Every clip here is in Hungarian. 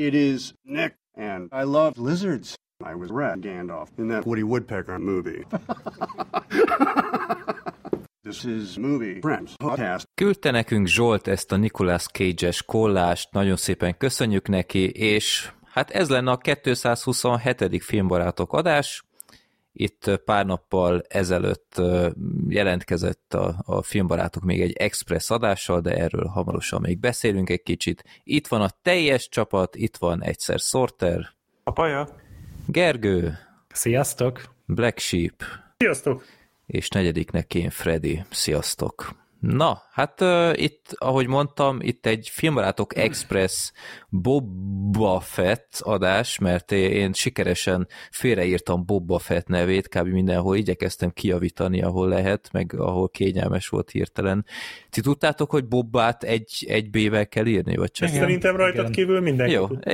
It is Nick, and I love lizards. I was Red Gandalf in that Woody Woodpecker movie. This is Movie Friends Podcast. Küldte nekünk Zsolt ezt a Nicolas Cage-es kollást, nagyon szépen köszönjük neki, és hát ez lenne a 227. Filmbarátok adás. Itt pár nappal ezelőtt jelentkezett a Filmbarátok még egy express adással, de erről hamarosan még beszélünk egy kicsit. Itt van a teljes csapat, itt van egyszer Sorter. Papaja. Gergő. Sziasztok. Black Sheep. Sziasztok. És negyediknek én Freddy. Sziasztok. Na, hát itt, ahogy mondtam, itt egy Filmbarátok Express Boba Fett adás, mert én sikeresen félreírtam Boba Fett nevét, kb. Mindenhol igyekeztem kijavítani, ahol lehet, meg ahol kényelmes volt hirtelen. Ti tudtátok, hogy Bobbát egy B-vel kell írni, vagy csak? Szerintem rajtad kívül mindenki jó, tud.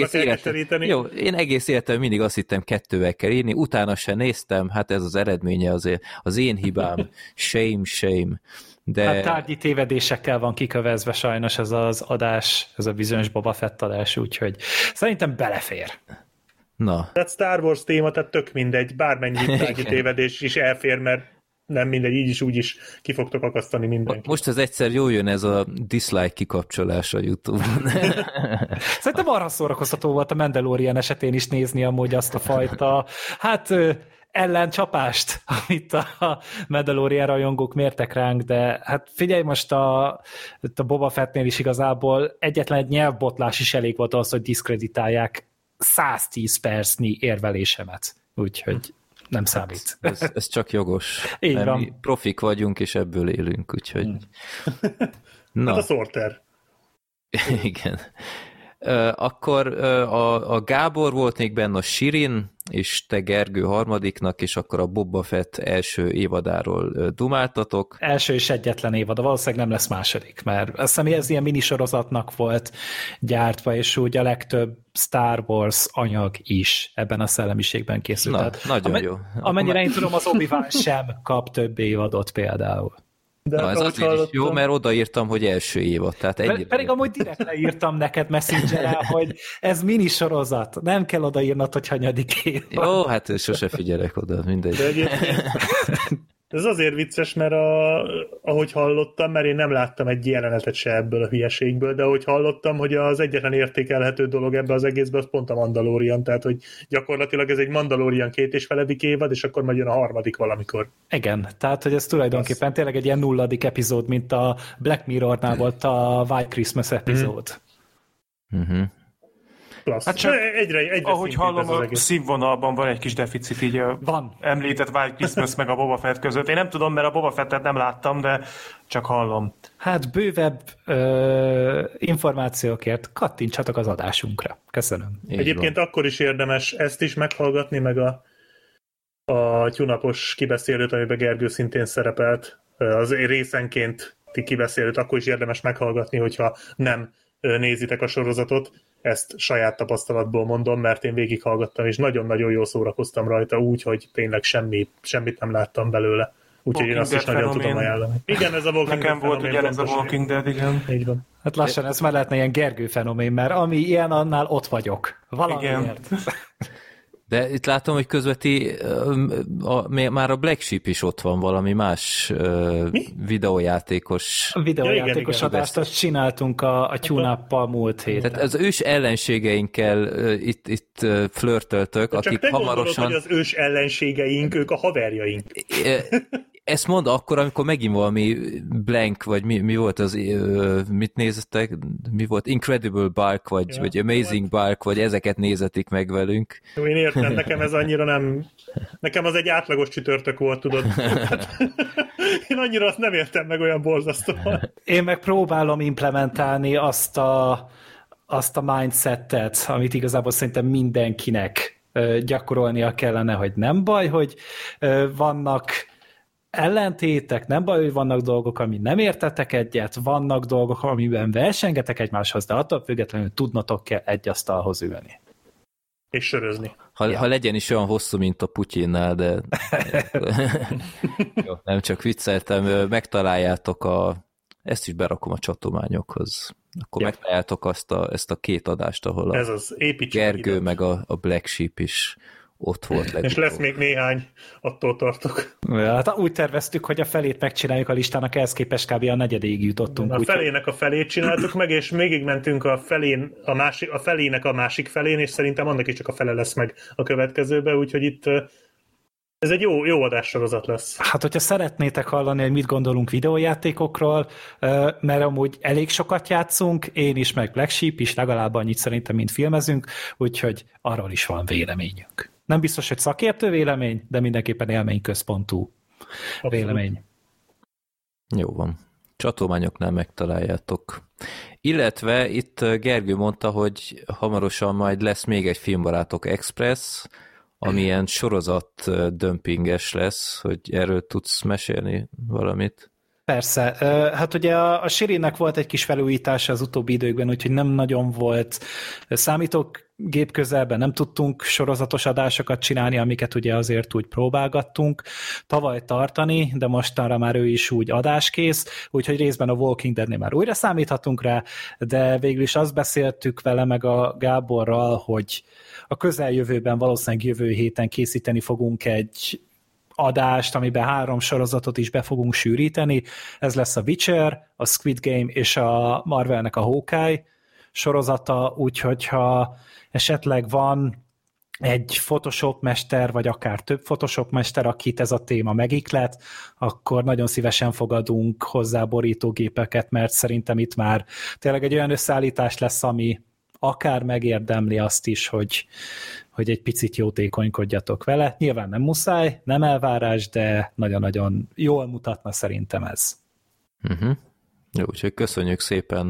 Én egész életem mindig azt hittem 2-vel kell írni, utána se néztem, hát ez az eredménye az én hibám. Shame. De... Hát tárgyi tévedésekkel van kikövezve sajnos ez az adás, ez a bizonyos Boba Fett adás, úgyhogy szerintem belefér. Na. Tehát Star Wars téma, tehát tök mindegy, bármennyi tárgyi tévedés is elfér, mert nem mindegy, így is úgy is ki fogtok akasztani mindenkit. Most ez egyszer jól jön ez a dislike kikapcsolás a YouTube-on. Szerintem arra szórakoztató volt a Mandalorian esetén is nézni amúgy azt a fajta, hát ellencsapást, amit a Mandalorian rajongók mértek ránk, de hát figyelj, most a Boba Fettnél is igazából egyetlen egy nyelvbotlás is elég volt az, hogy diszkreditálják 110 percnyi érvelésemet. Úgyhogy nem számít. Ez csak jogos. Így van. Mi profik vagyunk, és ebből élünk, úgyhogy... Na. Hát a Sorter. Igen. Akkor a Gábor volt még benne, a Sirin, és te Gergő harmadiknak, és akkor a Boba Fett első évadáról dumáltatok. Első és egyetlen évad, valószínűleg nem lesz második, mert azt hiszem, ez ilyen minisorozatnak volt gyártva, és úgy a legtöbb Star Wars anyag is ebben a szellemiségben készült. Na, nagyon jó. Amennyire én tudom, az Obi-Wan sem kap több évadot például. De na, ez azért is jó, mert odaírtam, hogy első évad. Tehát pedig amúgy direkt leírtam neked Messengerrel, hogy ez minisorozat. Nem kell odaírnod, hogy hanyadik évad. Jó, hát sose figyelek oda, mindegy. De egyébként ez azért vicces, mert ahogy hallottam, mert én nem láttam egy jelenetet se ebből a hülyeségből, de ahogy hallottam, hogy az egyetlen értékelhető dolog ebbe az egészben, az pont a Mandalorian, tehát hogy gyakorlatilag ez egy Mandalorian 2,5. évad, és akkor majd jön a harmadik valamikor. Igen, tehát hogy ez tulajdonképpen tényleg egy ilyen 0. epizód, mint a Black Mirrornál volt a White Christmas epizód. Hát csak egyre ahogy hallom, a színvonalban van egy kis deficit, így van. Említett White Christmas meg a Boba Fett között. Én nem tudom, mert a Boba Fettet nem láttam, de csak hallom. Hát bővebb információkért kattintsatok az adásunkra. Köszönöm. Egyébként akkor is érdemes ezt is meghallgatni, meg a tyúnapos kibeszélőt, amiben Gergő szintén szerepelt, az részenként kibeszélőt, akkor is érdemes meghallgatni, hogyha nem nézitek a sorozatot. Ezt saját tapasztalatból mondom, mert én végighallgattam, és nagyon-nagyon jól szórakoztam rajta úgy, hogy tényleg semmit nem láttam belőle. Úgyhogy én azt is nagyon tudom ajánlani. Igen, ez a Walking Nekem Dead volt ugyanez a Walking Dead, igen. Így van. Hát lassan ez már lehetne ilyen Gergő fenomén, mert ami ilyen, annál ott vagyok. Valamiért. De itt látom, hogy közveti már a Black Sheep is ott van, valami más videójátékos. A videójátékos igen. adást azt csináltunk a tune-up-pal múlt héten. Tehát az ős ellenségeinkkel itt flörtöltök, de akik csak te hamarosan... gondolod, hogy az ős ellenségeink, ők a haverjaink. Ezt mondd akkor, amikor megint valami blank, vagy mi volt az, mit néztek? Mi volt? Incredible Bulk, vagy Amazing Bulk, vagy ezeket nézetik meg velünk. Jó, én értem, nekem ez annyira nem... Nekem az egy átlagos csütörtök volt, tudod. Én annyira azt nem értem meg olyan borzasztóan. Én meg próbálom implementálni azt a mindsetet, amit igazából szerintem mindenkinek gyakorolnia kellene, hogy nem baj, hogy vannak ellentétek, nem baj, hogy vannak dolgok, ami nem értetek egyet, vannak dolgok, amiben versengetek egymáshoz, de attól függetlenül tudnatok kell egy asztalhoz ülni. És sörözni. Ha legyen is olyan hosszú, mint a Putyinnál, de jó, nem csak vicceltem, megtaláljátok ezt is berakom a csatományokhoz. akkor megtaláljátok ezt a 2 adást, ahol ez az, Gergő meg a Black Sheep is ott volt. Legutóbb. És lesz még néhány, attól tartok. Ja, hát úgy terveztük, hogy a felét megcsináljuk a listának, ehhez képest kb. A 4. jutottunk. A felének a felét csináltuk meg, és végigmentünk a felének a másik felén, és szerintem annak is csak a fele lesz meg a következőbe, úgyhogy itt ez egy jó adássorozat lesz. Hát, hogyha szeretnétek hallani, hogy mit gondolunk videójátékokról, mert amúgy elég sokat játszunk, én is, meg Black Sheep is, legalább annyit szerintem, mint filmezünk, úgyhogy arról is van véleményünk. Nem biztos, hogy szakértő vélemény, de mindenképpen élményközpontú vélemény. Jó van. Csatolmányoknál megtaláljátok. Illetve itt Gergő mondta, hogy hamarosan majd lesz még egy Filmbarátok Express, ami ilyen sorozat dömpinges lesz, hogy erről tudsz mesélni valamit? Persze. Hát ugye a Sirinnek volt egy kis felújítása az utóbbi időkben, úgyhogy nem nagyon volt számítógép közelben, nem tudtunk sorozatos adásokat csinálni, amiket ugye azért úgy próbálgattunk tavaly tartani, de mostanra már ő is úgy adáskész, úgyhogy részben a Walking Deadnél már újra számíthatunk rá, de végül is azt beszéltük vele meg a Gáborral, hogy a közeljövőben valószínűleg jövő héten készíteni fogunk egy adást, amiben 3 sorozatot is be fogunk sűríteni. Ez lesz a Witcher, a Squid Game és a Marvelnek a Hawkeye sorozata, úgyhogy ha esetleg van egy Photoshop mester, vagy akár több Photoshop mester, akit ez a téma megiklet, akkor nagyon szívesen fogadunk hozzá borítógépeket, mert szerintem itt már tényleg egy olyan összeállítás lesz, ami akár megérdemli azt is, hogy egy picit jótékonykodjatok vele. Nyilván nem muszáj, nem elvárás, de nagyon-nagyon jól mutatna szerintem ez. Jó, úgyhogy köszönjük szépen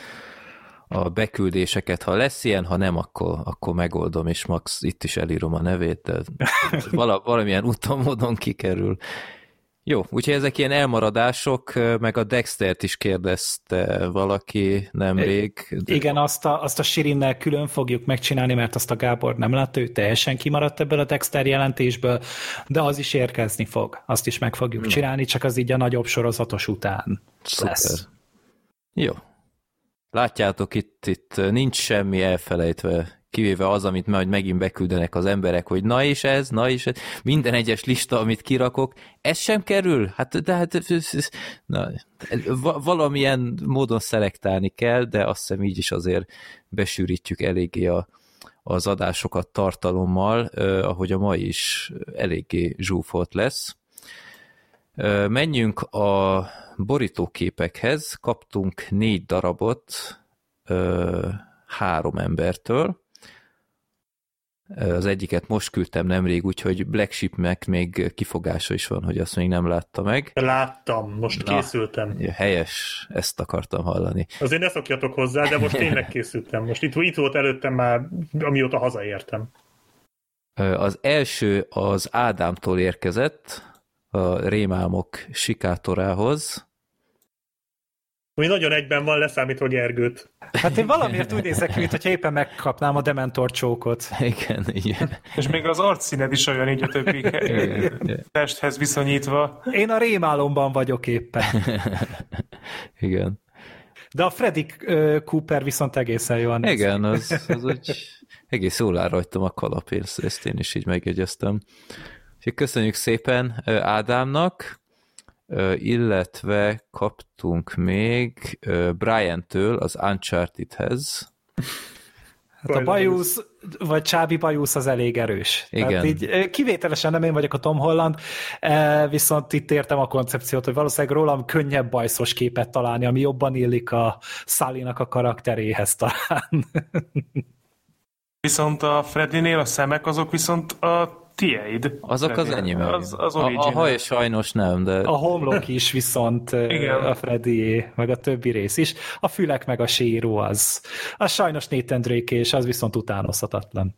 a beküldéseket. Ha lesz ilyen, ha nem, akkor megoldom, és max itt is elírom a nevét, de valamilyen úton, módon kikerül. Jó, úgyhogy ezek ilyen elmaradások, meg a Dextert is kérdezte valaki nemrég. Igen, azt a Sirinnel külön fogjuk megcsinálni, mert azt a Gábor nem látta, ő teljesen kimaradt ebből a Dexter jelentésből, de az is érkezni fog. Azt is meg fogjuk csinálni, csak az így a nagyobb sorozatos után lesz. Jó. Látjátok, itt nincs semmi elfelejtve, kivéve az, amit majd megint beküldenek az emberek, hogy na és ez, minden egyes lista, amit kirakok, ez sem kerül? Valamilyen módon szelektálni kell, de azt hiszem így is azért besűrítjük eléggé az adásokat tartalommal, ahogy a mai is eléggé zsúfolt lesz. Menjünk a borítóképekhez, kaptunk 4 darabot 3 embertől. Az egyiket most küldtem nemrég, úgyhogy Black Sheepnek még kifogása is van, hogy azt még nem látta meg. Láttam, most készültem. Helyes, ezt akartam hallani. Azért ne szokjatok hozzá, de most tényleg készültem. Most itt volt előttem már, amióta hazaértem. Az első az Ádámtól érkezett, a Rémálmok sikátorához. Ami nagyon egyben van, leszámítva Gergőt. Hát én valamiért úgy nézek ki, mintha éppen megkapnám a Dementor csókot. Igen. És még az arcszíned is olyan így a többi testhez viszonyítva. Én a rémálomban vagyok éppen. Igen. De a Freddy Cooper viszont egészen jól néz. Igen, az úgy egész jól áll rajtam a kalap, ezt én is így megjegyeztem. Köszönjük szépen Ádámnak, illetve kaptunk még Brian-től az Uncharted-hez. Hát a bajusz, vagy Csábi bajusz az elég erős. Igen. Tehát így, kivételesen nem én vagyok a Tom Holland, viszont itt értem a koncepciót, hogy valószínűleg rólam könnyebb bajszos képet találni, ami jobban illik a Sully-nak a karakteréhez talán. Viszont a Freddynél a szemek azok viszont a tiéd. Azok az enyém. Az a haj sajnos nem, de... A homlok is viszont a Freddyé, meg a többi rész is. A fülek meg a síró az sajnos Nathan Drake, és az viszont utánozhatatlan.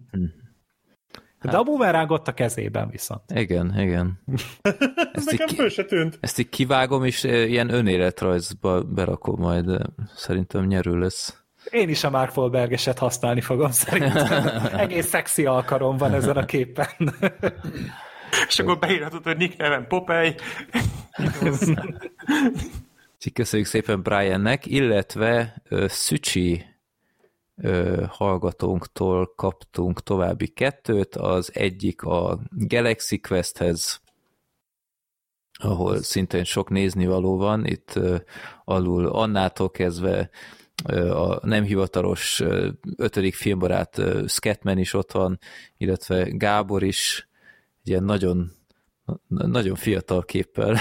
De a bumeráng ott a kezében viszont. Igen. Ez nekem föl se tűnt. Ezt így kivágom, és ilyen önéletrajzba berakom majd, de szerintem nyerő lesz. Én is a Mark Wahlberg-eset használni fogom szerintem. Egész szexi alkarom van ezen a képen. És akkor beírhatod, hogy nick nevem Popeye. Köszönjük szépen Briannek, illetve Szücsi hallgatónktól kaptunk további 2, az egyik a Galaxy Questhez, ahol szintén sok néznivaló van, itt alul Annától kezdve a nem hivatalos 5. filmbarát Scatman is ott van, illetve Gábor is, egy ilyen nagyon, nagyon fiatal képpel.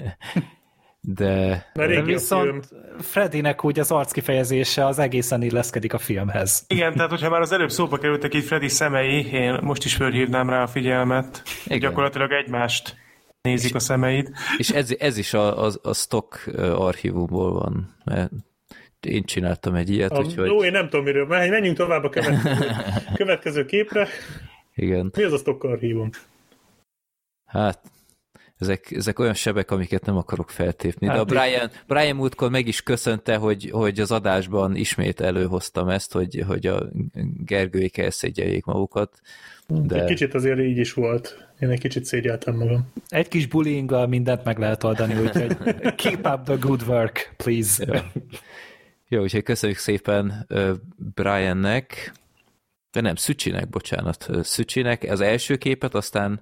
De viszont Freddynek úgy az arckifejezése az egészen illeszkedik a filmhez. Igen, tehát hogyha már az előbb szóba kerültek itt Freddy szemei, én most is fölhívnám rá a figyelmet. Igen. Gyakorlatilag egymást nézik a szemeid. És ez is a stock archívumból van, mert én csináltam egy ilyet, úgyhogy... Én nem tudom miről, menjünk tovább a következő képre. Igen. Mi az a stock archívum? Hát, ezek olyan sebek, amiket nem akarok feltépni. De a Brian múltkor meg is köszönte, hogy az adásban ismét előhoztam ezt, hogy a Gergőik elszégyeljék magukat. De... Egy kicsit azért így is volt. Én egy kicsit szégyeltem magam. Egy kis bullyinggal mindent meg lehet oldani, úgyhogy keep up the good work, please. Jó, úgyhogy köszönjük szépen Briannek, de nem, Szücsinek, bocsánat. Szücsinek az első képet, aztán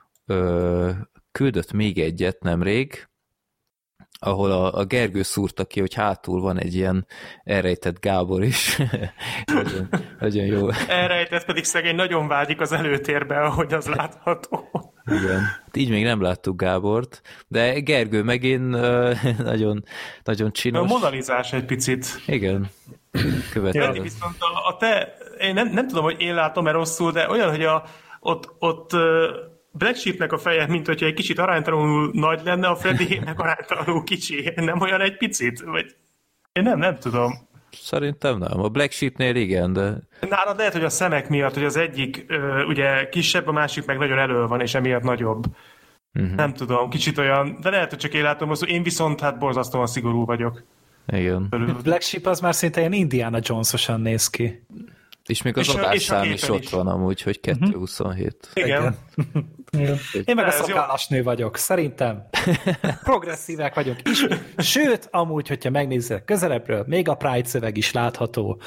küldött még egyet nemrég, ahol a Gergő szúrta ki, hogy hátul van egy ilyen elrejtett Gábor is. nagyon jó. Elrejtett pedig szegény nagyon vágyik az előtérbe, ahogy az látható. Igen. Így még nem láttuk Gábort, de Gergő megint nagyon, nagyon csinos. Monalizás egy picit. Igen. Következő. Viszont én nem tudom, hogy én látom-e rosszul, de olyan, hogy ott Black Sheepnek a feje, mint hogyha egy kicsit aránytalanul nagy lenne, a Freddynek aránytalanul kicsi. Nem olyan egy picit? Vagy... Én nem tudom. Szerintem nem. A Black Sheepnél igen, de... Nálad lehet, hogy a szemek miatt, hogy az egyik ugye kisebb, a másik meg nagyon elő van, és emiatt nagyobb. Uh-huh. Nem tudom, kicsit olyan, de lehet, hogy csak én látom, hogy én viszont hát borzasztóan szigorú vagyok. Igen. Black Sheep az már szinte ilyen Indiana Jones-osan néz ki. És még az adásszám is ott van amúgy, hogy 2.27. Igen. Én meg a szakállas nő vagyok, szerintem. Progresszívek vagyunk is. Sőt, amúgy, hogyha megnézzük közelebbről, még a Pride szöveg is látható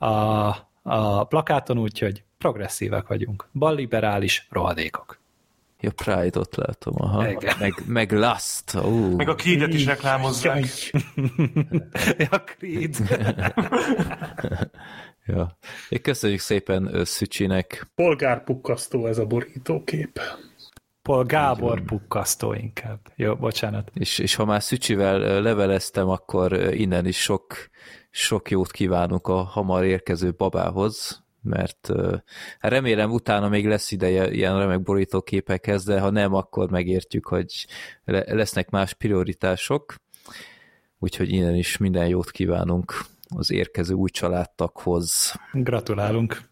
a plakáton, úgyhogy progresszívek vagyunk. Balliberális rohadékok. Ja, Pride-ot látom, aha. Meg Lust. Meg a Creed-et is reklámozzák. Ja, Creed. Ja. Köszönjük szépen Szücsinek. Polgárpukkasztó ez a borítókép. Gábor pukkasztó inkább. Jó, bocsánat. És ha már Szücsivel leveleztem, akkor innen is sok jót kívánunk a hamar érkező babához, mert remélem utána még lesz ideje ilyen remek borítóképekhez, de ha nem, akkor megértjük, hogy lesznek más prioritások. Úgyhogy innen is minden jót kívánunk az érkező új családtaghoz. Gratulálunk.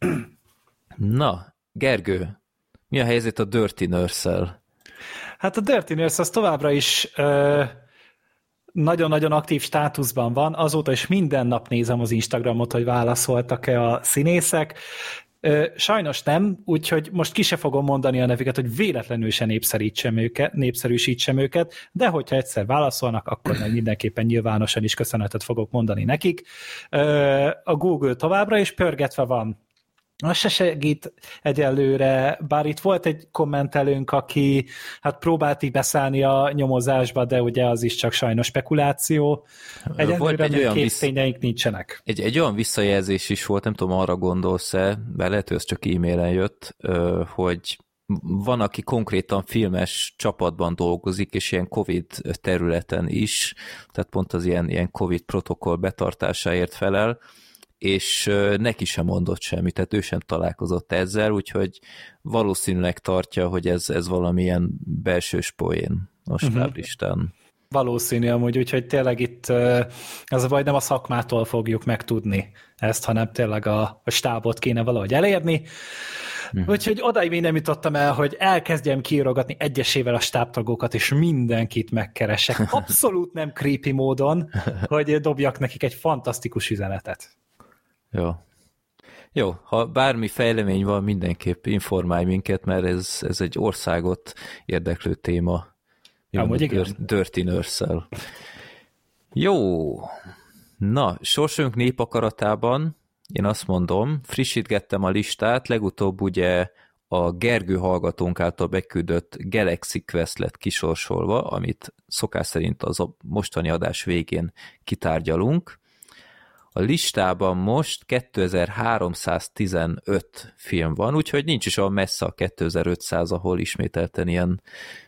Na, Gergő, mi a helyzet a Dirty Nurse-szel? Hát a Dirty Nurse az továbbra is nagyon-nagyon aktív státuszban van, azóta is minden nap nézem az Instagramot, hogy válaszoltak-e a színészek. Sajnos nem, úgyhogy most ki se fogom mondani a nevüket, hogy véletlenül se népszerűsítsem őket, de hogyha egyszer válaszolnak, akkor meg mindenképpen nyilvánosan is köszönetet fogok mondani nekik. A Google továbbra is pörgetve van. Az se segít egyelőre, bár itt volt egy kommentelőnk, aki hát próbált így beszállni a nyomozásba, de ugye az is csak sajnos spekuláció. Egyelőre még képtényeink nincsenek. Egy olyan visszajelzés is volt, nem tudom, arra gondolsz-e, mert lehet, hogy ez csak e-mailen jött, hogy van, aki konkrétan filmes csapatban dolgozik, és ilyen Covid területen is, tehát pont az ilyen Covid protokoll betartásáért felel, és neki sem mondott semmit, tehát ő sem találkozott ezzel, úgyhogy valószínűleg tartja, hogy ez valamilyen belsős poén a stáblistán. Valószínű amúgy, úgyhogy tényleg itt az a baj, nem a szakmától fogjuk megtudni ezt, hanem tényleg a stábot kéne valahogy elérni. Úgyhogy odáig még nem jutottam el, hogy elkezdjem kiírogatni egyesével a stábtagokat, és mindenkit megkeresek. Abszolút nem creepy módon, hogy dobjak nekik egy fantasztikus üzenetet. Jó, ha bármi fejlemény van, mindenképp informálj minket, mert ez egy országot érdeklő téma. Amúgy igen. Dirty Nurse-szel. Jó. Na, sorsunk népakaratában én azt mondom, frissítgettem a listát, legutóbb ugye a Gergő hallgatónk által beküldött Galaxy Quest lett kisorsolva, amit szokás szerint az a mostani adás végén kitárgyalunk. A listában most 2315 film van, úgyhogy nincs is olyan messze a 2500, ahol ismételten ilyen,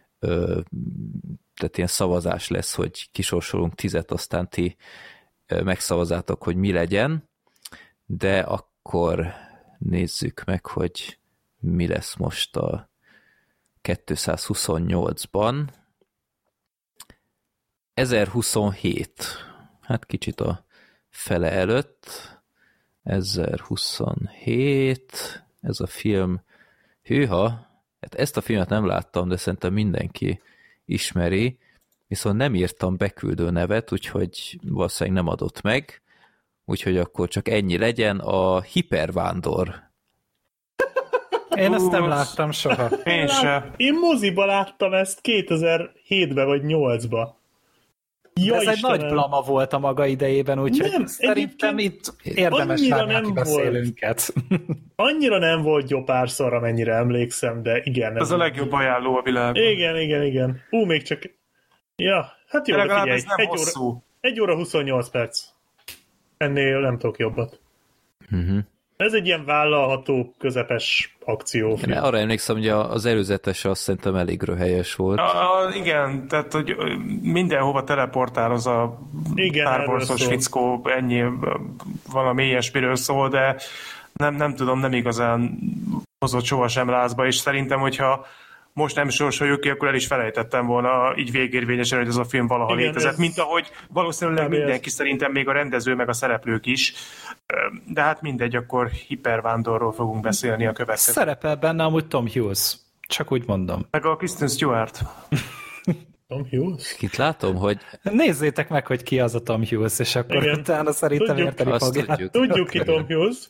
tehát ilyen szavazás lesz, hogy kisorsolunk 10-et, aztán ti megszavazátok, hogy mi legyen, de akkor nézzük meg, hogy mi lesz most a 228-ban. 1027. Hát kicsit a fele előtt. 1027. Ez a film. Hűha, hát ezt a filmet nem láttam, de szerintem mindenki ismeri, viszont nem írtam beküldő nevet, úgyhogy valószínűleg nem adott meg, úgyhogy akkor csak ennyi legyen. A Hipervándor. Én ezt nem láttam soha. Én sem. Én moziba láttam ezt 2007-ben vagy 8-ba. Ja, ez egy Istenem. nagy blama volt a maga idejében, úgyhogy Nem, szerintem itt érdemes annyira várni a nem kibeszélőnket. Annyira nem volt jó párszor, amennyire emlékszem, de igen. Ez a legjobb ajánló a világban. Igen. Még csak... Ja, hát jó, de legalább figyelj. ez nem hosszú. 1 óra 28 perc. Ennél nem tudok jobbat. Ez egy ilyen vállalható, közepes akciófilm. Én arra emlékszem, hogy az előzetes azt szerintem elég röhelyes volt. Igen, tehát hogy mindenhova teleportál az a párborszos fickó, ennyi valami ilyesmiről szól, de nem tudom, nem igazán hozott sohasem lázba, és szerintem, hogyha most nem sorsoljuk ki, akkor el is felejtettem volna így végérvényesen, hogy ez a film valaha létezett, mint ahogy valószínűleg mindenki, szerintem még a rendező, meg a szereplők is. De hát mindegy, akkor Hipervándorról fogunk beszélni a következő. Szerepel benne amúgy Tom Hughes, csak úgy mondom. Meg a Kristen Stewart. Tom Hughes? Itt látom, hogy... Nézzétek meg, hogy ki az a Tom Hughes, és akkor utána szerintem érteni fogják. Tudjuk ki Tom Hughes.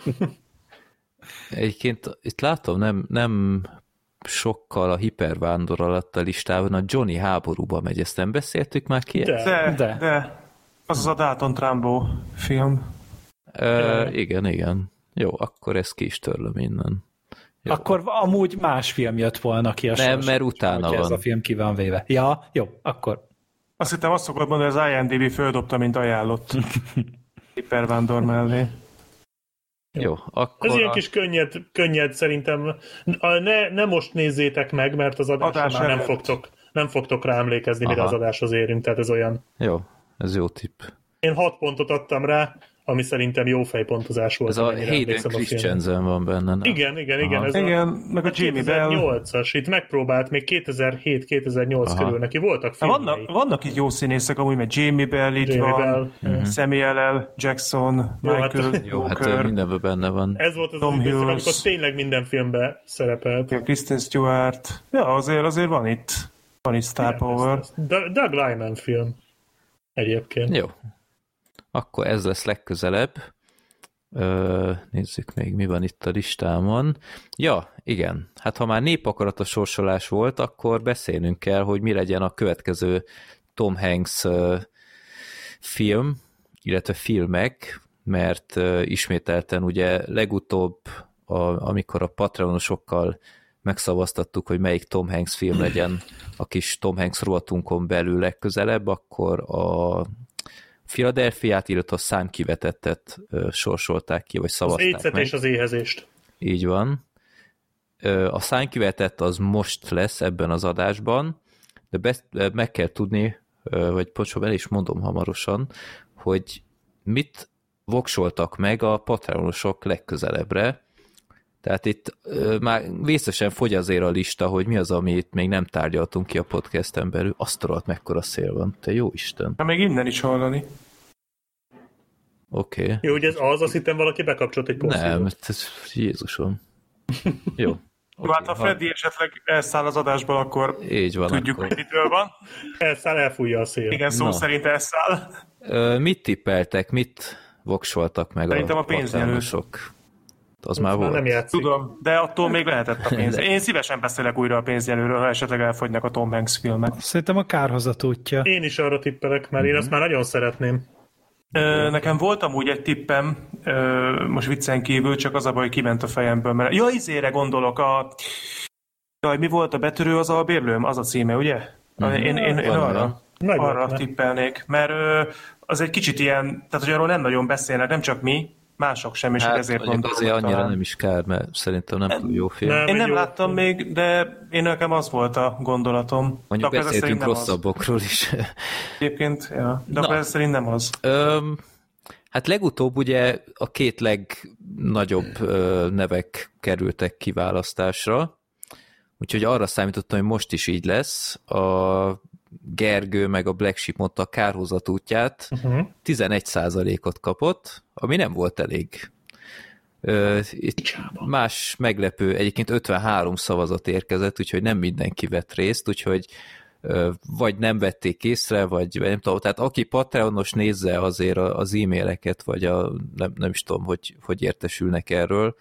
Egyébként itt látom, nem sokkal a Hipervándor alatt a listában a Johnny háborúba megy, ezt nem beszéltük már ki? De. Az a Dalton Trumbo film. Igen. Jó, akkor ezt ki is törlöm innen. Jó. Akkor amúgy más film jött volna ki a nem, mert utána van. Ez a film ki van véve. Ja, jó, akkor. Azt hittem azt szokott mondani, hogy az IMDb földobta, mint ajánlott. Hipervándor mellé. Jó, akkor... Ez ilyen kis könnyed szerintem. Ne most nézzétek meg, mert az adásra már nem fogtok rá emlékezni, mire az adáshoz érünk, tehát ez olyan... Jó, ez jó tipp. Én 6 pontot adtam rá, ami szerintem jó fejpontozás volt. Ez a Hayden Christensen van benne, nem? Igen. Ez igen, meg a Jamie Bell. 2008-as, itt megpróbált, még 2007-2008 körül neki voltak filmjei. Vannak itt jó színészek, amúgy, mert Jamie Bell itt van, Samuel L. Jackson, Michael Walker. Hát mindenben benne van. Ez volt az amikor tényleg minden filmben szerepelt. Kristen Stewart. Ja, azért van itt Star Power. Doug Liman film. Egyébként. Jó. Akkor ez lesz legközelebb. Nézzük még, mi van itt a listámon. Ja, igen. Hát ha már népakarat a sorsolás volt, akkor beszélnünk kell, hogy mi legyen a következő Tom Hanks film, illetve filmek, mert ismételten ugye legutóbb, amikor a Patreonosokkal megszavaztattuk, hogy melyik Tom Hanks film legyen a kis Tom Hanks rovatunkon belül legközelebb, akkor a Philadelphiát, illetve a Számkivetettet sorsolták ki, vagy szavazták meg. Az AIDS-et és az éhezést. Így van. A Számkivetett az most lesz ebben az adásban, de meg kell tudni, vagy el is mondom hamarosan, hogy mit voksoltak meg a Patreonosok legközelebbre. Tehát itt már vészesen fogy azért a lista, hogy mi az, amit még nem tárgyaltunk ki a podcasten belül. Azt rohadt, mekkora szél van. Te jó Isten. Hát még innen is hallani. Oké. Okay. Jó, hogy ez azt hittem valaki bekapcsolt egy posztot. Nem, ez Jézusom. Jó. Okay, hát ha Freddy esetleg elszáll az adásból, akkor így van, tudjuk, akkor. hogy mitől van. Elfújja a szél. Igen, szó szerint elszáll. Mit tippeltek, mit voksoltak meg szerintem a pénznyelőt. Az már volt. Nem játszik. Tudom, de attól még lehetett a pénz. Én szívesen beszélek újra a pénzjelőről, ha esetleg elfogynak a Tom Hanks filmek. Szerintem a kárhozat útja. Én is arra tippelek, mert én azt már nagyon szeretném. Nekem volt amúgy egy tippem, most viccen kívül, csak az a baj, hogy kiment a fejemből, mert... Ja, izére gondolok, Jaj, mi volt a Betörő az albérlőm? Az a címe, ugye? Én arra tippelnék, mert az egy kicsit ilyen, tehát hogy arról nem nagyon beszélnek, nem csak mi, mások sem, és hát, ezért gondolom. Azért annyira talán. Nem is kár, mert szerintem nem túl jó film. Én nem láttam még, de én nekem az volt a gondolatom. Mondjuk beszéltünk rosszabbokról is. Egyébként, ja. De akkor ez szerint nem az. Hát legutóbb ugye a két legnagyobb nevek kerültek kiválasztásra, úgyhogy arra számítottam, hogy most is így lesz. A Gergő meg a Black Sheep mondta a kárhozat útját, 11%-ot kapott, ami nem volt elég. Itt más meglepő, egyébként 53 szavazat érkezett, úgyhogy nem mindenki vett részt, úgyhogy vagy nem vették észre, vagy nem tudom, tehát aki Patreonos nézze azért az e-maileket, vagy nem is tudom, hogy értesülnek erről.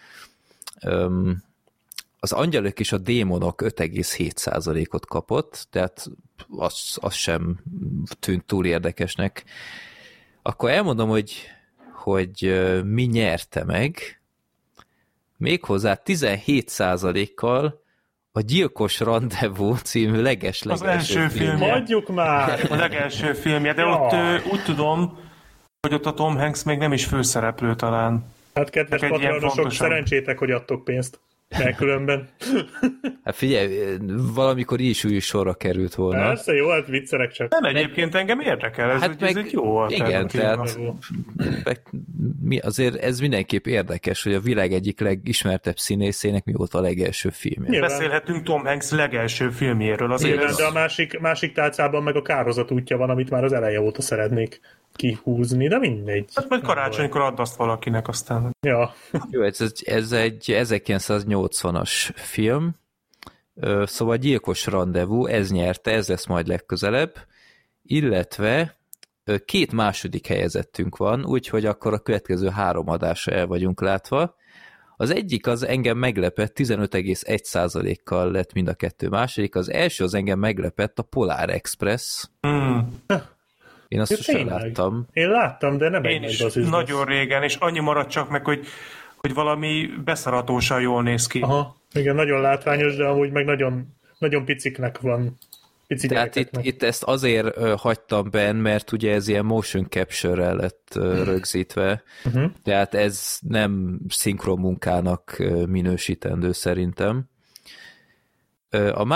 Az angyalok és a démonok 5,7%-ot kapott, tehát az sem tűnt túl érdekesnek. Akkor elmondom, hogy mi nyerte meg, méghozzá 17%-kal a Gyilkos Randevú című legeslegelső az első filmje. Hagyjuk már! A legelső filmje, de ott úgy tudom, hogy ott a Tom Hanks még nem is főszereplő talán. Hát kedves patronosok, szerencsétek, hogy adtok pénzt. Különben. Hát figyelj, valamikor így is sorra került volna. Persze, jó, hát viccelek csak. Nem, egyébként engem érdekel, ez, hát ez egy jó igen, tehát azért ez mindenképp érdekes, hogy a világ egyik legismertebb színészének mi volt a legelső filmje. Nyilván. Beszélhetünk Tom Hanks legelső filmjéről. Azért igen, de a másik tálcában meg a kárhozat útja van, amit már az eleje óta szeretnék kihúzni, de mindegy. Hát majd karácsonykor add azt valakinek, aztán... Ja. Jó, ez egy 1980-as film, szóval Gyilkos Randevú, ez nyerte, ez lesz majd legközelebb, illetve 2 második helyezettünk van, úgyhogy akkor a következő 3 adásra el vagyunk látva. Az egyik az engem meglepett, 15,1%-kal lett mind a 2 második, az első az engem meglepett, a Polar Express. Én azt sem láttam. Én láttam, de nem én is az üzlet. Nagyon régen, és annyi maradt csak meg, hogy valami beszaratósan jól néz ki. Aha, igen, nagyon látványos, de amúgy meg nagyon, nagyon piciknek van. Tehát itt ezt azért hagytam benn, mert ugye ez ilyen motion capture-rel lett rögzítve, tehát ez nem szinkron munkának minősítendő szerintem. A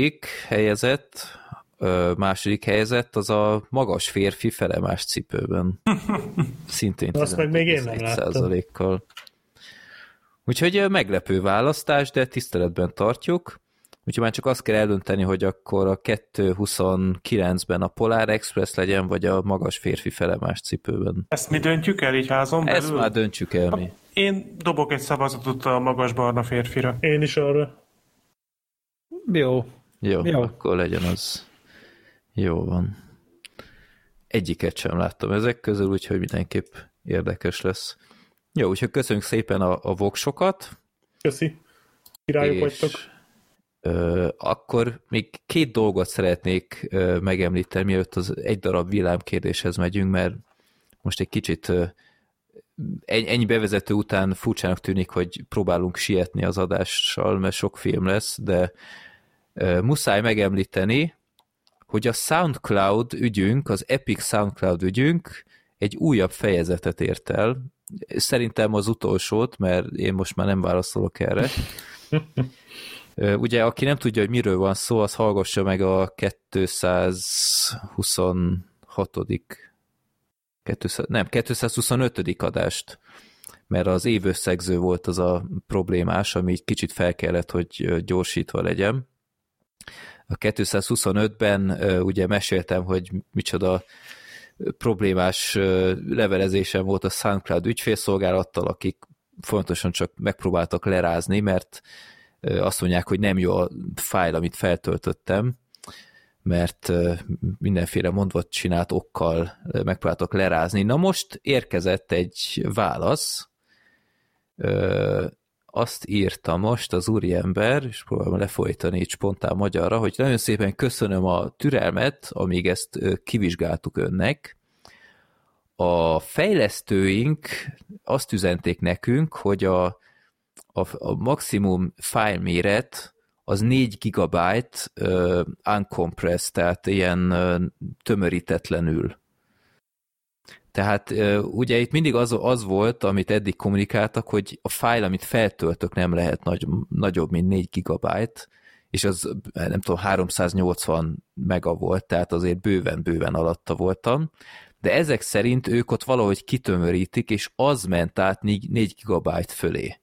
második helyezett az a magas férfi felemás cipőben. Szintén 11%-kal. Úgyhogy meglepő választás, de tiszteletben tartjuk. Úgyhogy már csak azt kell eldönteni, hogy akkor a 229-ben a Polar Express legyen, vagy a magas férfi felemás cipőben. Ezt mi döntjük el így házon belül? Ezt már döntsük el mi. Én dobok egy szavazatot a magas barna férfira. Én is arra. Jó, akkor legyen az. Jó van. Egyiket sem láttam ezek közül, úgyhogy mindenképp érdekes lesz. Jó, úgyhogy köszönjük szépen a voksokat. Köszi. Királyok vagytok. Akkor még 2 dolgot szeretnék megemlíteni, mielőtt az egy darab villámkérdéshez megyünk, mert most egy kicsit ennyi bevezető után furcsának tűnik, hogy próbálunk sietni az adással, mert sok film lesz, de muszáj megemlíteni, hogy a SoundCloud ügyünk, az Epic SoundCloud ügyünk egy újabb fejezetet ért el. Szerintem az utolsót, mert én most már nem válaszolok erre. Ugye, aki nem tudja, hogy miről van szó, az hallgassa meg a 225. adást, mert az évösszegző volt az a problémás, ami így kicsit fel kellett, hogy gyorsítva legyen. A 225-ben ugye meséltem, hogy micsoda problémás levelezésem volt a SoundCloud ügyfélszolgálattal, akik fontosan csak megpróbáltak lerázni, mert azt mondják, hogy nem jó a fájl, amit feltöltöttem, mert mindenféle mondvat csinált okkal megpróbáltak lerázni. Na most érkezett egy válasz, azt írta most az úriember, és próbálom lefolytani így spontán magyarra, hogy nagyon szépen köszönöm a türelmet, amíg ezt kivizsgáltuk önnek. A fejlesztőink azt üzenték nekünk, hogy a maximum file méret az 4 gigabyte uncompressed, tehát ilyen tömörítetlenül. Tehát ugye itt mindig az volt, amit eddig kommunikáltak, hogy a fájl, amit feltöltök, nem lehet nagyobb, mint 4 gigabyte, és az nem tudom, 380 mega volt, tehát azért bőven alatta voltam, de ezek szerint ők ott valahogy kitömörítik, és az ment át 4 gigabyte fölé.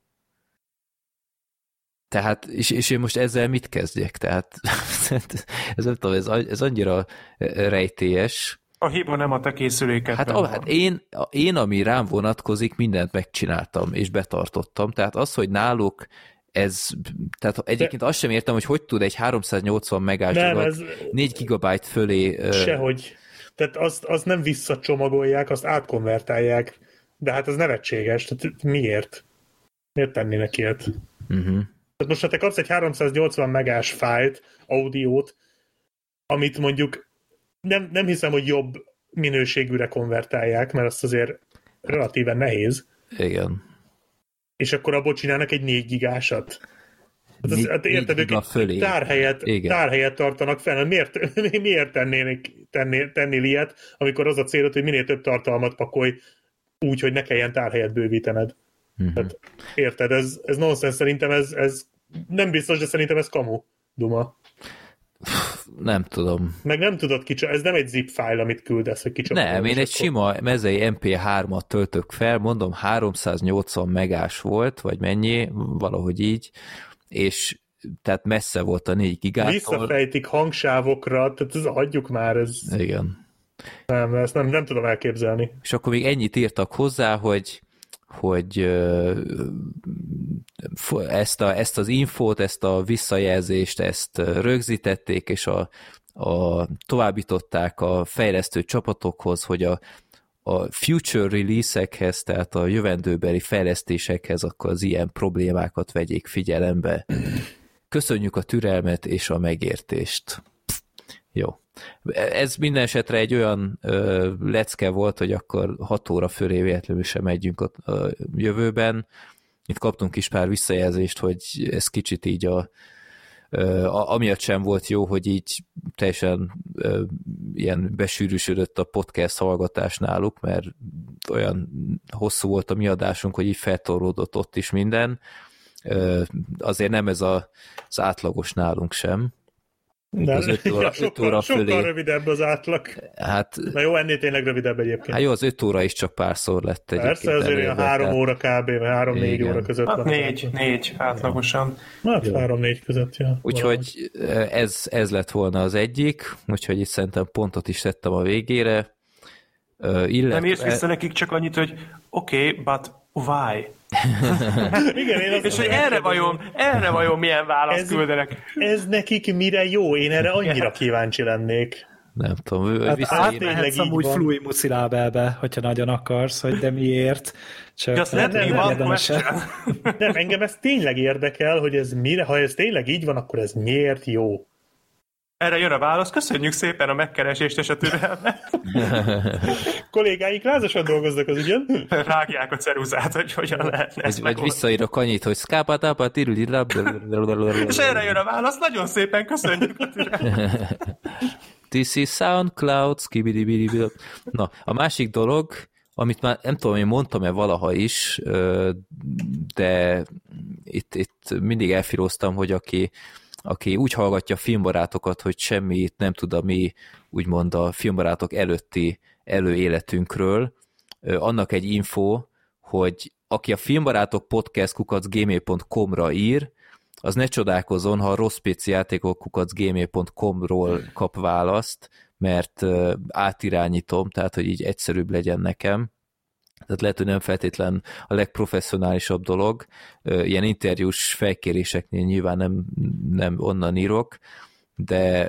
Tehát, és én most ezzel mit kezdjek? Tehát ez nem tudom, ez annyira rejtélyes. A hiba nem a te készülékedben. Hát én, ami rám vonatkozik, mindent megcsináltam, és betartottam. Tehát az, hogy náluk tehát egyébként azt sem értem, hogy tud egy 380 megás alatt 4 gigabyte fölé... Sehogy. Tehát azt nem visszacsomagolják, azt átkonvertálják. De hát ez nevetséges. Tehát miért? Miért tennének ilyet? Tehát most, ha te kapsz egy 380 megás fájlt, audiót, amit mondjuk nem hiszem, hogy jobb minőségűre konvertálják, mert azt azért relatíven nehéz. Igen. És akkor abból csinálnak egy 4 gigásat. Hát érted, ők tárhelyet tartanak fel. Miért tennél ilyet, amikor az a célod, hogy minél több tartalmat pakolj úgy, hogy ne kelljen tárhelyet bővítened. Tehát, érted, ez nonsens, szerintem ez nem biztos, de szerintem ez kamu, duma. Nem tudom. Meg nem tudod ez nem egy zip file, amit küldesz, hogy kicsapolod. Nem, én egy sima mezei MP3-at töltök fel, mondom 380 megás volt, vagy mennyi, valahogy így, és tehát messze volt a 4 gigától. Visszafejtik hangsávokra, tehát adjuk már, ez... Igen. Nem, ezt nem tudom elképzelni. És akkor még ennyit írtak hozzá, hogy ezt az infót, ezt a visszajelzést, ezt rögzítették, és továbbították a fejlesztő csapatokhoz, hogy a future release-ekhez, tehát a jövendőbeli fejlesztésekhez akkor az ilyen problémákat vegyék figyelembe. Köszönjük a türelmet és a megértést. Jó. Ez minden esetre egy olyan lecke volt, hogy akkor 6 óra fölé véletlenül sem megyünk a jövőben. Itt kaptunk is pár visszajelzést, hogy ez kicsit így amiatt sem volt jó, hogy így teljesen ilyen besűrűsödött a podcast hallgatás náluk, mert olyan hosszú volt a mi adásunk, hogy így feltorlódott ott is minden. Azért nem ez az átlagos nálunk sem. De az 5 óra sokkal fölé. rövidebb az átlag. Hát, na jó, ennél tényleg rövidebb egyébként. Hát jó, az 5 óra is csak párszor lett egyébként. Persze, azért ilyen 3 óra kb. 3-4 óra között. Hát 4 átlagosan. Hát 3-4 között, ja. Úgyhogy ez lett volna az egyik, úgyhogy itt szerintem pontot is tettem a végére. Nem írsz vissza nekik csak annyit, hogy okay, but why? Igen, és hogy erre vajon milyen választ küldenek? Ez nekik mire jó? Én erre annyira kíváncsi lennék. Nem tudom. Hát átmehetsz amúgy Flui Muszilábelbe, hogyha nagyon akarsz, hogy de miért. Csak de azt nem, nem, engem ez tényleg érdekel, hogy ez mire, ha ez tényleg így van, akkor ez miért jó? Erre jön a válasz, köszönjük szépen a megkeresést és a türelmet. Kollégáink lázasan dolgoznak az ügyön. Rágják a ceruzát, hogy hogyan lehetne ezt vagy visszaír a kanyit, hogy szkápátápá, tirulilab. És erre jön a válasz, nagyon szépen köszönjük a türelmet. This is SoundCloud, skibidibidibidib. Na, a másik dolog, amit már nem tudom, én mondtam-e valaha is, de itt mindig elfiroztam, hogy aki úgy hallgatja a filmbarátokat, hogy semmit nem tud a mi, úgymond a filmbarátok előtti előéletünkről, annak egy info, hogy aki a filmbarátok podcast@gmail.com-ra ír, az ne csodálkozzon, ha a rosszpécijátékok@gmail.com-ról kap választ, mert átirányítom, tehát hogy így egyszerűbb legyen nekem. Tehát lehet, hogy nem feltétlen a legprofesszionálisabb dolog. Ilyen interjús felkéréseknél nyilván nem onnan írok, de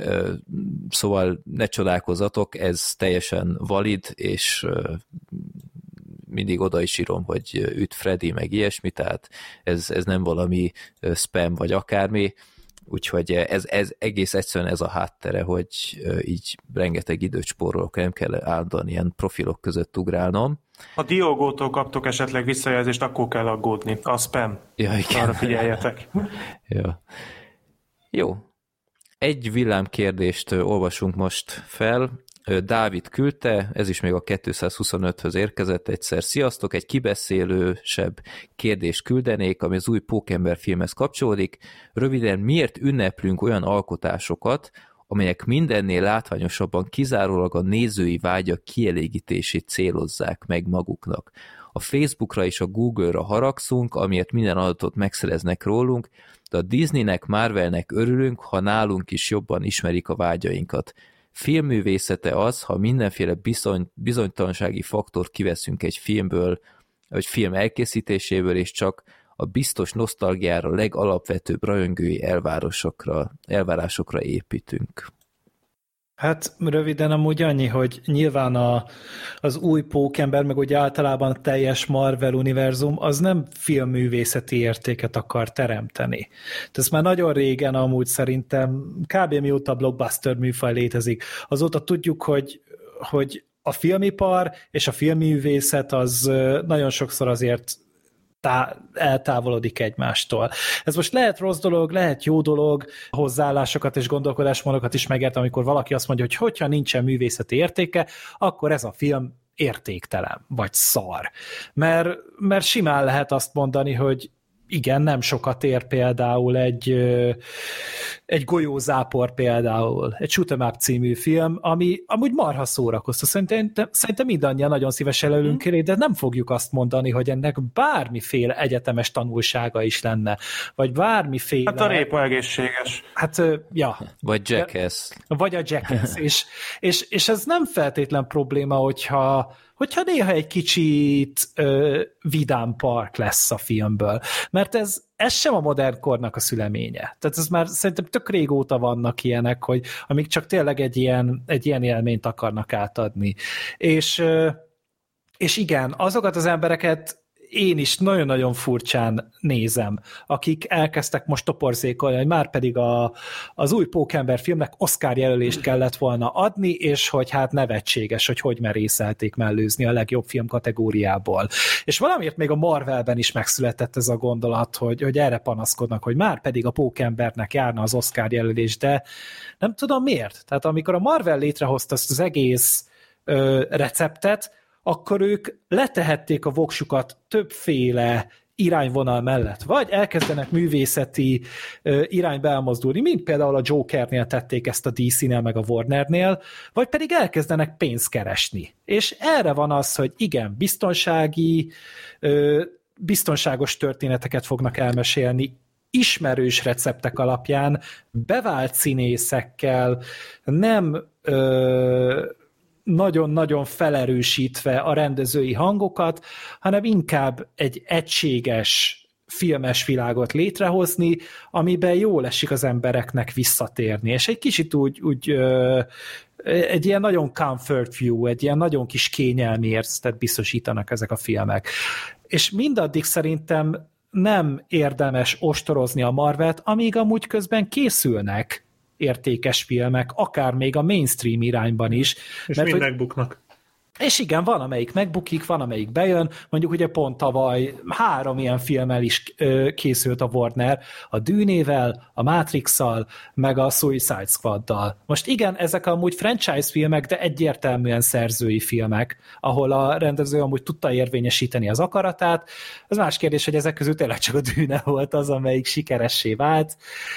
szóval ne csodálkozzatok, ez teljesen valid, és mindig oda is írom, hogy üt Freddy, meg ilyesmi, tehát ez nem valami spam vagy akármi, úgyhogy ez egész egyszerűen ez a háttere, hogy így rengeteg időt spórolok, nem kell állandóan ilyen profilok között ugrálnom. Ha Diogótól kaptok esetleg visszajelzést, akkor kell aggódni. A spam. Ja, igen. Arra figyeljetek. Ja. Jó. Egy villámkérdést olvasunk most fel. Dávid küldte, ez is még a 225-höz érkezett egyszer. Sziasztok, egy kibeszélősebb kérdést küldenék, ami az új Pókember filmhez kapcsolódik. Röviden, miért ünneplünk olyan alkotásokat, amelyek mindennél látványosabban kizárólag a nézői vágyak kielégítését célozzák meg maguknak? A Facebookra és a Google-ra haragszunk, amiért minden adatot megszereznek rólunk, de a Disneynek, Marvelnek örülünk, ha nálunk is jobban ismerik a vágyainkat. Filmművészete az, ha mindenféle bizonytalansági faktort kiveszünk egy filmből, vagy film elkészítéséből, és csak a biztos nosztalgiára, legalapvetőbb rajongói elvárásokra építünk. Hát röviden amúgy annyi, hogy nyilván az új Pókember, meg úgy általában a teljes Marvel univerzum, az nem filmművészeti értéket akar teremteni. Tehát ezt már nagyon régen amúgy szerintem, kb. Mióta a blockbuster műfaj létezik, azóta tudjuk, hogy a filmipar és a filmművészet az nagyon sokszor azért eltávolodik egymástól. Ez most lehet rossz dolog, lehet jó dolog, hozzáállásokat és gondolkodásmódokat is megért, amikor valaki azt mondja, hogy hogyha nincsen művészeti értéke, akkor ez a film értéktelen, vagy szar. Mert simán lehet azt mondani, hogy igen, nem sokat ér például egy golyózápor például, egy Shoot 'em Up című film, ami amúgy marha szórakoztató. Szerintem mindannyian nagyon szívesen előlünk elé, de nem fogjuk azt mondani, hogy ennek bármiféle egyetemes tanulsága is lenne, vagy bármiféle... Hát a répa egészséges. Hát, ja. Vagy Jackass. Vagy a Jackass. és ez nem feltétlen probléma, hogyha néha egy kicsit vidám park lesz a filmből. Mert ez sem a modern kornak a szüleménye. Tehát ez már szerintem tök régóta vannak ilyenek, hogy amik csak tényleg egy ilyen élményt akarnak átadni. És igen, azokat az embereket én is nagyon-nagyon furcsán nézem, akik elkezdtek most toporzékolni, hogy már pedig az új Pókember filmnek Oscar jelölést kellett volna adni, és hogy hát nevetséges, hogy merészelték mellőzni a legjobb film kategóriából. És valamiért még a Marvelben is megszületett ez a gondolat, hogy erre panaszkodnak, hogy már pedig a Pókembernek járna az Oscar jelölés, de nem tudom miért. Tehát amikor a Marvel létrehozta ezt az egész receptet, akkor ők letehették a voksukat többféle irányvonal mellett, vagy elkezdenek művészeti irányba elmozdulni, mint például a Jokernél tették ezt a DC-nél, meg a Warnernél, vagy pedig elkezdenek pénzt keresni. És erre van az, hogy igen, biztonságos történeteket fognak elmesélni, ismerős receptek alapján, bevált színészekkel, nem nagyon-nagyon felerősítve a rendezői hangokat, hanem inkább egy egységes filmes világot létrehozni, amiben jól esik az embereknek visszatérni, és egy kicsit úgy egy ilyen nagyon comfort view, egy ilyen nagyon kis kényelmi érzetet biztosítanak ezek a filmek. És mindaddig szerintem nem érdemes ostorozni a Marvelt, amíg amúgy közben készülnek értékes filmek, akár még a mainstream irányban is. És mind megbuknak. És igen, van amelyik megbukik, van amelyik bejön, mondjuk ugye pont tavaly 3 ilyen filmmel is készült a Warner, a Dűnével, a Matrix-szal, meg a Suicide Squaddal. Most igen, ezek amúgy franchise filmek, de egyértelműen szerzői filmek, ahol a rendező amúgy tudta érvényesíteni az akaratát. Az más kérdés, hogy ezek közül tényleg csak a Dűne volt az, amelyik sikeressé vált,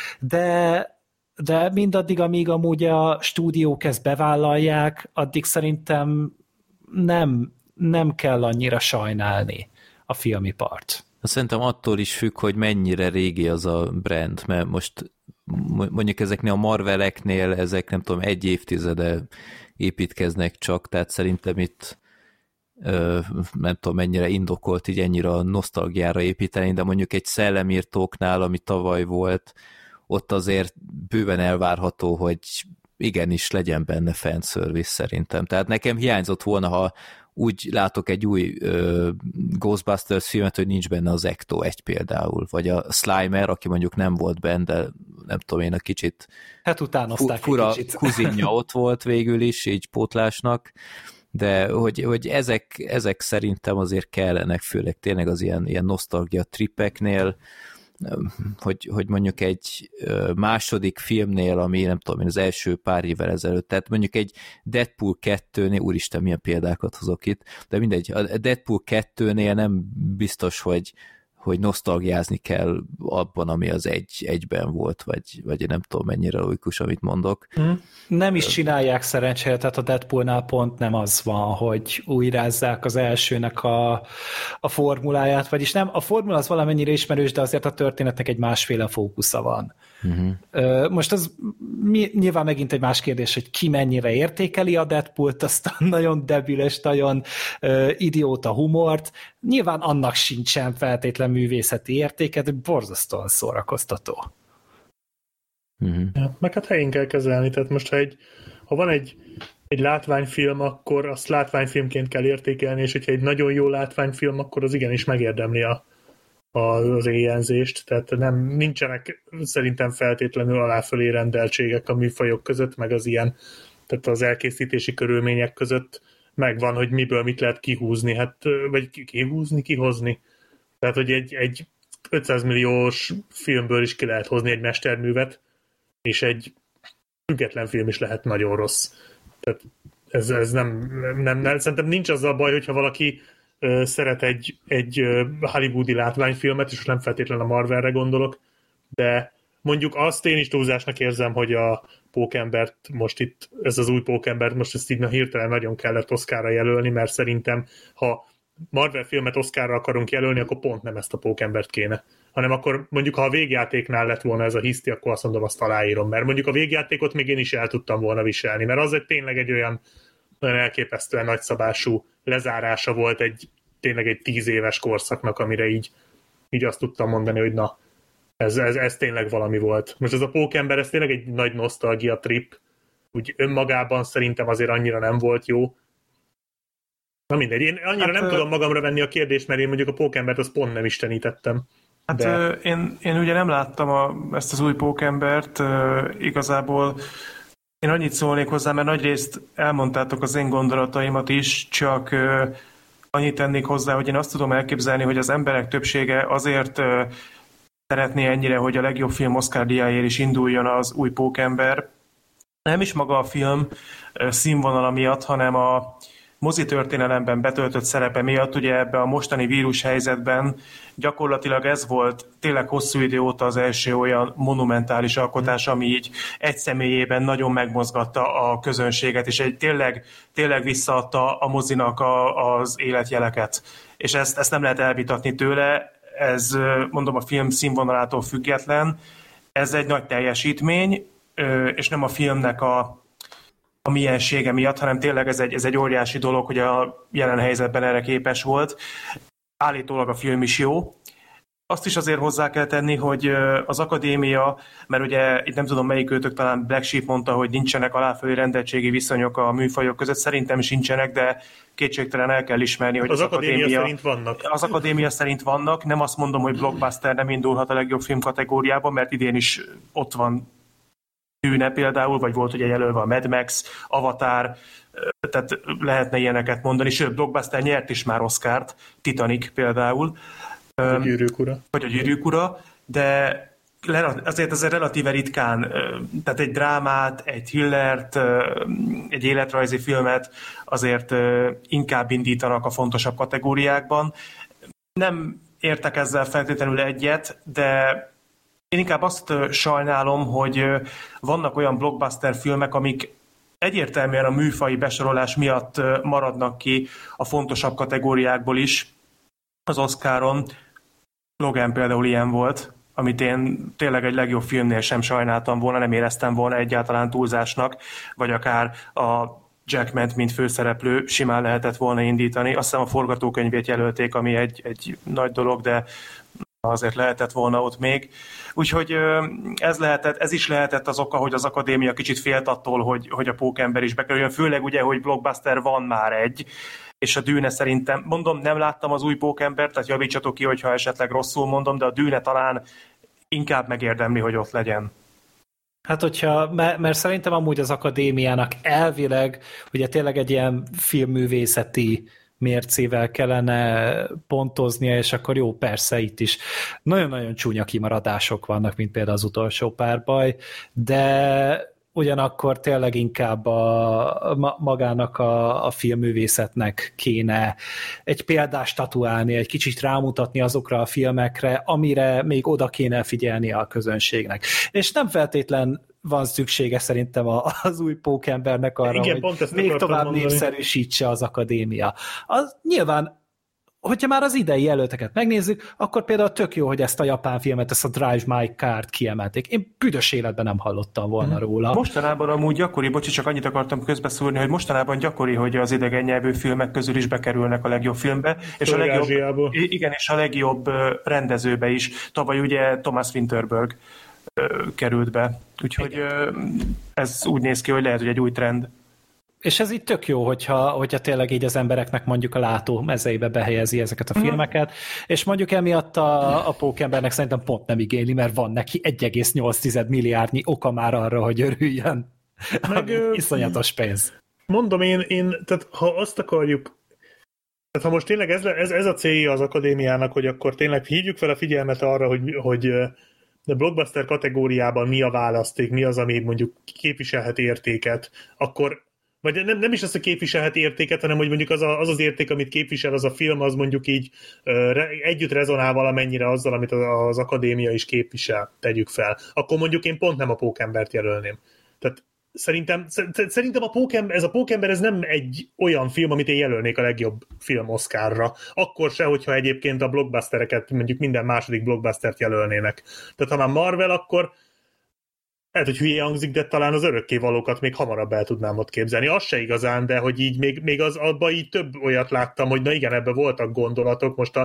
de mindaddig, amíg amúgy a stúdiók ezt bevállalják, addig szerintem nem kell annyira sajnálni a filmipart. Szerintem attól is függ, hogy mennyire régi az a brand, mert most mondjuk ezeknél a Marveleknél ezek nem tudom, 1 évtizede építkeznek csak, tehát szerintem itt nem tudom mennyire indokolt így ennyire a nosztalgiára építeni, de mondjuk egy Szellemírtóknál, ami tavaly volt, ott azért bőven elvárható, hogy igenis legyen benne fanservice szerintem. Tehát nekem hiányzott volna, ha úgy látok egy új Ghostbusters filmet, hogy nincs benne az Ecto 1 például, vagy a Slimer, aki mondjuk nem volt benne, de nem tudom én, a kicsit hát utánozták fura egy kicsit. kuzinja ott volt végül is, így pótlásnak, de hogy ezek szerintem azért kellenek, főleg tényleg az ilyen nosztalgia trippeknél, hogy mondjuk egy második filmnél, ami nem tudom én, az első pár évvel ezelőtt, tehát mondjuk egy Deadpool 2-nél, úristen, milyen példákat hozok itt, de mindegy, a Deadpool 2-nél nem biztos, hogy nosztalgiázni kell abban, ami az egyben volt, vagy nem tudom mennyire logikus, amit mondok. Nem is csinálják szerencsére, tehát a Deadpoolnál pont nem az van, hogy újrázzák az elsőnek a formuláját, vagyis nem, a formula az valamennyire ismerős, de azért a történetnek egy másféle fókusza van. Most az nyilván megint egy más kérdés, hogy ki mennyire értékeli a Deadpoolt, azt a nagyon debiles, nagyon idióta humort, nyilván annak sincsen feltétlen művészeti értéke, de borzasztóan szórakoztató. Ja, meg hát helyén kell kezelni, tehát most ha van egy látványfilm, akkor azt látványfilmként kell értékelni, és hogyha egy nagyon jó látványfilm, akkor az igenis megérdemli az éjjelzést, tehát nincsenek szerintem feltétlenül aláfölé rendeltségek a műfajok között, meg az ilyen, tehát az elkészítési körülmények között megvan, hogy miből mit lehet kihúzni, vagy kihozni. Tehát, hogy egy 500 milliós filmből is ki lehet hozni egy mesterművet, és egy független film is lehet nagyon rossz. Tehát ez nem szerintem nincs azzal baj, hogyha valaki szeret egy hollywoodi látványfilmet, és nem feltétlenül a Marvelre gondolok, de mondjuk azt én is túlzásnak érzem, hogy a Pókembert most itt, ez az új Pókembert most ezt így hirtelen nagyon kellett Oscarra jelölni, mert szerintem, ha Marvel filmet Oscarra akarunk jelölni, akkor pont nem ezt a Pókembert kéne, hanem akkor mondjuk, ha a Végjátéknál lett volna ez a hiszti, akkor azt mondom, azt aláírom, mert mondjuk a Végjátékot még én is el tudtam volna viselni, mert az tényleg egy olyan elképesztően nagyszabású lezárása volt tényleg egy 10 éves korszaknak, amire így azt tudtam mondani, hogy na, ez tényleg valami volt. Most ez a Pókember, ez tényleg egy nagy nosztalgia trip, úgy önmagában szerintem azért annyira nem volt jó. Na mindegy, én annyira nem tudom magamra venni a kérdést, mert én mondjuk a Pókembert azt pont nem istenítettem. Hát én ugye nem láttam ezt az új Pókembert, igazából én annyit szólnék hozzá, mert nagyrészt elmondtátok az én gondolataimat is, csak annyit tennék hozzá, hogy én azt tudom elképzelni, hogy az emberek többsége azért szeretné ennyire, hogy a legjobb film Oscar díjáért is induljon az új Pókember. Nem is maga a film színvonala miatt, hanem a mozitörténelemben betöltött szerepe miatt, ugye ebben a mostani vírushelyzetben gyakorlatilag ez volt tényleg hosszú idő óta az első olyan monumentális alkotás, ami így egy személyében nagyon megmozgatta a közönséget, és tényleg visszaadta a mozinak az életjeleket. És ezt nem lehet elvitatni tőle, ez mondom a film színvonalától független, ez egy nagy teljesítmény, és nem a filmnek a miensége miatt, hanem tényleg ez egy óriási dolog, hogy a jelen helyzetben erre képes volt. Állítólag a film is jó. Azt is azért hozzá kell tenni, hogy az akadémia, mert ugye itt nem tudom melyik őtök, talán Black Sheep mondta, hogy nincsenek aláfölé rendeltségi viszonyok a műfajok között, szerintem sincsenek, de kétségtelen el kell ismerni, hogy az akadémia szerint vannak. Az akadémia szerint vannak, nem azt mondom, hogy blockbuster nem indulhat a legjobb film kategóriában, mert idén is ott van Dűne például, vagy volt ugye jelölve a Mad Max, Avatar, tehát lehetne ilyeneket mondani, sőt, blockbuster nyert is már Oscart, Titanic például. A Gyűrűk ura. Vagy a Gyűrűk ura, de azért ez relatíve ritkán, tehát egy drámát, egy thrillert, egy életrajzi filmet azért inkább indítanak a fontosabb kategóriákban. Nem értek ezzel feltétlenül egyet, de én inkább azt sajnálom, hogy vannak olyan blockbuster filmek, amik egyértelműen a műfaji besorolás miatt maradnak ki a fontosabb kategóriákból is az Oscaron. Logan például ilyen volt, amit én tényleg egy legjobb filmnél sem sajnáltam volna, nem éreztem volna egyáltalán túlzásnak, vagy akár a Jackman, mint főszereplő simán lehetett volna indítani. Azt hiszem a forgatókönyvét jelölték, ami egy nagy dolog, de azért lehetett volna ott még. Úgyhogy ez is lehetett az oka, hogy az akadémia kicsit félt attól, hogy a Pókember is bekerüljön, főleg ugye, hogy blockbuster van már egy, és a Dűne szerintem, mondom, nem láttam az új Pókembert, tehát javítsatok ki, hogyha esetleg rosszul mondom, de a Dűne talán inkább megérdemli, hogy ott legyen. Hát mert szerintem amúgy az akadémiának elvileg, ugye tényleg egy ilyen filmművészeti mércével kellene pontoznia, és akkor jó, persze itt is nagyon-nagyon csúnya kimaradások vannak, mint például az utolsó Párbaj, de ugyanakkor tényleg inkább magának a filmművészetnek kéne egy példást statuálni, egy kicsit rámutatni azokra a filmekre, amire még oda kéne figyelni a közönségnek. És nem feltétlen van szüksége szerintem az új Pókembernek arra, igen, hogy még tovább népszerűsítse az akadémia. Nyilván, hogyha már az idei jelölteket megnézzük, akkor például tök jó, hogy ezt a japán filmet, ezt a Drive My Car-t kiemelték. Én büdös életben nem hallottam volna róla. Mostanában amúgy gyakori, bocsi, csak annyit akartam közbeszúrni, hogy mostanában gyakori, hogy az idegen nyelvű filmek közül is bekerülnek a legjobb filmbe, és a legjobb rendezőbe is. Tavaly ugye Thomas Winterberg került be. Úgyhogy ez úgy néz ki, hogy lehet, hogy egy új trend. És ez így tök jó, hogyha tényleg így az embereknek mondjuk a látó mezeibe behelyezi ezeket a filmeket, és mondjuk emiatt a Pókembernek szerintem pont nem igényli, mert van neki 1,8 milliárdnyi oka már arra, hogy örüljön. Meg iszonyatos pénz. Mondom én, tehát ha azt akarjuk, tehát ha most tényleg ez a célja az akadémiának, hogy akkor tényleg hívjuk fel a figyelmet arra, hogy a blockbuster kategóriában mi a választék, mi az, ami mondjuk képviselhet értéket, akkor vagy nem is az, hogy képviselhet értéket, hanem hogy mondjuk az érték, amit képvisel az a film, az mondjuk így együtt rezonál valamennyire azzal, amit az akadémia is képvisel, tegyük fel. Akkor mondjuk én pont nem a Pókembert jelölném. Tehát szerintem ez a Pókember ez nem egy olyan film, amit én jelölnék a legjobb film Oscarra. Akkor se, hogyha egyébként a blockbustereket, mondjuk minden második blockbustert jelölnének. Tehát ha már Marvel, akkor lehet, hogy hülye hangzik, de talán az örökkévalókat még hamarabb el tudnám ott képzelni. Az se igazán, de hogy így még abban így több olyat láttam, hogy na igen, ebben voltak gondolatok. Most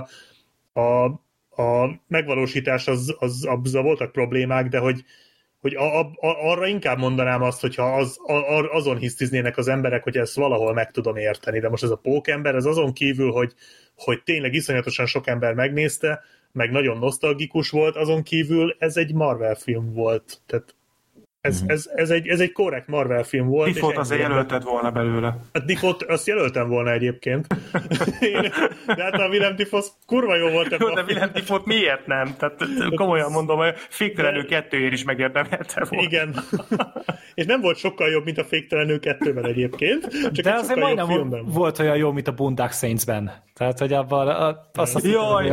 a megvalósítás azzal voltak problémák, de hogy arra inkább mondanám azt, hogyha azon hisztiznének az emberek, hogy ezt valahol meg tudom érteni. De most ez a Pókember, ez azon kívül, hogy tényleg iszonyatosan sok ember megnézte, meg nagyon nosztalgikus volt, azon kívül ez egy Marvel film volt. Tehát ez egy korrekt Marvel film volt. Difot azért jelölted volna belőle. A Difot azt jelöltem volna egyébként. De hát a Willem Dafoe kurva jó volt ebben. De Willem Dafoe miért nem? Tehát komolyan mondom, hogy Féktelenül 2-ért is megérdemelte volna. Igen. És nem volt sokkal jobb, mint a Féktelenül 2-ben egyébként. Csak de azért majdnem volt olyan jó, mint a Boondock Saints-ben. Tehát, hogy abban azt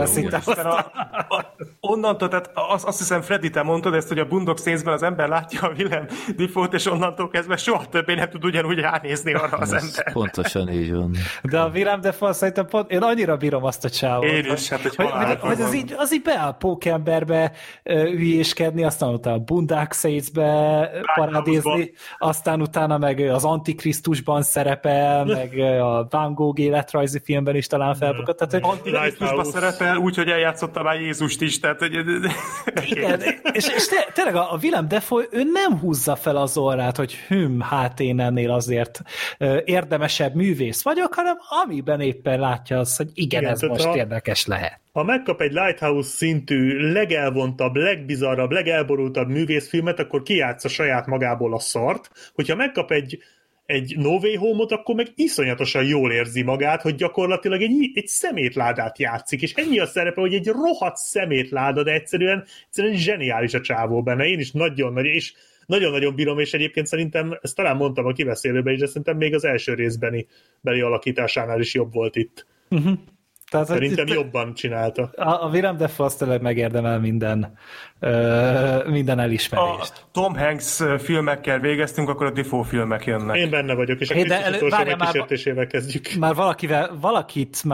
onnantól, tehát azt hiszem, Freddy, te mondtad ezt, hogy a Boondock Saints-ben az ember látja a Willem Dafoe-t, és onnantól kezdve soha többé nem tud ugyanúgy ránézni arra az ember. Pontosan így van. De a Willem Dafoe szerintem én annyira bírom azt a csávot. Én is, hát hogy az így beáll Pókemberbe hülyéskedni, aztán utána a Boondock Saints-be parádézni, aztán utána meg az Antikrisztusban szerepel, meg a Van Gogh életrajzi filmben is talán felbukott. Antikrisztusban szerepel, úgyhogy eljátszotta már Jézust is. Tehát, igen, és tényleg a Willem Dafoe, ő nem húzza fel az orrát, hogy hát én ennél azért érdemesebb művész vagyok, hanem amiben éppen látja azt, hogy igen, ez most érdekes lehet. Ha megkap egy Lighthouse szintű, legelvontabb, legbizarrabb, legelborultabb művészfilmet, akkor kijátsza saját magából a szart. Hogyha megkap egy No Way Home-ot, akkor meg iszonyatosan jól érzi magát, hogy gyakorlatilag egy szemétládát játszik, és ennyi a szerepe, hogy egy rohadt szemétláda, de egyszerűen zseniális a csávó benne. Én is nagyon-nagyon bírom, és egyébként szerintem, ezt talán mondtam a kiveszélőben is, de szerintem még az első részbeni beli alakításánál is jobb volt itt. Tehát, szerintem jobban csinálta. A Willem Dafoe azt tényleg megérdemel minden elismerést. A Tom Hanks filmekkel végeztünk, akkor a Dafoe filmek jönnek. Én benne vagyok, és a Krisztus utolsó megkísértésével kezdjük. Már valakit már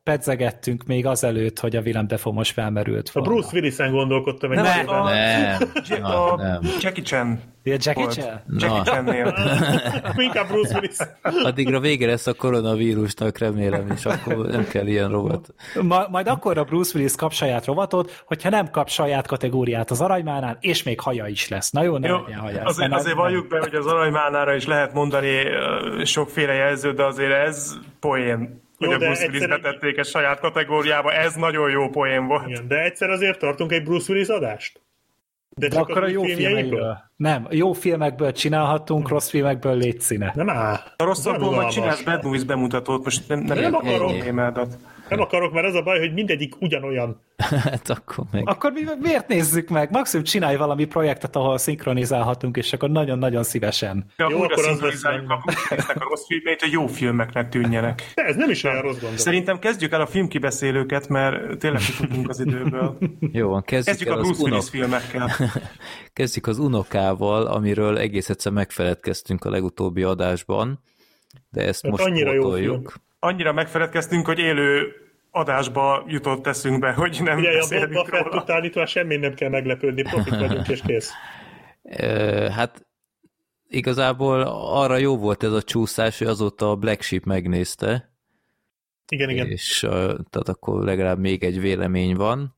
pedzegettünk még azelőtt, hogy a Willem Dafoe most felmerült A volna. Bruce Willis-en gondolkodtam egy Nem, időben. Nem. Jackie Chan. Jackie volt. Chan? Jackie Chan-nél. Inkább Bruce Willis. Addigra vége lesz a koronavírusnak, remélem, és akkor nem kell ilyen rovat. Majd akkor a Bruce Willis kap saját rovatot, hogyha nem kap saját kategóriát az Aranymánál, és még haja is lesz. Na jó, ne Jó, legyen haja. azért valljuk be, hogy az Aranymálnára is lehet mondani sokféle jelző, de azért ez poén. Hogy Jó, a de Bruce Willis egyszerűen- betették egy saját kategóriába, ez nagyon jó poén volt. Igen, de egyszer azért tartunk egy Bruce Willis adást? De csak akkor a új jó filmjeiből? filmekből. Nem, jó filmekből csinálhattunk, rossz filmekből légy színe. Nem áll. A rosszabbból majd Unalmas. csinálsz Bad Movies bemutatót, most nem Nem akarok. témádat. Nem akarok, mert az a baj, hogy mindegyik ugyanolyan. Hát akkor meg... Akkor miért nézzük meg? Maximum csinálj valami projektet, ahol szinkronizálhatunk, és akkor nagyon-nagyon szívesen. Ja, Jó, újra akkor az szinkronizáljuk lesz a Bruce Willisnek a rossz filmét, hogy jó filmeknek tűnjenek. De ez nem is olyan rossz gondolat. Szerintem kezdjük el a filmkibeszélőket, mert tényleg kifutunk az időből. Jó van, Kezdjük a Bruce Willis filmekkel. Kezdjük az unokával, amiről egész egyszer megfeledkeztünk a legutóbbi adásban, de ezt Hát most annyira jó pótoljuk. Annyira megfeledkeztünk, hogy élő adásba jutott eszünkbe, hogy nem Ugye a beszélünk Boba Fett róla. után itt már semmi nem kell meglepődni, profik vagyunk és kész. Hát igazából arra jó volt ez a csúszás, hogy azóta a Black Sheep megnézte, Igen. és tehát akkor legalább még egy vélemény van.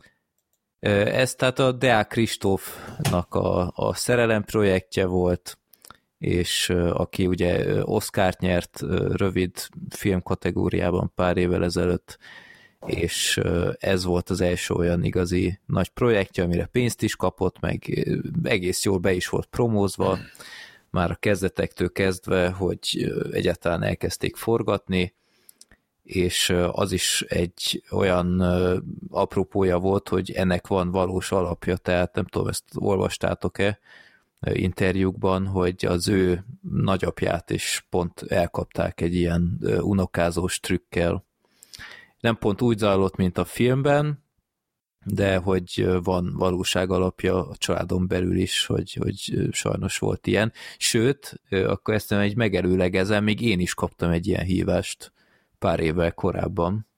Ez tehát a Deák Kristófnak a szerelem projektje volt, és aki ugye Oscart nyert rövid film kategóriában pár évvel ezelőtt, és ez volt az első olyan igazi nagy projektje, amire pénzt is kapott, meg egész jól be is volt promózva, már a kezdetektől kezdve, hogy egyáltalán elkezdték forgatni, és az is egy olyan apropója volt, hogy ennek van valós alapja, tehát nem tudom, ezt olvastátok-e interjúkban, hogy az ő nagyapját is pont elkapták egy ilyen unokázós trükkel. Nem pont úgy zajlott, mint a filmben, de hogy van valóság alapja a családon belül is, hogy sajnos volt ilyen. Sőt, akkor ezt nem egy megelőlegezem, még én is kaptam egy ilyen hívást pár évvel korábban.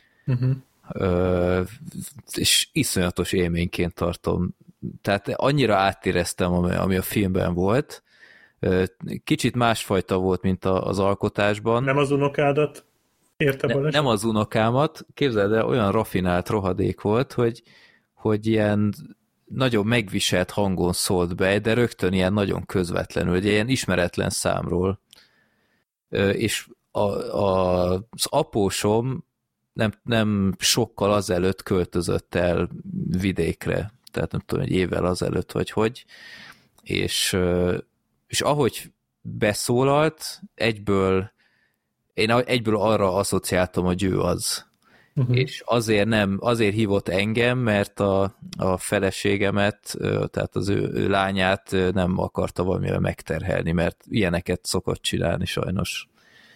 És iszonyatos élményként tartom. Tehát annyira átéreztem, ami a filmben volt. Kicsit másfajta volt, mint az alkotásban. Nem az unokádat érte baleset? Nem az unokámat, képzeld el, olyan rafinált rohadék volt, hogy ilyen nagyon megviselt hangon szólt be, de rögtön ilyen nagyon közvetlenül, egy ilyen ismeretlen számról. És az apósom nem sokkal azelőtt költözött el vidékre, tehát nem tudom, egy évvel azelőtt, vagy hogy, és ahogy beszólalt, én egyből arra asszociáltam, hogy ő az. És azért hívott engem, mert a feleségemet, tehát az ő lányát nem akarta valamivel megterhelni, mert ilyeneket szokott csinálni sajnos.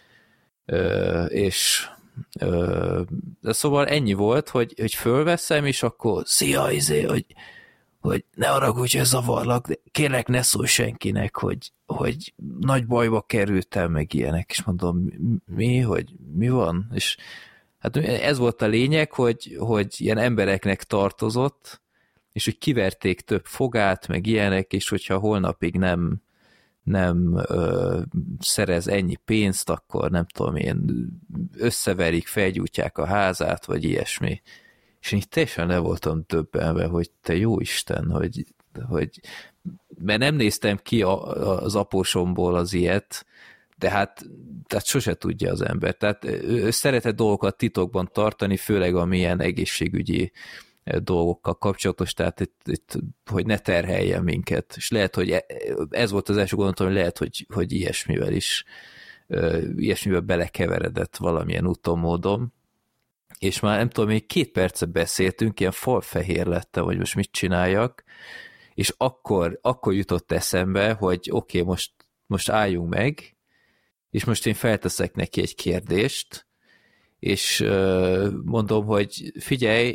De szóval ennyi volt, hogy fölveszem, és akkor szia, hogy ne haragudj, hogy zavarlak, de kérlek, ne szólj senkinek, hogy nagy bajba kerültem, meg ilyenek, és mondom, hogy mi van? És hát ez volt a lényeg, hogy ilyen embereknek tartozott, és hogy kiverték több fogát, meg ilyenek, és hogyha holnapig nem szerez ennyi pénzt, akkor nem tudom én, összeverik, felgyújtják a házát, vagy ilyesmi. És én teljesen le voltam döbbenve, hogy te jó Isten, hogy mert nem néztem ki az apósomból az ilyet, de hát tehát sose tudja az ember. Tehát ő szeretett dolgokat titokban tartani, főleg amilyen egészségügyi dolgokkal kapcsolatos, tehát itt hogy ne terheljen minket. És lehet, hogy ez volt az első gondolatom, hogy lehet, hogy ilyesmivel belekeveredett valamilyen úton, módon. És már nem tudom, még 2 perce beszéltünk, ilyen falfehér lettem, hogy most mit csináljak, és akkor jutott eszembe, hogy oké, most álljunk meg, és most én felteszek neki egy kérdést, és mondom, hogy figyelj,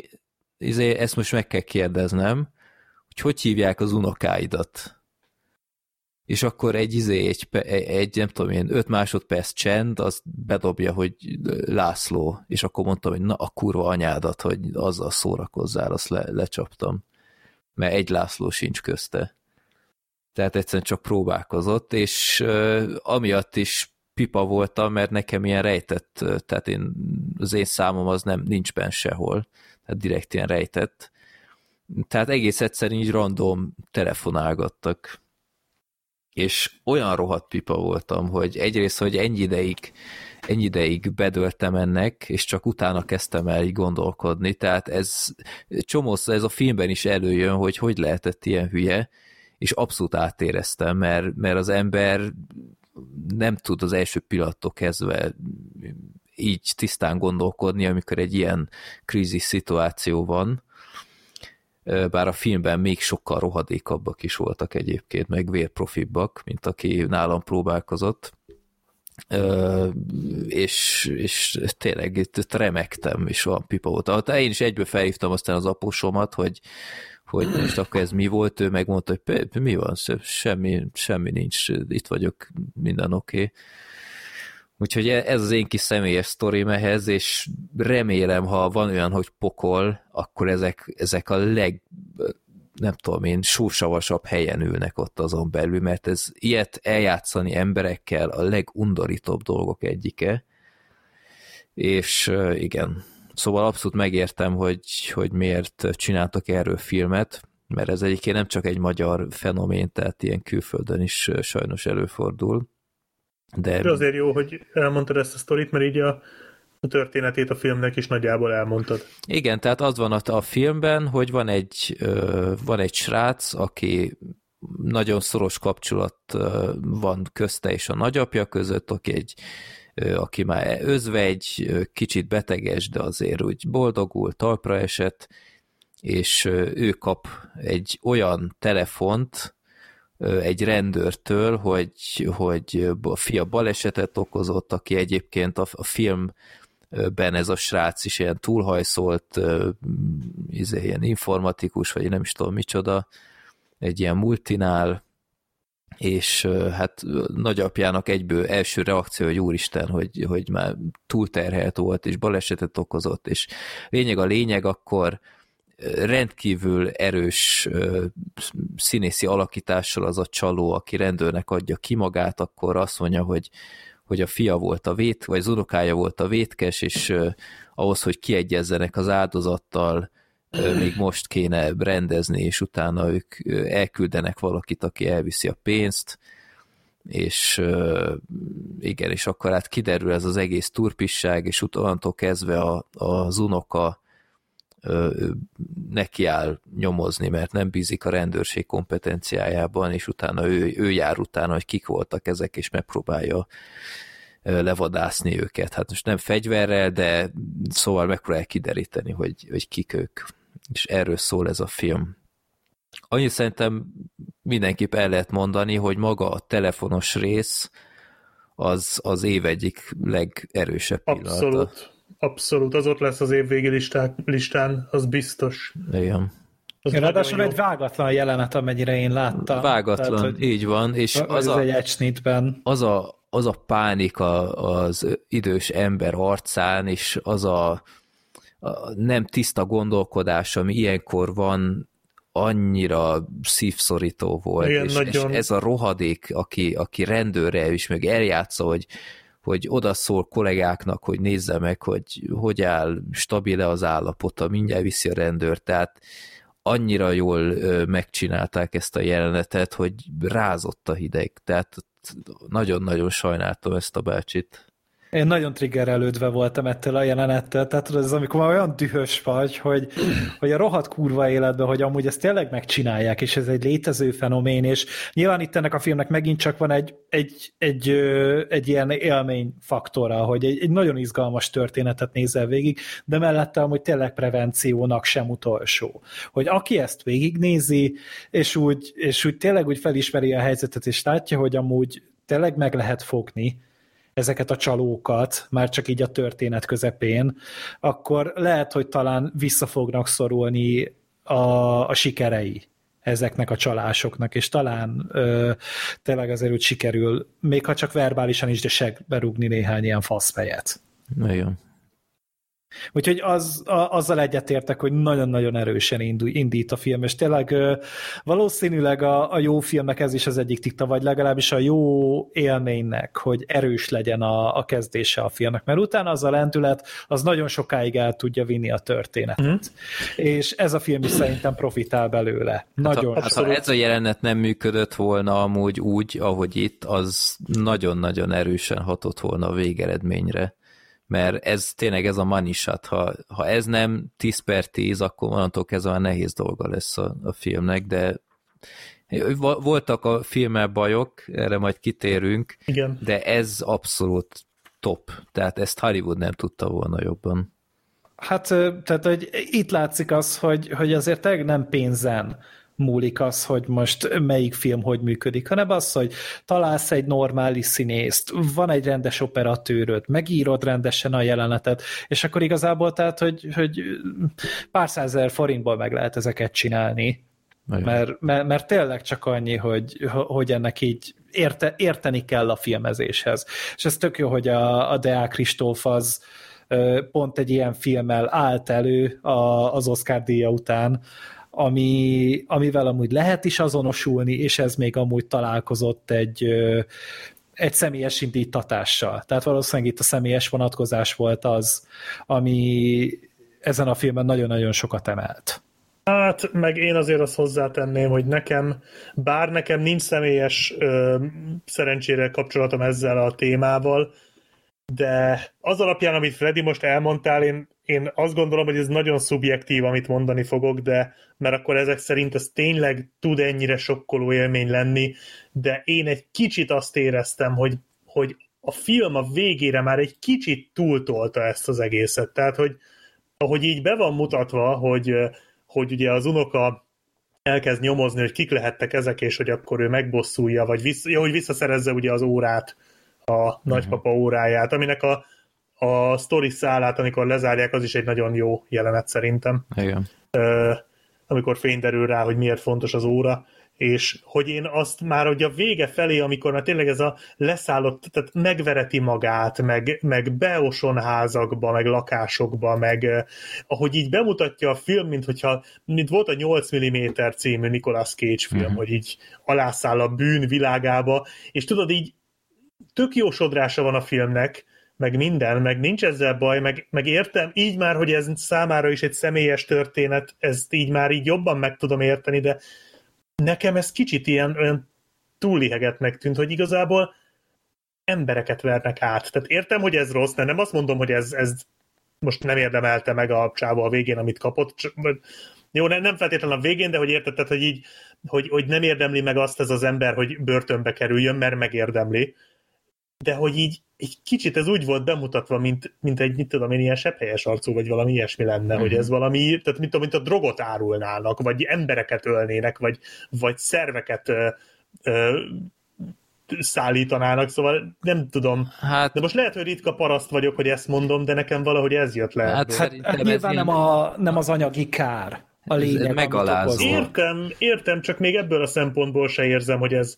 ezt most meg kell kérdeznem, hogy hívják az unokáidat? és akkor egy nem tudom én, 5 másodperc csend, az bedobja, hogy László, és akkor mondtam, hogy na a kurva anyádat, hogy azzal szórakozzál, azt lecsaptam. Mert egy László sincs közte. Tehát egyszerűen csak próbálkozott, és amiatt is pipa voltam, mert nekem ilyen rejtett, tehát az én számom az nincs benne sehol, tehát direkt ilyen rejtett. Tehát egész egyszerűen így random telefonálgattak. És olyan rohadt pipa voltam, hogy egyrészt, hogy ennyi ideig bedöltem ennek, és csak utána kezdtem el így gondolkodni, tehát ez a filmben is előjön, hogy lehetett ilyen hülye, és abszolút átéreztem, mert az ember nem tud az első pillanattól kezdve így tisztán gondolkodni, amikor egy ilyen krízis szituáció van, bár a filmben még sokkal rohadékabbak is voltak egyébként, meg vérprofibbak, mint aki nálam próbálkozott, és tényleg itt remektem, és olyan pipa volt. Én is egyből felhívtam aztán az apósomat, hogy most akkor ez mi volt, ő megmondta, hogy mi van, semmi nincs, itt vagyok, minden oké. Úgyhogy ez az én kis személyes sztorim ehhez, és remélem, ha van olyan, hogy pokol, akkor ezek a nem tudom én, sósavasabb helyen ülnek ott azon belül, mert ez ilyet eljátszani emberekkel a legundorítóbb dolgok egyike, és igen, szóval abszolút megértem, hogy miért csináltak erről filmet, mert ez egyébként nem csak egy magyar fenomén, tehát ilyen külföldön is sajnos előfordul. De azért jó, hogy elmondtad ezt a sztorit, mert így a történetét a filmnek is nagyjából elmondtad. Igen, tehát az van a filmben, hogy van egy srác, aki nagyon szoros kapcsolat van közte és a nagyapja között, aki már özvegy, kicsit beteges, de azért úgy boldogul, talpra esett, és ő kap egy olyan telefont egy rendőrtől, hogy a fia balesetet okozott, aki egyébként a filmben ez a srác is ilyen túlhajszolt, ilyen informatikus, vagy nem is tudom micsoda, egy ilyen multinál, és hát nagyapjának egyből első reakció, hogy úristen, hogy már túlterhelt volt, és balesetet okozott, és a lényeg, akkor rendkívül erős színészi alakítással az a csaló, aki rendőrnek adja ki magát, akkor azt mondja, hogy a fia volt vagy az unokája volt a vétkes, és ahhoz, hogy kiegyezzenek az áldozattal, még most kéne rendezni, és utána ők elküldenek valakit, aki elviszi a pénzt, és igen, és akkor hát kiderül ez az egész turpisság, és onnantól kezdve az unoka nekiáll nyomozni, mert nem bízik a rendőrség kompetenciájában, és utána ő jár utána, hogy kik voltak ezek, és megpróbálja levadászni őket. Hát most nem fegyverrel, de szóval megpróbálja kideríteni, hogy kik ők. És erről szól ez a film. Annyit szerintem mindenképp el lehet mondani, hogy maga a telefonos rész az év egyik legerősebb pillanata. Abszolút, az ott lesz az évvégi listán, az biztos. Igen. Ráadásul egy vágatlan jelenet, amennyire én láttam. Vágatlan, tehát, így van. És egy egysnitben. Az a pánik az idős ember arcán, és az a nem tiszta gondolkodás, ami ilyenkor van, annyira szívszorító volt. Igen, és ez a rohadék, aki rendőrre is meg eljátsza, hogy odaszól kollégáknak, hogy nézze meg, hogy áll, stabil-e az állapota, mindjárt viszi a rendőr, tehát annyira jól megcsinálták ezt a jelenetet, hogy rázott a hideg, tehát nagyon-nagyon sajnáltam ezt a bácsit. Én nagyon triggerelődve voltam ettől a jelenettől, tehát ez amikor már olyan dühös vagy, hogy a rohadt kurva életben, hogy amúgy ezt tényleg megcsinálják, és ez egy létező fenomén, és nyilván itt ennek a filmnek megint csak van egy ilyen élményfaktora, hogy egy nagyon izgalmas történetet nézel végig, de mellette amúgy tényleg prevenciónak sem utolsó. Hogy aki ezt végignézi, és úgy tényleg úgy felismeri a helyzetet, és látja, hogy amúgy tényleg meg lehet fogni ezeket a csalókat, már csak így a történet közepén, akkor lehet, hogy talán vissza fognak szorulni a sikerei ezeknek a csalásoknak, és talán tényleg azért úgy sikerül, még ha csak verbálisan is, de segbe rúgni néhány ilyen faszfejet. Nagyon. Úgyhogy azzal egyetértek, hogy nagyon-nagyon erősen indít a film, és tényleg valószínűleg a jó filmnek ez is az egyik tikta, vagy legalábbis a jó élménynek, hogy erős legyen a kezdése a filmnek, mert utána az a lendület, az nagyon sokáig el tudja vinni a történetet. És ez a film is szerintem profitál belőle. Nagyon. Hát ha ez a jelenet nem működött volna amúgy úgy, ahogy itt, az nagyon-nagyon erősen hatott volna a végeredményre. Mert ez tényleg ez a money shot, ha ez nem 10/10, akkor onnantól kezdve nehéz dolga lesz a filmnek, de voltak a filmmel bajok, erre majd kitérünk, igen. De ez abszolút top, tehát ezt Hollywood nem tudta volna jobban. Hát, tehát hogy itt látszik az, hogy azért nem pénzen múlik az, hogy most melyik film hogy működik, hanem az, hogy találsz egy normális színészt, van egy rendes operatőröd, megírod rendesen a jelenetet, és akkor igazából tehát, hogy pár százezer forintból meg lehet ezeket csinálni. Mert tényleg csak annyi, hogy ennek így érteni kell a filmezéshez. És ez tök jó, hogy a Deák Kristóf az pont egy ilyen filmmel állt elő az Oscar díja után, amivel amúgy lehet is azonosulni, és ez még amúgy találkozott egy személyes indítatással. Tehát valószínűleg itt a személyes vonatkozás volt az, ami ezen a filmen nagyon-nagyon sokat emelt. Hát, meg én azért azt hozzátenném, hogy nekem nincs személyes szerencsére kapcsolatom ezzel a témával, de az alapján, amit Freddy most elmondtál, én azt gondolom, hogy ez nagyon szubjektív, amit mondani fogok, de mert akkor ezek szerint ez tényleg tud ennyire sokkoló élmény lenni, de én egy kicsit azt éreztem, hogy a film a végére már egy kicsit túltolta ezt az egészet. Tehát, hogy ahogy így be van mutatva, hogy ugye az unoka elkezd nyomozni, hogy kik lehettek ezek, és hogy akkor ő megbosszulja, vagy hogy visszaszerezze ugye az órát, a nagypapa óráját, aminek a sztori szálát, amikor lezárják, az is egy nagyon jó jelenet szerintem. Igen. Amikor fény derül rá, hogy miért fontos az óra, és hogy én azt már, hogy a vége felé, amikor már tényleg ez a leszállott, tehát megvereti magát, meg beoson házakba, meg lakásokba, meg ahogy így bemutatja a film, mint volt a 8 mm című Nicolas Cage film, hogy így alászáll a bűn világába, és tudod, így tök jó sodrása van a filmnek, meg minden, meg nincs ezzel baj, meg értem így már, hogy ez számára is egy személyes történet, ezt így már így jobban meg tudom érteni, de nekem ez kicsit olyan túllihegetnek tűnt, hogy igazából embereket vernek át. Tehát értem, hogy ez rossz, de nem azt mondom, hogy ez most nem érdemelte meg a csávó a végén, amit kapott. Jó, nem feltétlenül a végén, de hogy érted, tehát, hogy így, hogy nem érdemli meg azt ez az ember, hogy börtönbe kerüljön, mert megérdemli. De hogy így egy kicsit ez úgy volt bemutatva, mint egy, mit tudom én, ilyen sepphelyes arcú, vagy valami ilyesmi lenne, hogy ez valami, tehát mint a drogot árulnának, vagy embereket ölnének, vagy szerveket szállítanának, szóval nem tudom. Hát, de most lehet, hogy ritka paraszt vagyok, hogy ezt mondom, de nekem valahogy ez jött le. Hát nyilván nem az anyagi kár a lényeg, megalázó. Értem, csak még ebből a szempontból se érzem, hogy ez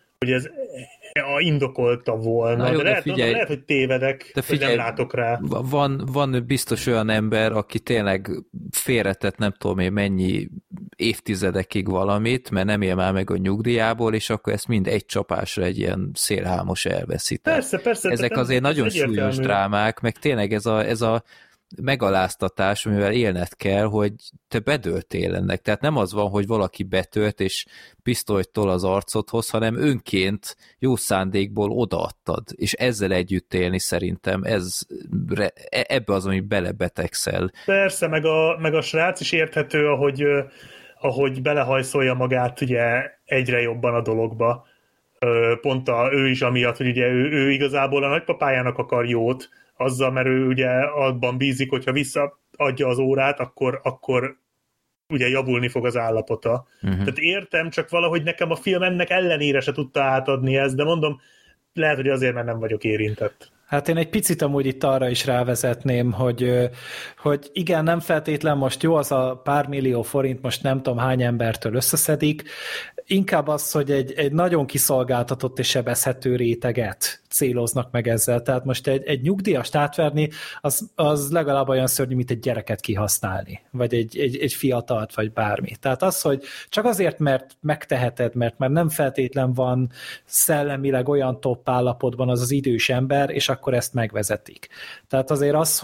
indokolta volna. De lehet, hogy tévedek, de figyelj, hogy nem látok rá. Van biztos olyan ember, aki tényleg félretett nem tudom én mennyi évtizedekig valamit, mert nem él már meg a nyugdíjából, és akkor ezt mind egy csapásra egy ilyen szélhámos elveszít. Persze. Ezek azért nagyon súlyos drámák, meg tényleg ez a megaláztatás, amivel élned kell, hogy te bedöltél ennek. Tehát nem az van, hogy valaki betölt, és pisztolyt tol az arcodhoz, hanem önként jó szándékból odaadtad, és ezzel együtt élni szerintem ebbe az, ami belebetegszel. Persze, meg a srác is érthető, ahogy belehajszolja magát ugye egyre jobban a dologba. Pont ő is amiatt, hogy ugye ő igazából a nagypapájának akar jót, azzal, mert ő ugye abban bízik, hogyha visszaadja az órát, akkor ugye javulni fog az állapota. Tehát értem, csak valahogy nekem a film ennek ellenére se tudta átadni ezt, de mondom, lehet, hogy azért, mert nem vagyok érintett. Hát én egy picit amúgy itt arra is rávezetném, hogy igen, nem feltétlen most jó az a pár millió forint, most nem tudom hány embertől összeszedik, inkább az, hogy egy nagyon kiszolgáltatott és sebezhető réteget céloznak meg ezzel. Tehát most egy nyugdíjast átverni, az legalább olyan szörnyű, mint egy gyereket kihasználni, vagy egy fiatalt, vagy bármi. Tehát az, hogy csak azért, mert megteheted, mert már nem feltétlen van szellemileg olyan topp állapotban az idős ember, és akkor ezt megvezetik. Tehát azért az,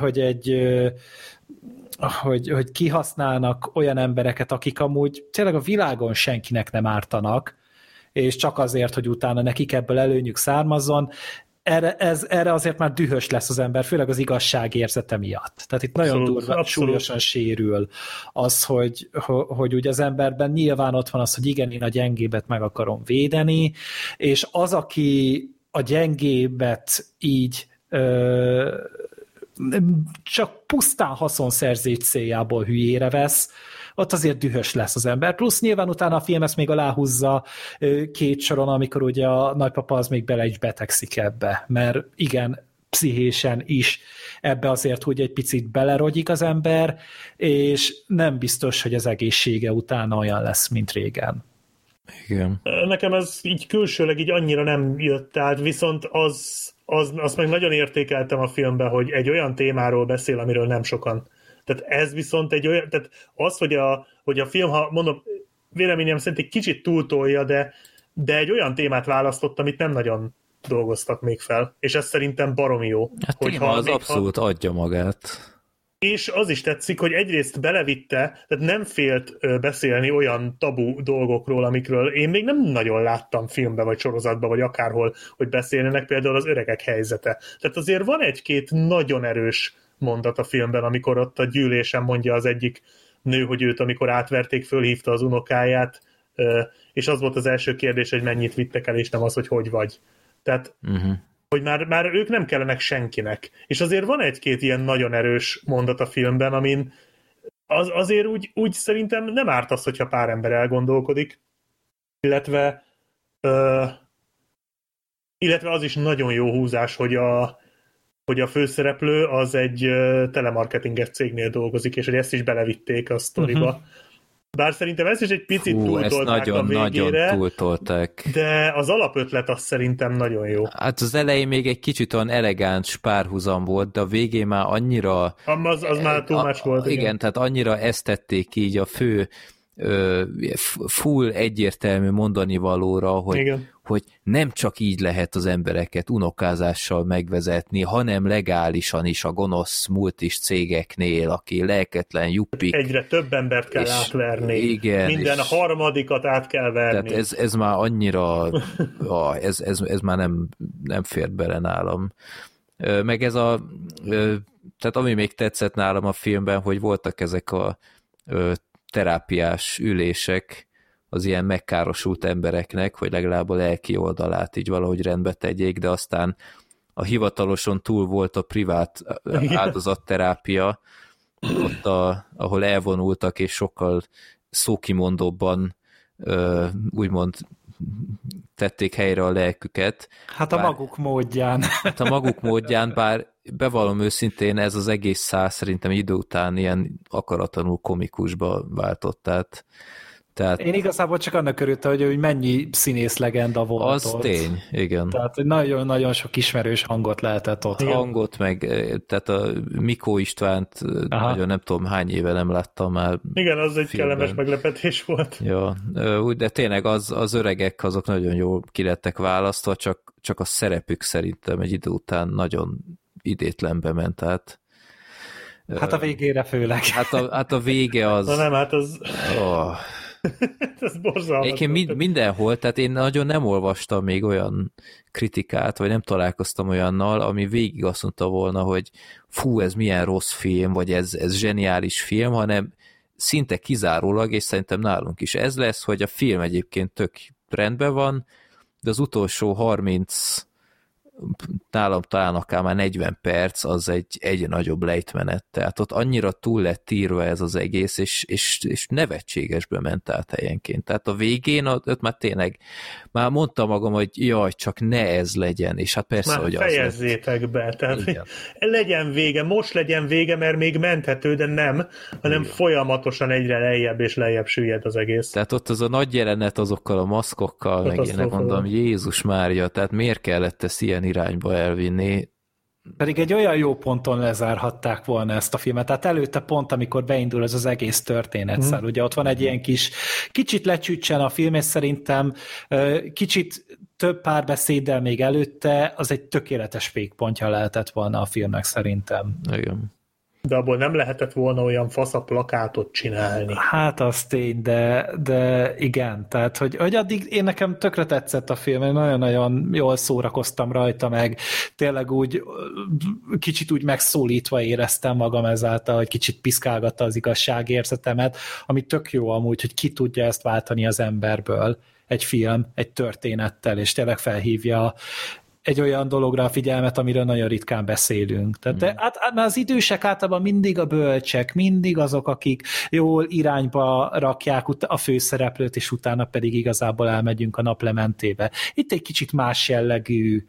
hogy kihasználnak olyan embereket, akik amúgy tényleg a világon senkinek nem ártanak, és csak azért, hogy utána nekik ebből előnyük származzon, erre azért már dühös lesz az ember, főleg az igazságérzete miatt. Tehát itt nagyon durva, súlyosan sérül az, hogy ugye az emberben nyilván ott van az, hogy igen, én a gyengébet meg akarom védeni, és az, aki a gyengébet így csak pusztán haszonszerzés céljából hülyére vesz, ott azért dühös lesz az ember. Plusz nyilván utána a film ezt még aláhúzza két soron, amikor ugye a nagypapa az még bele is betegszik ebbe, mert igen, pszichésen is ebbe azért úgy egy picit belerogyik az ember, és nem biztos, hogy az egészsége utána olyan lesz, mint régen. Igen. Nekem ez így külsőleg így annyira nem jött át, viszont azt meg nagyon értékeltem a filmben, hogy egy olyan témáról beszél, amiről nem sokan. Tehát ez viszont egy olyan, tehát az, hogy a film, ha mondom, véleményem szerint egy kicsit túltolja, de egy olyan témát választott, amit nem nagyon dolgoztak még fel, és ez szerintem baromi jó. Hát téma az abszolút adja magát. És az is tetszik, hogy egyrészt belevitte, tehát nem félt beszélni olyan tabu dolgokról, amikről én még nem nagyon láttam filmbe, vagy sorozatba, vagy akárhol, hogy beszélnek, például az öregek helyzete. Tehát azért van egy-két nagyon erős mondat a filmben, amikor ott a gyűlésen mondja az egyik nő, hogy őt, amikor átverték, fölhívta az unokáját, és az volt az első kérdés, hogy mennyit vittek el, és nem az, hogy vagy. Tehát hogy már ők nem kellenek senkinek. És azért van egy-két ilyen nagyon erős mondat a filmben, amin azért úgy szerintem nem árt az, hogyha pár ember elgondolkodik, illetve az is nagyon jó húzás, hogy a főszereplő az egy telemarketinges cégnél dolgozik, és hogy ezt is belevitték a sztoriba. Bár szerintem ezt is egy picit túltolták a végére, nagyon túltolták. De az alapötlet az szerintem nagyon jó. Hát az elején még egy kicsit olyan elegáns párhuzam volt, de a végén már annyira... Az már túl más volt. Igen, tehát annyira ezt tették így a fő full egyértelmű mondani valóra, hogy nem csak így lehet az embereket unokázással megvezetni, hanem legálisan is a gonosz multis cégeknél, aki lelketlen juppik. Egyre több embert kell átverni. Igen, minden harmadikat át kell verni. Tehát ez már annyira ez már nem fér bele nálam. Meg ez tehát ami még tetszett nálam a filmben, hogy voltak ezek a terápiás ülések az ilyen megkárosult embereknek, hogy legalább a lelki oldalát így valahogy rendbe tegyék, de aztán a hivataloson túl volt a privát áldozatterápia, ott ahol elvonultak, és sokkal szókimondóbban úgymond tették helyre a lelküket. Hát a maguk módján. Hát a maguk módján, bár bevallom őszintén, ez az egész száz szerintem idő után ilyen akaratlanul komikusba váltott át. Tehát, én igazából csak annak örültem, hogy mennyi színész legenda volt az ott. tény, igen. Tehát nagyon-nagyon sok ismerős hangot lehetett ott. Hangot, meg tehát a Mikó Istvánt nagyon nem tudom hány éve nem láttam már. Igen, az egy kellemes meglepetés volt. Ja, de tényleg az öregek azok nagyon jól ki lettek választva, csak a szerepük szerintem egy idő után nagyon idétlenbe ment át. Hát a végére főleg. Hát a vége az... Na nem, hát az... Oh. Ez borzalmas. Egyébként mindenhol, tehát én nagyon nem olvastam még olyan kritikát, vagy nem találkoztam olyannal, ami végig azt mondta volna, hogy fú, ez milyen rossz film, vagy ez zseniális film, hanem szinte kizárólag, és szerintem nálunk is ez lesz, hogy a film egyébként tök rendben van, de az utolsó 30 nálam talán akár már 40 perc, az egy nagyobb lejtmenet, tehát ott annyira túl lett írva ez az egész, és nevetségesbe ment át helyenként. Tehát a végén ott már tényleg, már mondta magam, hogy jaj, csak ne ez legyen, és hát persze, már hogy fejezzétek az be, tehát igen. legyen vége, most legyen vége, mert még menthető, de nem, hanem igen. Folyamatosan egyre lejjebb és lejjebb süllyed az egész. Tehát ott az a nagy jelenet azokkal a maszkokkal, meg én mondom, Jézus Mária, tehát miért kellett ezt ilyen irányba elvinni? Pedig egy olyan jó ponton lezárhatták volna ezt a filmet. Tehát előtte pont, amikor beindul ez az egész történetszál. Ugye ott van egy ilyen kicsit lecsücsen a film, és szerintem kicsit több párbeszéddel még előtte, az egy tökéletes végpontja lehetett volna a filmnek szerintem. Igen. De abból nem lehetett volna olyan fasz a plakátot csinálni. Hát az tény, de igen, tehát hogy addig én nekem tökre tetszett a film, én nagyon-nagyon jól szórakoztam rajta, meg tényleg úgy kicsit úgy megszólítva éreztem magam ezáltal, hogy kicsit piszkálgatta az igazságérzetemet, ami tök jó amúgy, hogy ki tudja ezt váltani az emberből egy film, egy történettel, és tényleg felhívja egy olyan dologra a figyelmet, amiről nagyon ritkán beszélünk. Tehát az idősek általában mindig a bölcsek, mindig azok, akik jól irányba rakják a főszereplőt, és utána pedig igazából elmegyünk a naplementébe. Itt egy kicsit más jellegű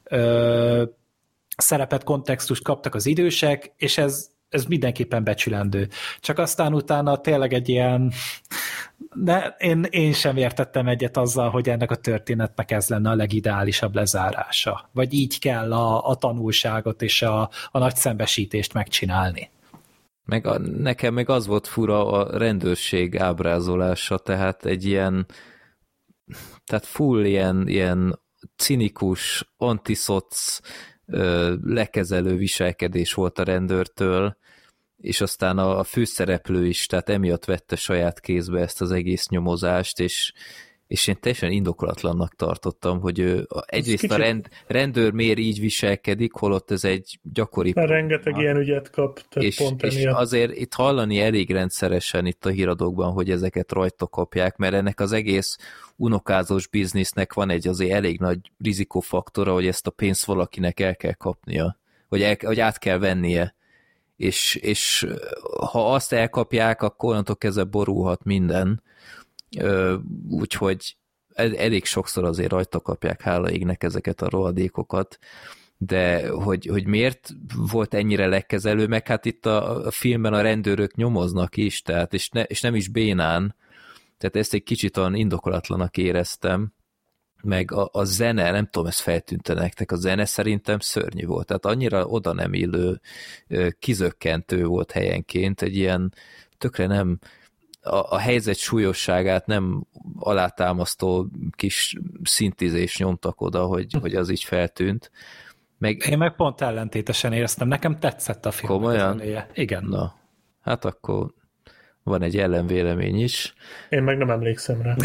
szerepet, kontextust kaptak az idősek, és ez mindenképpen becsülendő. Csak aztán utána tényleg egy ilyen... De én sem értettem egyet azzal, hogy ennek a történetnek ez lenne a legideálisabb lezárása. Vagy így kell a tanulságot és a nagy szembesítést megcsinálni. Nekem meg az volt fura a rendőrség ábrázolása, tehát egy ilyen, tehát full ilyen cinikus, antiszoc, lekezelő viselkedés volt a rendőrtől, és aztán a főszereplő is, tehát emiatt vette saját kézbe ezt az egész nyomozást, és én teljesen indokolatlannak tartottam, hogy egyrészt a rendőr miért így viselkedik, holott ez egy gyakori probléma. Rengeteg ilyen ügyet kap, és azért itt hallani elég rendszeresen itt a híradókban, hogy ezeket rajta kapják, mert ennek az egész unokázós biznisznek van egy azért elég nagy rizikófaktora, hogy ezt a pénzt valakinek el kell kapnia, vagy át kell vennie. És ha azt elkapják, akkor onnantól kezdve borulhat minden. Úgyhogy elég sokszor azért rajta kapják, hála égnek ezeket a rohadékokat, de hogy miért volt ennyire lekezelő, meg hát itt a filmben a rendőrök nyomoznak is, tehát, és nem is bénán, tehát ezt egy kicsit olyan indokolatlanak éreztem, meg a zene, nem tudom, ez feltűnte nektek, a zene szerintem szörnyű volt, tehát annyira oda nem illő, kizökkentő volt helyenként, egy ilyen tökre nem, a helyzet súlyosságát nem alátámasztó kis szintizés nyomtak oda, hogy az így feltűnt. Én meg pont ellentétesen éreztem, nekem tetszett a film. Komolyan? Igen. Na, hát akkor van egy ellenvélemény is. Én meg nem emlékszem rá.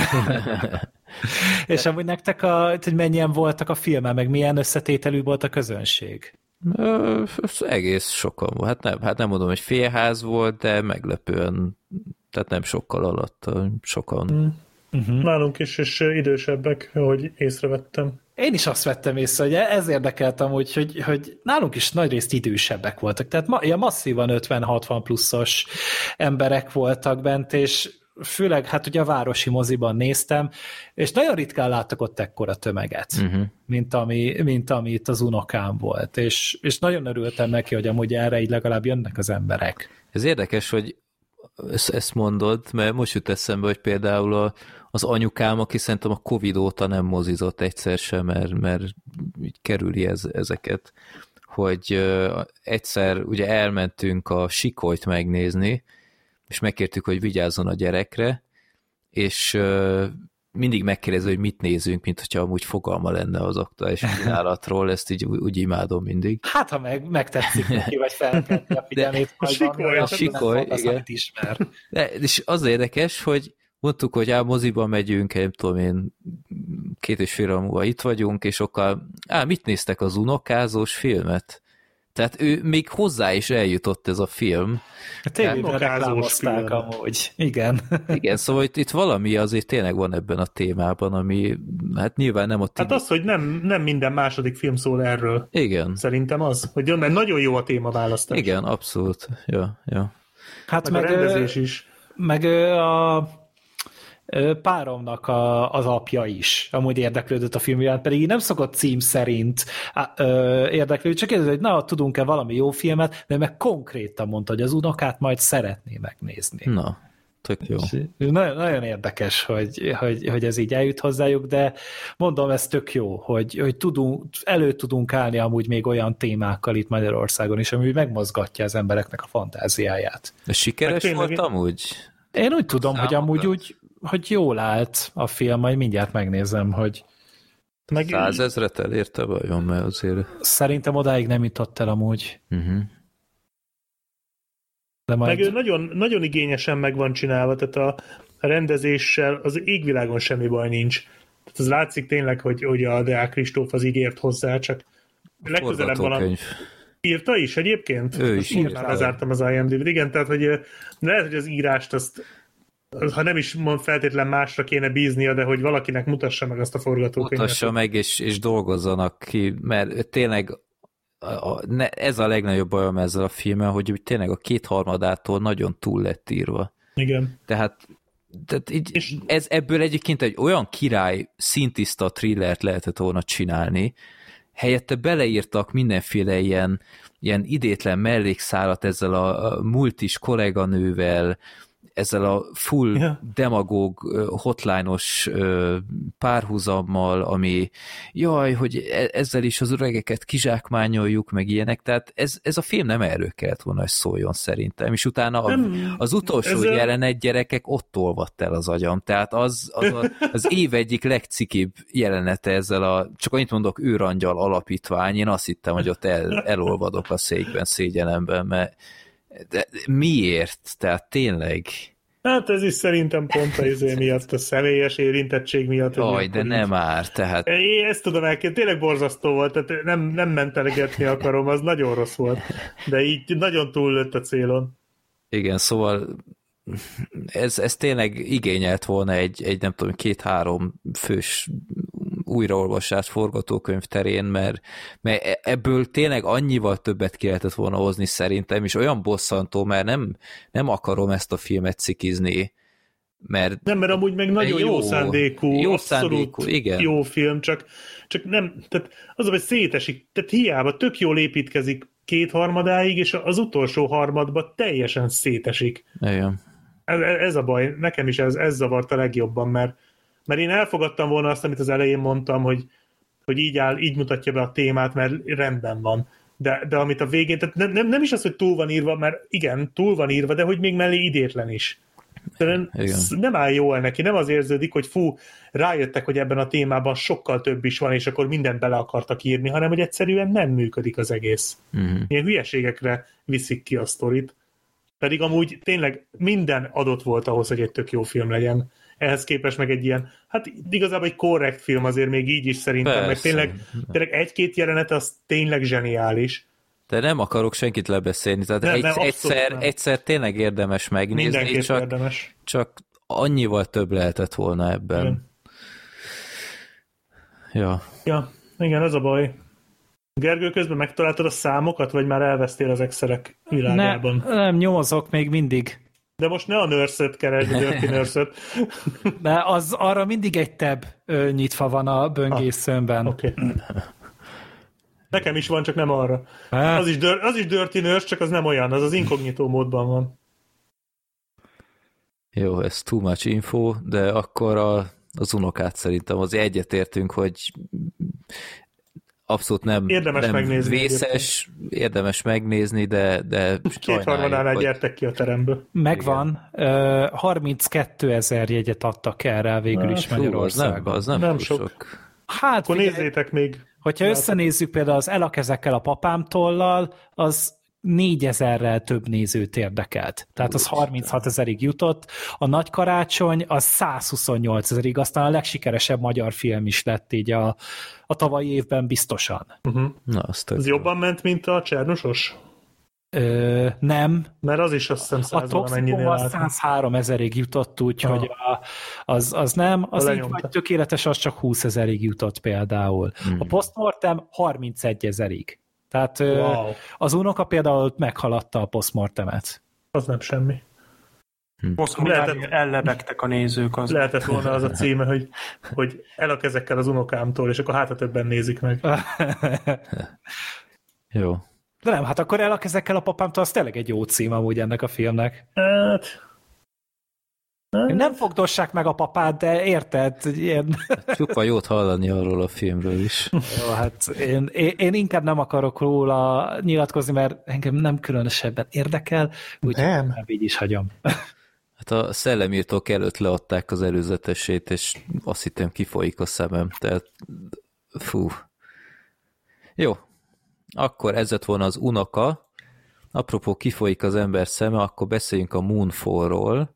És amúgy nektek, hogy mennyien voltak a filmen, meg milyen összetételű volt a közönség? Egész sokan volt. Hát nem mondom, hogy félház volt, de meglepően, tehát nem sokkal alatt, sokan. Nálunk is, és idősebbek, ahogy észrevettem. Én is azt vettem észre, hogy ez érdekelt amúgy, hogy nálunk is nagyrészt idősebbek voltak. Tehát ilyen masszívan 50-60 pluszos emberek voltak bent, és főleg, hát ugye a városi moziban néztem, és nagyon ritkán láttak ott ekkora tömeget, mint ami itt az unokám volt, és nagyon örültem neki, hogy amúgy erre így legalább jönnek az emberek. Ez érdekes, hogy ezt mondod, mert most jut eszembe, hogy például az anyukám, aki szerintem a Covid óta nem mozizott egyszer sem, mert így kerüli ezeket, hogy egyszer ugye elmentünk a Sikolyt megnézni, és megkértük, hogy vigyázzon a gyerekre, és mindig megkérdezi, hogy mit nézünk, mint hogyha amúgy fogalma lenne az aktuális kínálatról, ezt így úgy imádom mindig. Hát, ha megtetszik neki, vagy felkelti a figyelmét, a Sikoly, igen. Ismer. És az érdekes, hogy mondtuk, hogy moziba megyünk, nem tudom én, 2,5 óra múlva itt vagyunk, és akkor, mit néztek, az unokázós filmet? Tehát ő még hozzá is eljutott ez a film. A tévében Makázós reklámozták film. amúgy. Igen. Igen, szóval itt valami azért tényleg van ebben a témában, ami hát nyilván nem a Hát az, hogy nem minden második film szól erről. Igen. Szerintem az, hogy mert nagyon jó a témaválasztás. Igen, abszolút. Ja. Hát Meg a rendezés is. Meg a páromnak az apja is amúgy érdeklődött a film iránt, pedig így nem szokott cím szerint érdeklődni, csak kérdezi, hogy na, tudunk-e valami jó filmet, de meg konkrétan mondta, hogy az unokát majd szeretné megnézni. Na, tök jó. Nagyon, nagyon érdekes, hogy ez így eljut hozzájuk, de mondom, ez tök jó, hogy elő tudunk állni amúgy még olyan témákkal itt Magyarországon is, ami megmozgatja az embereknek a fantáziáját. De sikeres volt amúgy? Én úgy tudom, hogy Számokat? amúgy úgy, hogy jól állt a film, majd mindjárt megnézem, hogy 100 000-et elérte vajon, mert azért... szerintem odáig nem jutott el amúgy. De majd... Meg ő nagyon, nagyon igényesen meg van csinálva, tehát a rendezéssel az égvilágon semmi baj nincs. Tehát az látszik tényleg, hogy a Deák Kristóf az ígért hozzá, csak legközelebb valami... Írta is egyébként? Ő is írta. Lezártam az IMDb-t. Igen, tehát hogy lehet, hogy az írást azt, ha nem is feltétlen másra kéne bíznia, de hogy valakinek mutassa meg azt a forgatókönyvet. Mutassa meg, és dolgozzanak ki, mert tényleg ez a legnagyobb bajom ezzel a filmmel, hogy úgy tényleg a 2/3 nagyon túl lett írva. Igen. Tehát így, ebből egyébként egy olyan király szintiszta thrillert lehetett volna csinálni, helyette beleírtak mindenféle ilyen idétlen mellékszálat ezzel a multis kolléganővel, ezzel a full demagóg hotline-os párhuzammal, ami jaj, hogy ezzel is az öregeket kizsákmányoljuk, meg ilyenek, tehát ez a film nem erről kellett volna, hogy szóljon szerintem, és utána az utolsó jelenet, gyerekek, ott olvadt el az agyam, tehát az év egyik legcikibb jelenete ezzel csak annyit mondok, őrangyal alapítvány, én azt hittem, hogy ott elolvadok a székben, szégyenemben, mert de miért? Tehát tényleg... Hát ez is szerintem pont az miatt, a személyes érintettség miatt. Jaj, de nem már, tehát... Én ezt tudom elképzelni, tényleg borzasztó volt, tehát nem mentelegetni akarom, az nagyon rossz volt, de így nagyon túllőtt a célon. Igen, szóval ez tényleg igényelt volna egy nem tudom, 2-3 fős újraolvasás forgatókönyv terén, mert ebből tényleg annyival többet ki lehetett volna hozni szerintem, és olyan bosszantó, mert nem akarom ezt a filmet cikizni, mert... Nem, mert amúgy meg nagyon jó szándékú, abszolút igen. Jó film, csak nem, tehát az, hogy szétesik, tehát hiába tök jól építkezik 2/3, és az utolsó harmadban teljesen szétesik. Igen. Ez a baj, nekem is ez zavart a legjobban, mert én elfogadtam volna azt, amit az elején mondtam, hogy így mutatja be a témát, mert rendben van. De amit a végén, tehát nem is az, hogy túl van írva, mert igen, túl van írva, de hogy még mellé idétlen is. Nem áll jól neki, nem az érződik, hogy rájöttek, hogy ebben a témában sokkal több is van, és akkor mindent bele akartak írni, hanem hogy egyszerűen nem működik az egész. Ilyen hülyeségekre viszik ki a sztorit. Pedig amúgy tényleg minden adott volt ahhoz, hogy egy tök jó film legyen. Ehhez képest meg egy ilyen, hát igazából egy korrekt film azért még így is szerintem, persze. Meg tényleg egy-két jelenet az tényleg zseniális. De nem akarok senkit lebeszélni, tehát egyszer tényleg érdemes megnézni, csak annyival több lehetett volna ebben. Igen. Ja, igen, ez a baj. Gergő, közben megtaláltad a számokat, vagy már elvesztél az Excelek világában? Nem, nyomozok még mindig. De most ne a nurse-öt keresd, a Dirty Nurse-öt. De arra mindig egy tab nyitva van a böngészőmben. Okay. Nekem is van, csak nem arra. Az is Dirty Nurse, csak az nem olyan, az inkognitó módban van. Jó, ez too much info, de akkor az unokát szerintem azért egyetértünk, hogy abszolút nem megnézni, vészes, érdemes megnézni, de 2/3 gyertek ki a teremből. Megvan. 32 000 jegyet adtak erre végül is Magyarországon. Az nem sok. Hát, akkor nézzétek még. Hogyha összenézzük például az El a kezekkel a papámtollal, az 4000-rel több nézőt érdekelt. Tehát az 36 000-ig jutott, a Nagy Karácsony az 128 000-ig, aztán a legsikeresebb magyar film is lett így a tavalyi évben biztosan. Na, azt Ez jobban ment, mint a Csernusos? Nem. Mert az is azt hiszem 100 valamennyinél a 103 000-ig jutott, úgyhogy az nem. Az így vagy tökéletes, az csak 20 000-ig jutott például. A Postmortem 31 000-ig. Tehát az Unoka például meghaladta a Postmortemet. Az nem semmi. Ellebegtek a nézők. Az lehetett volna az a címe, hogy el a kezekkel az unokámtól, és akkor hát többen nézik meg. Jó. De nem, hát akkor El a kezekkel a papámtól, az tényleg egy jó cím amúgy ennek a filmnek. Nem fogdossák meg a papát, de érted? Ilyen... Csupa jót hallani arról a filmről is. Jó, hát én inkább nem akarok róla nyilatkozni, mert engem nem különösebben érdekel, úgyhogy így is hagyom. Hát a Szellemírtók előtt leadták az előzetesét, és azt hittem kifolyik a szemem, tehát fú. Jó, akkor ez lett volna az Unoka. Apropó kifolyik az ember szeme, akkor beszéljünk a Moonfallról,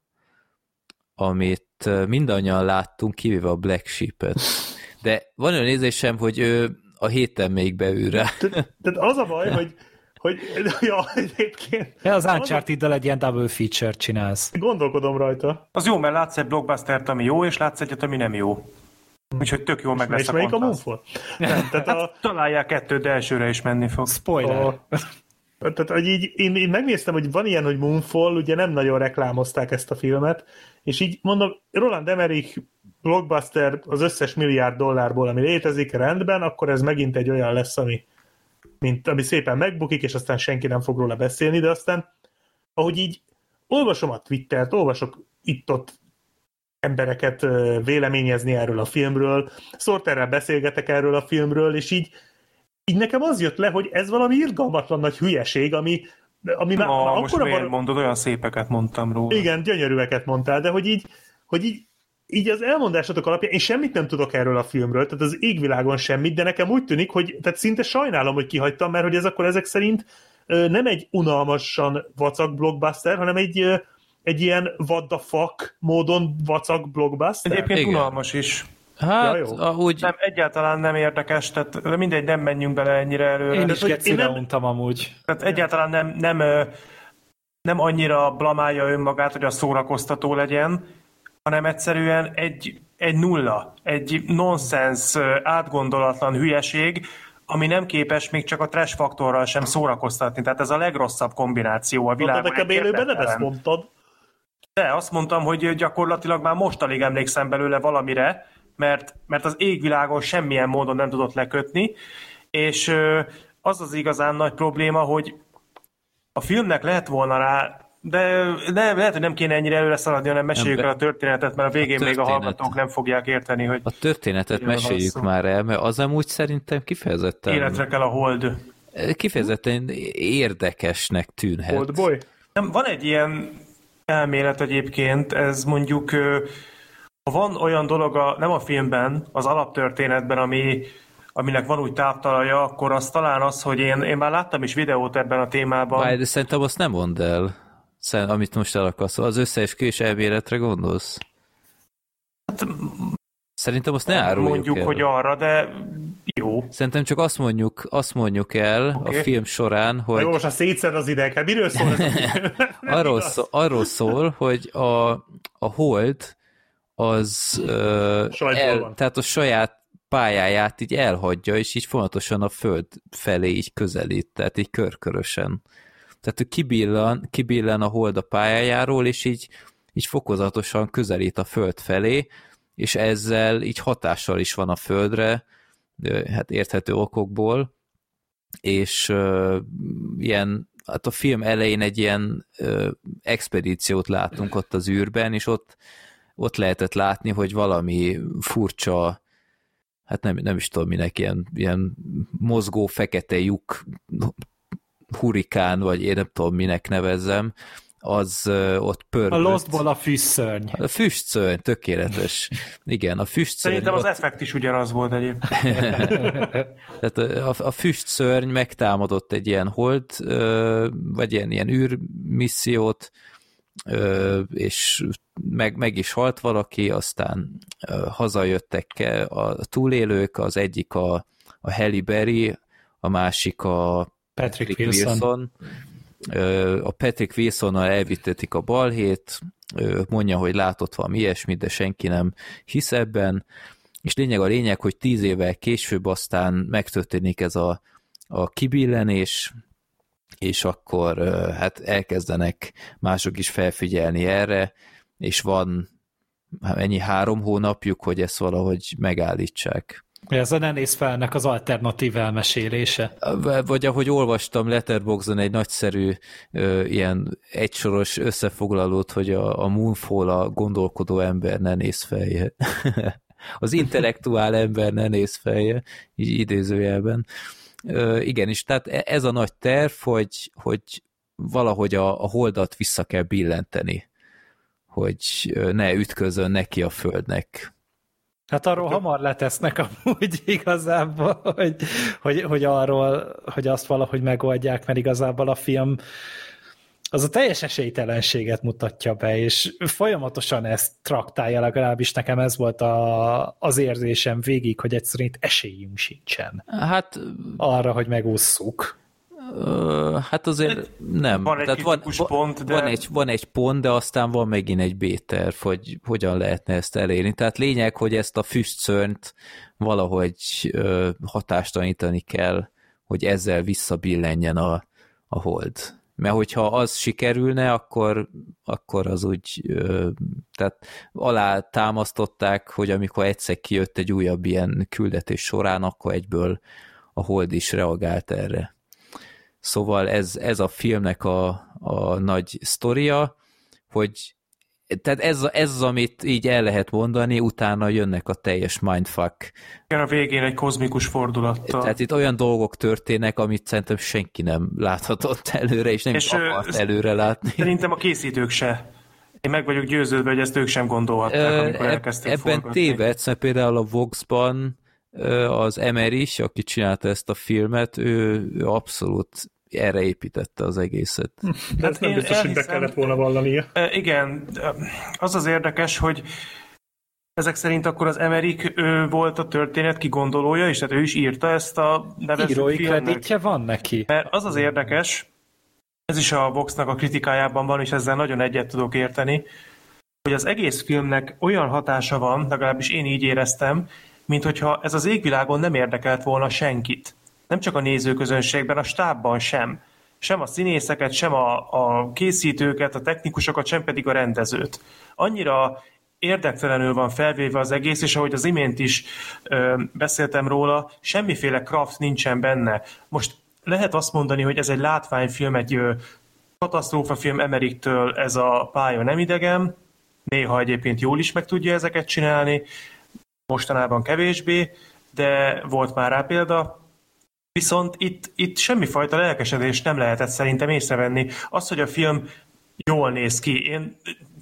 amit mindannyian láttunk, kivéve a Black Sheep-et. De van olyan érzésem, hogy ő a héten még beül rá. Tehát az a baj, hogy ja, egyébként... Az Uncharted-del egy ilyen double feature csinálsz. Gondolkodom rajta. Az jó, mert látsz egy blockbustert, ami jó, és látsz egyet, ami nem jó. Úgyhogy tök jó meg lesz a melyik a kontraszt. Moonfall? Nem, tehát találják kettőt, de elsőre is menni fog. Spoiler. Tehát, hogy így, én megnéztem, hogy van ilyen, hogy Moonfall, ugye nem nagyon reklámozták ezt a filmet, és így mondom, Roland Emmerich blockbuster az összes milliárd dollárból, ami létezik, rendben, akkor ez megint egy olyan lesz, ami szépen megbukik, és aztán senki nem fog róla beszélni, de aztán, ahogy így olvasom a Twittert, olvasok itt-ott embereket véleményezni erről a filmről, Sorterrel beszélgetek erről a filmről, és így nekem az jött le, hogy ez valami irgalmatlan nagy hülyeség, ami már most miért mondod, olyan szépeket mondtam róla. Igen, gyönyörűeket mondtál, de hogy így az elmondásatok alapján én semmit nem tudok erről a filmről, tehát az égvilágon semmit, de nekem úgy tűnik, hogy tehát szinte sajnálom, hogy kihagytam, mert hogy ez akkor ezek szerint nem egy unalmasan vacak blockbuster, hanem egy ilyen what the fuck módon vacak blockbuster. Egyébként unalmas is. Hát, ahogy... Nem, egyáltalán nem érdekes, tehát mindegy, nem menjünk bele ennyire előre. Én is gecire untam amúgy. Tehát egyáltalán nem annyira blamálja önmagát, hogy a szórakoztató legyen, hanem egyszerűen egy nulla, egy nonsens, átgondolatlan hülyeség, ami nem képes még csak a trash faktorral sem szórakoztatni. Tehát ez a legrosszabb kombináció a világon. Nekem élőben nem ezt mondtad. De azt mondtam, hogy gyakorlatilag már most alig emlékszem belőle valamire, mert az égvilágon semmilyen módon nem tudott lekötni, és az az igazán nagy probléma, hogy a filmnek lehet volna rá, de lehet, hogy nem kéne ennyire előre szaladni, hanem meséljük el a történetet, mert a végén még a hallgatók nem fogják érteni, hogy... A történetet meséljük már el, mert az amúgy szerintem kifejezetten... Életre kell a hold. Kifejezetten érdekesnek tűnhet. Oldboy? Van egy ilyen elmélet egyébként, ez mondjuk... Ha van olyan dolog, nem a filmben, az alaptörténetben, aminek van úgy táptalaja, akkor az talán az, hogy én már láttam is videót ebben a témában. De szerintem azt nem mondd el, amit most el akarsz. Az összeesküvés elméletre gondolsz? Hát, szerintem azt ne áruljuk mondjuk, el. hogy arra, de jó. Szerintem csak azt mondjuk el a film során, hogy... Jó, most a szétszed az ideg, hát miről szól ez? arról szól, hogy a hold az tehát a saját pályáját így elhagyja, és így fontosan a föld felé így közelít, tehát így körkörösen. Tehát kibillen a hold a pályájáról, és így fokozatosan közelít a föld felé, és ezzel így hatással is van a földre, hát érthető okokból, és hát a film elején egy ilyen expedíciót látunk ott az űrben, és ott lehetett látni, hogy valami furcsa, hát nem is tudom minek, ilyen mozgó fekete lyuk hurikán, vagy én nem tudom minek nevezzem, az ott pörgött. A Lostból a füstszörny. A füstszörny, tökéletes. Igen, a füstszörny. Szerintem az effekt is ugyanaz volt egyébként. Tehát a füstszörny megtámadott egy ilyen hold, vagy ilyen űrmissziót, és meg is halt valaki, aztán hazajöttek a túlélők, az egyik a Halle Berry, a másik a Patrick Wilson. A Patrick Wilsonnal elvittetik a balhét, mondja, hogy látott valami ilyesmit, de senki nem hisz ebben, és a lényeg, hogy 10 évvel később aztán megtörténik ez a kibillenés, és akkor hát elkezdenek mások is felfigyelni erre, és van ennyi 3 hónapjuk, hogy ezt valahogy megállítsák. Ez a Ne nézz felnek az alternatív elmesélése. Vagy ahogy olvastam Letterboxdon egy nagyszerű ilyen egysoros összefoglalót, hogy a Moonfall a gondolkodó ember ne néz felje. Az intellektuál ember ne néz felje, így idézőjelben. Igenis, tehát ez a nagy terv, hogy valahogy a holdat vissza kell billenteni, hogy ne ütközön neki a földnek. Hát arról hamar letesznek amúgy igazából, hogy arról, hogy azt valahogy megoldják, mert igazából a film az a teljes esélytelenséget mutatja be, és folyamatosan ezt traktálja, legalábbis nekem ez volt az érzésem végig, hogy egyszerűen esélyünk sincsen. Hát arra, hogy megússzuk. Hát azért nem. Van egy Tehát pont, de... van egy pont, de aztán van megint egy B-terv, hogy hogyan lehetne ezt elérni. Tehát lényeg, hogy ezt a füstszörnyt valahogy hatástalanítani kell, hogy ezzel visszabillenjen a hold. Mert hogyha az sikerülne, akkor az úgy tehát alá támasztották, hogy amikor egyszer kijött egy újabb ilyen küldetés során, akkor egyből a hold is reagált erre. Szóval ez a filmnek a nagy sztoria, hogy tehát ez amit így el lehet mondani, utána jönnek a teljes mindfuck. A végén egy kozmikus fordulattal. Tehát itt olyan dolgok történnek, amit szerintem senki nem láthatott előre, és nem is akart előre látni. Szerintem a készítők se. Én meg vagyok győződve, hogy ezt ők sem gondolhatták, amikor elkezdték forgatni. Ebben tévedsz, mert például a Vox-ban az Emmerich, aki csinálta ezt a filmet, ő abszolút erre építette az egészet. De ezt nem biztos, hogy be kellett volna vallania. Igen, az az érdekes, hogy ezek szerint akkor az Emmerich ő volt a történet kigondolója, és tehát ő is írta ezt a nevező írói kreditje van neki. Mert az az érdekes, ez is a Voxnak a kritikájában van, és ezzel nagyon egyet tudok érteni, hogy az egész filmnek olyan hatása van, legalábbis én így éreztem, mint hogyha ez az égvilágon nem érdekelt volna senkit. Nem csak a nézőközönségben, a stábban sem. Sem a színészeket, sem a készítőket, a technikusokat, sem pedig a rendezőt. Annyira érdektelenül van felvéve az egész, és ahogy az imént is beszéltem róla, semmiféle craft nincsen benne. Most lehet azt mondani, hogy ez egy látványfilm, egy katasztrófafilm Emmerichtől, ez a pálya nem idegen, néha egyébként jól is meg tudja ezeket csinálni, mostanában kevésbé, de volt már rá példa. Viszont itt semmifajta lelkesedést nem lehetett szerintem észrevenni. Az, hogy a film jól néz ki, én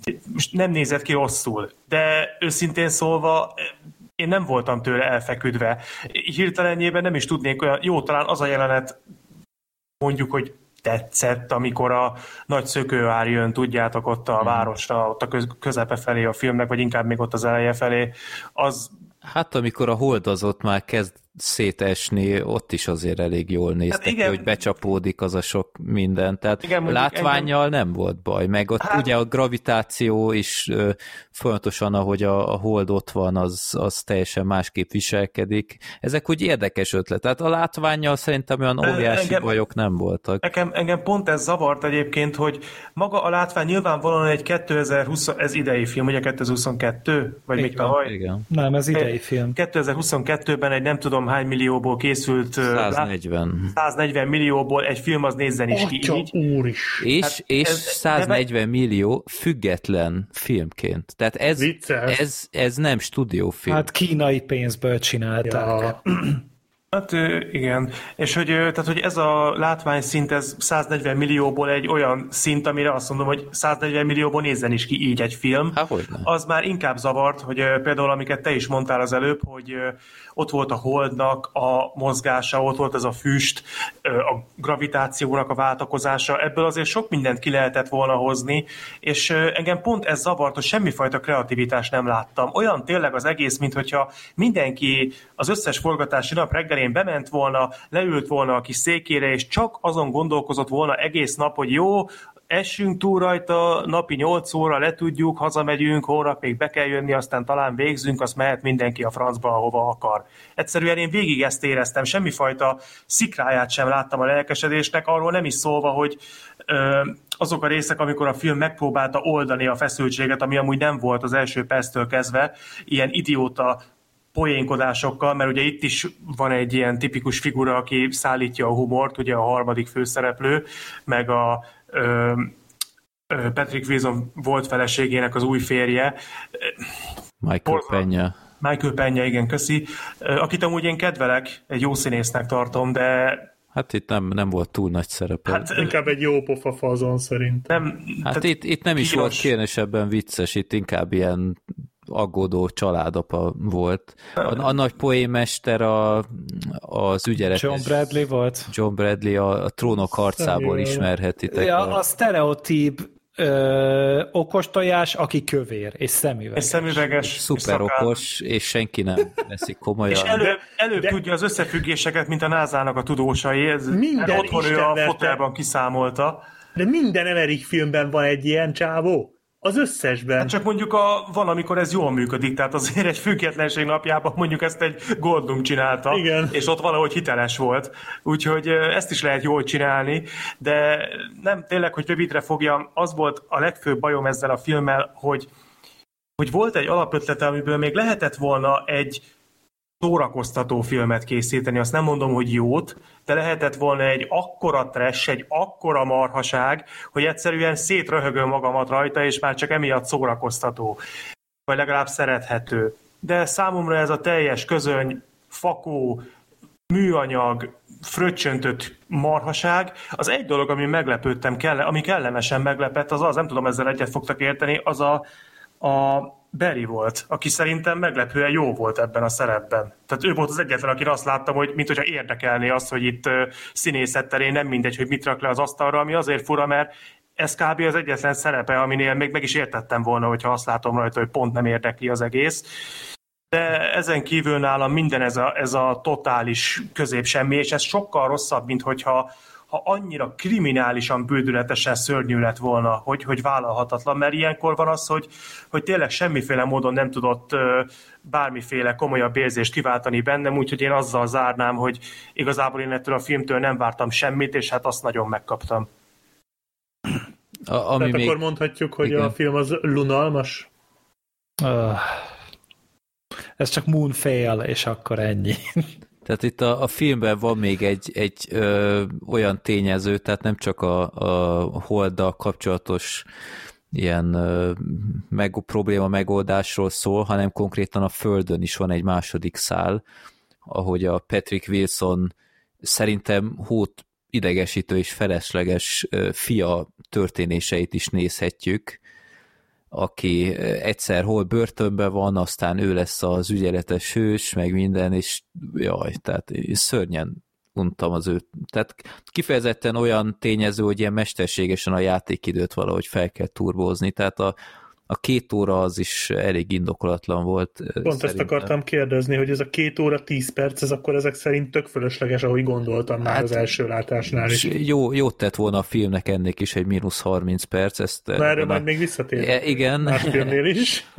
nem nézett ki rosszul, de őszintén szólva én nem voltam tőle elfeküdve. Hirtelenjében nem is tudnék olyan, jó, talán az a jelenet mondjuk, hogy tetszett, amikor a nagy szökőár jön, tudjátok, ott a városra, ott a közepe felé a filmnek, vagy inkább még ott az eleje felé, az... Hát amikor a hold az ott már kezd szétesni, ott is azért elég jól néztek ki, hogy becsapódik az a sok minden. Tehát igen, látvánnyal nem volt baj, meg ott ugye a gravitáció is folyamatosan, ahogy a hold ott van, az teljesen másképp viselkedik. Ezek úgy érdekes ötlet. Tehát a látvánnyal szerintem olyan óriási bajok nem voltak. Engem pont ez zavart egyébként, hogy maga a látvány nyilvánvalóan egy 2020, ez idei film, ugye 2022? Vagy még tavaly? Igen. Nem, ez idei film. 2022-ben egy nem tudom hány millióból készült 140 millióból egy film, az nézzen is ki így. És 140 millió független filmként. Tehát ez nem stúdiófilm. Hát kínai pénzből csinálták. Ja. Hát igen, és hogy ez a látványszint, ez 140 millióból egy olyan szint, amire azt mondom, hogy 140 millióból nézzen is ki így egy film. Az már inkább zavart, hogy például amiket te is mondtál az előbb, hogy ott volt a holdnak a mozgása, ott volt ez a füst, a gravitációnak a váltakozása, ebből azért sok mindent ki lehetett volna hozni, és engem pont ez zavart, hogy semmifajta kreativitást nem láttam. Olyan tényleg az egész, mintha mindenki az összes forgatási nap reggelén bement volna, leült volna a kis székére, és csak azon gondolkozott volna egész nap, hogy jó, essünk túl rajta, napi 8 óra letudjuk, hazamegyünk, holnap még be kell jönni, aztán talán végzünk, azt mehet mindenki a francba, ahova akar. Egyszerűen én végig ezt éreztem, semmifajta szikráját sem láttam a lelkesedésnek, arról nem is szólva, hogy azok a részek, amikor a film megpróbálta oldani a feszültséget, ami amúgy nem volt az első perctől kezdve, ilyen idióta poénkodásokkal, mert ugye itt is van egy ilyen tipikus figura, aki szállítja a humort, ugye a harmadik főszereplő, meg a Patrick Wilson volt feleségének az új férje. Michael Peña. Michael Peña, igen, köszi. Akit amúgy én kedvelek, egy jó színésznek tartom, de hát itt nem volt túl nagy szerepe. Hát inkább egy jó pofa fazon szerint. Hát itt nem is volt különösebben vicces, itt inkább ilyen aggódó családapa volt. A nagy poénmester az ügyeletes... John Bradley volt. John Bradley a Trónok harcából ismerhetitek. Ja, a sztereotíp okos tojás, aki kövér, és szemüveges. És szemüveges. Szuper okos, és senki nem veszik komolyan. És előbb tudja az összefüggéseket, mint a NASA-nak a tudósai. Minden otthon ő a fotelban kiszámolta. De minden Emmerich filmben van egy ilyen csávó. Az összesben. Hát csak mondjuk van, amikor ez jól működik, tehát azért egy függetlenség napjában mondjuk ezt egy Goldblum csinálta, igen. És ott valahogy hiteles volt. Úgyhogy ezt is lehet jól csinálni, de nem tényleg, hogy rövidre fogjam, az volt a legfőbb bajom ezzel a filmmel, hogy volt egy alapötlete, amiből még lehetett volna egy szórakoztató filmet készíteni, azt nem mondom, hogy jót, de lehetett volna egy akkora trash, egy akkora marhaság, hogy egyszerűen szétröhögöm magamat rajta, és már csak emiatt szórakoztató, vagy legalább szerethető. De számomra ez a teljes közöny, fakó, műanyag, fröccsöntött marhaság, az egy dolog, ami meglepődtem, ami kellemesen meglepett, az nem tudom, ezzel egyet fogtak érteni, az a Barry volt, aki szerintem meglepően jó volt ebben a szerepben. Tehát ő volt az egyetlen, akire azt láttam, hogy minthogyha érdekelné azt, hogy itt színészet terén nem mindegy, hogy mit rak le az asztalra, ami azért fura, mert ez kb. Az egyetlen szerepe, aminél még meg is értettem volna, hogyha azt látom rajta, hogy pont nem érdekli az egész. De ezen kívül nálam minden ez a totális középsemmi, és ez sokkal rosszabb, mint hogyha annyira kriminálisan, bődületesen szörnyű lett volna, hogy vállalhatatlan, mert ilyenkor van az, hogy tényleg semmiféle módon nem tudott bármiféle komolyabb érzést kiváltani bennem, úgyhogy én azzal zárnám, hogy igazából én ettől a filmtől nem vártam semmit, és hát azt nagyon megkaptam. Tehát még... akkor mondhatjuk, hogy igen. A film az lunalmas? Ez csak Moonfail, és akkor ennyi. Tehát itt a filmben van még egy olyan tényező, tehát nem csak a holddal kapcsolatos ilyen probléma megoldásról szól, hanem konkrétan a Földön is van egy második szál, ahogy a Patrick Wilson szerintem hót idegesítő és felesleges fia történéseit is nézhetjük, aki egyszer hol börtönben van, aztán ő lesz az ügyeletes hős, meg minden, és jaj, tehát szörnyen untam az őt. Tehát kifejezetten olyan tényező, hogy ilyen mesterségesen a játékidőt valahogy fel kell turbózni, tehát a 2 óra az is elég indokolatlan volt. Pont szerintem. Ezt akartam kérdezni, hogy ez a 2 óra 10 perc, ez akkor ezek szerint tök fölösleges, ahogy gondoltam már az első látásnál is. Jót tett volna a filmnek ennek is egy -30 perc. Ezt, na erről majd még visszatérünk. Igen. Más filmnél is.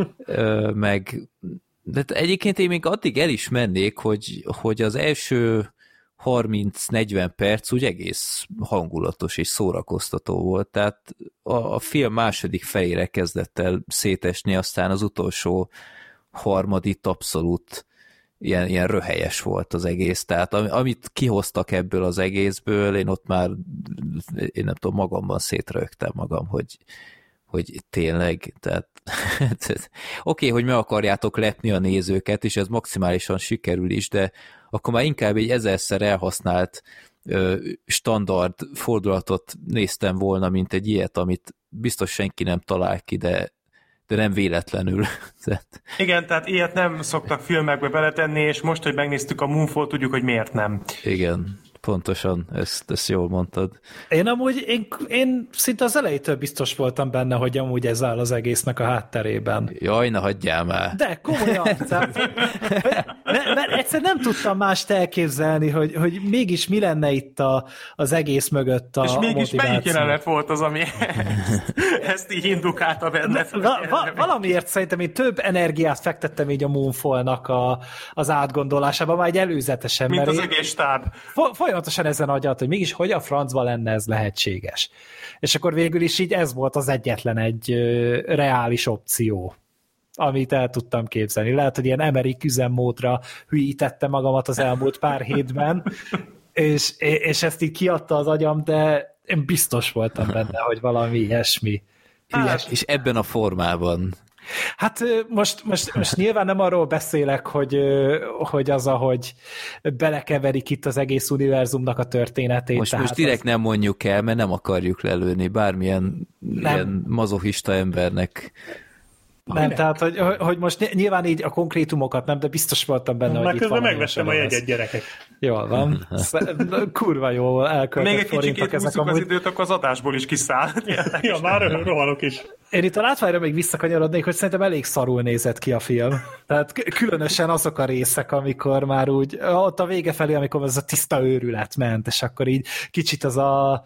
De egyébként én még addig el is mennék, hogy az első 30-40 perc úgy egész hangulatos és szórakoztató volt, tehát a film második felére kezdett el szétesni, aztán az utolsó harmadit abszolút ilyen röhelyes volt az egész, tehát amit kihoztak ebből az egészből, én ott már, én nem tudom, magamban szétrögtem magam, hogy tényleg, tehát oké, hogy meg akarjátok lepni a nézőket, és ez maximálisan sikerül is, de akkor már inkább egy ezerszer elhasznált standard fordulatot néztem volna, mint egy ilyet, amit biztos senki nem talál ki, de nem véletlenül. Igen, tehát ilyet nem szoktak filmekbe beletenni, és most, hogy megnéztük a Moonfall, tudjuk, hogy miért nem. Igen, pontosan, ezt jól mondtad. Én szinte az elejétől biztos voltam benne, hogy amúgy ez áll az egésznek a hátterében. Jaj, na hagyjál már. De komolyan, mert egyszer nem tudtam mást elképzelni, hogy mégis mi lenne itt az egész mögött a motiváció. És mégis melyik jelenet volt az, ami ezt így indukálta benne? Valamiért szerintem én több energiát fektettem így a Moonfall-nak az átgondolásába, már egy előzetesen. Mint az egész stáb. Folyamatosan ezen agyalt, hogy mégis hogy a francban lenne ez lehetséges. És akkor végül is így ez volt az egyetlen egy reális opció, amit el tudtam képzelni. Lehet, hogy ilyen Emmerich üzemmódra hülyítettem magamat az elmúlt pár hétben, és ezt így kiadta az agyam, de én biztos voltam benne, hogy valami ilyesmi. És ebben a formában. Hát most nyilván nem arról beszélek, hogy az, ahogy belekeverik itt az egész univerzumnak a történetét. Most direkt nem mondjuk el, mert nem akarjuk lelőni bármilyen ilyen mazochista embernek. Nem, tehát, hogy most nyilván így a konkrétumokat nem, de biztos voltam benne, hogy itt közben megvettem a jegyet, gyerekek. Jól van. Kurva jó elköltött még egy kicsikét húzzuk az időt, akkor az adásból is kiszáll. Ja, már rohanok is. Én itt a látványra még visszakanyarodnék, hogy szerintem elég szarul nézett ki a film. Tehát különösen azok a részek, amikor már úgy, ott a vége felé, amikor ez a tiszta őrület ment, és akkor így kicsit az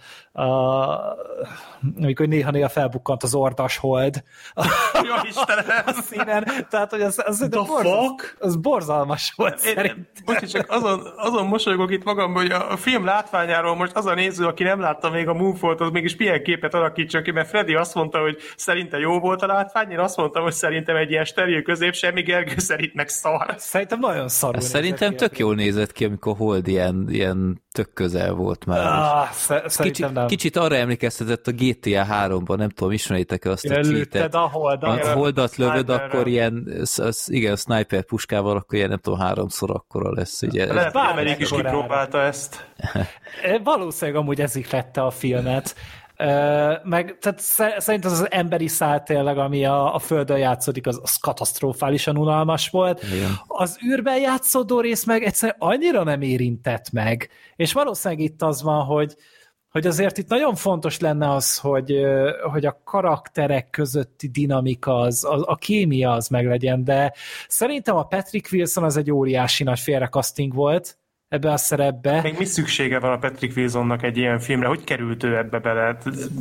amikor néha felbukkant az ordas hold. Jó Istenem! A színen. Tehát, hogy az borzalmas volt szerintem. Bocs, csak azon mosolygok itt magamban, hogy a film látványáról most az a néző, aki nem látta még a Moonfall-t, az mégis milyen képet alakítson ki, mert Freddy azt mondta, hogy szerinte jó volt a látvány, én azt mondtam, hogy szerintem egy ilyen steril közép, semmi Gergő szerint meg szar. Szerintem nagyon szarul szerintem tök jól nézett ki, amikor Hold ilyen tök közel volt már. Kicsit arra emlékeztetett a GTA 3-ban, nem tudom, ismeritek-e azt a cheatet. A Holdat lövöd, akkor ilyen, igen, a sniper puskával, akkor ilyen, nem tudom, 3-szor akkora lesz. Ugye. Lehet, hogy Amerik is kipróbálta ezt. Valószínűleg amúgy ez ihlette a filmet. Meg tehát szerintem az emberi szál tényleg, ami a Földön játszódik, az katasztrofálisan unalmas volt. Igen. Az űrben játszódó rész meg egyszerűen annyira nem érintett meg. És valószínűleg itt az van, hogy azért itt nagyon fontos lenne az, hogy a karakterek közötti dinamika, a kémia az meglegyen, de szerintem a Patrick Wilson az egy óriási nagy félrekaszting volt ebbe a szerepbe. Még mi szüksége van a Patrick Wilsonnak egy ilyen filmre? Hogy került ő ebbe bele?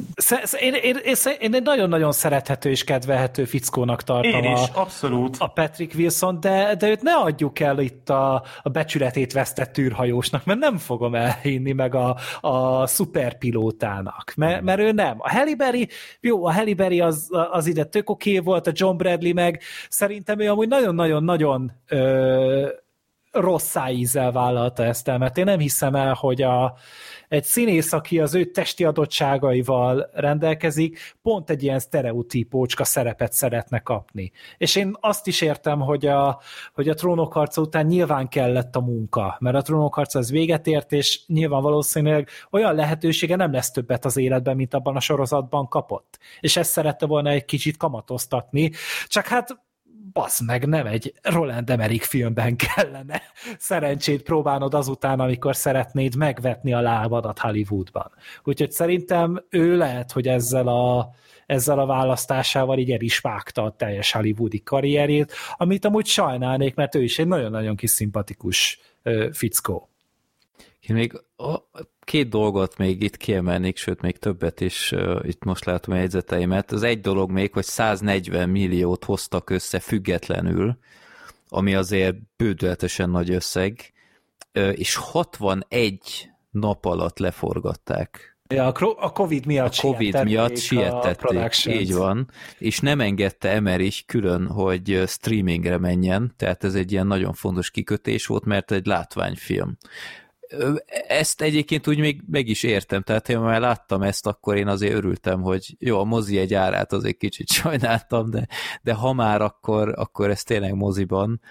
Én egy nagyon-nagyon szerethető és kedvelhető fickónak tartom. Én is, abszolút. A Patrick Wilson, de őt ne adjuk el itt a becsületét vesztett űrhajósnak, mert nem fogom elhinni meg a szuperpilótának, mert ő nem. A Halle Berry, jó, a Halle Berry az ide tök oké volt, a John Bradley meg szerintem ő amúgy nagyon-nagyon-nagyon rossz szájízzel vállalta ezt el, mert én nem hiszem el, hogy egy színész, aki az ő testi adottságaival rendelkezik, pont egy ilyen sztereotípócska szerepet szeretne kapni. És én azt is értem, hogy a Trónok harca után nyilván kellett a munka, mert a Trónok harca az véget ért, és nyilván valószínűleg olyan lehetősége nem lesz többet az életben, mint abban a sorozatban kapott. És ezt szerette volna egy kicsit kamatoztatni, csak hát basz meg, nem egy Roland Emmerich filmben kellene szerencsét próbálnod azután, amikor szeretnéd megvetni a lábadat Hollywoodban. Úgyhogy szerintem ő lehet, hogy ezzel a választásával így el is vágta a teljes hollywoodi karrierjét, amit amúgy sajnálnék, mert ő is egy nagyon-nagyon kis szimpatikus fickó. Én még két dolgot még itt kiemelnék, sőt még többet is, itt most látom a jegyzeteimet. Az egy dolog még, hogy 140 milliót hoztak össze függetlenül, ami azért bődületesen nagy összeg, és 61 nap alatt leforgatták. Ja, a Covid miatt siettették, így van, és nem engedte Emmerich külön, hogy streamingre menjen, tehát ez egy ilyen nagyon fontos kikötés volt, mert egy látványfilm. ezt egyébként úgy még meg is értem, tehát ha már láttam ezt, akkor én azért örültem, hogy jó, a mozi egy árát azért kicsit sajnáltam, de ha már, akkor ez tényleg moziban.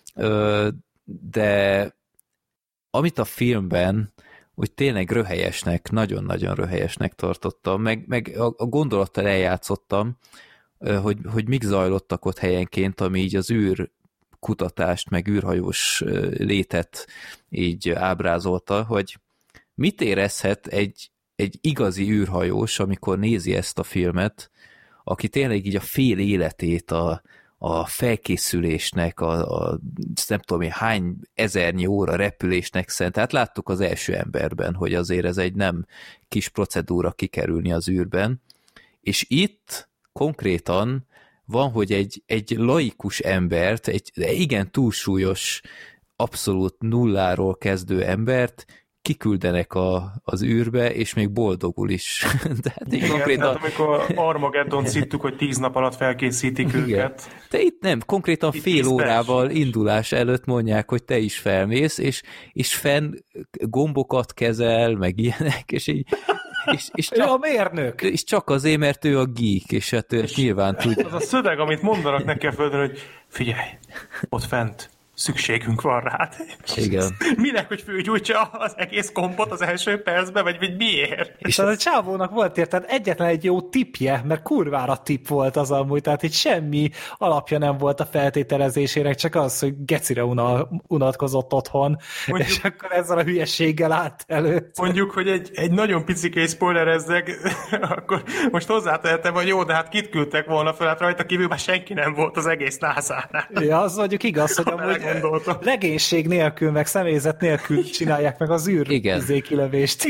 De amit a filmben úgy tényleg röhelyesnek, nagyon-nagyon röhelyesnek tartottam, meg a gondolattal eljátszottam, hogy mik zajlottak ott helyenként, ami így az űrkutatást, meg űrhajós létet így ábrázolta, hogy mit érezhet egy igazi űrhajós, amikor nézi ezt a filmet, aki tényleg így a fél életét a felkészülésnek, nem tudom én, hány ezernyi óra repülésnek szent. Tehát láttuk az első emberben, hogy azért ez egy nem kis procedúra kikerülni az űrben. És itt konkrétan van, hogy egy laikus embert, egy igen túlsúlyos, abszolút nulláról kezdő embert kiküldenek az űrbe, és még boldogul is. Tehát igen, konkrétan... amikor Armageddon hittük, hogy 10 nap alatt felkészítik igen. őket. De itt nem, konkrétan itt fél órával indulás előtt mondják, hogy te is felmész, és fenn gombokat kezel, meg ilyenek, és így és csak, ő a mérnök. És csak azért, mert ő a geek, és hát és nyilván tudja. Az a szöveg, amit mondanak neki a földön, hogy figyelj, ott fent szükségünk van rá. Igen. Minek, hogy főgyújtsa az egész kompot az első percben, vagy miért? És az a csávónak volt érted egyetlen egy jó tippje, mert kurvára tipp volt az amúgy, tehát itt semmi alapja nem volt a feltételezésének, csak az, hogy gecire unatkozott otthon, mondjuk, és akkor ezzel a hülyességgel állt előtt. Mondjuk, hogy egy nagyon picikés spoilerezzek, akkor most hozzátehetem, hogy jó, de hát kit küldtek volna fel, hát rajta kívül már senki nem volt az egész NASA-nál. Ja, az mondjuk igaz, hogy amúgy legénység nélkül, meg személyzet nélkül csinálják meg az űr-kilövést.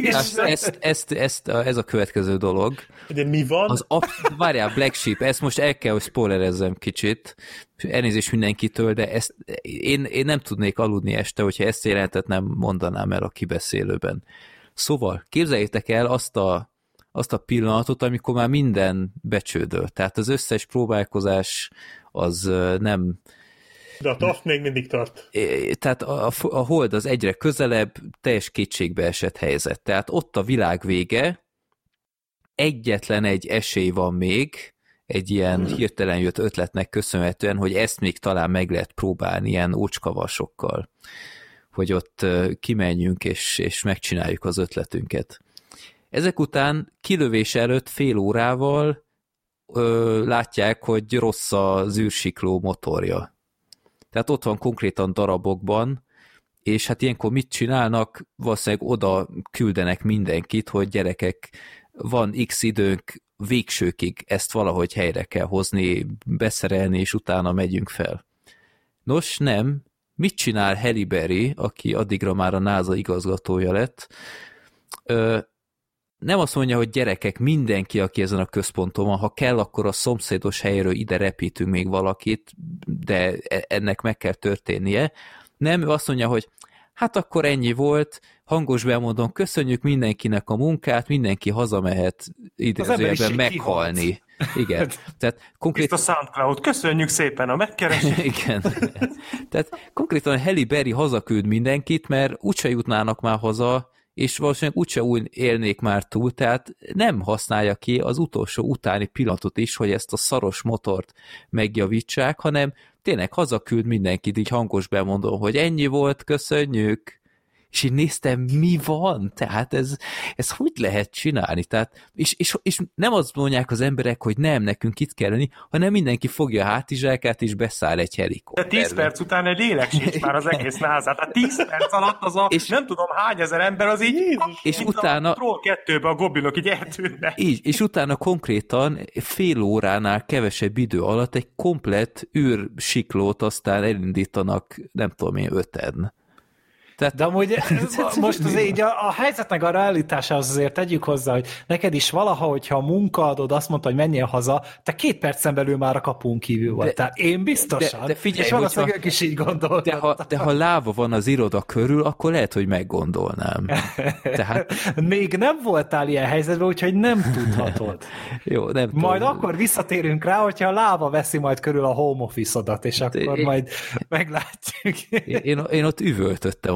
Ez a következő dolog. De mi van? Várjál, Black Sheep, ezt most el kell, hogy spoilerezzem kicsit. Elnézést mindenkitől, de én nem tudnék aludni este, hogyha ezt jelentet nem mondanám el a kibeszélőben. Szóval, képzeljétek el azt a pillanatot, amikor már minden becsődöl. Tehát az összes próbálkozás az nem... De a TAF még mindig tart. Tehát a hold az egyre közelebb, teljes kétségbe esett helyzet. Tehát ott a világ vége, egyetlen egy esély van még, egy ilyen hirtelen jött ötletnek köszönhetően, hogy ezt még talán meg lehet próbálni ilyen ócskavasokkal, hogy ott kimenjünk és megcsináljuk az ötletünket. Ezek után kilövés előtt fél órával látják, hogy rossz az űrsikló motorja. Tehát ott van konkrétan darabokban, és hát ilyenkor mit csinálnak? Valószínűleg oda küldenek mindenkit, hogy gyerekek, van x időnk, végsőkig ezt valahogy helyre kell hozni, beszerelni, és utána megyünk fel. Nos, nem. Mit csinál Halle Berry, aki addigra már a NASA igazgatója lett? Nem azt mondja, hogy gyerekek, mindenki, aki ezen a központon van, ha kell, akkor a szomszédos helyről ide repítünk még valakit, de ennek meg kell történnie. Nem, ő azt mondja, hogy hát akkor ennyi volt, hangos bemondom, köszönjük mindenkinek a munkát, mindenki hazamehet idézőjelben meghalni. Igen. Tehát konkrétan... Itt a SoundCloud, köszönjük szépen a megkeresést. Igen. Tehát konkrétan Halle Berry hazaküld mindenkit, mert úgyse jutnának már haza, és valószínűleg úgyse úgy élnék már túl, tehát nem használja ki az utolsó utáni pillanatot is, hogy ezt a szaros motort megjavítsák, hanem tényleg hazaküld mindenkit, így hangos bemondom, hogy ennyi volt, köszönjük, és így néztem, mi van? Tehát ez hogy lehet csinálni? Tehát, és nem azt mondják az emberek, hogy nem, nekünk itt kell lenni, hanem mindenki fogja a hátizsákát, és beszáll egy helikopterbe. De 10 perc után egy lélek sincs már az egész NASA. Tehát 10 perc alatt az a és, nem tudom hány ezer ember az így, és utána, a Troll 2-be a gobilok így eltűnnek. Így, és utána konkrétan fél óránál kevesebb idő alatt egy komplett űrsiklót aztán elindítanak, nem tudom én, 5-en. Tehát... De amúgy most az így a helyzetnek a realitásához azért tegyük hozzá, hogy neked is valaha, hogyha a munkaadod azt mondta, hogy menjél haza, te 2 percen belül már a kapun kívül vagy. Tehát én biztosan. De figyelj, és valószínűleg ők is így gondoltak. De ha láva van az iroda körül, akkor lehet, hogy meggondolnám. Tehát... Még nem voltál ilyen helyzetben, úgyhogy nem tudhatod. Jó, nem majd tudom. akkor visszatérünk rá, hogyha a láva veszi majd körül a home office-odat, és akkor majd meglátjuk. Én ott üvöltöttem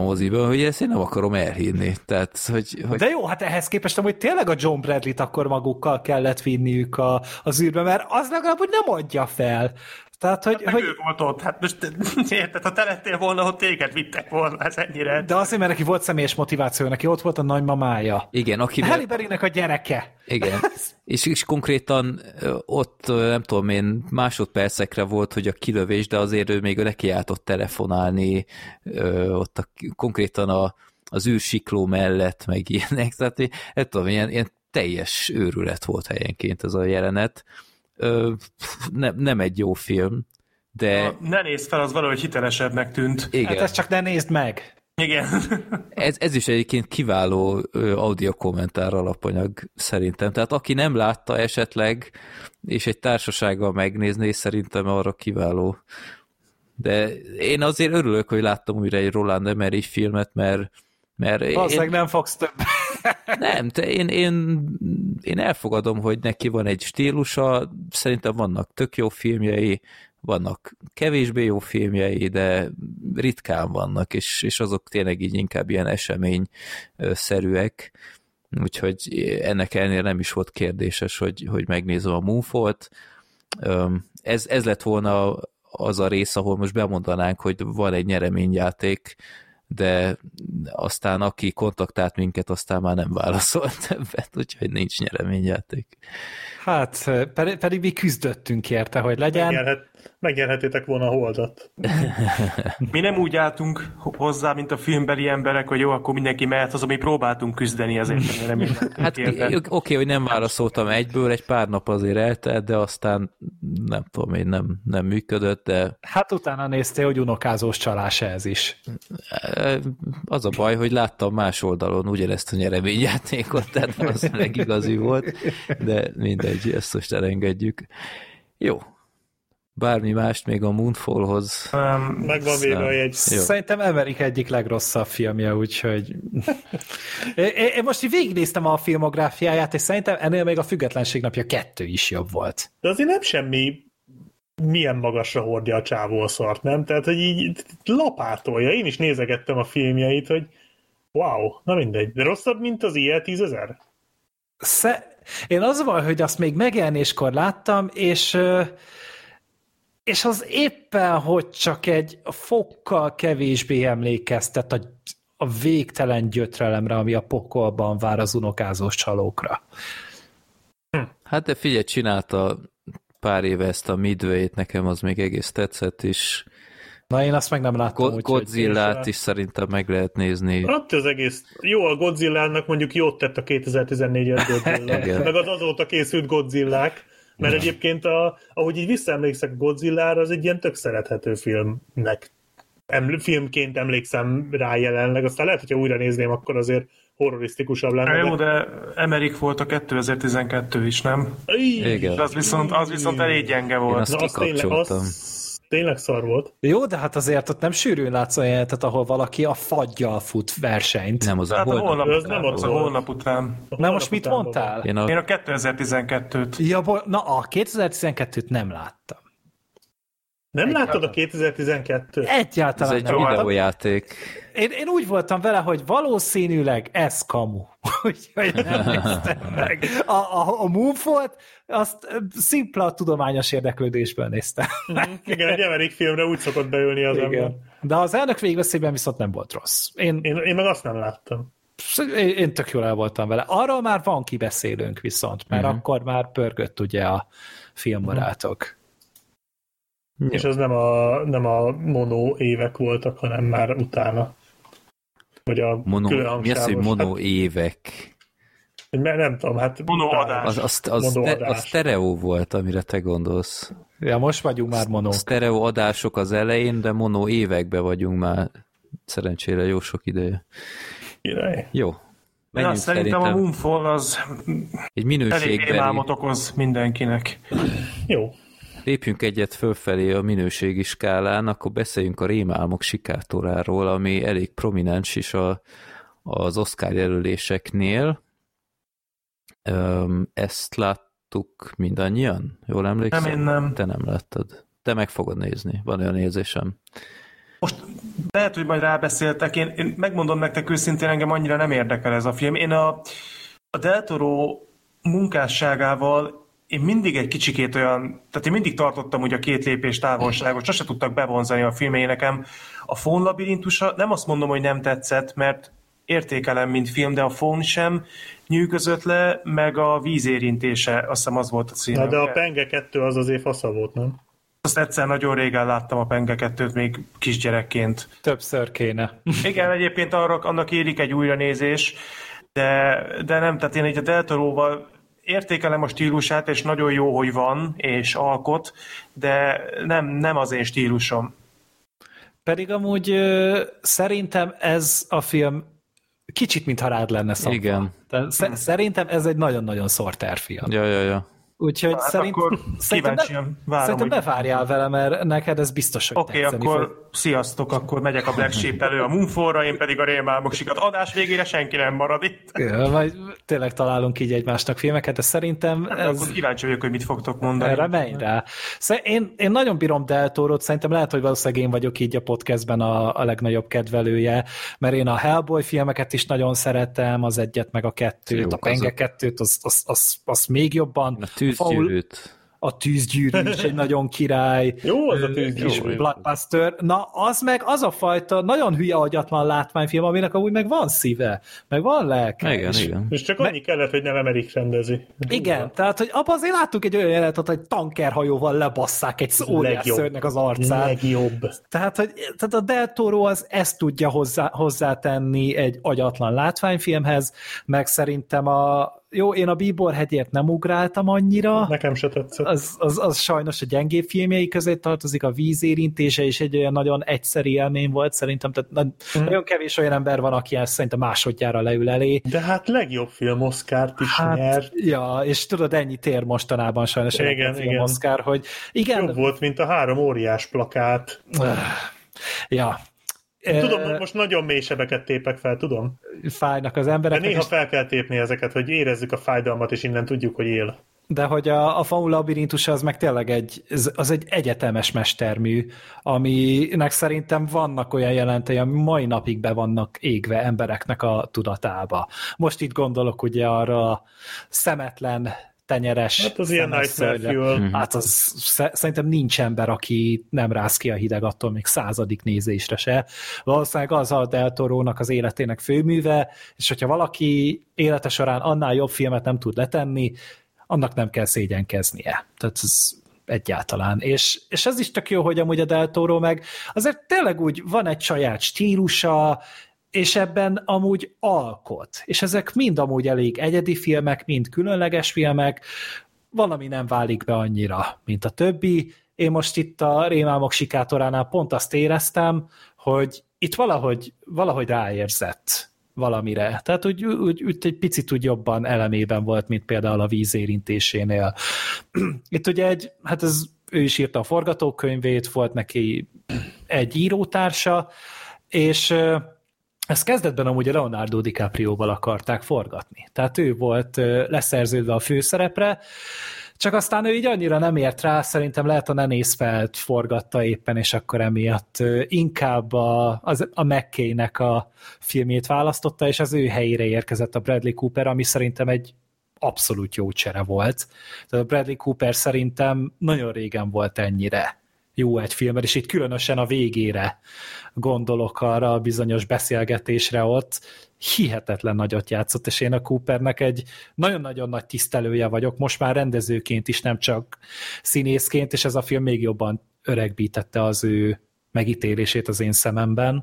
moziban, hogy ezt én nem akarom elhinni. Tehát, hogy... De jó, hát ehhez képest amúgy tényleg a John Bradley-t akkor magukkal kellett vinniük az űrbe, mert az legalább, hogy nem adja fel. Tehát, hogy ő volt ott, hát most érted, ha te lettél volna, hogy téged vittek volna, ez ennyire. De azért, mert neki volt személyes motiváció, neki ott volt a nagymamája. Igen, akivel... Halle Berrynek a gyereke. Igen, és konkrétan ott, nem tudom én, másodpercekre volt, hogy a kilövés, de azért ő még neki állt ott telefonálni, ott konkrétan az űrsikló mellett, meg ilyenek, tehát nem tudom, ilyen teljes őrület volt helyenként ez a jelenet. Nem egy jó film, de... Ne nézd fel, az valahogy hitelesebbnek tűnt. Igen. Hát ezt csak ne nézd meg. Igen. Ez is egyébként kiváló audio kommentár alapanyag szerintem. Tehát aki nem látta esetleg, és egy társasággal megnézné, szerintem arra kiváló. De én azért örülök, hogy láttam újra egy Roland Emmerich filmet, mert valószínűleg nem fogsz több. Nem, én elfogadom, hogy neki van egy stílusa, szerintem vannak tök jó filmjei, vannak kevésbé jó filmjei, de ritkán vannak, és azok tényleg így inkább ilyen eseményszerűek, úgyhogy ennek ellenére nem is volt kérdéses, hogy megnézem a Moonfall-t. Ez lett volna az a rész, ahol most bemondanánk, hogy van egy nyereményjáték, de aztán aki kontaktált minket, aztán már nem válaszolt többet, úgyhogy nincs nyereményjáték. Hát, pedig mi küzdöttünk érte, hogy legyen. Megnyerhetétek volna a Holdat. Mi nem úgy álltunk hozzá, mint a filmbeli emberek, hogy jó, akkor mindenki mehet haza, mi próbáltunk küzdeni azért. Hát oké, hogy nem válaszoltam egyből, egy pár nap azért eltelt, de aztán nem tudom én, nem működött, de... Hát utána néztél, hogy unokázós csalás ez is. Az a baj, hogy láttam más oldalon ugyanezt a nyereményjátékot, tehát az igazi volt, de mindegy, ezt most elengedjük. Jó. Bármi mást még a Moonfallhoz. Megvan véve egy... Szerintem Emmerich egyik legrosszabb filmje, úgyhogy... Én most így végignéztem a filmográfiáját, és szerintem ennél még a Függetlenség napja 2 is jobb volt. De azért nem semmi milyen magasra hordja a csávó a szart, nem? Tehát, hogy így lapátolja. Én is nézegettem a filmjeit, hogy wow, na mindegy. De rosszabb, mint az IL 10.000? Én az van, hogy azt még megjelenéskor láttam, és az éppen, hogy csak egy fokkal kevésbé emlékeztet a végtelen gyötrelemre, ami a pokolban vár az unokázós csalókra. Hát de figyelj, csinálta pár éve ezt a Midway-t, nekem az még egész tetszett is. Na, én azt meg nem láttam. Godzillát is szerintem meg lehet nézni. Ott az egész. Jó, a Godzillának mondjuk jót tett a 2014-es Godzilla. Meg az azóta készült Godzillák. Mert egyébként, ahogy így visszaemlékszek a Godzillára, az egy ilyen tök szerethető filmként emlékszem rá jelenleg. Aztán lehet, hogyha újra nézném, akkor azért horrorisztikusabb lenne. Jó, de Emmerich volt a 2012 is, nem? Igen. Az viszont elég gyenge volt. Az tényleg szar volt. Jó, de hát azért ott nem sűrűn látsz olyan jelentet, ahol valaki a faggyal fut versenyt. Nem, az a holnap után. Na most mit mondtál? Én a 2012-t. Ja, na a 2012-t nem láttam. Nem láttad a 2012-t? Egyáltalán ez egy videójáték. Én úgy voltam vele, hogy valószínűleg ez kamu. Úgyhogy nem néztem meg. A Moonfall-t, azt szimpla tudományos érdeklődésből néztem. Igen, egy Emmerich filmre úgy szokott beülni az ember. De az elnök végveszélyben viszont nem volt rossz. Én meg azt nem láttam. Én tök jól el voltam vele. Arról már van kibeszélünk viszont, mert akkor már pörgött ugye a filmbarátok. És az nem a mono évek voltak, hanem már utána. Vagy a mi az, hogy mono évek? Nem tudom, hát... Monoadás. A sztereó volt, amire te gondolsz. Ja, most vagyunk már monók. Sztereó adások az elején, de mono években vagyunk már szerencsére jó sok ideje. Király. Jó. Szerintem a Moonfall az egy elég rémálmot okoz mindenkinek. Jó. Lépjünk egyet fölfelé a minőségi skálán, akkor beszéljünk a rémálmok sikátoráról, ami elég prominens is az Oscar jelöléseknél. Ezt láttuk mindannyian? Jól emlékszem? Nem, én nem. Te nem láttad. Te meg fogod nézni, van olyan érzésem. Most lehet, hogy majd rábeszéltek. Én megmondom nektek őszintén, engem annyira nem érdekel ez a film. Én a Del Toro munkásságával én mindig egy kicsikét olyan, tehát én mindig tartottam úgy a 2 lépés távolságot, sose tudtak bevonzani a filmjei nekem. A Fón labirintusa, nem azt mondom, hogy nem tetszett, mert értékelem, mint film, de a Fón sem nyűgözött le, meg a vízérintése, azt hiszem az volt a címe. Na, de a Penge 2 az azért fasza volt, nem? Azt egyszer nagyon régen láttam a Penge 2-t, még kisgyerekként. Többször kéne. Igen, egyébként annak érik egy újranézés, de nem, tehát én egy a Del Toróval értékelem a stílusát, és nagyon jó, hogy van, és alkot, de nem az én stílusom. Pedig amúgy szerintem ez a film kicsit, mintha rád lenne szabva. Igen. Szerintem ez egy nagyon-nagyon szorterfilm. Ja. Úgyhogy Hát szerintem ne várjál vele, mert neked ez biztos, hogy Oké, tetszeni akkor fog. sziasztok, akkor megyek a Black Sheep elő a Moonfallra, én pedig a Rémálmok sikat. Adás végére senki nem marad itt. Ja, majd tényleg találunk így egymásnak filmeket, de szerintem ez... Akkor kíváncsi vagyok, hogy mit fogtok mondani. Remény rá. Én nagyon bírom Del Torot, szerintem lehet, hogy valószínűleg én vagyok így a podcastben a legnagyobb kedvelője, mert én a Hellboy filmeket is nagyon szeretem, az 1 meg a 2, a Penge 2-t, az még jobban. A Tűzgyűrűt. A Tűzgyűrű is egy nagyon király. Jó az a Tűzgyűrű. Blockbuster. Na, az meg az a fajta nagyon hülye agyatlan látványfilm, aminek amúgy meg van szíve, meg van lelke. Igen. És csak annyi kellett, hogy nem Emerik rendezi. Igen, tehát, hogy abban azért láttuk egy olyan jelenetet, hogy tankerhajóval lebasszák egy óriás szörnynek az arcát. Legjobb. Tehát a Del Toro az ezt tudja hozzátenni egy agyatlan látványfilmhez, meg szerintem én a Bíbor hegyért nem ugráltam annyira. Nekem se tetszett. Az sajnos a gyengébb filmjei közé tartozik, a vízérintése is egy olyan nagyon egyszeri élmény volt szerintem, tehát nagyon kevés olyan ember van, aki ezt szerintem másodjára leül elé. De hát legjobb film Oscart is nyert. Ja, és tudod, ennyit ér mostanában sajnos a film Oscar, hogy igen. Jobb volt, mint a 3 óriás plakát. Ja. Tudom, most nagyon mély sebeket tépek fel, tudom. Fájnak az emberek. De néha fel kell tépni ezeket, hogy érezzük a fájdalmat, és innen tudjuk, hogy él. De hogy a Faun labirintusa az meg tényleg egy egyetemes mestermű, aminek szerintem vannak olyan jelentei, ami mai napig be vannak égve embereknek a tudatába. Most itt gondolok ugye arra a szemetlen tenyeres. Hát az ilyen Nightmare Fuel. Hát szerintem nincs ember, aki nem rász ki a hideg attól még 100. nézésre se. Valószínűleg az a Del Torónak az életének főműve, és hogyha valaki élete során annál jobb filmet nem tud letenni, annak nem kell szégyenkeznie. Tehát ez egyáltalán. És ez is tök jó, hogy amúgy a Del Toro meg azért tényleg úgy van egy saját stílusa, és ebben amúgy alkot. És ezek mind amúgy elég egyedi filmek, mind különleges filmek, valami nem válik be annyira, mint a többi. Én most itt a Rémálmok sikátoránál pont azt éreztem, hogy itt valahogy ráérzett valamire. Tehát úgy egy picit úgy jobban elemében volt, mint például a vízérintésénél. Itt ugye ő is írta a forgatókönyvét, volt neki egy írótársa, és ezt kezdetben amúgy a Leonardo DiCaprioval akarták forgatni. Tehát ő volt leszerződve a főszerepre, csak aztán ő így annyira nem ért rá, szerintem lehet a Nenészfelt forgatta éppen, és akkor emiatt inkább a McKay-nek a filmjét választotta, és az ő helyére érkezett a Bradley Cooper, ami szerintem egy abszolút jó csere volt. Tehát a Bradley Cooper szerintem nagyon régen volt ennyire jó egy filmben, és itt különösen a végére gondolok arra a bizonyos beszélgetésre ott, hihetetlen nagyot játszott, és én a Coopernek egy nagyon-nagyon nagy tisztelője vagyok, most már rendezőként is, nem csak színészként, és ez a film még jobban öregbítette az ő megítélését az én szememben.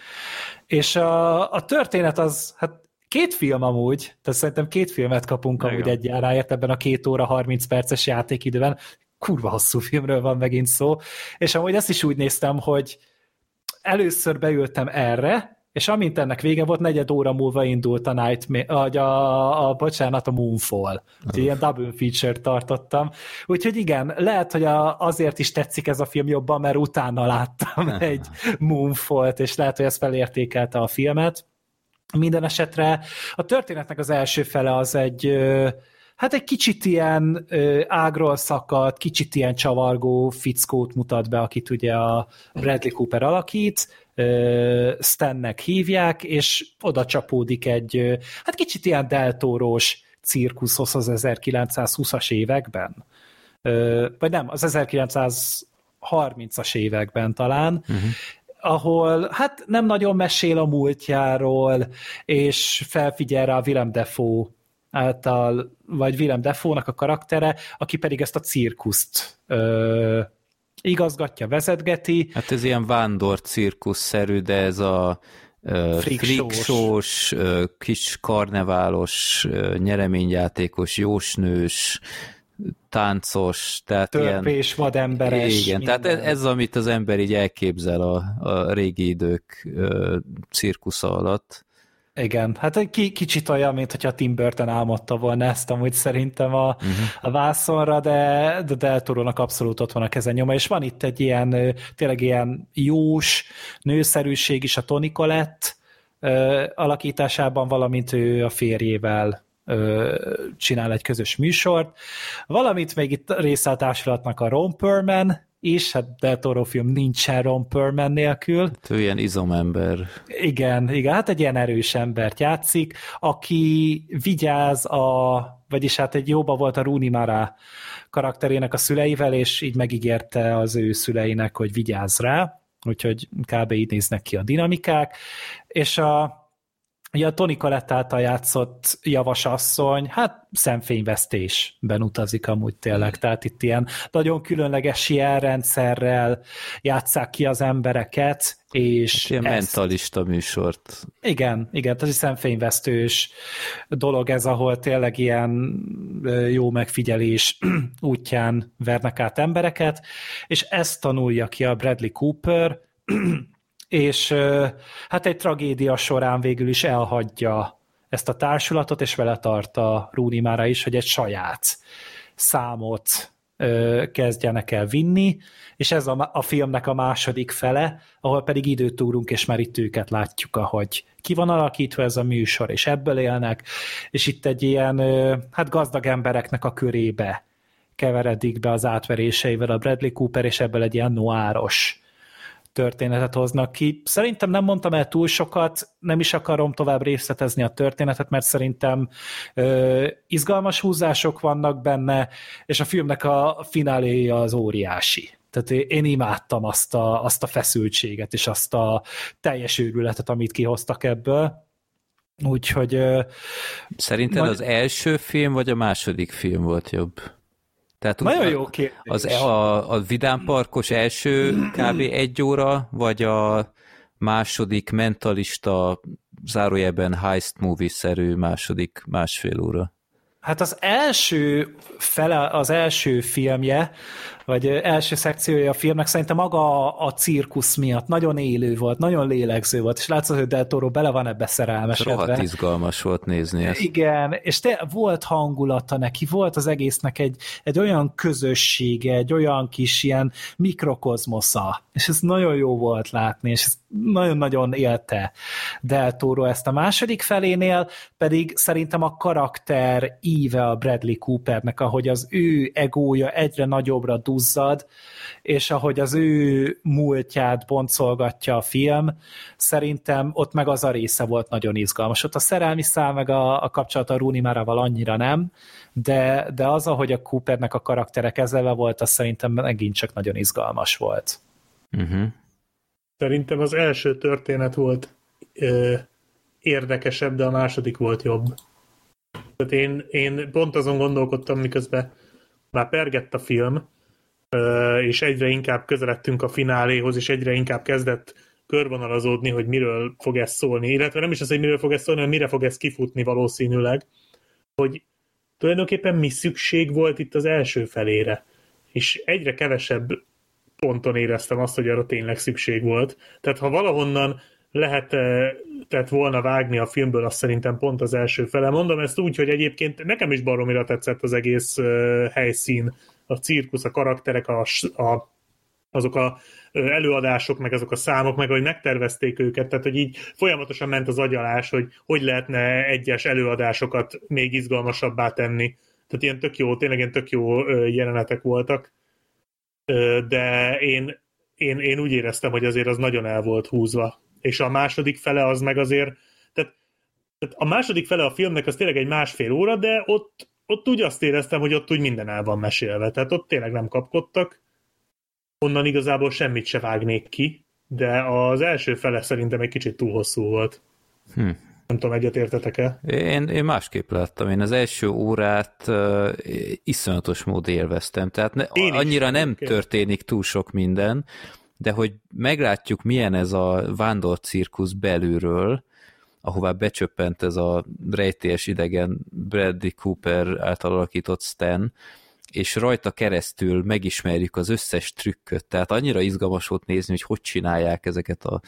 És a történet az, hát 2 film amúgy, tehát szerintem 2 filmet kapunk amúgy egyáráért ebben a 2 óra 30 perces játékidőben, kurva hosszú filmről van megint szó, és amúgy ezt is úgy néztem, hogy először beültem erre, és amint ennek vége volt, 4 óra múlva indult a Moonfall. Úgyhogy ilyen double feature-t tartottam. Úgyhogy igen, lehet, hogy azért is tetszik ez a film jobban, mert utána láttam egy Moonfall-t, és lehet, hogy ez felértékelte a filmet. Minden esetre a történetnek az első fele az egy kicsit ilyen ágról szakadt, kicsit ilyen csavargó fickót mutat be, akit ugye a Bradley Cooper alakít, Stannek hívják, és oda csapódik egy, hát kicsit ilyen Del Toro-s cirkuszhoz az 1920-as években. Vagy nem, az 1930-as években talán, ahol hát nem nagyon mesél a múltjáról, és felfigyel rá Willem Dafoe által, vagy Willem Dafoe-nak a karaktere, aki pedig ezt a cirkuszt igazgatja, vezetgeti. Hát ez ilyen vándor cirkuszszerű, de ez a freak-shows, kis karneválos, nyereményjátékos, jósnős, táncos, tehát törpés, ilyen, vademberes. Igen, minden. Tehát ez, amit az ember így elképzel a régi idők cirkusza alatt. Igen, hát kicsit olyan, mint hogyha Tim Burton álmodta volna ezt amúgy szerintem a vászonra, de Del Toro-nak abszolút ott van a kezenyoma, és van itt egy ilyen, tényleg ilyen jós nőszerűség is a Toni Collette alakításában, valamint ő a férjével csinál egy közös műsort. Valamint még itt része a társulatnak a Ron Perlman is, hát Del Toro film nincsen Ron Perlman nélkül. Ő ilyen izomember. Igen, hát egy ilyen erős embert játszik, aki vigyáz vagyis hát egy jóba volt a Rooney Mara karakterének a szüleivel, és így megígérte az ő szüleinek, hogy vigyázz rá, úgyhogy kb. Így néznek ki a dinamikák, és ugye a Toni Collette által játszott javasasszony, hát szemfényvesztésben utazik amúgy tényleg, tehát itt ilyen nagyon különleges jelrendszerrel játsszák ki az embereket, és hát ilyen mentalista műsort. Igen, tehát egy szemfényvesztős dolog ez, ahol tényleg ilyen jó megfigyelés útján vernek át embereket, és ezt tanulja ki a Bradley Cooper, és hát egy tragédia során végül is elhagyja ezt a társulatot, és vele tart a Rooney Mara is, hogy egy saját számot kezdjenek el vinni, és ez a filmnek a második fele, ahol pedig időt ugrunk, és már itt őket látjuk, ahogy ki van alakítva ez a műsor, és ebből élnek, és itt egy ilyen hát gazdag embereknek a körébe keveredik be az átveréseivel a Bradley Cooper, és ebből egy ilyen noáros történetet hoznak ki. Szerintem nem mondtam el túl sokat, nem is akarom tovább részletezni a történetet, mert szerintem izgalmas húzások vannak benne, és a filmnek a fináléja az óriási. Tehát én imádtam azt a feszültséget, és azt a teljes őrületet, amit kihoztak ebből. Úgyhogy... Szerinted az első film, vagy a második film volt jobb? Tehát nagyon jó kérdés. A Vidám Parkos első kb. 1 óra, vagy a második mentalista, zárójelben heist movie-szerű második 1,5 óra? Hát az első fele, az első filmje, vagy első szekciója a filmnek szerintem maga a cirkusz miatt nagyon élő volt, nagyon lélegző volt, és látszott, hogy Del Toro bele van ebbe szerelmesedve. Rohadt izgalmas volt nézni ezt. Igen, és volt hangulata neki, volt az egésznek egy olyan közössége, egy olyan kis ilyen mikrokozmosza, és ez nagyon jó volt látni, és ez nagyon-nagyon élte Del Toro ezt. A második felénél pedig szerintem a karakter íve a Bradley Coopernek, ahogy az ő egója egyre nagyobbra duzzad, és ahogy az ő múltját boncolgatja a film, szerintem ott meg az a része volt nagyon izgalmas. Ott a szerelmi szál meg a kapcsolat a Rooney Mara-val annyira nem, de az, ahogy a Coopernek a karaktere kezelve volt, az szerintem megint csak nagyon izgalmas volt. Szerintem az első történet volt érdekesebb, de a második volt jobb. Tehát én pont azon gondolkodtam, miközben már pergett a film, és egyre inkább közeledtünk a fináléhoz, és egyre inkább kezdett körvonalazódni, hogy miről fog ez szólni. Illetve nem is az, hogy miről fog ez szólni, hanem mire fog ez kifutni valószínűleg, hogy tulajdonképpen mi szükség volt itt az első felére. És egyre kevesebb ponton éreztem azt, hogy arra tényleg szükség volt. Tehát ha valahonnan lehetett volna vágni a filmből, azt szerintem pont az első fele. Mondom ezt úgy, hogy egyébként nekem is baromira tetszett az egész helyszín, a cirkusz, a karakterek, azok a előadások, meg azok a számok, meg ahogy megtervezték őket, tehát hogy így folyamatosan ment az agyalás, hogy lehetne egyes előadásokat még izgalmasabbá tenni. Tehát tényleg ilyen tök jó jelenetek voltak, de én úgy éreztem, hogy azért az nagyon el volt húzva. És a második fele az meg azért, tehát a második fele a filmnek az tényleg egy 1,5 óra, de ott úgy azt éreztem, hogy ott úgy minden el van mesélve. Tehát ott tényleg nem kapkodtak. Onnan igazából semmit se vágnék ki, de az első fele szerintem egy kicsit túl hosszú volt. Nem tudom, egyetértetek-e? Én másképp láttam. Én az első órát iszonyatos mód élveztem. Tehát annyira nem történik túl sok minden, de hogy meglátjuk, milyen ez a vándorcirkusz belülről, ahová becsöppent ez a rejtélyes idegen Bradley Cooper által alakított Stan, és rajta keresztül megismerjük az összes trükköt, tehát annyira izgalmas volt nézni, hogy csinálják ezeket a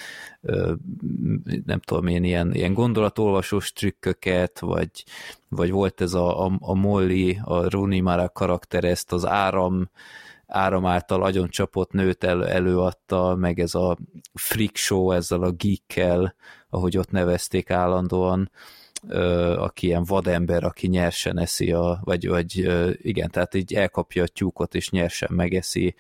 nem tudom én, ilyen gondolatolvasós trükköket, vagy volt ez a Molly, a Rooney Mara karakter, ezt az áram által agyoncsapott nőt előadta, meg ez a freak show ezzel a geekkel, ahogy ott nevezték állandóan, aki ilyen vadember, aki nyersen eszi, vagy igen, tehát így elkapja a tyúkot, és nyersen megeszi,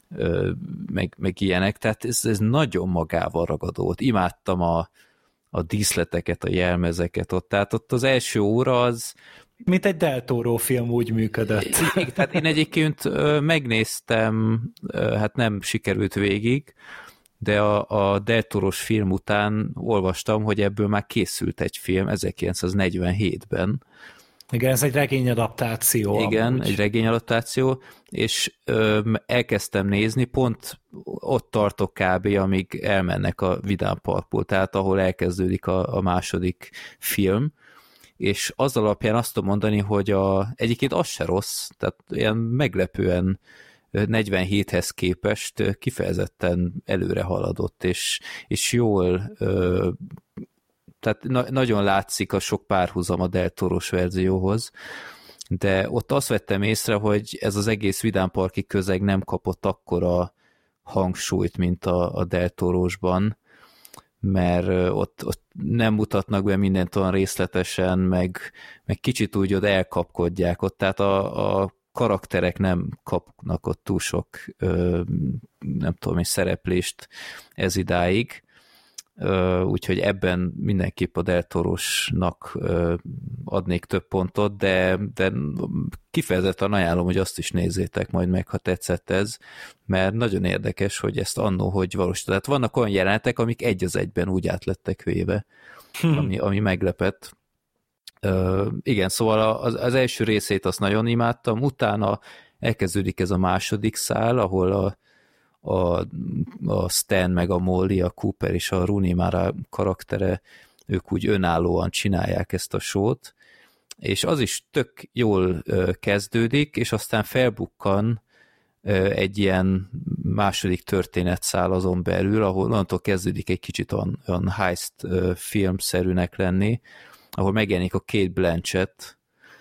meg ilyenek, tehát ez nagyon magával ragadó volt. Imádtam a díszleteket, a jelmezeket ott, tehát ott az első óra az mint egy Del Toro film úgy működött. Tehát én egyébként megnéztem, hát nem sikerült végig, de a Del Toros film után olvastam, hogy ebből már készült egy film 1947-ben. Igen, ez egy regényadaptáció. Igen, amúgy. egy regényadaptáció, és elkezdtem nézni, pont ott tartok kb., amíg elmennek a Vidám Parkból, tehát ahol elkezdődik a második film, és az alapján azt tudom mondani, hogy egyébként az se rossz, tehát ilyen meglepően 47-hez képest kifejezetten előre haladott, és jól, tehát nagyon látszik a sok párhuzam a Del Toros verzióhoz, de ott azt vettem észre, hogy ez az egész vidámparki közeg nem kapott akkora hangsúlyt, mint a Del Torosban, mert ott nem mutatnak be mindent olyan részletesen, meg kicsit úgy ott elkapkodják ott, tehát a karakterek nem kapnak ott túl sok, nem tudom, és szereplést ez idáig, úgyhogy ebben mindenképp a Del Torosnak adnék több pontot, de kifejezetten ajánlom, hogy azt is nézzétek majd meg, ha tetszett ez, mert nagyon érdekes, hogy ezt annó, hogy valósított. Tehát vannak olyan jelenetek, amik egy az egyben úgy átlettek véve, ami meglepett. Igen, szóval az első részét azt nagyon imádtam, utána elkezdődik ez a második szál, ahol a Stan meg a Molly, a Cooper és a Rooney Mara karaktere, ők úgy önállóan csinálják ezt a show-t, és az is tök jól kezdődik, és aztán felbukkan egy ilyen második történetszál azon belül, ahol onnantól kezdődik egy kicsit olyan heist filmszerűnek lenni, ahol megjelenik a Cate Blanchett,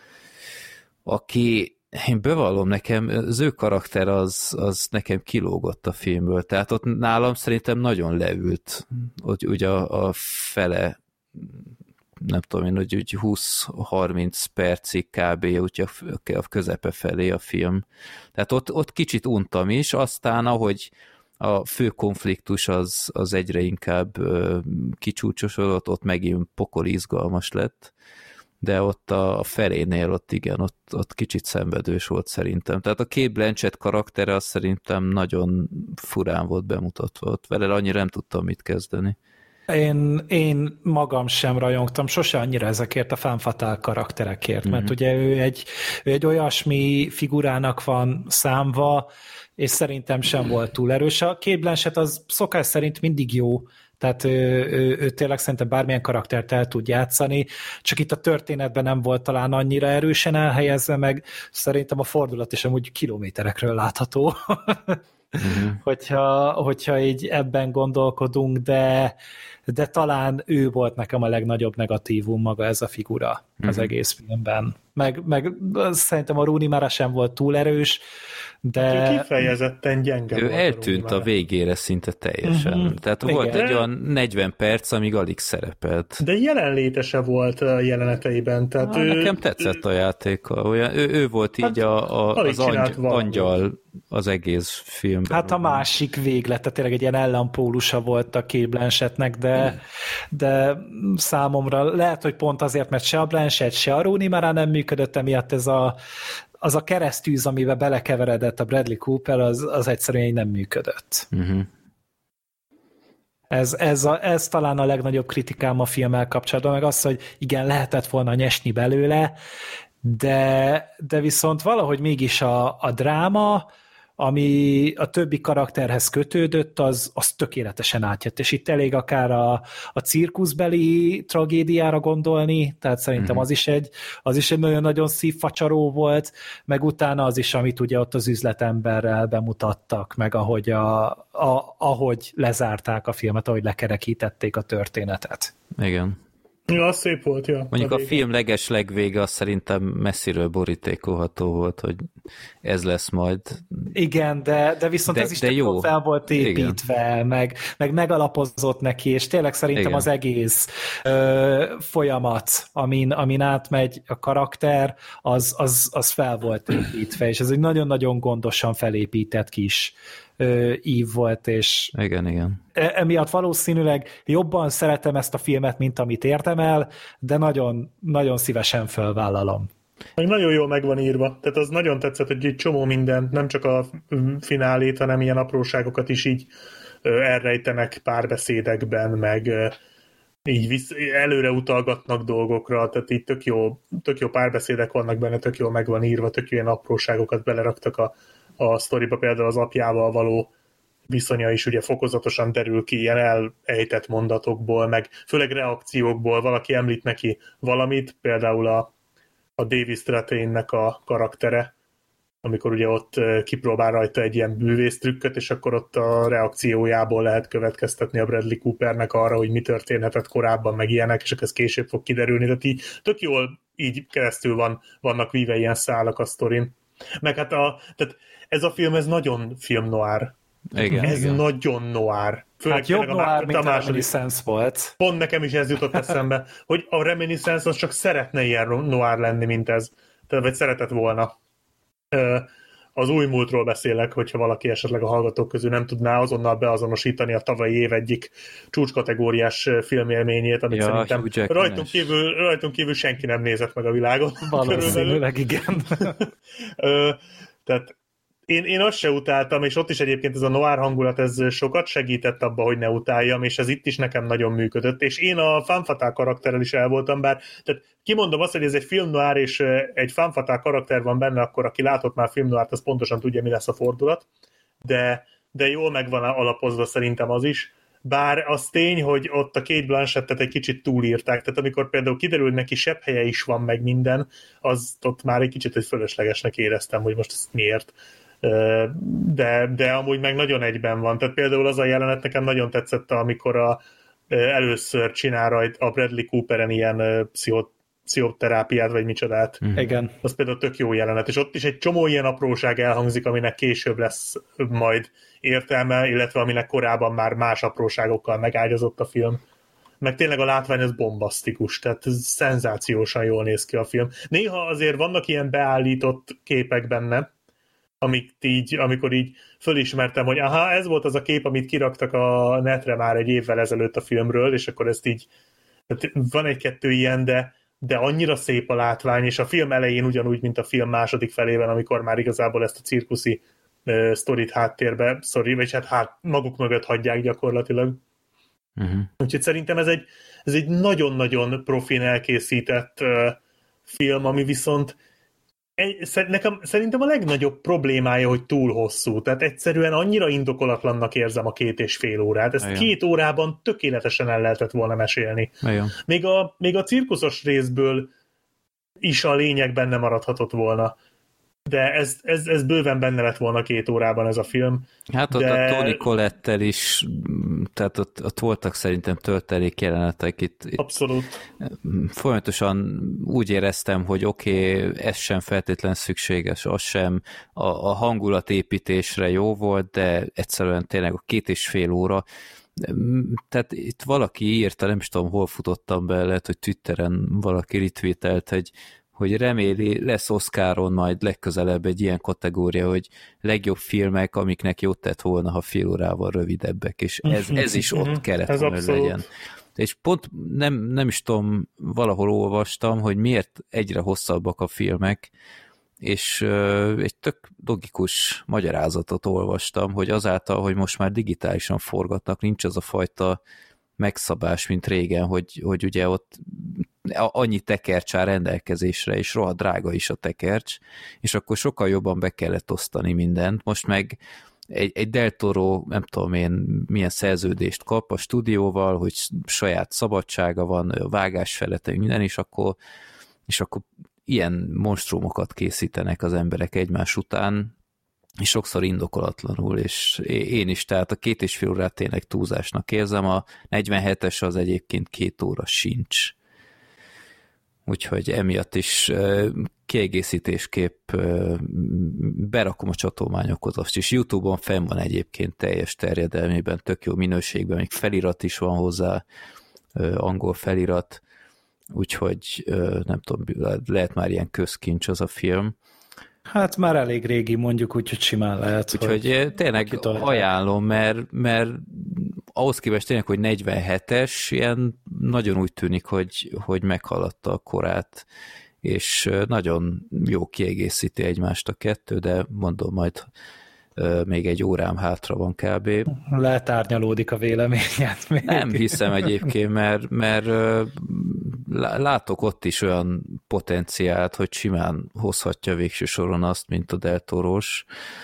aki, én bevallom nekem, az ő karakter az nekem kilógott a filmből, tehát ott nálam szerintem nagyon leült, hogy ugye a fele, nem tudom én, hogy 20-30 percig kb. Úgyhogy a közepe felé a film. Tehát ott kicsit untam is, aztán ahogy a fő konfliktus az egyre inkább kicsúcsosodott, ott megint pokol izgalmas lett, de ott a felénél ott igen, ott kicsit szenvedős volt szerintem. Tehát a Cate Blanchett karaktere az szerintem nagyon furán volt bemutatva, ott vele annyira nem tudtam mit kezdeni. Én magam sem rajongtam sose annyira ezekért a femme fatale karakterekért, mert ugye ő egy olyasmi figurának van számva, és szerintem sem volt túl erős. A Cate Blanchett az szokás szerint mindig jó, tehát ő tényleg szerintem bármilyen karaktert el tud játszani, csak itt a történetben nem volt talán annyira erősen elhelyezve, meg szerintem a fordulat is amúgy kilométerekről látható, hogyha így ebben gondolkodunk, de talán ő volt nekem a legnagyobb negatívum maga ez a figura az egész filmben. Meg szerintem a Rooney Mara sem volt túl erős, de... Kifejezetten gyenge Ő volt eltűnt a végére szinte teljesen. Tehát volt Igen. egy olyan 40 perc, amíg alig szerepelt. De jelenléte se volt a jeleneteiben. Tehát Nekem tetszett a játéka. Olyan, ő volt így alig az csinált valamit. angyal az egész filmben. Hát a másik véglete, tényleg egy ilyen ellenpólusa volt a Cate Blanchettnek, de számomra lehet, hogy pont azért, mert se a Blanchett, se a Rooney Mara nem működött, emiatt az a keresztűz, amiben belekeveredett a Bradley Cooper, az egyszerűen így nem működött. Uh-huh. Ez talán a legnagyobb kritikám a filmmel kapcsolatban, meg az, hogy igen, lehetett volna nyesni belőle, de viszont valahogy mégis a dráma, ami a többi karakterhez kötődött, az tökéletesen átjött, és itt elég akár a cirkuszbeli tragédiára gondolni, tehát szerintem az is egy nagyon-nagyon szívfacsaró volt, meg utána az is, amit ugye ott az üzletemberrel bemutattak, meg ahogy lezárták a filmet, ahogy lekerekítették a történetet. Igen. Ja, az szép volt, ja. Mondjuk a film legvége az szerintem messziről borítékolható volt, hogy ez lesz majd. Igen, de viszont ez is jó fel volt építve, meg megalapozott neki, és tényleg szerintem az egész folyamat, amin átmegy a karakter, az fel volt építve, és ez egy nagyon-nagyon gondosan felépített kis ív volt, és igen. Emiatt valószínűleg jobban szeretem ezt a filmet, mint amit érdemel, de nagyon, nagyon szívesen felvállalom. Meg nagyon jól meg van írva. Tehát az nagyon tetszett, hogy egy csomó minden, nem csak a finálét, hanem ilyen apróságokat is így elrejtenek párbeszédekben, meg így előre utalgatnak dolgokra, tehát így tök jó párbeszédek vannak benne, tök jól meg van írva, tök jó ilyen apróságokat beleraktak a sztoriba, például az apjával való viszonya is ugye fokozatosan derül ki ilyen elejtett mondatokból, meg főleg reakciókból, valaki említ neki valamit, például a David Strathairn-nek a karaktere, amikor ugye ott kipróbál rajta egy ilyen bűvésztrükköt, és akkor ott a reakciójából lehet következtetni a Bradley Coopernek arra, hogy mi történhetett korábban, meg ilyenek, és ez később fog kiderülni. Tehát így tök jól így keresztül vannak víve ilyen szálak a sztorin. Meg hát tehát ez a film, ez nagyon film noir. Igen, ez igen. nagyon noir. Főleg hát jobb noir, mint a Reminiscence volt. Pont nekem is ez jutott eszembe, hogy a Reminiscence az csak szeretne ilyen noir lenni, mint ez. Tehát, vagy szeretett volna. Az új múltról beszélek, hogyha valaki esetleg a hallgatók közül nem tudná azonnal beazonosítani a tavalyi év egyik csúcskategóriás filmélményét, amit szerintem rajtunk kívül senki nem nézett meg a világon. Valószínűleg igen. Tehát én azt se utáltam, és ott is egyébként ez a noir hangulat, ez sokat segített abba, hogy ne utáljam, és ez itt is nekem nagyon működött, és én a femme fatale karakterrel is el voltam, bár tehát kimondom azt, hogy ez egy film noir, és egy femme fatale karakter van benne, akkor aki látott már film noirt, az pontosan tudja, mi lesz a fordulat, de jól meg van alapozva szerintem az is, bár az tény, hogy ott a Cate Blanchettet egy kicsit túlírták, tehát amikor például kiderül, neki sebb helye is van, meg minden, az ott már egy kicsit fölöslegesnek éreztem, hogy most ezt miért. De amúgy meg nagyon egyben van. Tehát például az a jelenet nekem nagyon tetszett, amikor először csinál rajta a Bradley Cooperen ilyen pszichoterápiát, vagy micsodát. Igen. Az például tök jó jelenet, és ott is egy csomó ilyen apróság elhangzik, aminek később lesz majd értelme, illetve aminek korábban már más apróságokkal megágyazott a film. Meg tényleg a látvány az bombasztikus, tehát szenzációsan jól néz ki a film. Néha azért vannak ilyen beállított képek benne, amikor így fölismertem, hogy aha, ez volt az a kép, amit kiraktak a netre már egy évvel ezelőtt a filmről, és akkor ezt így, van egy-kettő ilyen, de annyira szép a látvány, és a film elején ugyanúgy, mint a film második felében, amikor már igazából ezt a cirkuszi sztorit háttérbe, vagy hát maguk mögött hagyják gyakorlatilag. Uh-huh. Úgyhogy szerintem ez egy nagyon-nagyon profin elkészített film, ami viszont szerintem a legnagyobb problémája, hogy túl hosszú. Tehát egyszerűen annyira indokolatlannak érzem a 2,5 órát. Ezt 2 órában tökéletesen el lehetett volna mesélni. Még a cirkuszos részből is a lényeg benne maradhatott volna. de ez bőven benne lett volna 2 órában ez a film. Hát ott a Toni Collette-tel is, tehát ott voltak szerintem töltelék jelenetek itt. Abszolút. Folyamatosan úgy éreztem, hogy oké, ez sem feltétlen szükséges, az sem. A hangulatépítésre jó volt, de egyszerűen tényleg a 2,5 óra. Tehát itt valaki írta, nem is tudom, hol futottam be, lehet, hogy Twitteren valaki retweetelt, hogy reméli, lesz Oscaron majd legközelebb egy ilyen kategória, hogy legjobb filmek, amiknek jót tett volna, ha fél órával rövidebbek, és ez is ott kellett volna, hogy legyen. És pont nem is tudom, valahol olvastam, hogy miért egyre hosszabbak a filmek, és egy tök logikus magyarázatot olvastam, hogy azáltal, hogy most már digitálisan forgatnak, nincs az a fajta megszabás, mint régen, hogy ugye ott annyi tekercs áll rendelkezésre, és rohadt drága is a tekercs, és akkor sokkal jobban be kellett osztani mindent. Most meg egy Del Toro, nem tudom én, milyen szerződést kap a stúdióval, hogy saját szabadsága van, vágásfelete, minden, és akkor ilyen monstrumokat készítenek az emberek egymás után, és sokszor indokolatlanul, és én is, tehát a 2,5 órát tényleg túlzásnak érzem, a 47-es az egyébként 2 óra sincs. Úgyhogy emiatt is kiegészítésképp berakom a csatolmányokhoz azt is. YouTube-on fenn van egyébként teljes terjedelmében, tök jó minőségben, még felirat is van hozzá, angol felirat, úgyhogy nem tudom, lehet már ilyen közkincs az a film. Hát már elég régi, mondjuk, úgyhogy simán lehet. Úgyhogy tényleg ajánlom, mert ahhoz képest tényleg, hogy 47-es, ilyen nagyon úgy tűnik, hogy meghaladta a korát, és nagyon jó kiegészíti egymást a kettő, de mondom, majd még egy órám hátra van kb. Letárnyalódik a véleményed még. Nem hiszem egyébként, mert látok ott is olyan potenciált, hogy simán hozhatja végső soron azt, mint a Del Toros,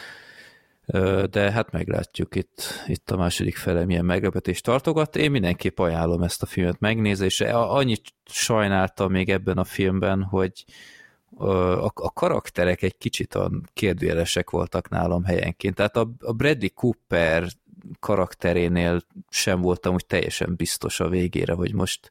de hát meglátjuk itt a második fele milyen meglepetést tartogat. Én mindenképp ajánlom ezt a filmet megnézni, és annyit sajnáltam még ebben a filmben, hogy a karakterek egy kicsit kérdőjelesek voltak nálam helyenként. Tehát a Bradley Cooper karakterénél sem voltam úgy teljesen biztos a végére, hogy most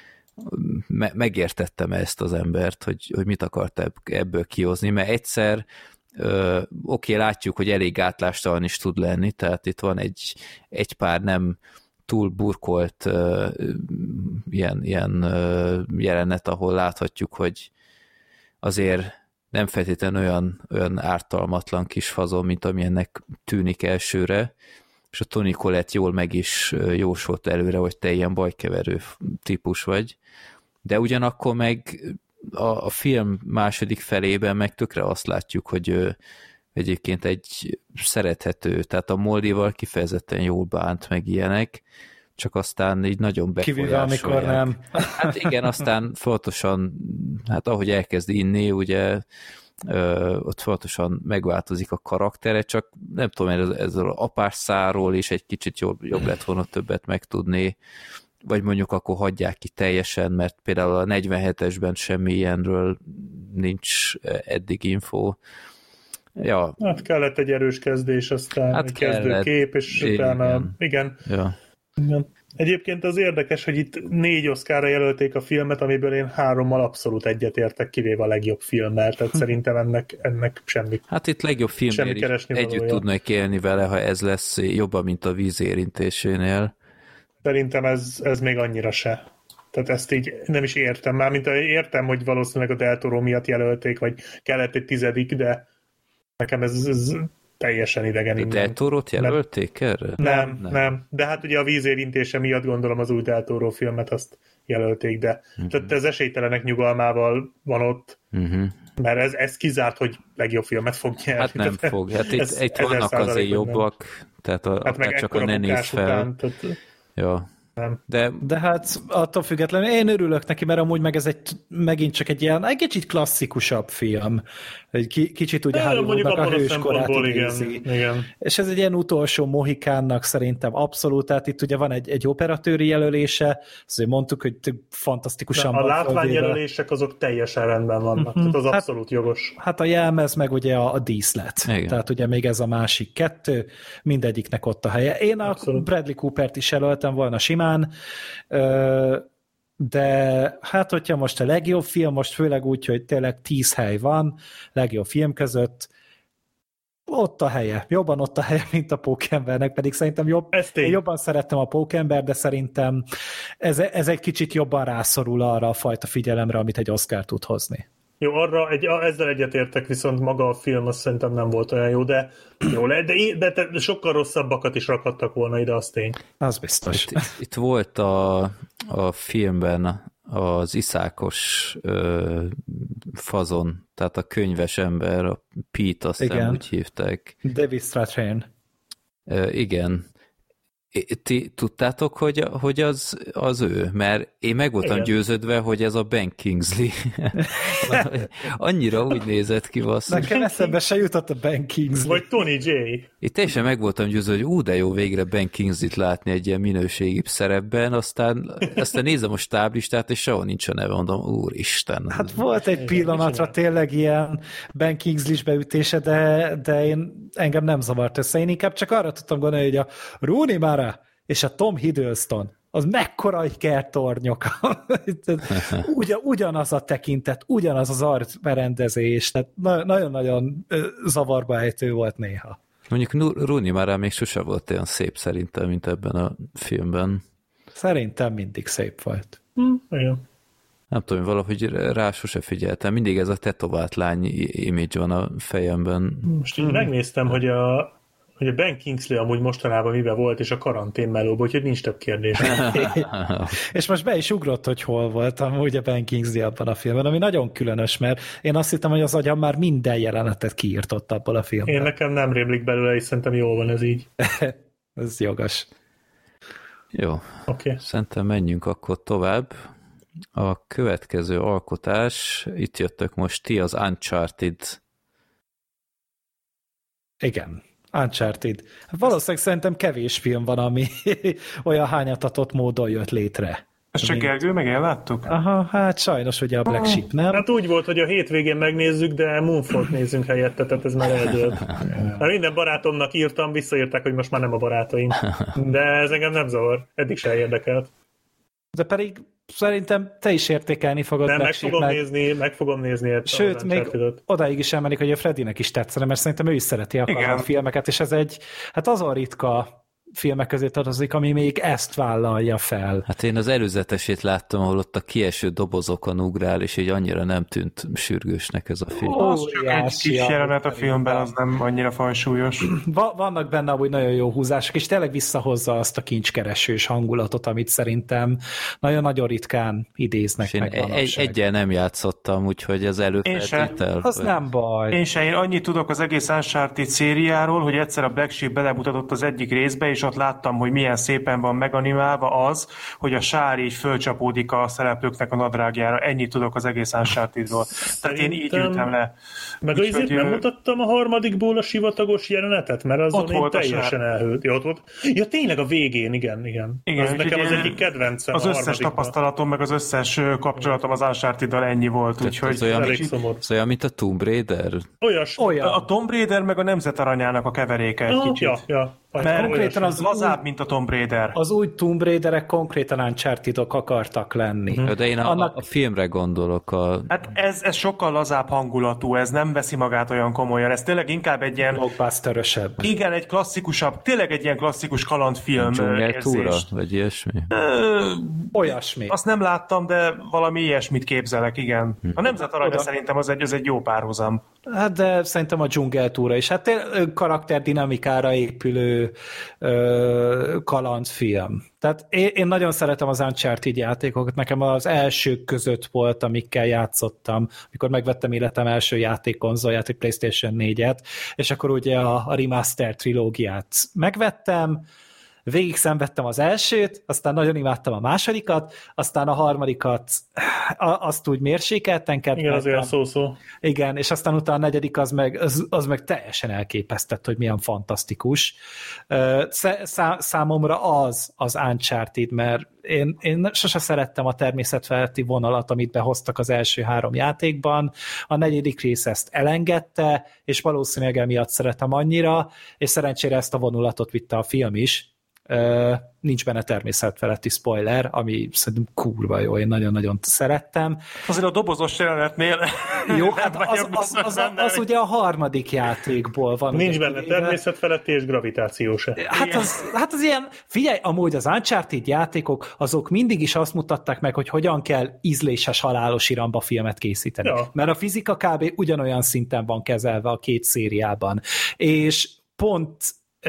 megértettem ezt az embert, hogy mit akart ebből kihozni, mert egyszer oké, látjuk, hogy elég gátlástalan is tud lenni, tehát itt van egy pár nem túl burkolt ilyen jelenet, ahol láthatjuk, hogy azért nem feltétlenül olyan ártalmatlan kis fazon, mint amilyennek tűnik elsőre, és a Toni Collette jól meg is jósolt előre, hogy te ilyen bajkeverő típus vagy, de ugyanakkor meg a film második felében meg tökre azt látjuk, hogy ő egyébként egy szerethető, tehát a Moldival kifejezetten jól bánt meg ilyenek, csak aztán így nagyon befolyásolják. Kivéve, amikor nem. Hát igen, aztán fontosan, hát ahogy elkezd inni, ugye ott fontosan megváltozik a karaktere, csak nem tudom, ezzel az apás száról is egy kicsit jobb lett volna többet megtudni, vagy mondjuk akkor hagyják ki teljesen, mert például a 47-esben semmi ilyenről nincs eddig info. Ja. Hát kellett egy erős kezdés, aztán egy kezdőkép, és utána, igen. Ja. Igen. Egyébként az érdekes, hogy itt 4 Oscarra jelölték a filmet, amiből én 3-mal abszolút egyetértek, kivéve a legjobb filmmel, tehát szerintem ennek semmi. Hát itt legjobb filmnél is együtt tudnak élni vele, ha ez lesz jobban, mint a Víz érintésénél. Szerintem ez még annyira se. Tehát ezt így nem is értem. Mármint értem, hogy valószínűleg a Del Toro miatt jelölték, vagy kellett egy 10., de nekem ez teljesen idegen innen. Del Torot jelölték erre? Nem. De hát ugye a Víz érintése miatt gondolom az új Del Toro filmet azt jelölték, de tehát az esélytelenek nyugalmával van ott, mert ez kizárt, hogy legjobb filmet fog nyerni. Hát nem fog. Hát itt vannak azért jobbak, tehát hát csak a Ne nézz fel. Ja. De hát attól függetlenül én örülök neki, mert amúgy meg ez megint csak egy ilyen egy kicsit klasszikusabb film. Egy kicsit ugye Hollywoodnak a hőskorát idézi. Igen. És ez egy ilyen utolsó mohikánnak szerintem abszolút, tehát itt ugye van egy operatőri jelölése, azért mondtuk, hogy fantasztikusan a látványjelölések azok teljesen rendben vannak, tehát az abszolút jogos. Hát a jelmez meg ugye a díszlet. Igen. Tehát ugye még ez a másik kettő, mindegyiknek ott a helye. Én abszolút. A Bradley Coopert is jelöltem volna simán, de hát hogyha most a legjobb film, most főleg úgy, hogy tényleg 10 hely van, legjobb film között, ott a helye. Jobban ott a helye, mint a Pókembernek, pedig szerintem én jobban szerettem a Pókember, de szerintem ez egy kicsit jobban rászorul arra a fajta figyelemre, amit egy Oscar tud hozni. Jó, ezzel egyetértek, viszont maga a film azt szerintem nem volt olyan jó, de sokkal rosszabbakat is rakhattak volna ide, az tény. Az biztos. Itt volt a filmben az iszákos fazon, tehát a könyves ember, a Pete, aztán úgy hívták. David Strathairn. Igen. Ti tudtátok, hogy az ő? Mert én meg voltam győződve, hogy ez a Ben Kingsley. Annyira úgy nézett ki, basszus. Nekem eszembe se jutott a Ben Kingsley. Vagy Tony J. Itt teljesen meg voltam győződve, hogy de jó végre Ben Kingsley-t látni egy ilyen minőségibb szerepben, aztán nézem a stáblistát, és sehol nincs a neve, mondom, úristen. Hát volt egy pillanatra tényleg ilyen Ben Kingsley-s beütése, de engem nem zavart össze. Én inkább csak arra tudtam gondolni, hogy a Rooney Mara és a Tom Hiddleston, az mekkora ikertornyok. Ugyanaz a tekintet, ugyanaz az arcberendezés, tehát nagyon-nagyon zavarba ejtő volt néha. Mondjuk Rooney Mara még sose volt olyan szép szerintem, mint ebben a filmben. Szerintem mindig szép volt. Igen. Nem tudom, valahogy rá sose figyeltem. Mindig ez a tetovált lány image van a fejemben. Most így megnéztem, hogy a Ben Kingsley amúgy mostanában miben volt, és a karantén melóban, úgyhogy nincs több kérdés. És most be is ugrott, hogy hol volt amúgy a Ben Kingsley abban a filmben, ami nagyon különös, mert én azt hittem, hogy az agyam már minden jelenetet kiírtott abból a filmben. Én nekem nem rémlik belőle, és szerintem jól van ez így. Ez jogos. Jó. Szerintem menjünk akkor tovább. A következő alkotás, itt jöttök most ti, az Uncharted. Igen. Uncharted. Valószínűleg szerintem kevés film van, ami olyan hányatatott módon jött létre. Ezt csak Gergő, meg elláttuk? Aha, hát sajnos ugye a Black Sheep, nem? Hát úgy volt, hogy a hétvégén megnézzük, de Moonfall nézzünk helyette, tehát ez már eldőlt. Hát minden barátomnak írtam, visszaírták, hogy most már nem a barátaim. De ez engem nem zavar. Eddig se érdekelt. De pedig szerintem te is értékelni fogod. Nem, meg fogom nézni. Sőt, még odáig is emelik, hogy a Freddynek is tetszene, mert szerintem ő is szereti a filmeket, és ez hát azon ritka filmek közé tartozik, ami még ezt vállalja fel. Hát én az előzetesét láttam, ahol ott a kieső dobozokon ugrál, és így annyira nem tűnt sürgősnek ez a film. Az csak egy kis jelenet a filmben, az nem annyira fajsúlyos. Vannak benne úgy nagyon jó húzások, és tényleg visszahozza azt a kincskeresős hangulatot, amit szerintem nagyon-nagyon ritkán idéznek és meg. Egyen nem játszottam, úgyhogy az előfeltétel. Az nem baj. Én annyit tudok az egész Uncharted szériáról, hogy egyszer a Black Sheep belemutatott az egyik részbe, és ott láttam, hogy milyen szépen van meganimálva az, hogy a sár így fölcsapódik a szereplőknek a nadrágjára. Ennyit tudok az egész Unchartedról. Tehát én így ültem le. Meg azért nem mutattam a harmadikból a sivatagos jelenetet, mert azon én teljesen elhőtt. Ja, ott volt. Ja, tényleg a végén, igen. Az nekem az egyik kedvencem. Az összes tapasztalatom, meg az összes kapcsolatom az Uncharted-dal ennyi volt, úgyhogy ez olyan, mint a Tomb Raider? Olyan. A Tomb Raider meg a Nemzet Aranyának a keveréke egy kicsit. Ja. Mert konkrétan az lazább, mint a Tomb Raider. Az új Tomb Raiderek konkrétan Uncharted-ok akartak lenni. De én a filmre gondolok. Hát ez sokkal lazább hangulatú, ez nem veszi magát olyan komolyan, ez tényleg inkább egy ilyen... blockbusterösebb. Igen, egy klasszikusabb, tényleg egy ilyen klasszikus kalandfilm érzés. Vagy ilyesmi? Olyasmi. Azt nem láttam, de valami ilyesmit képzelek, igen. A Nemzet Aranya szerintem az egy jó párhuzam. Hát de szerintem a dzsungeltúra is. Hát karakterdinamikára épülő kalandfilm. Tehát én nagyon szeretem az Uncharted játékokat, nekem az elsők között volt, amikkel játszottam, amikor megvettem életem első játékkonzolját, egy PlayStation 4-et, és akkor ugye a remaster trilógiát megvettem, végig szenvedtem az elsőt, aztán nagyon imádtam a másodikat, aztán a harmadikat azt úgy mérsékelten Igen, azért szó-szó. Igen, és aztán utána a negyedik az meg teljesen elképesztett, hogy milyen fantasztikus. Számomra az Uncharted, mert én sose szerettem a természetfeletti vonalat, amit behoztak az első 3 játékban. A negyedik rész ezt elengedte, és valószínűleg emiatt szeretem annyira, és szerencsére ezt a vonulatot vitte a film is. Nincs benne természetfeletti spoiler, ami szerintem kurva jó, én nagyon-nagyon szerettem. Azért a dobozos jelenetnél... Jó, hát az ugye a harmadik játékból van. Nincs benne természetfeletti és gravitáció se. Hát az ilyen, figyelj, amúgy az Uncharted játékok, azok mindig is azt mutatták meg, hogy hogyan kell ízléses halálos iramba filmet készíteni. Ja. Mert a fizika kb. Ugyanolyan szinten van kezelve a 2 szériában. És pont...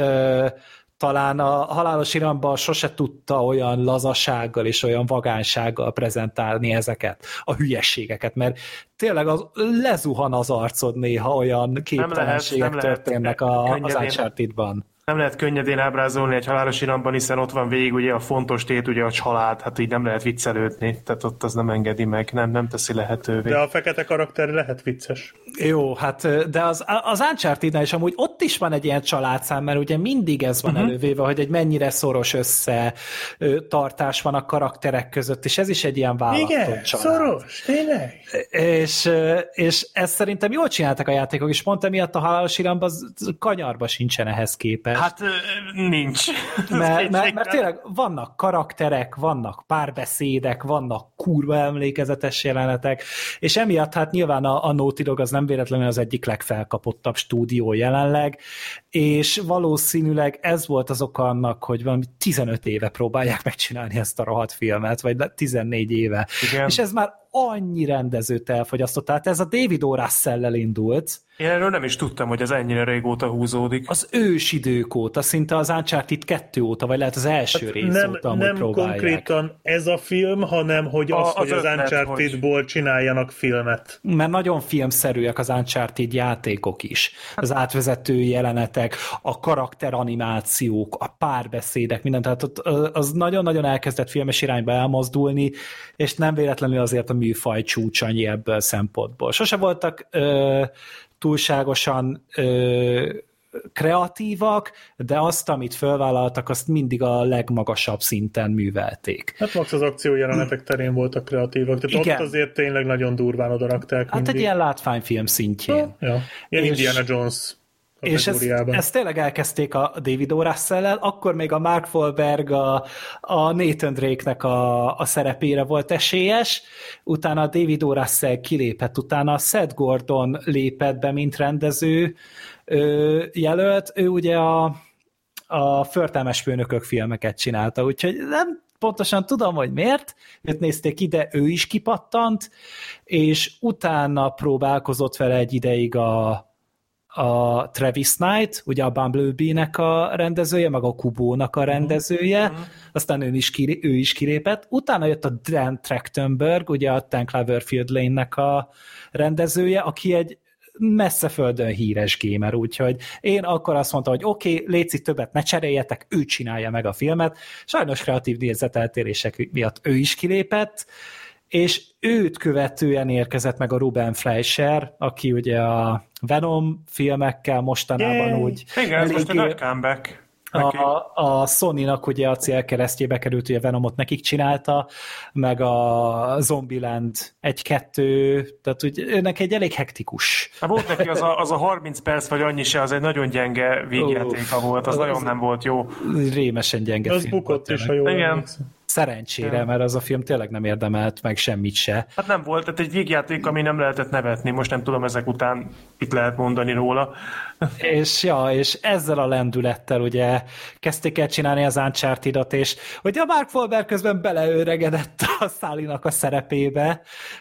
talán a halálos iramba sose tudta olyan lazasággal és olyan vagánsággal prezentálni ezeket a hülyességeket, mert tényleg lezuhan az arcod néha, olyan képtelenségek történnek az Uncharted-ban. Nem lehet könnyedén ábrázolni egy halálos iramban, hiszen ott van végig ugye a fontos tét, ugye a család, hát így nem lehet viccelődni, tehát ott az nem engedi meg, nem teszi lehetővé. De a fekete karakter lehet vicces. Jó, hát de az Uncharted-nál is amúgy ott is van egy ilyen családszám, mert ugye mindig ez van elővéve, hogy egy mennyire szoros összetartás van a karakterek között, és ez is egy ilyen választott igen, család. Szoros, tényleg. És ezt szerintem jól csináltak a játékok, és pont emiatt a halálos iramba kanyarba sincsen ehhez képest. Hát nincs. Mert tényleg vannak karakterek, vannak párbeszédek, vannak kurva emlékezetes jelenetek, és emiatt hát nyilván a Naughty Dog az nem véletlenül az egyik legfelkapottabb stúdió jelenleg, és valószínűleg ez volt az oka annak, hogy valami 15 éve próbálják megcsinálni ezt a rohadt filmet, vagy 14 éve. Igen. És ez már annyi rendezőt elfogyasztott. Tehát ez a David O. Russell-lel indult. Én erről nem is tudtam, hogy ez ennyire régóta húzódik. Az ősidők óta, szinte az Uncharted 2 óta, vagy lehet az első rész óta, amúgy próbálják. Nem konkrétan ez a film, hanem hogy hogy az Uncharted-ból csináljanak filmet. Mert nagyon filmszerűek az Uncharted játékok is. Az átvezető jelenetek, a karakteranimációk, a párbeszédek, minden. Tehát az nagyon-nagyon elkezdett filmes irányba elmozdulni, és nem véletlenül azért a műfaj csúcsanyi ebből szempontból. Sose voltak túlságosan kreatívak, de azt, amit felvállaltak, azt mindig a legmagasabb szinten művelték. Hát max az akciójelenetek terén voltak kreatívak, tehát igen. Ott azért tényleg nagyon durván odarakták mindig. Hát egy ilyen látványfilm szintjén. Ja. Ilyen Indiana Jones. És ezt tényleg elkezdték a David O. Russell-el, akkor még a Mark Wahlberg a Nathan Drake-nek a szerepére volt esélyes, utána a David O. Russell kilépett, utána a Seth Gordon lépett be, mint rendező jelölt, ő ugye a Förtelmes főnökök filmeket csinálta, úgyhogy nem pontosan tudom, hogy miért, őt nézték ide, ő is kipattant, és utána próbálkozott vele egy ideig a Travis Knight, ugye a Bumblebee-nek a rendezője, meg a Kubónak a rendezője, aztán ő is kilépett. Utána jött a Dan Trachtenberg, ugye a 10 Cloverfield Lane-nek a rendezője, aki egy messze földön híres gamer, úgyhogy én akkor azt mondtam, hogy oké, léci többet ne cseréljetek, ő csinálja meg a filmet. Sajnos kreatív nézeteltérések miatt ő is kilépett, és őt követően érkezett meg a Ruben Fleischer, aki ugye a Venom filmekkel mostanában úgy... Igen, ez most a nagy comeback. A Sony-nak ugye a célkeresztjébe került, hogy a Venomot nekik csinálta, meg a Zombieland 1-2, tehát úgy őnek egy elég hektikus. Volt neki az a 30 perc, vagy annyi se, az egy nagyon gyenge végjátéka volt, az nagyon nem volt jó. Rémesen gyenge az film. Az bukott is, ha jól emlékszem. Szerencsére, mert az a film tényleg nem érdemelt meg semmit se. Hát nem volt, tehát egy végjáték, ami nem lehetett nevetni, most nem tudom ezek után itt lehet mondani róla. És ezzel a lendülettel ugye kezdték el csinálni az Uncharted-ot, és ugye a Mark Wahlberg közben beleöregedett a Sully-nak a szerepébe,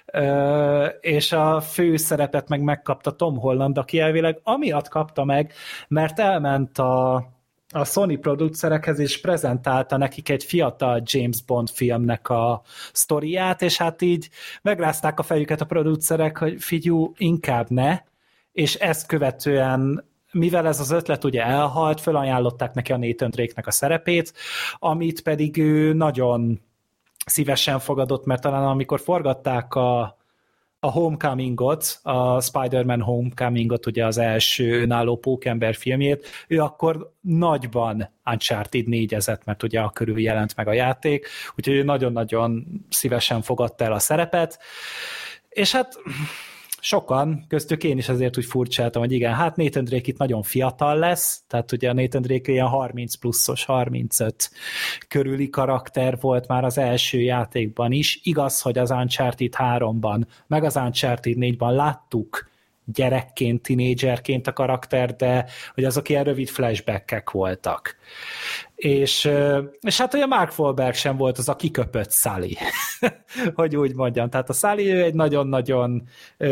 és a fő szerepet megkapta Tom Holland, aki elvileg amiatt kapta meg, mert elment a Sony producerekhez is prezentálta nekik egy fiatal James Bond filmnek a sztoriát, és hát így megrázták a fejüket a producerek, hogy figyú, inkább ne, és ezt követően mivel ez az ötlet ugye elhalt, felajánlották neki a Nathan Drake-nek a szerepét, amit pedig ő nagyon szívesen fogadott, mert talán amikor forgatták a Homecoming-ot, a Spider-Man Homecoming-ot, ugye az első önálló pókember filmjét, ő akkor nagyban Uncharted 4-ezett, mert ugye a körül jelent meg a játék, úgyhogy ő nagyon-nagyon szívesen fogadta el a szerepet, és hát sokan, köztük én is azért úgy furcsáltam, hogy igen, hát Nathan Drake itt nagyon fiatal lesz, tehát ugye a Nathan Drake ilyen 30 pluszos, 35 körüli karakter volt már az első játékban is. Igaz, hogy az Uncharted 3-ban, meg az Uncharted 4-ban láttuk gyerekként, tinédzserként a karakter, de hogy azok ilyen rövid flashback-ek voltak. És hát olyan Mark Wahlberg sem volt az a kiköpött Sully, hogy úgy mondjam. Tehát a Sully ő egy nagyon-nagyon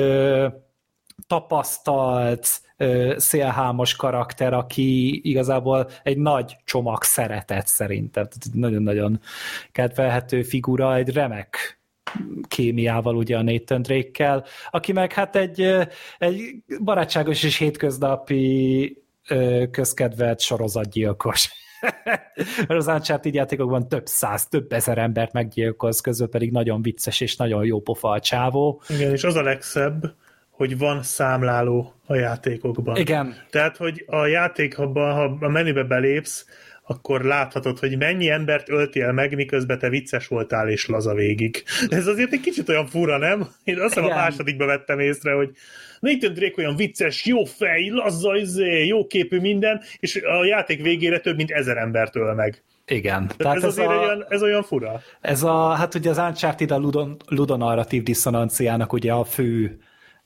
tapasztalt, szélhámos karakter, aki igazából egy nagy csomag szeretet szerintem. Tehát nagyon-nagyon kedvelhető figura, egy remek kémiával ugye a Nathan Drake-kel, aki meg hát egy barátságos és hétköznapi közkedvelt sorozatgyilkos. Az Uncharted játékokban több száz, több ezer embert meggyilkolsz, közül pedig nagyon vicces és nagyon jó pofa a csávó. Igen, és az a legszebb, hogy van számláló a játékokban. Igen. Tehát, hogy a játékban, ha a menübe belépsz, akkor láthatod, hogy mennyi embert öltél meg, miközben te vicces voltál és laza végig. Ez azért egy kicsit olyan fura, nem? Én azt hiszem a másodikba vettem észre, hogy Nathan Drake olyan vicces, jó fej, laza, jó képű minden, és a játék végére több mint 1000 embert öl meg. Igen. Tehát ez azért ez olyan fura. Hát ugye az Uncharted a ludonarratív diszonanciának ugye a fő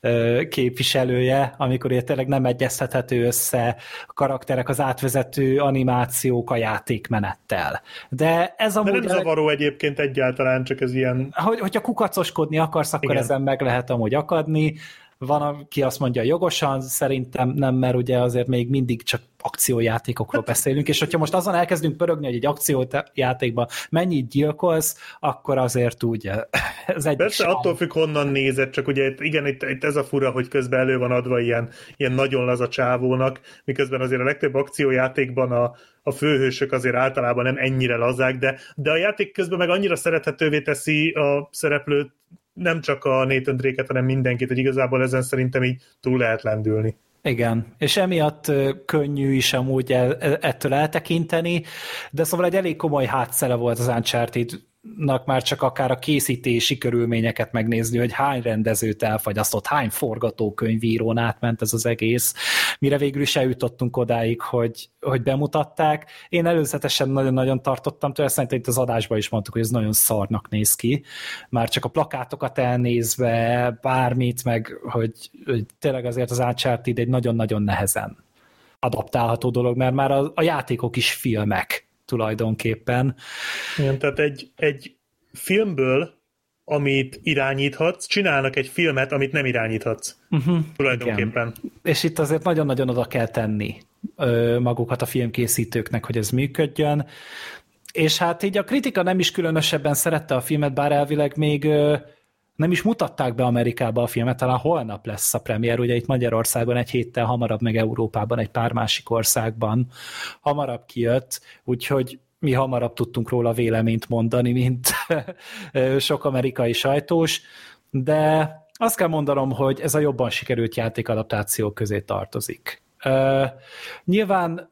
képviselője, amikor ugye tényleg nem egyeztethető össze a karakterek, az átvezető animációk a játékmenettel. De ez amúgy... De nem zavaró egyébként egyáltalán, csak ez ilyen... Hogyha kukacoskodni akarsz, akkor igen, ezen meg lehet amúgy akadni. Van, aki azt mondja jogosan, szerintem nem, mert ugye azért még mindig csak akciójátékokról beszélünk, és hogyha most azon elkezdünk pörögni, hogy egy akciójátékban mennyit gyilkolsz, akkor azért úgy ez egy... Persze, attól függ, honnan nézed, csak ugye igen, itt ez a fura, hogy közben elő van adva ilyen nagyon laza csávónak, miközben azért a legtöbb akciójátékban a főhősök azért általában nem ennyire lazák, de a játék közben meg annyira szerethetővé teszi a szereplőt, nem csak a Nathan Drake-et, hanem mindenkit, hogy igazából ezen szerintem így túl lehet lendülni. Igen, és emiatt könnyű is amúgy ettől eltekinteni, de szóval egy elég komoly hátszele volt az Uncharted-nak már csak akár a készítési körülményeket megnézni, hogy hány rendezőt elfagyasztott, hány forgatókönyvírón átment ez az egész, mire végül is eljutottunk odáig, hogy bemutatták. Én előzetesen nagyon-nagyon tartottam tőle, szerintem itt az adásban is mondtuk, hogy ez nagyon szarnak néz ki. Már csak a plakátokat elnézve, bármit, meg hogy tényleg azért az Uncharted egy nagyon-nagyon nehezen adaptálható dolog, mert már a játékok is filmek tulajdonképpen. Igen, tehát egy filmből, amit irányíthatsz, csinálnak egy filmet, amit nem irányíthatsz. Tulajdonképpen. Igen. És itt azért nagyon-nagyon oda kell tenni magukat a filmkészítőknek, hogy ez működjön. És hát így a kritika nem is különösebben szerette a filmet, bár elvileg még nem is mutatták be Amerikába a filmet, talán holnap lesz a premier, ugye itt Magyarországon egy héttel hamarabb, meg Európában egy pár másik országban hamarabb kijött, úgyhogy mi hamarabb tudtunk róla véleményt mondani, mint sok amerikai sajtós, de azt kell mondanom, hogy ez a jobban sikerült játékadaptációk közé tartozik. Nyilván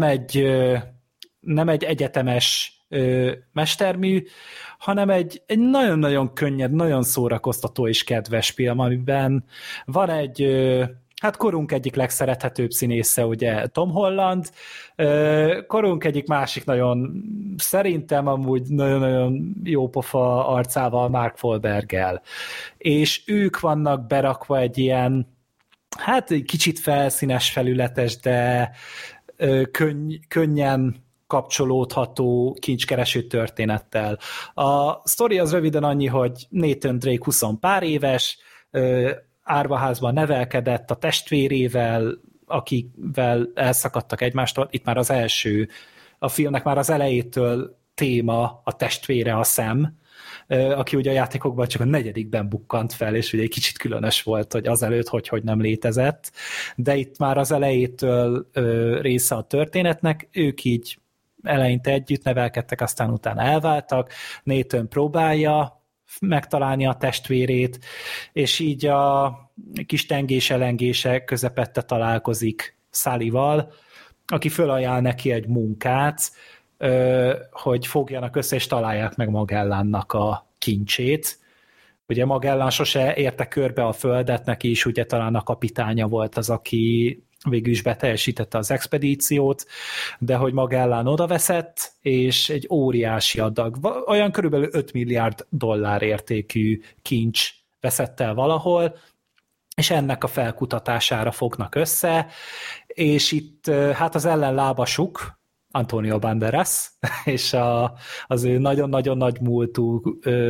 nem egy egyetemes mestermű, hanem egy nagyon-nagyon könnyed, nagyon szórakoztató és kedves film, amiben van egy hát korunk egyik legszerethetőbb színésze, ugye Tom Holland, korunk egyik másik nagyon szerintem amúgy nagyon-nagyon jópofa arcával Mark Wahlberggel. És ők vannak berakva egy ilyen, hát egy kicsit felszínes, felületes, de könnyen kapcsolódható kincskereső történettel. A sztori az röviden annyi, hogy Nathan Drake 20 pár éves, árvaházban nevelkedett a testvérével, akivel elszakadtak egymástól. Itt már a filmnek már az elejétől téma a testvére, a Sam, aki ugye a játékokban csak a 4. bukkant fel, és ugye egy kicsit különös volt, hogy azelőtt hogy nem létezett, de itt már az elejétől része a történetnek, ők így eleinte együtt nevelkedtek, aztán utána elváltak, Nathan próbálja megtalálni a testvérét, és így a kis tengés-elengése közepette találkozik Sullyval, aki fölajánl neki egy munkát, hogy fogjanak össze, és találják meg Magellánnak a kincsét. Ugye Magellán sose érte körbe a földet, neki is ugye talán a kapitánya volt az, aki végül is beteljesítette az expedíciót, de hogy Magellán odaveszett, és egy óriási adag, olyan körülbelül 5 milliárd dollár értékű kincs veszett el valahol, és ennek a felkutatására fognak össze, és itt hát az ellenlábasuk, Antonio Banderas, és az ő nagyon-nagyon nagy múltú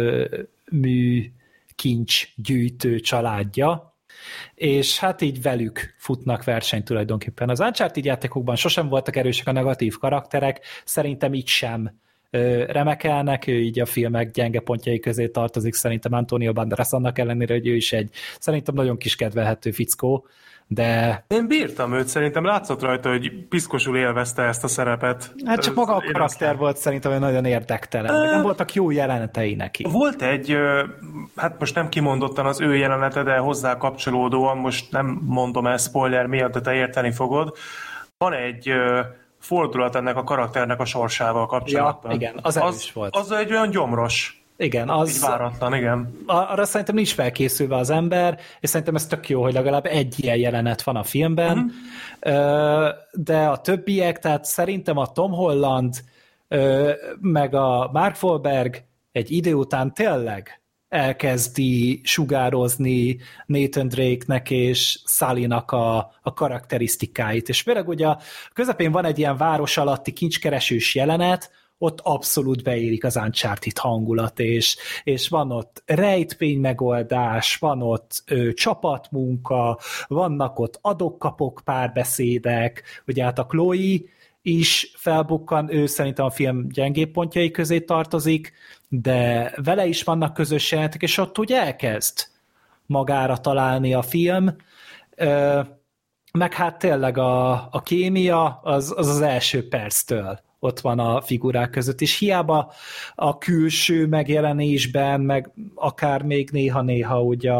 mű kincsgyűjtő családja, és hát így velük futnak versenyt tulajdonképpen. Az Uncharted játékokban sosem voltak erősek a negatív karakterek, szerintem így sem remekelnek, ő így a filmek gyenge pontjai közé tartozik, szerintem Antonio Banderas, annak ellenére, hogy ő is egy szerintem nagyon kis kedvelhető fickó, de... Én bírtam őt, szerintem látszott rajta, hogy piszkosul élvezte ezt a szerepet. Hát csak maga a karakter volt szerintem nagyon érdektelen, nem voltak jó jelenetei neki. Volt egy, hát most nem kimondottan az ő jelenete, de hozzá kapcsolódóan, most nem mondom el spoiler miatt, de te érteni fogod, van egy fordulat ennek a karakternek a sorsával kapcsolatban. Ja, igen, az erős volt. Az egy olyan gyomros. Igen, az... Így váratlan, igen. Arra szerintem nincs felkészülve az ember, és szerintem ez tök jó, hogy legalább egy ilyen jelenet van a filmben, de a többiek, tehát szerintem a Tom Holland meg a Mark Wahlberg egy idő után tényleg elkezdi sugározni Nathan Drake-nek és Sullynak a karakterisztikáit, és főleg ugye a közepén van egy ilyen város alatti kincskeresős jelenet, ott abszolút beérik az Uncharted hangulat, és van ott rejtvény megoldás, van ott csapatmunka, vannak ott adok-kapok párbeszédek, ugye hát a Chloe is felbukkan, ő szerintem a film gyengébb pontjai közé tartozik, de vele is vannak közös jelenetek, és ott ugye elkezd magára találni a film, meg hát tényleg a kémia az első perctől ott van a figurák között, és hiába a külső megjelenésben, meg akár még néha-néha ugye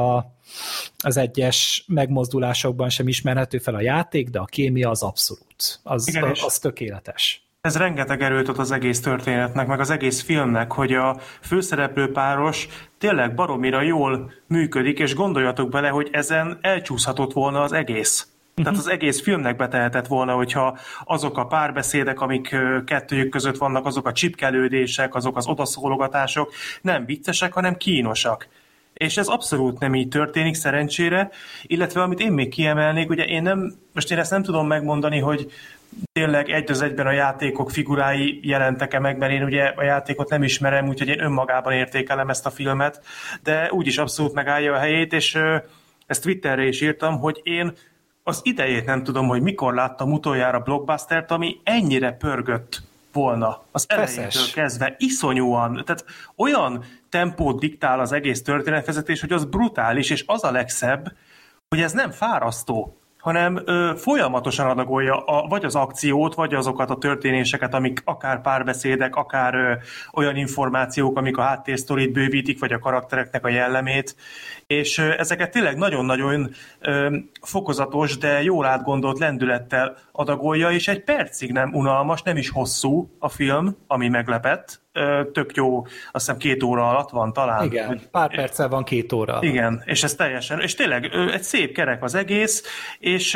az egyes megmozdulásokban sem ismerhető fel a játék, de a kémia az abszolút. Az tökéletes. Ez rengeteg erőt ad az egész történetnek, meg az egész filmnek, hogy a főszereplő páros tényleg baromira jól működik, és gondoljatok bele, hogy ezen elcsúszhatott volna az egész. Tehát az egész filmnek betehetett volna, hogyha azok a párbeszédek, amik kettőjük között vannak, azok a csipkelődések, azok az odaszólogatások nem viccesek, hanem kínosak. És ez abszolút nem így történik, szerencsére, illetve amit én még kiemelnék, ugye most én ezt nem tudom megmondani, hogy tényleg egy az egyben a játékok figurái jelentek-e meg, mert én ugye a játékot nem ismerem, úgyhogy én önmagában értékelem ezt a filmet, de úgyis abszolút megállja a helyét, és ezt Twitterre is írtam, hogy én az idejét nem tudom, hogy mikor láttam utoljára blockbustert, ami ennyire pörgött volna. Az elejétől kezdve iszonyúan, tehát olyan tempót diktál az egész történetvezetés, hogy az brutális, és az a legszebb, hogy ez nem fárasztó, hanem folyamatosan adagolja vagy az akciót, vagy azokat a történéseket, amik akár párbeszédek, akár olyan információk, amik a háttérsztorit bővítik, vagy a karaktereknek a jellemét, és ezeket tényleg nagyon-nagyon fokozatos, de jól átgondolt lendülettel adagolja, és egy percig nem unalmas, nem is hosszú a film, ami meglepett, tök jó, azt hiszem 2 óra alatt van talán. Igen, pár perccel van 2 óra. Igen, és ez teljesen, és tényleg egy szép kerek az egész, és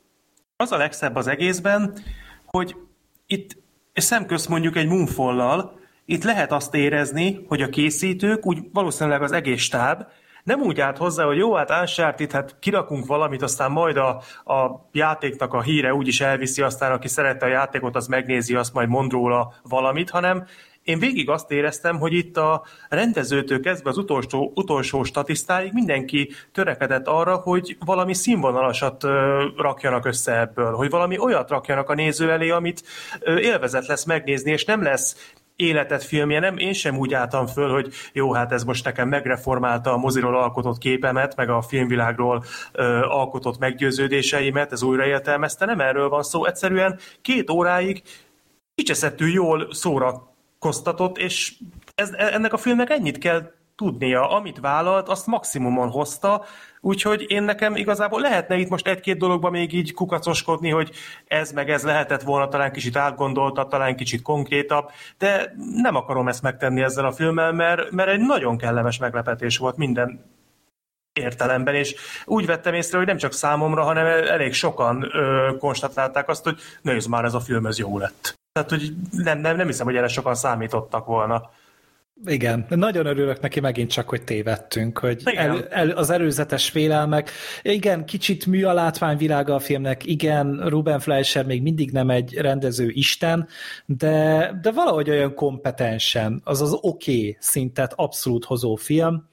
az a legszebb az egészben, hogy itt szemközt mondjuk egy Moonfall-lal, itt lehet azt érezni, hogy a készítők, úgy valószínűleg az egész stáb, nem úgy állt hozzá, hogy jó, hát Uncharted, hát kirakunk valamit, aztán majd a játéknak a híre úgyis elviszi, aztán aki szerette a játékot, az megnézi, azt majd mond róla valamit, hanem én végig azt éreztem, hogy itt a rendezőtől kezdve az utolsó statisztáig mindenki törekedett arra, hogy valami színvonalasat rakjanak össze ebből, hogy valami olyat rakjanak a néző elé, amit élvezet lesz megnézni, és nem lesz életet filmje, nem, én sem úgy álltam föl, hogy jó, hát ez most nekem megreformálta a moziról alkotott képemet, meg a filmvilágról alkotott meggyőződéseimet, ez újraértelmezte, nem erről van szó, egyszerűen 2 óráig kicseszettül jól szórakoztatott, és ennek a filmnek ennyit kell tudnia, amit vállalt, azt maximumon hozta, úgyhogy én nekem igazából lehetne itt most 1-2 dologban még így kukacoskodni, hogy ez meg ez lehetett volna talán kicsit átgondoltabb, talán kicsit konkrétabb, de nem akarom ezt megtenni ezzel a filmmel, mert egy nagyon kellemes meglepetés volt minden értelemben, és úgy vettem észre, hogy nem csak számomra, hanem elég sokan konstatálták azt, hogy nézd már, ez a film, ez jó lett. Tehát, hogy nem hiszem, hogy erre sokan számítottak volna. Igen, nagyon örülök neki megint csak, hogy tévedtünk, hogy az előzetes félelmek, igen, kicsit mű a látványvilága a filmnek, igen, Ruben Fleischer még mindig nem egy rendező isten, de valahogy olyan kompetensen, az oké szintet abszolút hozó film.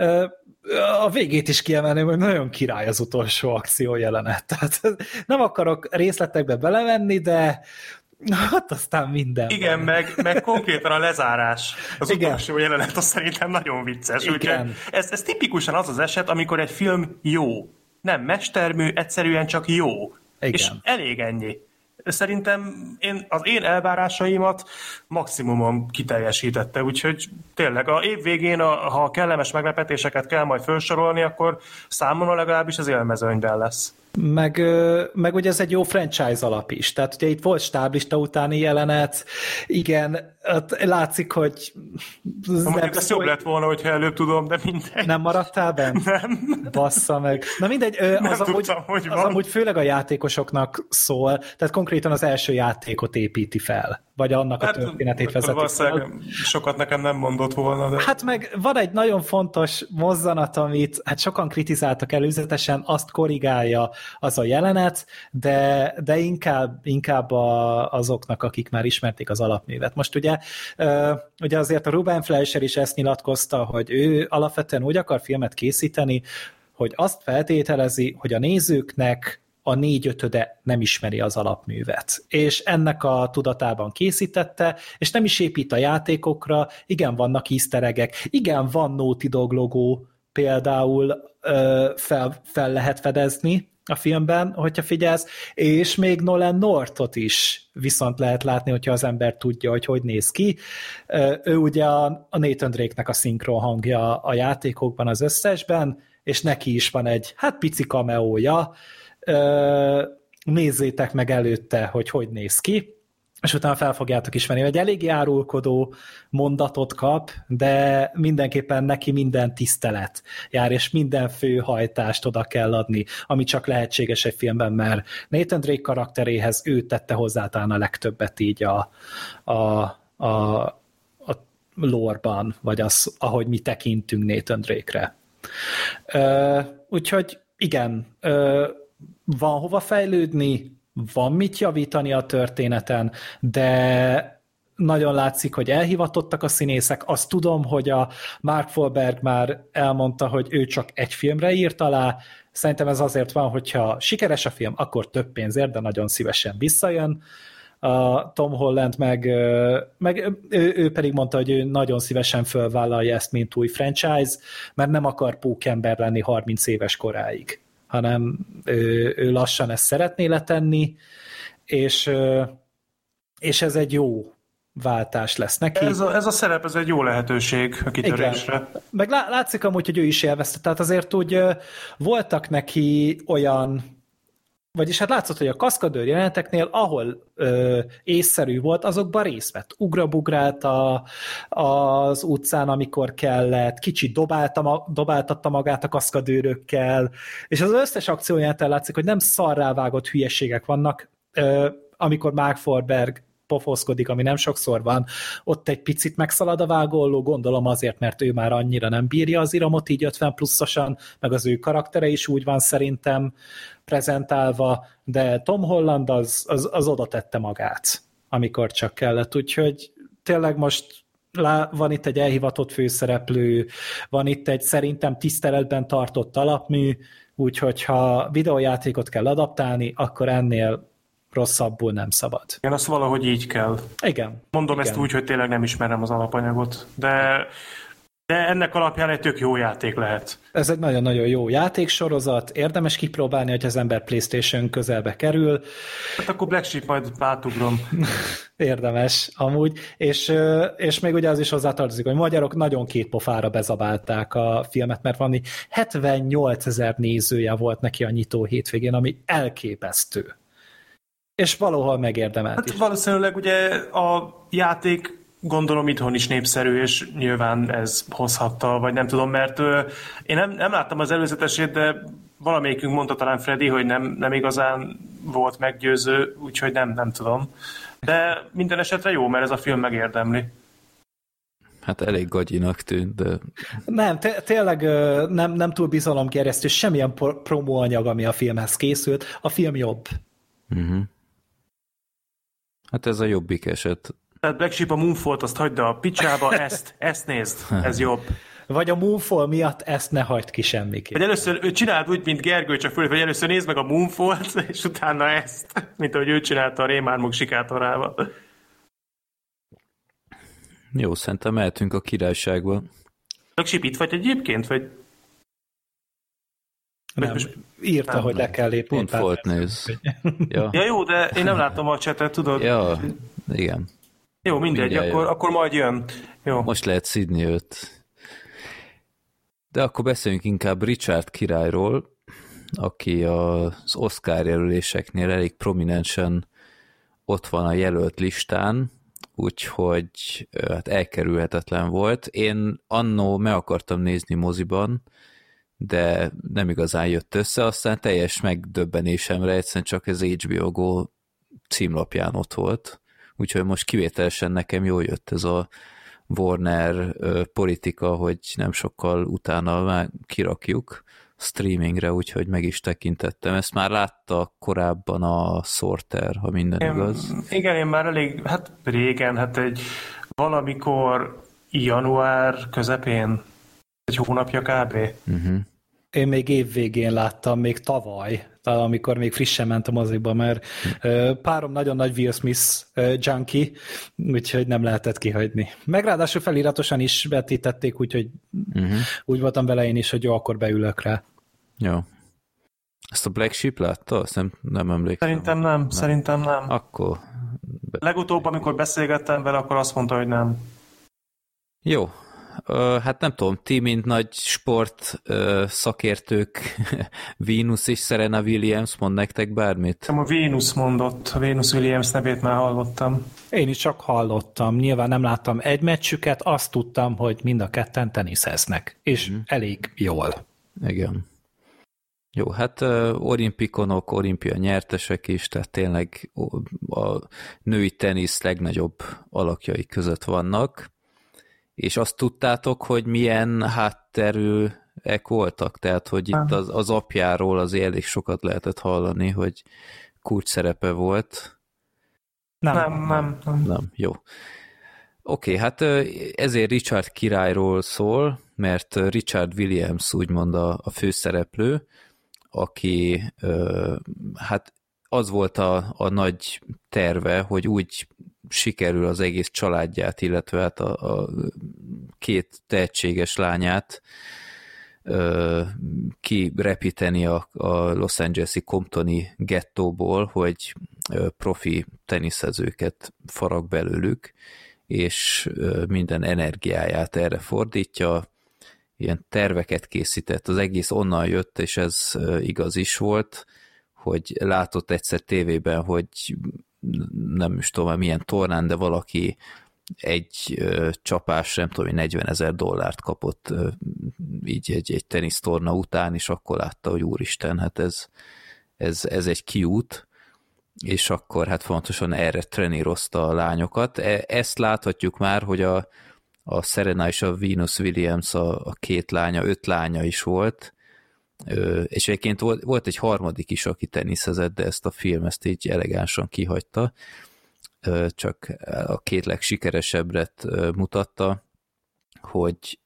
A végét is kiemelném, hogy nagyon király az utolsó akciójelenet. Tehát nem akarok részletekbe belemenni, de hát aztán minden. Igen, meg konkrétan a lezárás. Az utolsó jelenet, az szerintem nagyon vicces. Úgyhogy ez tipikusan az az eset, amikor egy film jó. Nem mestermű, egyszerűen csak jó. Igen. És elég ennyi. Szerintem az én elvárásaimat maximumon kiteljesítette, úgyhogy tényleg a év végén, ha kellemes meglepetéseket kell majd felsorolni, akkor számomra legalábbis az élmezőnyben lesz. Meg ugye ez egy jó franchise alap is. Tehát ugye itt volt stáblista utáni jelenet, igen, látszik, hogy... Mondjuk ez jobb lett volna, hogyha előbb tudom, de mindegy. Nem maradtál benne? Nem. Bassza meg. Na mindegy, az amúgy főleg a játékosoknak szól, tehát konkrétan az első játékot építi fel, vagy annak a történetét vezeti fel. Sokat nekem nem mondott volna. De... Hát meg van egy nagyon fontos mozzanat, amit hát sokan kritizáltak előzetesen, azt korrigálja az a jelenet, de inkább azoknak, akik már ismerték az alapművet. Most ugye azért a Ruben Fleischer is ezt nyilatkozta, hogy ő alapvetően úgy akar filmet készíteni, hogy azt feltételezi, hogy a nézőknek a 4/5 nem ismeri az alapművet. És ennek a tudatában készítette, és nem is épít a játékokra, igen, vannak easter egg-ek, igen, van Naughty Dog logó például fel lehet fedezni a filmben, hogyha figyelsz, és még Nolan Northot is viszont lehet látni, hogyha az ember tudja, hogy néz ki. Ő ugye a Nathan Drake-nek a szinkron hangja a játékokban az összesben, és neki is van egy, pici cameója. Nézzétek meg előtte, hogy néz ki, és utána fel fogjátok ismerni. Egy eléggé árulkodó mondatot kap, de mindenképpen neki minden tisztelet jár, és minden főhajtást oda kell adni, ami csak lehetséges egy filmben, mert Nathan Drake karakteréhez ő tette hozzá talán a legtöbbet így a lore-ban, vagy az, ahogy mi tekintünk Nathan Drake-re. Úgyhogy igen, van hova fejlődni, van mit javítani a történeten, de nagyon látszik, hogy elhivatottak a színészek. Azt tudom, hogy a Mark Wahlberg már elmondta, hogy ő csak egy filmre írt alá. Szerintem ez azért van, hogyha sikeres a film, akkor több pénzért, de nagyon szívesen visszajön. A Tom Holland meg ő pedig mondta, hogy ő nagyon szívesen fölvállalja ezt, mint új franchise, mert nem akar pókember lenni 30 éves koráig, hanem ő lassan ezt szeretné letenni, és ez egy jó váltás lesz neki. Ez a szerep, ez egy jó lehetőség a kitörésre. Igen. Meg látszik amúgy, hogy ő is élvezte, tehát azért úgy voltak neki olyan, vagyis hát látszott, hogy a kaszkadőr jeleneteknél, ahol észszerű volt, azokban részt vett. Ugrabugrált az utcán, amikor kellett, kicsit dobáltatta magát a kaszkadőrökkel, és az összes akciójától látszik, hogy nem szarrá vágott hülyeségek vannak, amikor Mark Wahlberg pofózkodik, ami nem sokszor van, ott egy picit megszalad a vágóolló, gondolom azért, mert ő már annyira nem bírja az iramot, így 50 pluszosan, meg az ő karaktere is úgy van szerintem prezentálva, de Tom Holland az oda tette magát, amikor csak kellett, úgyhogy tényleg most van itt egy elhivatott főszereplő, van itt egy szerintem tiszteletben tartott alapmű, úgyhogy ha videójátékot kell adaptálni, akkor ennél rosszabbul nem szabad. Igen, azt valahogy így kell. Igen. Mondom igen. ezt úgy, hogy tényleg nem ismerem az alapanyagot, de ennek alapján egy tök jó játék lehet. Ez egy nagyon-nagyon jó játéksorozat, érdemes kipróbálni, hogy az ember PlayStation közelbe kerül. Hát akkor Black Sheep majd átugrom. Érdemes, amúgy. És még ugye az is hozzátartozik, hogy magyarok nagyon két pofára bezabálták a filmet, mert valami 78 000 nézője volt neki a nyitó hétvégén, ami elképesztő. És valahol megérdemelt Hát is. valószínűleg ugye a játék gondolom itthon is népszerű, és nyilván ez hozhatta, vagy nem tudom, mert én nem láttam az előzetesét, de valamelyikünk mondta talán Freddy, hogy nem igazán volt meggyőző, úgyhogy nem tudom. De minden esetre jó, mert ez a film megérdemli. Hát elég gagyinak tűnt, de... Nem, tényleg nem túl bizalomgerjesztő, semmilyen promóanyag, ami a filmhez készült. A film jobb. Uh-huh. Hát ez a jobbik eset. Tehát Black Sheep a Moonfall-t azt hagyd a picsába, ezt nézd, ez jobb. Vagy a Moonfall miatt ezt ne hagyd ki semmiképp. Vagy először csináld úgy, mint Gergő, csak föl, vagy először nézd meg a Moonfall-t, és utána ezt, mint ahogy ő csinálta a Rémálmok sikátorával. Jó, szerintem mehetünk a királyságba. Black Sheep itt vagy egyébként, vagy... Nem, írta, nem, hogy le kell lépni. Moonfall-t néz. Ja. Ja jó, de én nem látom a chatet, tudod? Ja, igen. Jó, mindegy, akkor majd jön. Jó. Most lehet szidni őt. De akkor beszéljünk inkább Richard királyról, aki az Oscar jelöléseknél elég prominensen ott van a jelölt listán, úgyhogy hát elkerülhetetlen volt. Én annó meg akartam nézni moziban, de nem igazán jött össze, aztán teljes megdöbbenésemre egyszerűen csak az HBO Go címlapján ott volt. Úgyhogy most kivételesen nekem jól jött ez a Warner politika, hogy nem sokkal utána már kirakjuk streamingre, úgyhogy meg is tekintettem. Ezt már látta korábban a Sorter, ha minden igaz. Igen, én már elég, régen, valamikor január közepén, egy hónapja kb. Uh-huh. Én még évvégén láttam, még tavaly, amikor még frissen ment a moziba, mert párom nagyon nagy Will Smith junkie, úgyhogy nem lehetett kihagyni. Meg ráadásul feliratosan is vetítették, úgyhogy úgy voltam vele én is, hogy jó, akkor beülök rá. Jó. Ezt a Black Sheep látta? Azt nem emlékszem. Szerintem nem. Akkor... Legutóbb, amikor beszélgettem vele, akkor azt mondta, hogy nem. Jó. Hát nem tudom, ti, mint nagy sport szakértők, Venus és Serena Williams mond nektek bármit? A Venus mondott, a Venus Williams nevét már hallottam. Én is csak hallottam, nyilván nem láttam egy meccsüket, azt tudtam, hogy mind a ketten teniszeznek, és elég jól. Igen. Jó, hát olimpikonok, olimpia nyertesek is, tehát tényleg a női tenisz legnagyobb alakjai között vannak. És azt tudtátok, hogy milyen hátterűek voltak? Tehát, hogy itt az apjáról azért elég sokat lehetett hallani, hogy kulcs szerepe volt. Nem. Jó. Oké, hát ezért Richard királyról szól, mert Richard Williams úgymond a főszereplő, aki hát az volt a nagy terve, hogy úgy sikerül az egész családját, illetve hát a két tehetséges lányát kirepíteni a Los Angeles-i Comptoni gettóból, hogy profi teniszezőket farag belőlük, és minden energiáját erre fordítja, ilyen terveket készített, az egész onnan jött, és ez igaz is volt, hogy látott egyszer tévében, hogy nem is tudom milyen tornán, de valaki egy csapás, nem tudom, $40,000 kapott így egy tenisztorna után, és akkor látta, hogy úristen, hát ez egy kiút, és akkor hát fontosan erre trenírozta a lányokat. Ezt láthatjuk már, hogy a Serena és a Venus Williams a két lánya, 5 lánya is volt, és egyébként volt egy harmadik is, aki teniszezett, de ezt a film ezt így elegánsan kihagyta, csak a két legsikeresebbet mutatta, hogy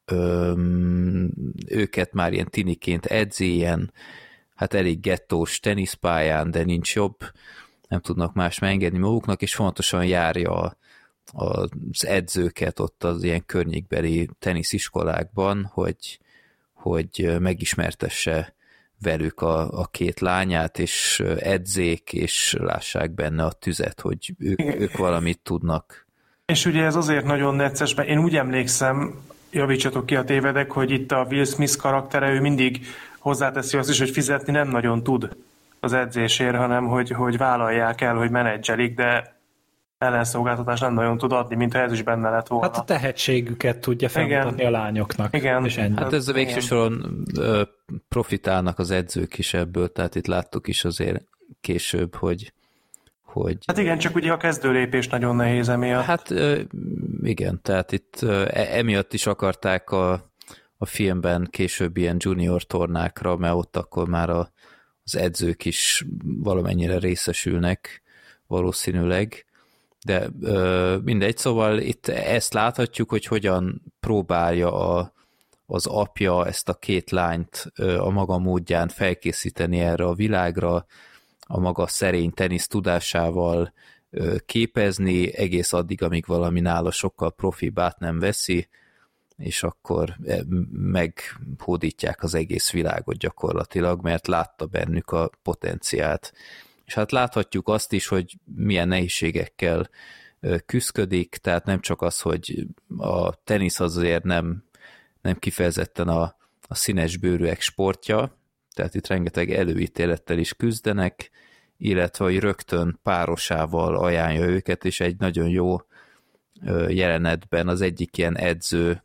őket már ilyen tiniként edzi, ilyen hát elég gettós teniszpályán, de nincs jobb, nem tudnak más megengedni maguknak, és fontosan járja az edzőket ott az ilyen környékbeli tenisziskolákban, hogy megismertesse velük a két lányát, és edzék, és lássák benne a tüzet, hogy ők valamit tudnak. És ugye ez azért nagyon necces, mert én úgy emlékszem, javítsatok ki, a tévedek, hogy itt a Will Smith karaktere, ő mindig hozzáteszi azt is, hogy fizetni nem nagyon tud az edzésért, hanem hogy vállalják el, hogy menedzselik, de ellenszolgáltatást nem nagyon tud adni, mintha ez is benne lett volna. Hát a tehetségüket tudja felmutatni a lányoknak. Igen. És ennyi. Hát ez végső soron profitálnak az edzők is ebből, tehát itt láttuk is azért később, hogy... Hát igen, csak ugye a kezdőlépés nagyon nehéz emiatt. Hát igen, tehát itt emiatt is akarták a filmben később ilyen junior tornákra, mert ott akkor már az edzők is valamennyire részesülnek valószínűleg, de mindegy, szóval itt ezt láthatjuk, hogy hogyan próbálja az apja ezt a két lányt a maga módján felkészíteni erre a világra, a maga szerény tenisz tudásával képezni, egész addig, amíg valami nála sokkal profibb át nem veszi, és akkor meghódítják az egész világot gyakorlatilag, mert látta bennük a potenciált. És hát láthatjuk azt is, hogy milyen nehézségekkel küszködik, tehát nem csak az, hogy a tenisz azért nem kifejezetten a színes bőrűek sportja, tehát itt rengeteg előítélettel is küzdenek, illetve hogy rögtön párosával ajánlja őket, és egy nagyon jó jelenetben az egyik ilyen edző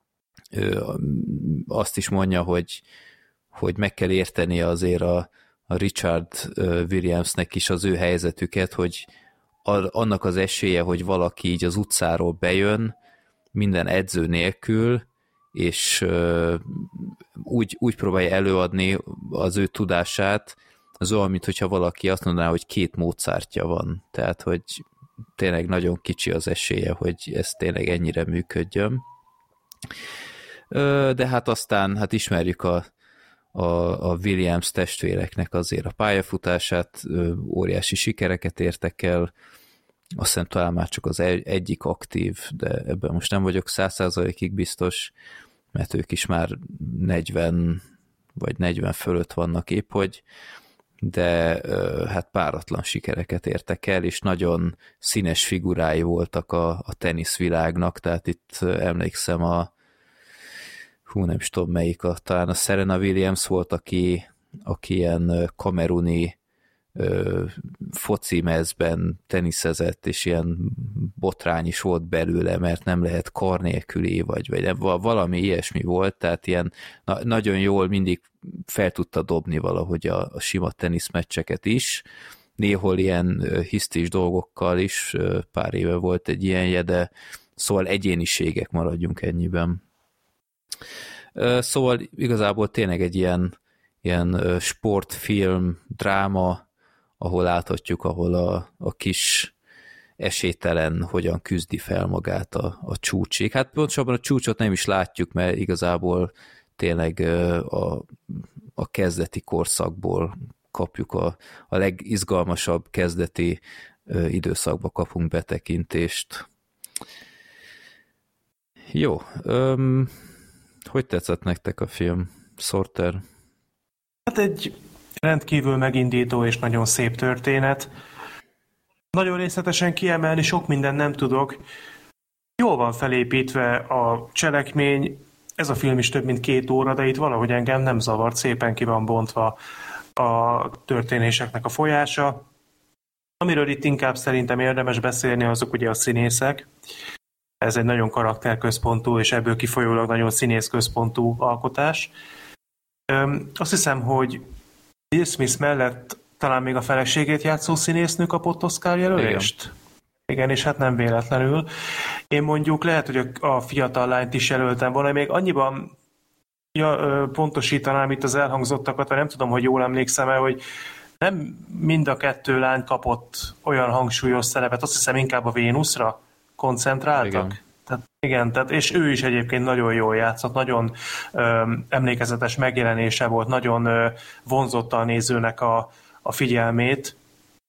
azt is mondja, hogy meg kell érteni azért a Richard Williamsnek is az ő helyzetüket, hogy annak az esélye, hogy valaki így az utcáról bejön, minden edző nélkül, és úgy próbálja előadni az ő tudását, az olyan, mintha valaki azt mondaná, hogy 2 Mozartja van. Tehát, hogy tényleg nagyon kicsi az esélye, hogy ez tényleg ennyire működjön. De hát aztán hát ismerjük a Williams testvéreknek azért a pályafutását, óriási sikereket értek el, azt hiszem talán már csak az egyik aktív, de ebben most nem vagyok 100%-ig biztos, mert ők is már 40 vagy 40 fölött vannak épp, hogy, de hát páratlan sikereket értek el, és nagyon színes figurái voltak a teniszvilágnak, tehát itt emlékszem nem is tudom melyik, talán a Serena Williams volt, aki ilyen kameruni foci mezben teniszezett, és ilyen botrány is volt belőle, mert nem lehet kar nélküli, vagy valami ilyesmi volt, tehát ilyen nagyon jól mindig fel tudta dobni valahogy a sima teniszmeccseket is, néhol ilyen hisztis dolgokkal is, pár éve volt egy ilyenje, de szóval egyéniségek, maradjunk ennyiben. Szóval igazából tényleg egy ilyen sportfilm, dráma, ahol láthatjuk, ahol a kis esélytelen hogyan küzdi fel magát a csúcsig. Hát pontosabban a csúcsot nem is látjuk, mert igazából tényleg a kezdeti korszakból kapjuk a legizgalmasabb kezdeti időszakba kapunk betekintést. Jó, hogy tetszett nektek a film, Sorter? Hát egy rendkívül megindító és nagyon szép történet. Nagyon részletesen kiemelni sok minden nem tudok. Jól van felépítve a cselekmény, ez a film is több mint 2 óra, de itt valahogy engem nem zavart, szépen ki van bontva a történéseknek a folyása. Amiről itt inkább szerintem érdemes beszélni, azok ugye a színészek. Ez egy nagyon karakterközpontú, és ebből kifolyólag nagyon színészközpontú alkotás. Azt hiszem, hogy Will Smith mellett talán még a feleségét játszó színésznő kapott Oscar jelölést? Igen, és hát nem véletlenül. Én mondjuk lehet, hogy a fiatal lányt is jelöltem volna, még annyiban pontosítanám itt az elhangzottakat, vagy nem tudom, hogy jól emlékszem-e, hogy nem mind a 2 lány kapott olyan hangsúlyos szerepet, azt hiszem inkább a Vénuszra koncentráltak. Igen, és ő is egyébként nagyon jól játszott, nagyon emlékezetes megjelenése volt, nagyon vonzotta a nézőnek a figyelmét.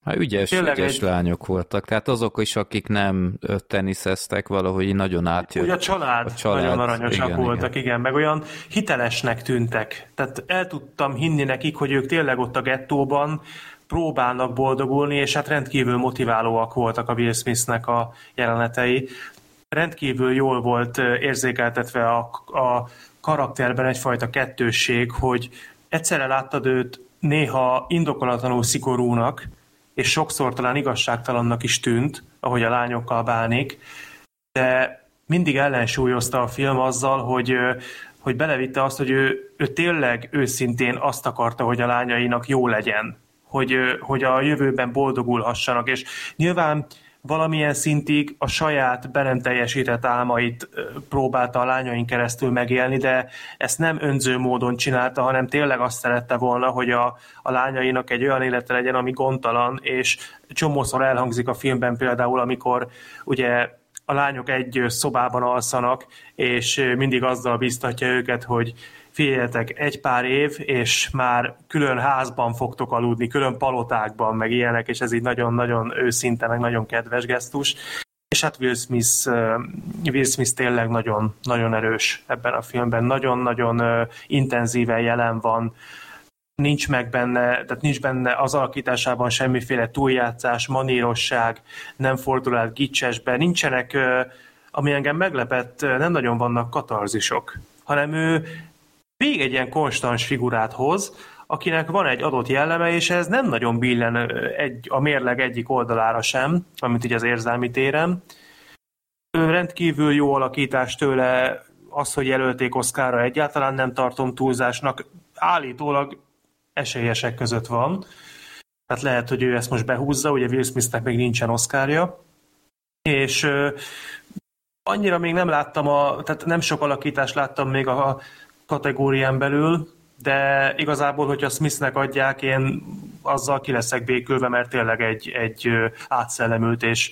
Hát ügyes lányok voltak, tehát azok is, akik nem teniszeztek, valahogy nagyon átjött. Ugye a család nagyon aranyosak voltak, igen, meg olyan hitelesnek tűntek. Tehát el tudtam hinni nekik, hogy ők tényleg ott a gettóban próbálnak boldogulni, és hát rendkívül motiválóak voltak a Will Smithnek a jelenetei. Rendkívül jól volt érzékeltetve a karakterben egyfajta kettősség, hogy egyszerre láttad őt néha indokolatlanul szigorúnak, és sokszor talán igazságtalannak is tűnt, ahogy a lányokkal bánik, de mindig ellensúlyozta a film azzal, hogy belevitte azt, hogy ő tényleg őszintén azt akarta, hogy a lányainak jó legyen, hogy a jövőben boldogulhassanak, és nyilván valamilyen szintig a saját be nem teljesített álmait próbálta a lányain keresztül megélni, de ezt nem önző módon csinálta, hanem tényleg azt szerette volna, hogy a lányainak egy olyan élete legyen, ami gondtalan, és csomószor elhangzik a filmben például, amikor ugye a lányok egy szobában alszanak, és mindig azzal biztatja őket, hogy figyeljetek, egy pár év, és már külön házban fogtok aludni, külön palotákban, meg ilyenek, és ez így nagyon-nagyon őszinte, meg nagyon kedves gesztus. És hát Will Smith tényleg nagyon, nagyon erős ebben a filmben, nagyon-nagyon intenzíven jelen van, nincs benne az alakításában semmiféle túljátszás, manírosság, nem fordul át gicsesbe, nincsenek, ami engem meglepett, nem nagyon vannak katarzisok, hanem ő végig egy ilyen konstans figurát hoz, akinek van egy adott jelleme, és ez nem nagyon billen a mérleg egyik oldalára sem, amit így az érzelmi téren. Rendkívül jó alakítás tőle, az, hogy jelölték Oscarra, egyáltalán nem tartom túlzásnak, állítólag esélyesek között van. Tehát lehet, hogy ő ezt most behúzza, ugye Will Smithnek még nincsen Oscarja, és annyira még nem láttam, tehát nem sok alakítást láttam még a kategórián belül, de igazából, hogyha Smithnek adják, én azzal ki leszek békülve, mert tényleg egy átszellemült és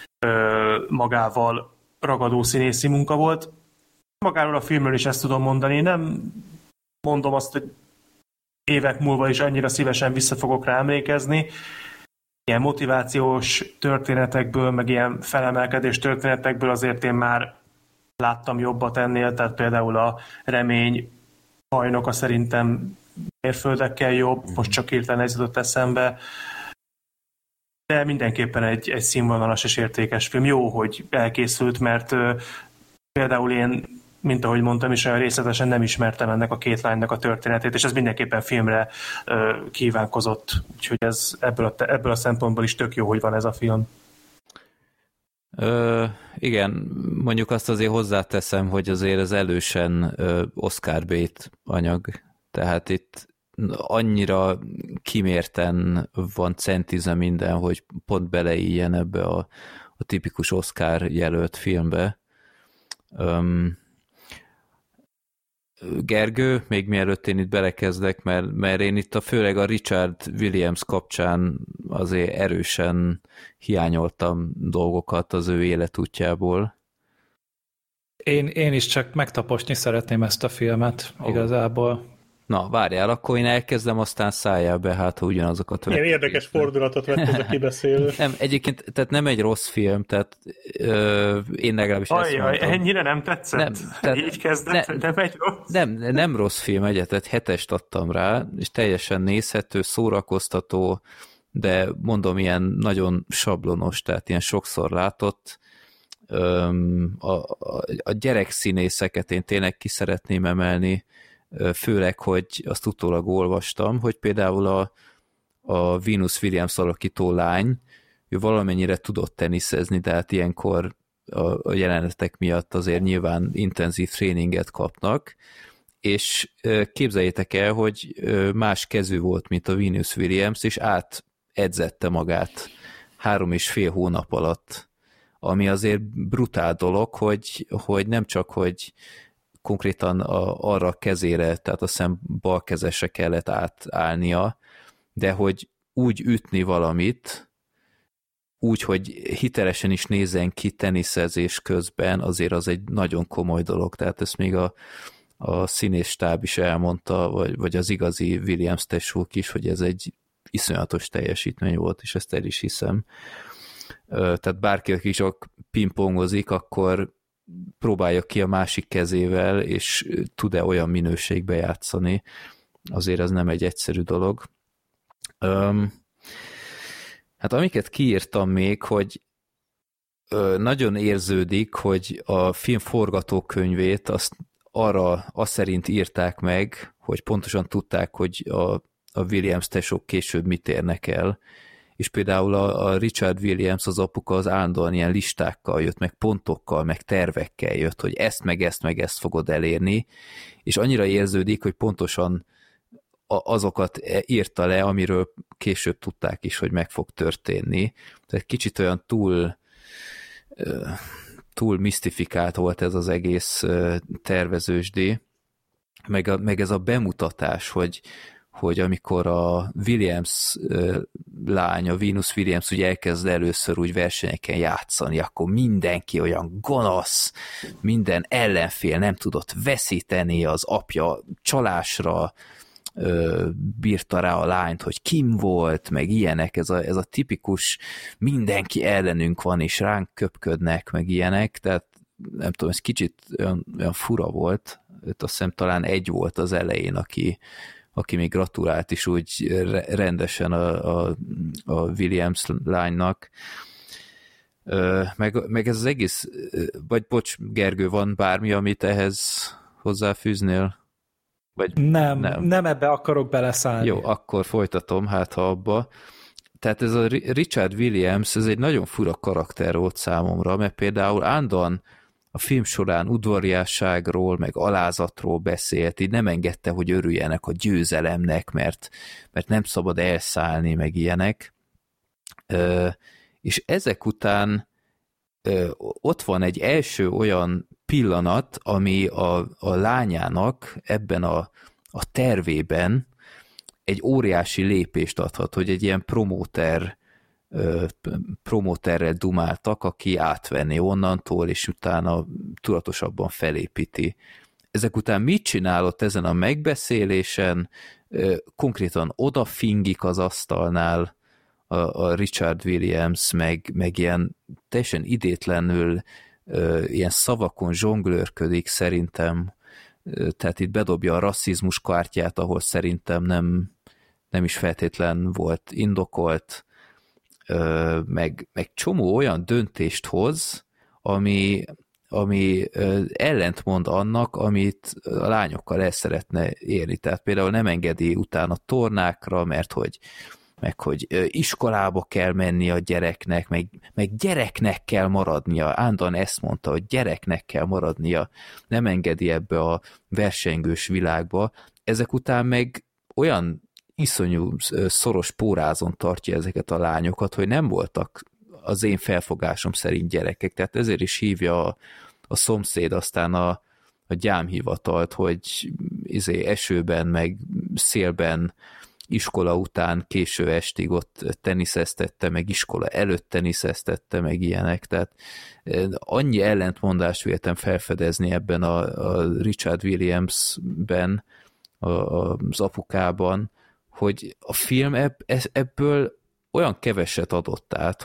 magával ragadó színészi munka volt. Magáról a filmről is ezt tudom mondani, nem mondom azt, hogy évek múlva is annyira szívesen vissza fogok rá emlékezni. Ilyen motivációs történetekből, meg ilyen felemelkedés történetekből azért én már láttam jobbat ennél, tehát például a Remény bajnoka szerintem mérföldekkel jobb, most csak hirtelen ez jutott eszembe, de mindenképpen egy színvonalas és értékes film. Jó, hogy elkészült, mert például én, mint ahogy mondtam is, olyan részletesen nem ismertem ennek a két lánynak a történetét, és ez mindenképpen filmre kívánkozott, úgyhogy ez ebből a szempontból is tök jó, hogy van ez a film. Igen, mondjuk azt azért hozzáteszem, hogy azért ez elősen Oscar bait anyag, tehát itt annyira kimérten van centíze minden, hogy pont beleíjen ebbe a tipikus Oscar jelölt filmbe. Gergő, még mielőtt én itt belekezdek, mert én itt főleg a Richard Williams kapcsán azért erősen hiányoltam dolgokat az ő életútjából. Én is csak megtaposni szeretném ezt a filmet igazából. Na, várjál, akkor én elkezdem, aztán szálljál be, hát ha ugyanazokat... Milyen érdekes fordulatot vett ez a kibeszélő. Nem, egyébként, tehát nem egy rossz film, tehát én legalábbis ezt mondtam. Ennyire nem tetszett? Nem, tehát, így kezdett, nem egy rossz? Nem rossz film egyet, 7-est adtam rá, és teljesen nézhető, szórakoztató, de mondom, ilyen nagyon sablonos, tehát ilyen sokszor látott. A gyerekszínészeket én tényleg ki szeretném emelni, főleg, hogy azt utólag olvastam, hogy például a Venus Williams alakító lány, ő valamennyire tudott teniszezni, de hát ilyenkor a jelenetek miatt azért nyilván intenzív tréninget kapnak, és képzeljétek el, hogy más kezű volt, mint a Venus Williams, és átedzette magát 3,5 hónap alatt, ami azért brutál dolog, hogy nem csak, hogy konkrétan arra a kezére, tehát a szem balkezesre kellett átállnia, de hogy úgy ütni valamit, úgy, hogy hitelesen is nézzen ki teniszezés közben, azért az egy nagyon komoly dolog, tehát ezt még a színészstáb is elmondta, vagy az igazi Williams tesók is, hogy ez egy iszonyatos teljesítmény volt, és ezt el is hiszem. Tehát bárki, aki csak pingpongozik, akkor próbálja ki a másik kezével, és tud-e olyan minőségbe játszani. Azért ez nem egy egyszerű dolog. Hát amiket kiírtam még, hogy nagyon érződik, hogy a film forgatókönyvét azt szerint írták meg, hogy pontosan tudták, hogy a Williams tesók később mit érnek el, és például a Richard Williams, az apuka, az állandóan ilyen listákkal jött, meg pontokkal, meg tervekkel jött, hogy ezt, meg ezt fogod elérni, és annyira érződik, hogy pontosan azokat írta le, amiről később tudták is, hogy meg fog történni. Tehát kicsit olyan túl misztifikált volt ez az egész tervezősdi, meg ez a bemutatás, hogy amikor a Williams lány, a Venus Williams ugye elkezd először úgy versenyeken játszani, akkor mindenki olyan gonosz, minden ellenfél nem tudott veszíteni, az apja csalásra bírta rá a lányt, hogy kim volt, meg ilyenek, ez a tipikus mindenki ellenünk van, és ránk köpködnek, meg ilyenek, tehát nem tudom, ez kicsit olyan fura volt, azt hiszem talán egy volt az elején, aki még gratulált is úgy rendesen a Williams lánynak. Meg ez az egész, vagy bocs, Gergő, van bármi, amit ehhez hozzáfűznél? Vagy nem ebbe akarok beleszállni. Jó, akkor folytatom, hát ha abba. Tehát ez a Richard Williams, ez egy nagyon fura karakter volt számomra, mert például állandóan a film során udvariasságról, meg alázatról beszélt, így nem engedte, hogy örüljenek a győzelemnek, mert nem szabad elszállni, meg ilyenek. És ezek után ott van egy első olyan pillanat, ami a lányának ebben a tervében egy óriási lépést adhat, hogy egy ilyen promóterrel dumáltak, aki átvenni onnantól, és utána tudatosabban felépíti. Ezek után mit csinálott ezen a megbeszélésen? Konkrétan odafingik az asztalnál a Richard Williams, meg ilyen teljesen idétlenül ilyen szavakon zsonglőrködik szerintem, tehát itt bedobja a rasszizmus kártyát, ahol szerintem nem is feltétlen volt indokolt, meg csomó olyan döntést hoz, ami ellentmond annak, amit a lányokkal el szeretne érni. Tehát például nem engedi utána tornákra, mert hogy iskolába kell menni a gyereknek, meg gyereknek kell maradnia. Állandóan ezt mondta, hogy gyereknek kell maradnia. Nem engedi ebbe a versengős világba. Ezek után meg olyan iszonyú szoros pórázon tartja ezeket a lányokat, hogy nem voltak az én felfogásom szerint gyerekek. Tehát ezért is hívja a szomszéd aztán a gyámhivatalt, hogy esőben, meg szélben iskola után késő estig ott teniszeztette, meg iskola előtt teniszeztette, meg ilyenek, tehát annyi ellentmondást véltem felfedezni ebben a Richard Williams-ben, az apukában, hogy a film ebből olyan keveset adott át,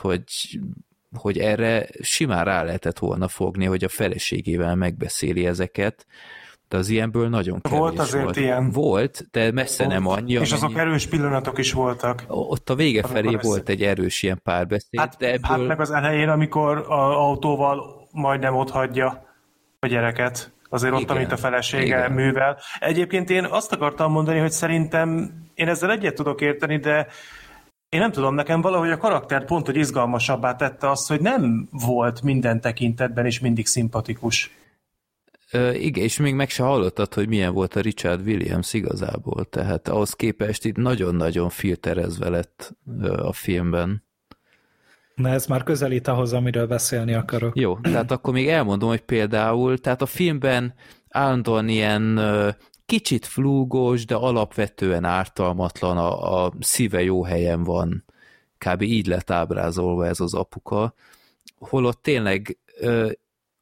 hogy erre simán rá lehetett volna fogni, hogy a feleségével megbeszéli ezeket, de az ilyenből nagyon kevés volt. Volt azért ilyen. Volt, de messze nem annyi. És azok erős pillanatok is voltak. Ott a vége felé volt egy erős ilyen párbeszéd, de ebből... Hát meg az elején, amikor az autóval majdnem otthagyja a gyereket. Azért ott, amit a felesége művel. Egyébként én azt akartam mondani, hogy szerintem én ezzel egyet tudok érteni, de én nem tudom, nekem valahogy a karakter pont, hogy izgalmasabbá tette azt, hogy nem volt minden tekintetben is mindig szimpatikus. Igen, és még meg se hallottad, hogy milyen volt a Richard Williams igazából, tehát ahhoz képest itt nagyon-nagyon filterezve lett a filmben. Na ez már közelít ahhoz, amiről beszélni akarok. Jó, tehát akkor még elmondom, hogy például, tehát a filmben állandóan ilyen kicsit flúgos, de alapvetően ártalmatlan, a szíve jó helyen van. Kb. Így lett ábrázolva ez az apuka. Holott tényleg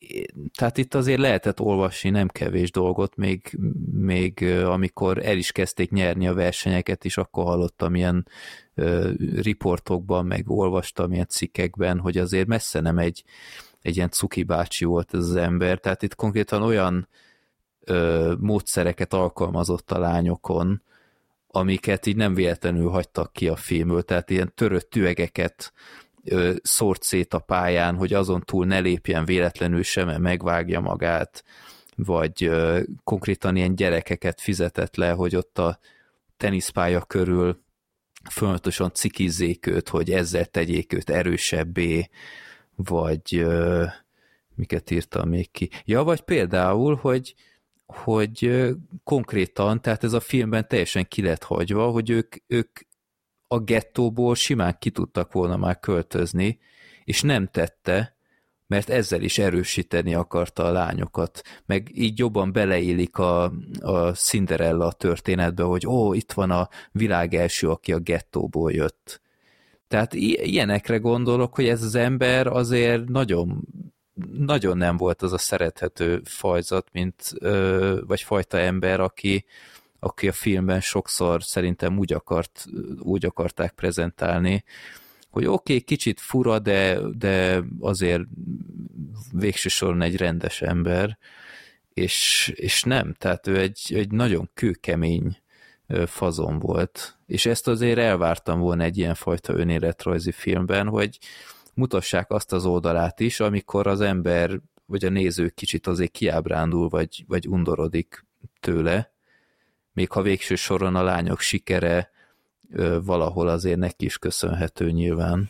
tehát itt azért lehetett olvasni nem kevés dolgot, még amikor el is kezdték nyerni a versenyeket is, akkor hallottam ilyen riportokban, meg olvastam ilyen cikkekben, hogy azért messze nem egy ilyen cuki bácsi volt ez az ember, tehát itt konkrétan olyan módszereket alkalmazott a lányokon, amiket így nem véletlenül hagytak ki a filmből, tehát ilyen törött üvegeket szórt szét a pályán, hogy azon túl ne lépjen véletlenül sem, mert megvágja magát, vagy konkrétan ilyen gyerekeket fizetett le, hogy ott a teniszpálya körül folyamatosan cikizzék őt, hogy ezzel tegyék őt erősebbé, vagy miket írtam még ki. Ja, vagy például, hogy konkrétan, tehát ez a filmben teljesen ki lett hagyva, hogy ők a gettóból simán ki tudtak volna már költözni, és nem tette, mert ezzel is erősíteni akarta a lányokat, meg így jobban beleillik a Cinderella történetbe, hogy itt van a világ első, aki a gettóból jött. Tehát ilyenekre gondolok, hogy ez az ember azért nagyon, nagyon nem volt az a szerethető fajzat, vagy fajta ember, aki a filmben sokszor szerintem úgy akarták prezentálni, hogy oké, kicsit fura, de azért végső soron egy rendes ember, és nem, tehát ő egy nagyon kőkemény fazon volt, és ezt azért elvártam volna egy ilyen fajta önéletrajzi filmben, hogy mutassák azt az oldalát is, amikor az ember, vagy a néző kicsit azért kiábrándul, vagy undorodik tőle, még ha végső soron a lányok sikere valahol azért neki is köszönhető nyilván.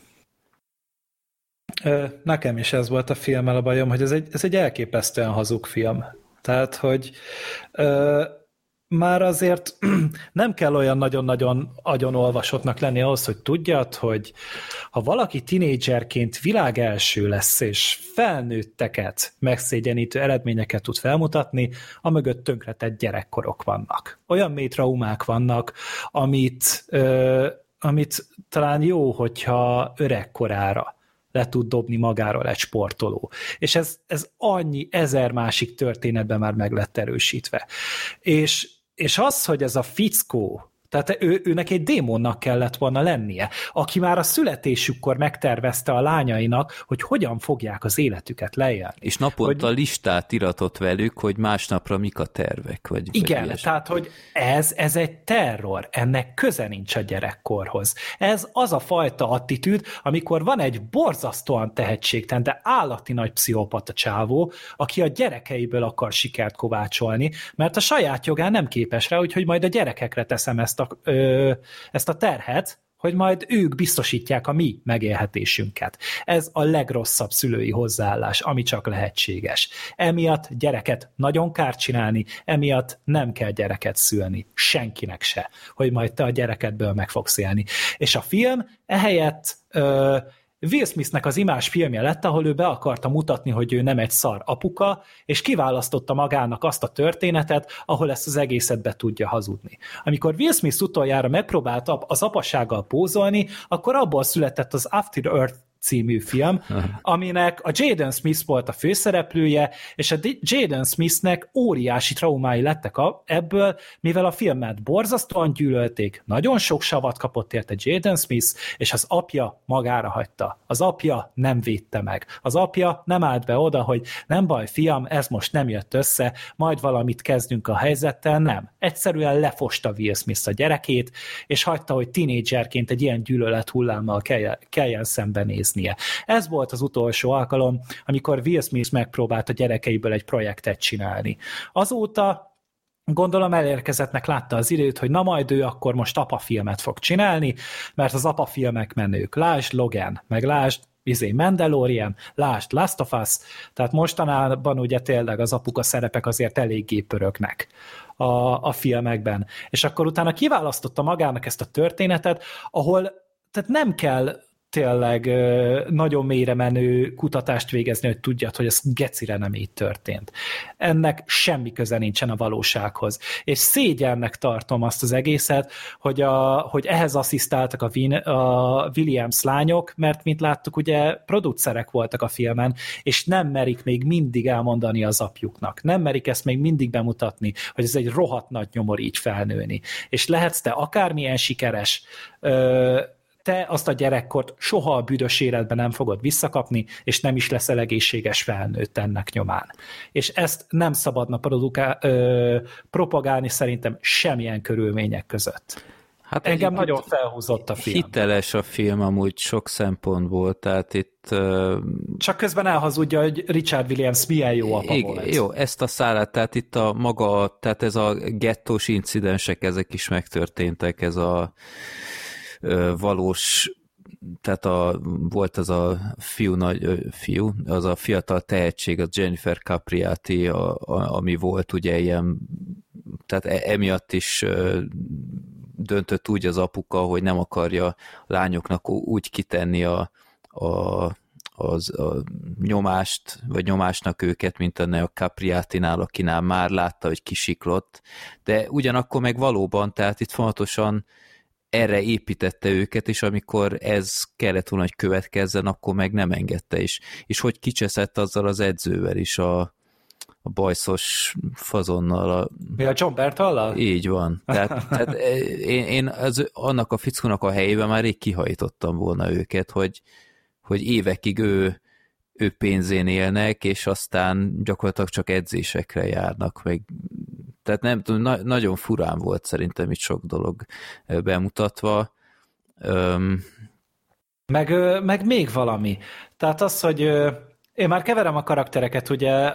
Nekem is ez volt a filmmel a bajom, hogy ez egy elképesztően hazug film. Tehát, hogy már azért nem kell olyan nagyon-nagyon agyonolvasottnak lenni ahhoz, hogy tudjad, hogy ha valaki tinédzserként világelső lesz, és felnőtteket megszégyenítő eredményeket tud felmutatni, amögött tönkretett gyerekkorok vannak. Olyan mély traumák vannak, amit talán jó, hogyha öregkorára le tud dobni magáról egy sportoló. És ez annyi ezer másik történetben már meg lett erősítve. És az, hogy ez a fickó, tehát őnek egy démonnak kellett volna lennie, aki már a születésükkor megtervezte a lányainak, hogy hogyan fogják az életüket leélni. És naponta listát iratott velük, hogy másnapra mik a tervek. Igen, tehát hogy ez egy terror, ennek köze nincs a gyerekkorhoz. Ez az a fajta attitűd, amikor van egy borzasztóan tehetségtelen, de állati nagy pszichopata csávó, aki a gyerekeiből akar sikert kovácsolni, mert a saját jogán nem képes rá, úgyhogy majd a gyerekekre teszem ezt a terhet, hogy majd ők biztosítják a mi megélhetésünket. Ez a legrosszabb szülői hozzáállás, ami csak lehetséges. Emiatt gyereket nagyon kár csinálni, emiatt nem kell gyereket szülni. Senkinek se, hogy majd te a gyerekedből meg fogsz élni. És a film ehelyett Will Smithnek az Imás filmje lett, ahol ő be akarta mutatni, hogy ő nem egy szar apuka, és kiválasztotta magának azt a történetet, ahol ezt az egészet be tudja hazudni. Amikor Will Smith utoljára megpróbálta az apasággal pózolni, akkor abból született az After Earth című film, aminek a Jaden Smith volt a főszereplője, és a Jaden Smithnek óriási traumái lettek ebből, mivel a filmet borzasztóan gyűlölték, nagyon sok savat kapott érte Jaden Smith, és az apja magára hagyta. Az apja nem védte meg. Az apja nem állt be oda, hogy nem baj, fiam, ez most nem jött össze, majd valamit kezdünk a helyzettel, nem. Egyszerűen lefosta Will Smith a gyerekét, és hagyta, hogy tinédzserként egy ilyen gyűlölet hullámmal kelljen szembenézni. Ez volt az utolsó alkalom, amikor Will Smith megpróbált a gyerekeiből egy projektet csinálni. Azóta gondolom elérkezettnek látta az időt, hogy na majd ő akkor most apafilmet fog csinálni, mert az apafilmek menők. Lásd Logan, meg lásd Mandalorian, lásd Last of Us, tehát mostanában ugye tényleg az apuka szerepek azért eléggé pörögnek a filmekben. És akkor utána kiválasztotta magának ezt a történetet, ahol tehát nem kell tényleg nagyon mélyre menő kutatást végezni, hogy tudjad, hogy ez gecire nem így történt. Ennek semmi köze nincsen a valósághoz. És szégyennek tartom azt az egészet, hogy ehhez asszisztáltak a Williams lányok, mert mint láttuk, ugye producerek voltak a filmen, és nem merik még mindig elmondani az apjuknak. Nem merik ezt még mindig bemutatni, hogy ez egy rohadt nagy nyomor így felnőni. És lehetsz te akármilyen sikeres, te azt a gyerekkort soha a büdös életben nem fogod visszakapni, és nem is leszel egészséges felnőtt ennek nyomán. És ezt nem szabadna propagálni szerintem semmilyen körülmények között. Hát engem nagyon felhúzott a film. Hiteles a film amúgy sok szempontból, tehát itt... Csak közben elhazudja, hogy Richard Williams milyen jó apa volt. Jó, ezt a szállat, tehát itt a maga, tehát ez a gettós incidensek, ezek is megtörténtek, ez a valós, tehát volt az a fiú, az a fiatal tehetség, az Jennifer Capriati, ami volt ugye ilyen, tehát emiatt is döntött úgy az apuka, hogy nem akarja a lányoknak úgy kitenni a nyomást, vagy nyomásnak őket, mint a Capriatinál, akinál már látta, hogy kisiklott, de ugyanakkor meg valóban, tehát itt fontosan erre építette őket, és amikor ez kellett volna, hogy következzen, akkor meg nem engedte is. És hogy kicseszett azzal az edzővel is, a bajszos fazonnal. Mi a John Bertallal? Így van. Tehát én annak a fickónak a helyében már rég kihajtottam volna őket, hogy évekig ő pénzén élnek, és aztán gyakorlatilag csak edzésekre járnak, meg tehát nem tudom, nagyon furán volt szerintem itt sok dolog bemutatva. Meg még valami. Tehát az, hogy én már keverem a karaktereket, ugye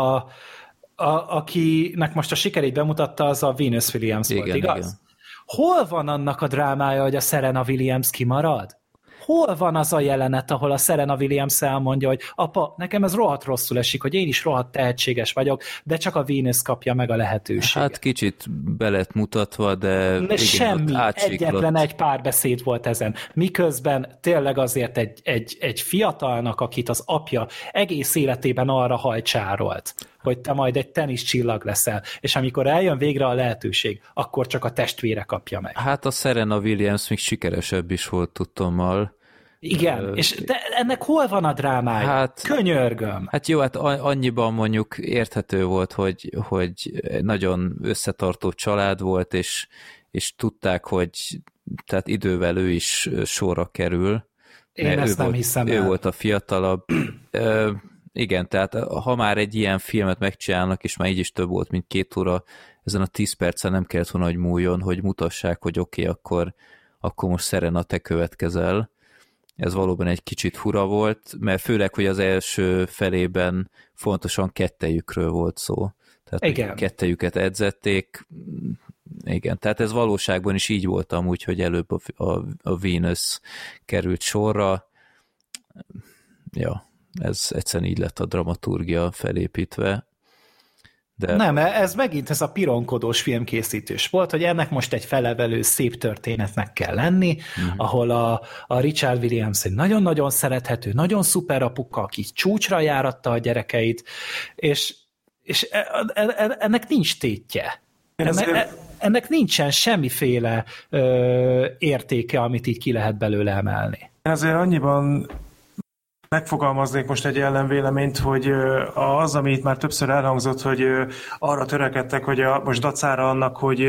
akinek most a sikerét bemutatta, az a Venus Williams volt, igaz? Igen. Hol van annak a drámája, hogy a Serena Williams kimarad? Hol van az a jelenet, ahol a Serena Williams elmondja, hogy apa, nekem ez rohadt rosszul esik, hogy én is rohadt tehetséges vagyok, de csak a Venus kapja meg a lehetőséget. Hát kicsit be lett mutatva, de igen, semmi, egyetlen egy párbeszéd volt ezen. Miközben tényleg azért egy fiatalnak, akit az apja egész életében arra hajcsárolt, hogy te majd egy teniszcsillag leszel, és amikor eljön végre a lehetőség, akkor csak a testvére kapja meg. Hát a Serena Williams még sikeresebb is volt tudtommal. Igen, és de ennek hol van a drámája? Hát, könyörgöm. Hát jó, hát annyiban mondjuk érthető volt, hogy nagyon összetartó család volt, és tudták, hogy tehát idővel ő is sorra kerül. Én ezt nem hiszem el. Ő volt a fiatalabb. Igen, tehát ha már egy ilyen filmet megcsinálnak, és már így is több volt, mint 2 óra, ezen a 10 percen nem kellett volna, hogy múljon, hogy mutassák, hogy oké, akkor most Serena, te következel. Ez valóban egy kicsit fura volt, mert főleg, hogy az első felében fontosan kettejükről volt szó. Tehát igen. Kettejüket edzették. Igen, tehát ez valóságban is így volt amúgy, hogy előbb a Venus került sorra. Ja, ez egyszerűen így lett a dramaturgia felépítve. De... Nem, ez megint ez a pironkodós filmkészítős volt, hogy ennek most egy felevelő szép történetnek kell lenni, ahol a Richard Williams egy nagyon-nagyon szerethető, nagyon szuper apuka, aki csúcsra járatta a gyerekeit, és ennek nincs tétje. Ennek nincsen semmiféle értéke, amit így ki lehet belőle emelni. Ezért annyiban megfogalmaznék most egy ellenvéleményt, hogy az, ami itt már többször elhangzott, hogy arra törekedtek, hogy most dacára annak, hogy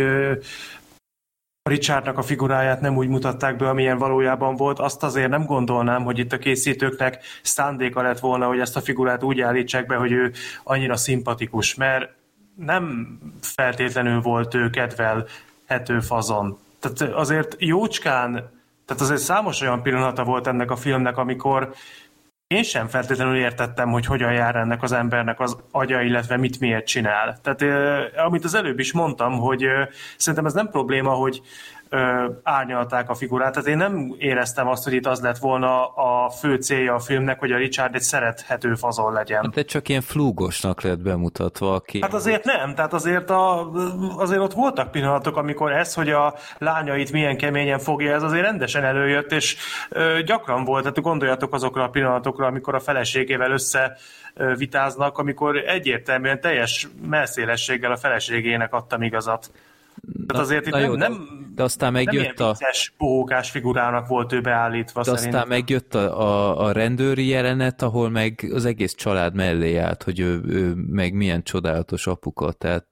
a Richardnak a figuráját nem úgy mutatták be, amilyen valójában volt, azt azért nem gondolnám, hogy itt a készítőknek szándéka lett volna, hogy ezt a figurát úgy állítsák be, hogy ő annyira szimpatikus, mert nem feltétlenül volt ő kedvelhető fazon. Tehát azért jócskán, tehát azért számos olyan pillanata volt ennek a filmnek, amikor én sem feltétlenül értettem, hogy hogyan jár ennek az embernek az agya, illetve mit miért csinál. Tehát amit az előbb is mondtam, hogy szerintem ez nem probléma, hogy árnyalták a figurát. Tehát én nem éreztem azt, hogy itt az lett volna a fő célja a filmnek, hogy a Richard egy szerethető fazon legyen. De csak ilyen flúgosnak lett bemutatva. Aki... Hát azért nem, tehát azért ott voltak pillanatok, amikor ez, hogy a lányait milyen keményen fogja, ez azért rendesen előjött, és gyakran volt, tehát gondoljatok azokra a pillanatokra, amikor a feleségével összevitáznak, amikor egyértelműen teljes mellszélességgel a feleségének adtam igazat. Tehát azért itt de aztán megjött nem vicces, bohókás figurának volt ő beállítva. De aztán megjött a rendőri jelenet, ahol meg az egész család mellé állt, hogy ő meg milyen csodálatos apuka, tehát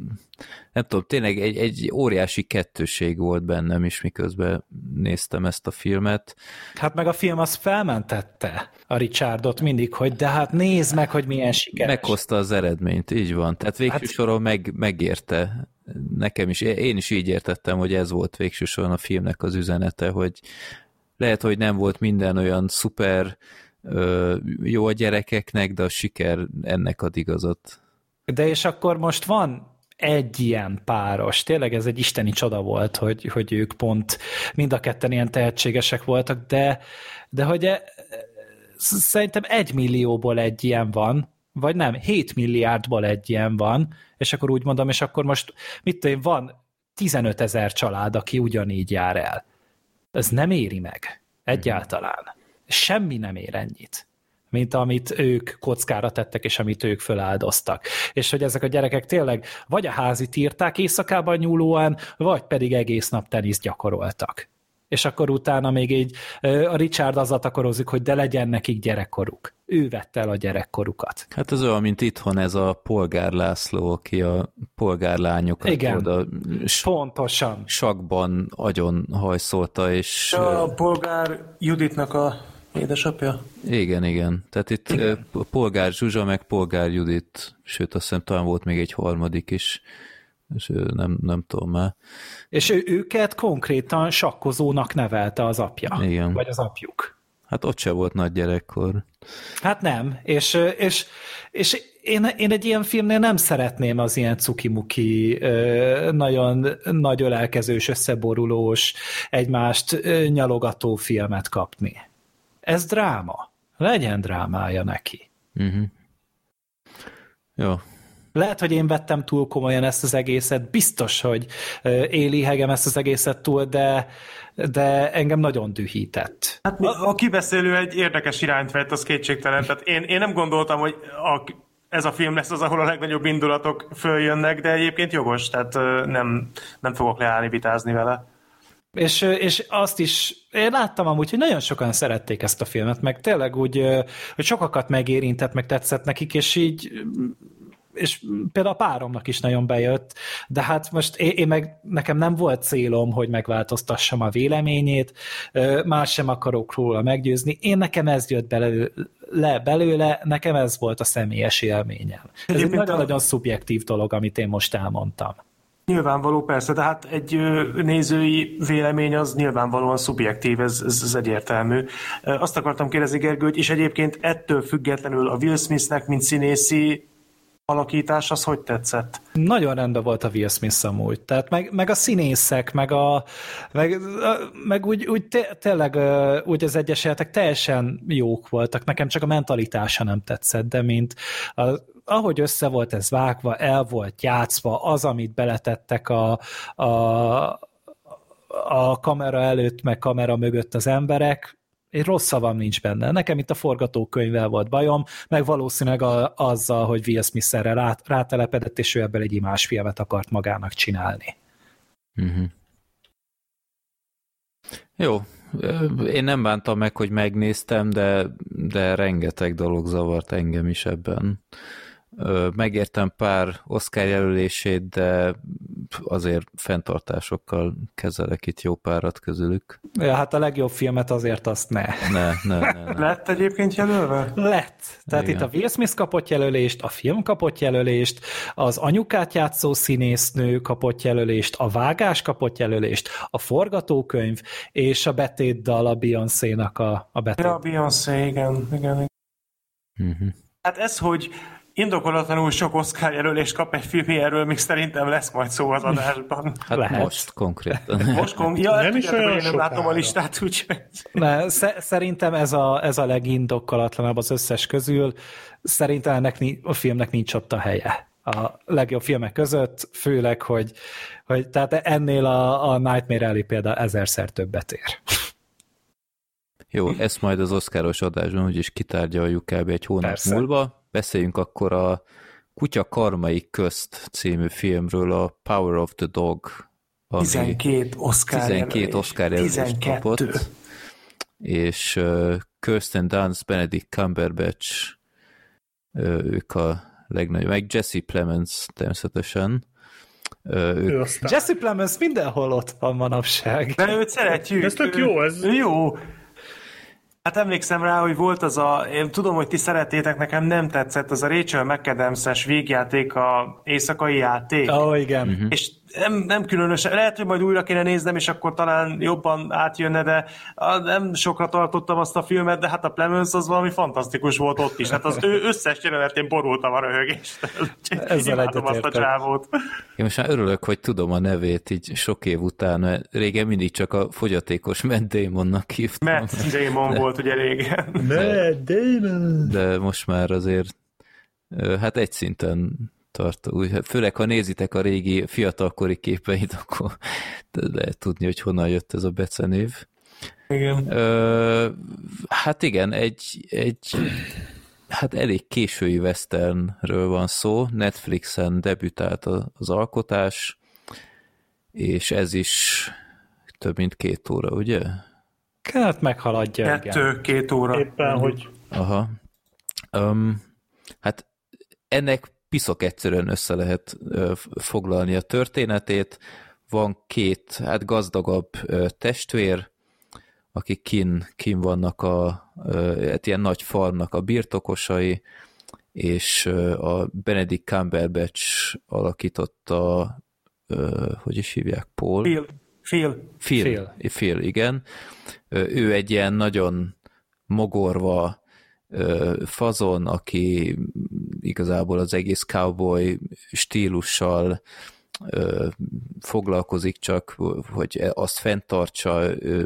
nem tudom, tényleg egy óriási kettőség volt bennem is, miközben néztem ezt a filmet. Hát meg a film az felmentette a Richardot mindig, hogy de hát nézd meg, hogy milyen sikeres. Meghozta az eredményt, így van. Tehát végső soron megérte. Nekem is, én is így értettem, hogy ez volt végső soron a filmnek az üzenete, hogy lehet, hogy nem volt minden olyan szuper jó a gyerekeknek, de a siker ennek ad igazat. De és akkor most van egy ilyen páros. Tényleg ez egy isteni csoda volt, hogy ők pont mind a ketten ilyen tehetségesek voltak, de hogy szerintem 1 millióból egy ilyen van, vagy nem, 7 milliárdból egy ilyen van, és akkor úgy mondom, és akkor most mit tudom, van 15 000 család, aki ugyanígy jár el. Ez nem éri meg. Egyáltalán. Semmi nem ér ennyit, mint amit ők kockára tettek, és amit ők föláldoztak. És hogy ezek a gyerekek tényleg vagy a házit írták éjszakában nyúlóan, vagy pedig egész nap teniszt gyakoroltak. És akkor utána még így a Richard azzal takorozik, hogy de legyen nekik gyerekkoruk. Ő vette el a gyerekkorukat. Hát ez olyan, mint itthon ez a Polgár László, aki a polgárlányokat oda pontosan sakban agyon hajszolta, és... A Polgár Juditnak a édesapja? Igen. Tehát itt Polgár Zsuzsa, meg Polgár Judit, sőt azt hiszem talán volt még egy harmadik is, és nem tudom már. És őket konkrétan sakkozónak nevelte az apja. Igen. Vagy az apjuk. Hát ott se volt nagy gyerekkor. Hát nem, és én egy ilyen filmnél nem szeretném az ilyen cukimuki, nagyon nagy ölelkezős, összeborulós, egymást nyalogató filmet kapni. Ez dráma. Legyen drámája neki. Uh-huh. Jó. Lehet, hogy én vettem túl komolyan ezt az egészet, biztos, hogy élihegem ezt az egészet túl, de engem nagyon dühített. Hát a kibeszélő egy érdekes irányt vett, az kétségtelen. Tehát én nem gondoltam, hogy ez a film lesz az, ahol a legnagyobb indulatok följönnek, de egyébként jogos, tehát nem fogok leállni vitázni vele. És azt is, én láttam amúgy, hogy nagyon sokan szerették ezt a filmet, meg tényleg úgy, hogy sokakat megérintett, meg tetszett nekik, és például a páromnak is nagyon bejött, de hát most nekem nem volt célom, hogy megváltoztassam a véleményét, más sem akarok róla meggyőzni, nekem ez jött belőle, nekem ez volt a személyes élményem. Ez egy nagyon-nagyon szubjektív dolog, amit én most elmondtam. Nyilvánvaló, persze, de hát egy nézői vélemény az nyilvánvalóan szubjektív, ez egyértelmű. Azt akartam kérdezni, Gergő, és egyébként ettől függetlenül a Will Smithnek, mint színészi alakítás, az hogy tetszett? Nagyon rendben volt a Will Smith amúgy. Tehát meg a színészek, meg úgy tényleg úgy az egyes életek teljesen jók voltak. Nekem csak a mentalitása nem tetszett, de ahogy össze volt ez vágva, el volt játszva, az, amit beletettek a kamera előtt, meg kamera mögött az emberek, egy rossz szavam nincs benne. Nekem itt a forgatókönyvvel volt bajom, meg valószínűleg azzal, hogy Will Smith erre rátelepedett, és ő ebből egy imásfilmet akart magának csinálni. Uh-huh. Jó. Én nem bántam meg, hogy megnéztem, de rengeteg dolog zavart engem is ebben. Megértem pár Oscar jelölését, de azért fenntartásokkal kezelek itt jó párat közülük. Ja, hát a legjobb filmet azért azt ne. Lett egyébként jelölve? Lett. Tehát igen. Itt a Will Smith kapott jelölést, a film kapott jelölést, az anyukát játszó színésznő kapott jelölést, a vágás kapott jelölést, a forgatókönyv, és a betétdal a Beyoncé-nak a betét. Ja, a Beyoncé, igen. Uh-huh. Hát ez, hogy indokolatlanul sok Oscar jelölést kap egy film, erről még szerintem lesz majd szó az adásban. Hát Lehet. most konkrétan. Nem is olyan sokára. nem látom a listát, úgyhogy... Szerintem ez a legindokolatlanabb az összes közül. Szerintem ennek a filmnek nincs ott a helye a legjobb filmek között, főleg, hogy tehát ennél a Nightmare Alley például 1000-szer többet ér. Jó, ezt majd az Oscaros adásban úgyis kitárgyaljuk kb. Egy hónap Persze. múlva. Beszéljünk akkor a Kutya karmai közt című filmről, a Power of the Dog, ami 12 Oscar 12 Oscar jelölést kapott, és Kirsten Dunst, Benedict Cumberbatch, ők a legnagyobb, meg Jesse Plemons természetesen. Ő aztán. Jesse Plemons mindenhol ott van manapság. De őt szeretjük. Ez tök jó, ez... Ő jó. Hát emlékszem rá, hogy volt az én tudom, hogy ti szerettétek, nekem nem tetszett, az a Rachel McAdams-es vígjáték, a éjszakai játék. Igen. És nem különösen, lehet, hogy majd újra kéne néznem, és akkor talán jobban átjönne, de nem sokra tartottam azt a filmet, de hát a Plemons az valami fantasztikus volt ott is. Hát az ő összes jelenetén borultam a röhögéstől. Ezzel imádom azt a egyetértek. csávót. Én most már örülök, hogy tudom a nevét így sok év után, mert régen mindig csak a fogyatékos Matt Damonnak hívtam. Matt Damon volt ugye régen. De most már azért hát egy szinten tart. Főleg, ha nézitek a régi fiatalkori képeit, akkor lehet tudni, hogy honnan jött ez a becenév. Igen. Hát igen, egy hát elég késői westernről van szó, Netflixen debütált az alkotás, és ez is több mint 2 óra, ugye? Hát meghaladja, igen. 2 óra. Éppen, hogy... Aha. Hát ennek piszok egyszerűen össze lehet foglalni a történetét. Van 2 hát gazdagabb testvér, akik kin vannak hát ilyen nagy farmnak a birtokosai, és a Benedict Cumberbatch alakította, hogy is hívják, Paul? Phil, igen. Ő egy ilyen nagyon mogorva fazon, aki igazából az egész cowboy stílussal foglalkozik, csak hogy azt fenntartsa,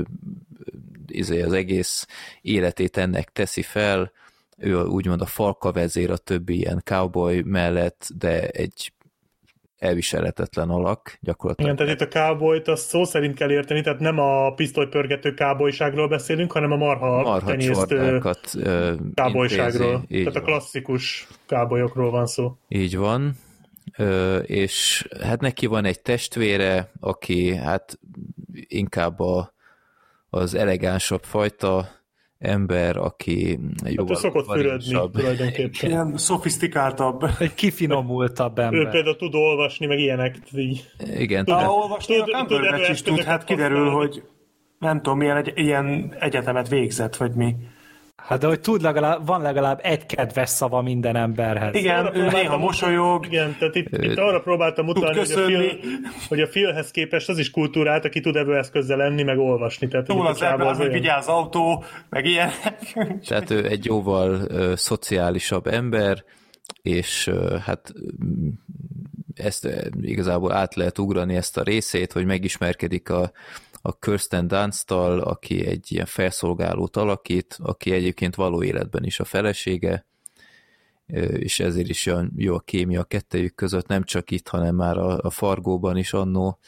az egész életét ennek teszi fel, ő úgymond a falkavezér a többi ilyen cowboy mellett, de egy elviselhetetlen alak gyakorlatilag. Igen, tehát itt a cowboyt azt szó szerint kell érteni, tehát nem a pisztolypörgető cowboyságról beszélünk, hanem a marha tenyésztő cowboyságról. Tehát a klasszikus cowboyokról van szó. Így van. És hát neki van egy testvére, aki hát inkább az elegánsabb fajta ember, aki jóval szokott fürödni tulajdonképpen. Ilyen szofisztikáltabb. Egy kifinomultabb ember. Ő például tud olvasni, meg ilyenek. Így. Igen. Olvasni a Cumberbatch is tud, hát kiderül, hogy nem tudom, ilyen egyetemet végzett, vagy mi. Hát de hogy van legalább egy kedves szava minden emberhez. Igen, ő néha mosolyog. Igen, tehát itt arra próbáltam utalni, hogy a Philhez képest az is kultúrált, aki tud ebből eszközzel lenni, meg olvasni. Tehát, túl az ebben az, hogy vigyáz autó, meg ilyenek. Tehát ő egy jóval szociálisabb ember, és hát ezt igazából át lehet ugrani ezt a részét, hogy megismerkedik a Kirsten Dunst-tal, aki egy ilyen felszolgálót alakít, aki egyébként való életben is a felesége, és ezért is olyan jó a kémia a kettejük között, nem csak itt, hanem már a Fargóban is annó.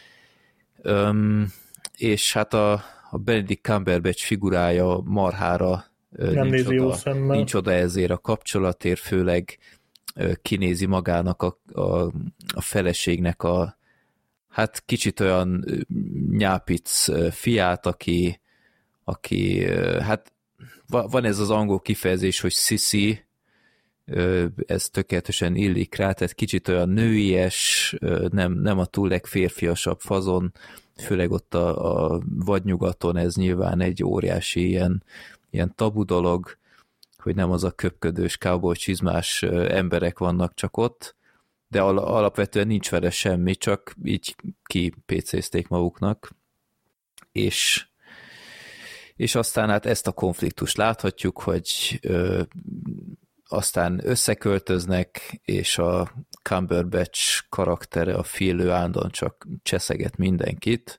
És hát a Benedict Cumberbatch figurája marhára nincs oda ezért a kapcsolatért, főleg kinézi magának a feleségnek hát kicsit olyan nyápic fiát, aki hát van ez az angol kifejezés, hogy sissy, ez tökéletesen illik rá, tehát kicsit olyan nőies, nem a túl legférfiasabb fazon, főleg ott a vadnyugaton ez nyilván egy óriási ilyen tabu dolog, hogy nem az a köpködős cowboy csizmás emberek vannak csak ott, de alapvetően nincs vele semmi, csak így kipécézték maguknak. És aztán hát ezt a konfliktust láthatjuk, hogy aztán összeköltöznek, és a Cumberbatch karaktere, a Phil, ő állandóan csak cseszeget mindenkit.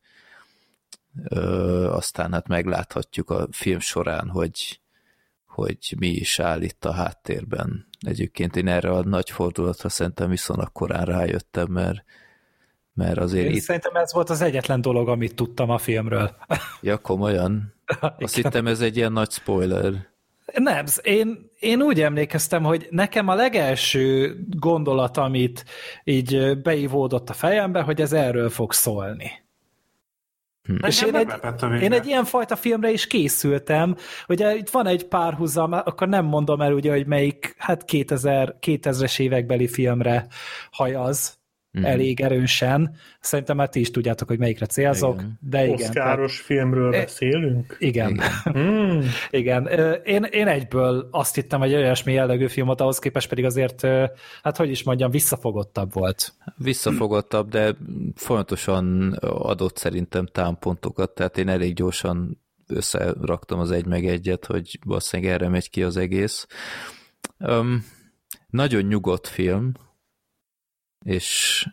Aztán hát megláthatjuk a film során, hogy mi is áll itt a háttérben. Egyébként én erre a nagy fordulatra szerintem viszonylag korán rájöttem, mert azért Én szerintem ez volt az egyetlen dolog, amit tudtam a filmről. Ja, komolyan? Azt hittem, ez egy ilyen nagy spoiler. Nem, én úgy emlékeztem, hogy nekem a legelső gondolat, amit így beívódott a fejembe, hogy ez erről fog szólni. És én egy ilyen fajta filmre is készültem. Ugye itt van egy párhuzam, akkor nem mondom el ugye, hogy melyik 2000-es évekbeli filmre hajaz elég erősen. Szerintem már ti is tudjátok, hogy melyikre célzok. Igen. De igen. Oszkáros filmről beszélünk? Igen. Igen. Én egyből azt hittem, hogy olyasmi jellegű film volt, ahhoz képest pedig azért, hát hogy is mondjam, visszafogottabb volt. Visszafogottabb, de folyamatosan adott szerintem támpontokat, tehát én elég gyorsan összeraktam az 1/1, hogy valószínűleg erre megy ki az egész. Nagyon nyugodt film, és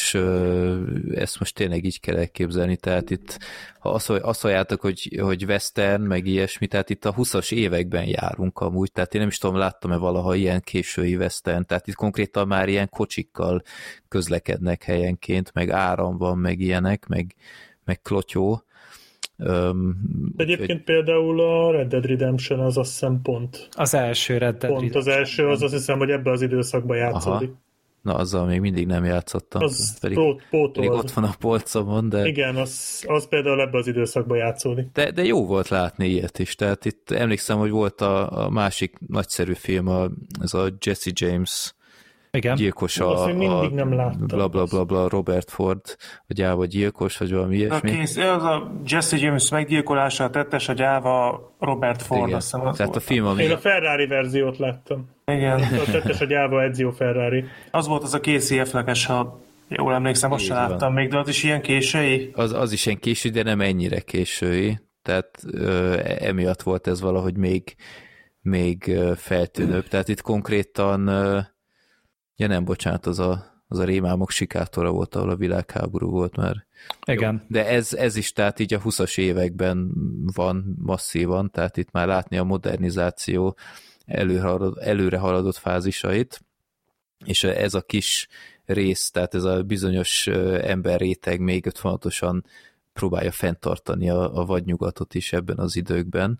ezt most tényleg így kell elképzelni, tehát itt ha azt halljátok, hogy western, meg ilyesmi, tehát itt a 20-as években járunk amúgy, tehát én nem is tudom, láttam-e valaha ilyen késői western, tehát itt konkrétan már ilyen kocsikkal közlekednek helyenként, meg áram van, meg ilyenek, meg klotyó. Egyébként például a Red Dead Redemption az azt hiszem pont. Az első Red Dead Redemption. Az első, az azt hiszem, hogy ebbe az időszakban játszódik. Aha. Na, azzal még mindig nem játszottam. Az pedig ott van a polcomon, de... Igen, az például ebbe az időszakban játszódik. De jó volt látni ilyet is. Tehát itt emlékszem, hogy volt a másik nagyszerű film, ez a Jesse James gyilkos, mindig nem láttam. Bla, Robert Ford, a gyáva gyilkos, vagy valami ilyesmi. Az a Jesse James meggyilkolása, a tettes a gyáva Robert Ford, azt hiszem. Tehát a film, ami... Én a Ferrari verziót láttam. Igen. A tettes a gyáva Ezio Ferrari. Az volt az a Casey Affleck-es, ha jól emlékszem, azt sem láttam még, de az is ilyen késői? Az is ilyen késői, de nem ennyire késői. Tehát emiatt volt ez valahogy még feltűnőbb. Tehát itt konkrétan ja nem, bocsánat, az a rémálmok sikátora volt, ahol a világháború volt már. Igen. Jó. De ez is, tehát így a 20-as években van masszívan, tehát itt már látni a modernizáció előre haladott fázisait, és ez a kis rész, tehát ez a bizonyos emberréteg még ott fontosan próbálja fenntartani a vadnyugatot is ebben az időkben.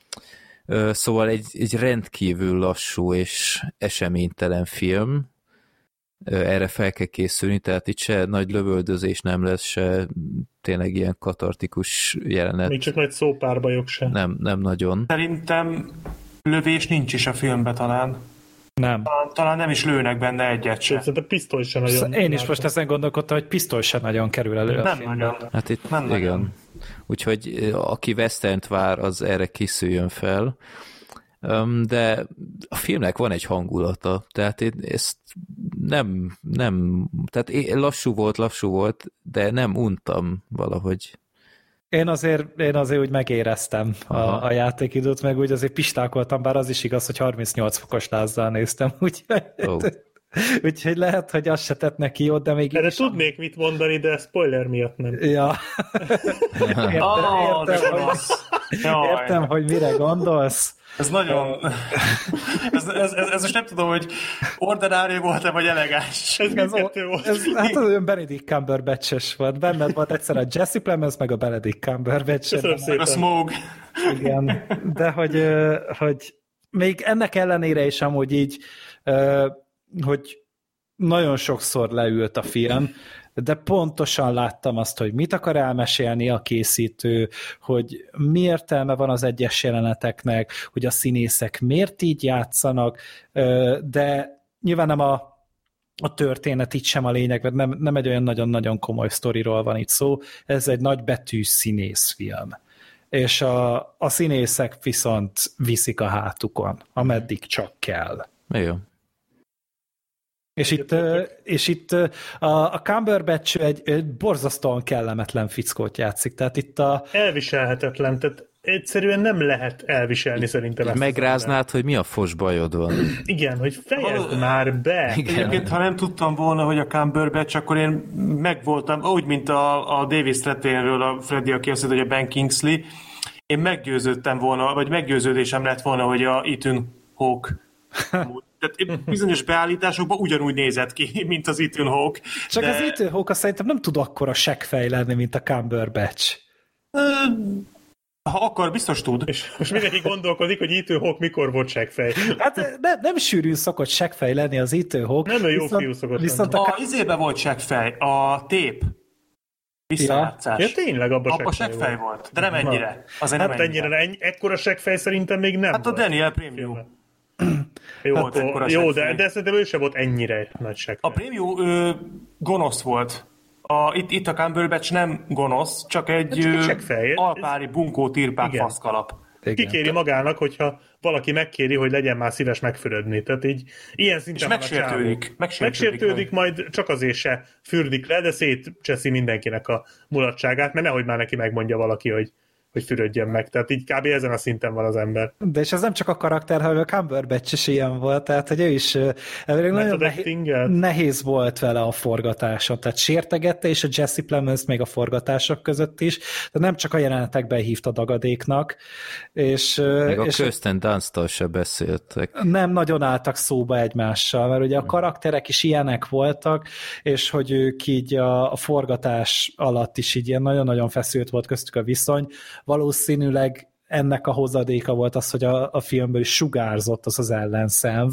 Szóval egy rendkívül lassú és eseménytelen film, erre fel kell készülni, tehát itt se nagy lövöldözés nem lesz, se tényleg ilyen katartikus jelenet. Még csak nagy szópárbajok sem. Nem nagyon. Szerintem lövés nincs is a filmben talán. Nem. Talán nem is lőnek benne egyet sem. Szerintem pisztoly sem nagyon. Én is most ezen gondolkodtam, hogy pisztoly sem nagyon kerül elő. Nem nagyon. Hát itt nem igen. Nagyon. Úgyhogy aki westernt vár, az erre készüljön fel. De a filmnek van egy hangulata, tehát én ezt nem tehát lassú volt, de nem untam valahogy. Én azért úgy megéreztem a játékidőt, meg úgy azért pistákoltam, bár az is igaz, hogy 38 fokos lázzal néztem, úgyhogy lehet, hogy az se tett neki jót, de még... Erre tudnék mit mondani, de spoiler miatt nem. Ja. Értem, hogy mire gondolsz. Ez nagyon... ez most nem tudom, hogy ordinári volt-e, vagy elegáns. Ez mindkettő volt. Hát az olyan Benedict Cumberbatch-es volt. Benned volt egyszer a Jesse Plemons, meg a Benedict Cumberbatch. Meg a Smoke. Igen, de hogy még ennek ellenére is amúgy így, hogy nagyon sokszor leült a film, de pontosan láttam azt, hogy mit akar elmesélni a készítő, hogy mi értelme van az egyes jeleneteknek, hogy a színészek miért így játszanak, de nyilván nem a történet itt sem a lényeg, mert nem egy olyan nagyon-nagyon komoly sztoriról van itt szó, ez egy nagybetű színészfilm. És a színészek viszont viszik a hátukon, ameddig csak kell. Jó. És itt a Cumberbatch egy borzasztóan kellemetlen fickót játszik. Tehát itt elviselhetetlen. Tehát egyszerűen nem lehet elviselni szerintem ezt. Megráznád, hogy mi a fos bajod van. Igen, hogy fejezd már be. Egyébként, ha nem tudtam volna, hogy a Cumberbatch, akkor én megvoltam, úgy, mint a David Strathairről a Freddy, aki azt mondta, hogy a Ben Kingsley, én meggyőződtem volna, vagy meggyőződésem lett volna, hogy a Ethan Hawke. Tehát bizonyos beállításokban ugyanúgy nézett ki, mint az Ethan Hawke. Csak az Ethan Hawke szerintem nem tud akkora seggfej lenni, mint a Cumberbatch. Ha akar, biztos tud. És most mindenki gondolkodik, hogy Ethan Hawke mikor volt seggfej. Hát nem sűrűn szokott seggfej lenni az Ethan Hawke. Nem, jó fiú szokott viszont A izébe volt seggfej, a tép. Visszajátszás. Ja, tényleg abba seggfej volt. De nem ennyire. Azért hát nem ennyire. Ekkora seggfej szerintem még nem hát volt. A Daniel Premium. Jó, de szerintem ő sem volt ennyire nagy seggfej. A Premium gonosz volt. Itt a Cumberbatch nem gonosz, csak egy alpári bunkó tirpák faszkalap. Kikéri magának, hogyha valaki megkéri, hogy legyen már szíves megfürödni. Tehát így ilyen szinten és megsértődik, majd csak azért se fürdik le, de szétcseszi mindenkinek a mulatságát, mert nehogy már neki megmondja valaki, hogy fürödjön meg. Tehát így kb. Ezen a szinten van az ember. De és ez nem csak a karakter, hanem a Cumberbatch is ilyen volt, tehát hogy ő is nagyon nehéz volt vele a forgatáson, tehát sértegette, és a Jesse Plemons még a forgatások között is, de nem csak a jelenetekben hívta dagadéknak. Meg a Kirsten Dunst-tal se beszéltek. Nem nagyon álltak szóba egymással, mert ugye a karakterek is ilyenek voltak, és hogy ők így a forgatás alatt is így ilyen nagyon-nagyon feszült volt köztük a viszony. Valószínűleg ennek a hozadéka volt az, hogy a filmből is sugárzott az ellenszenv.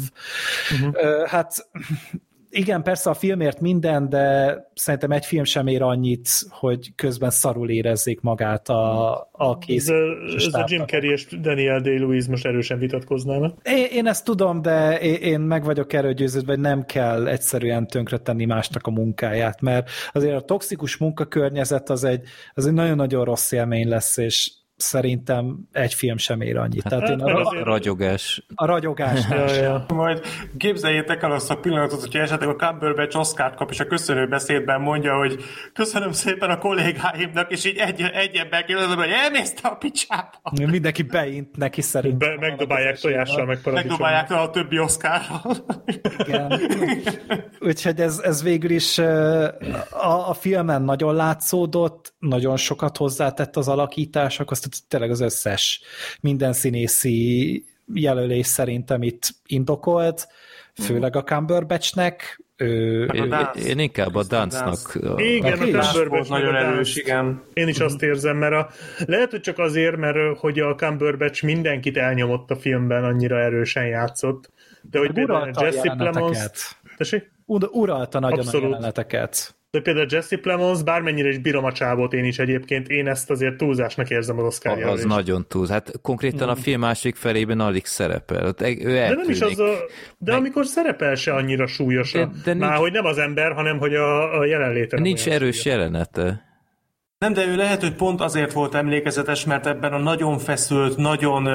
Hát igen, persze a filmért minden, de szerintem egy film sem ér annyit, hogy közben szarul érezzék magát a készítő. Ez a Jim Carrey és Daniel Day-Lewis most erősen vitatkoznának. Én ezt tudom, de én meg vagyok erről győződve, hogy nem kell egyszerűen tönkretenni másnak a munkáját, mert azért a toxikus munkakörnyezet az egy nagyon-nagyon rossz élmény lesz, és szerintem egy film sem ér annyit. Hát, tehát a ragyogás. A ragyogás. Majd képzeljétek el azt a pillanatot, hogyha esetleg a Cumberbatch Oscart kap, és a köszönő beszédben mondja, hogy köszönöm szépen a kollégáimnak, és így egy ember kérdezem, hogy elmész te a picsába. Mindenki beint neki szerintem. Megdobálják tojással, meg paradicsom. Megdobálják a többi Oscarral. Igen. Úgyhogy ez végül is a filmen nagyon látszódott, nagyon sokat hozzátett az alakításokhoz, tényleg az összes minden színészi jelölés szerintem itt indokolt, főleg a Cumberbatchnek. Én inkább a Dunstnak. Igen, a Cumberbatch nagyon erős, igen. Én is azt érzem, mert lehet, hogy csak azért, mert hogy a Cumberbatch mindenkit elnyomott a filmben, annyira erősen játszott. De hogy például Jesse Plemons... Uralta nagyon a jeleneteket. De például Jesse Plemons, bármennyire is bírom a csávót én is egyébként, én ezt azért túlzásnak érzem az Oscar jelölést. Az nagyon túlz. Hát konkrétan a film másik felében alig szerepel. De nem is az amikor szerepel se annyira súlyosan. Már hogy nem az ember, hanem hogy a jelenléte. Nincs erős jelenete. Nem, de ő lehet, hogy pont azért volt emlékezetes, mert ebben a nagyon feszült, nagyon...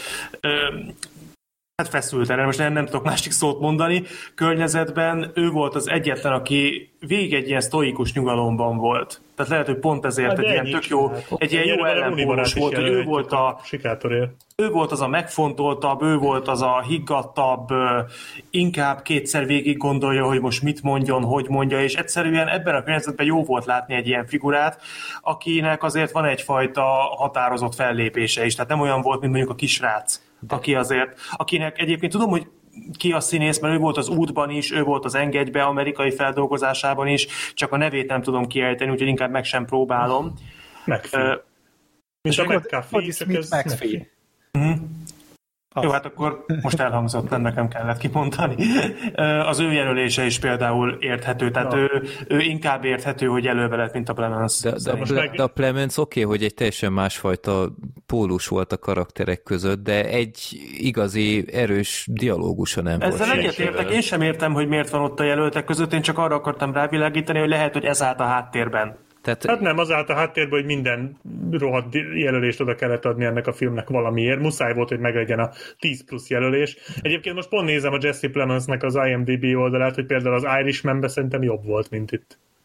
hát feszült erre, most nem tudok másik szót mondani, környezetben ő volt az egyetlen, aki végig egy ilyen sztoikus nyugalomban volt. Tehát lehet, hogy pont ezért egy ilyen tök jó, egy ilyen jó ellenpólus volt, hogy ő volt az a megfontoltabb, ő volt az a higgadtabb, inkább kétszer végig gondolja, hogy most mit mondjon, hogy mondja, és egyszerűen ebben a környezetben jó volt látni egy ilyen figurát, akinek azért van egyfajta határozott fellépése is, tehát nem olyan volt, mint mondjuk a kisrác, akinek egyébként tudom, hogy ki a színész, mert ő volt az Útban is, ő volt az Engedjbe amerikai feldolgozásában is, csak a nevét nem tudom kiejteni, úgyhogy inkább meg sem próbálom. McPhee. Mint a McAfee, csak ez McPhee. Jó, hát akkor most elhangzott, nem nekem kellett kimondani. Az ő jelölése is például érthető, tehát ő inkább érthető, hogy jelölve lett, mint a Plemons. De a Plemons oké, hogy egy teljesen másfajta pólus volt a karakterek között, de egy igazi erős dialógusa nem volt. Ezzel egyetértek, én sem értem, hogy miért van ott a jelöltek között, én csak arra akartam rávilágítani, hogy lehet, hogy ez állt a háttérben. Hát nem, az állt a háttérben, hogy minden rohadt jelölést oda kellett adni ennek a filmnek valamiért. Muszáj volt, hogy meglegyen a 10 plusz jelölés. Egyébként most pont nézem a Jesse Plemonsnek az IMDb oldalát, hogy például az Irishmanben szerintem jobb volt, mint itt.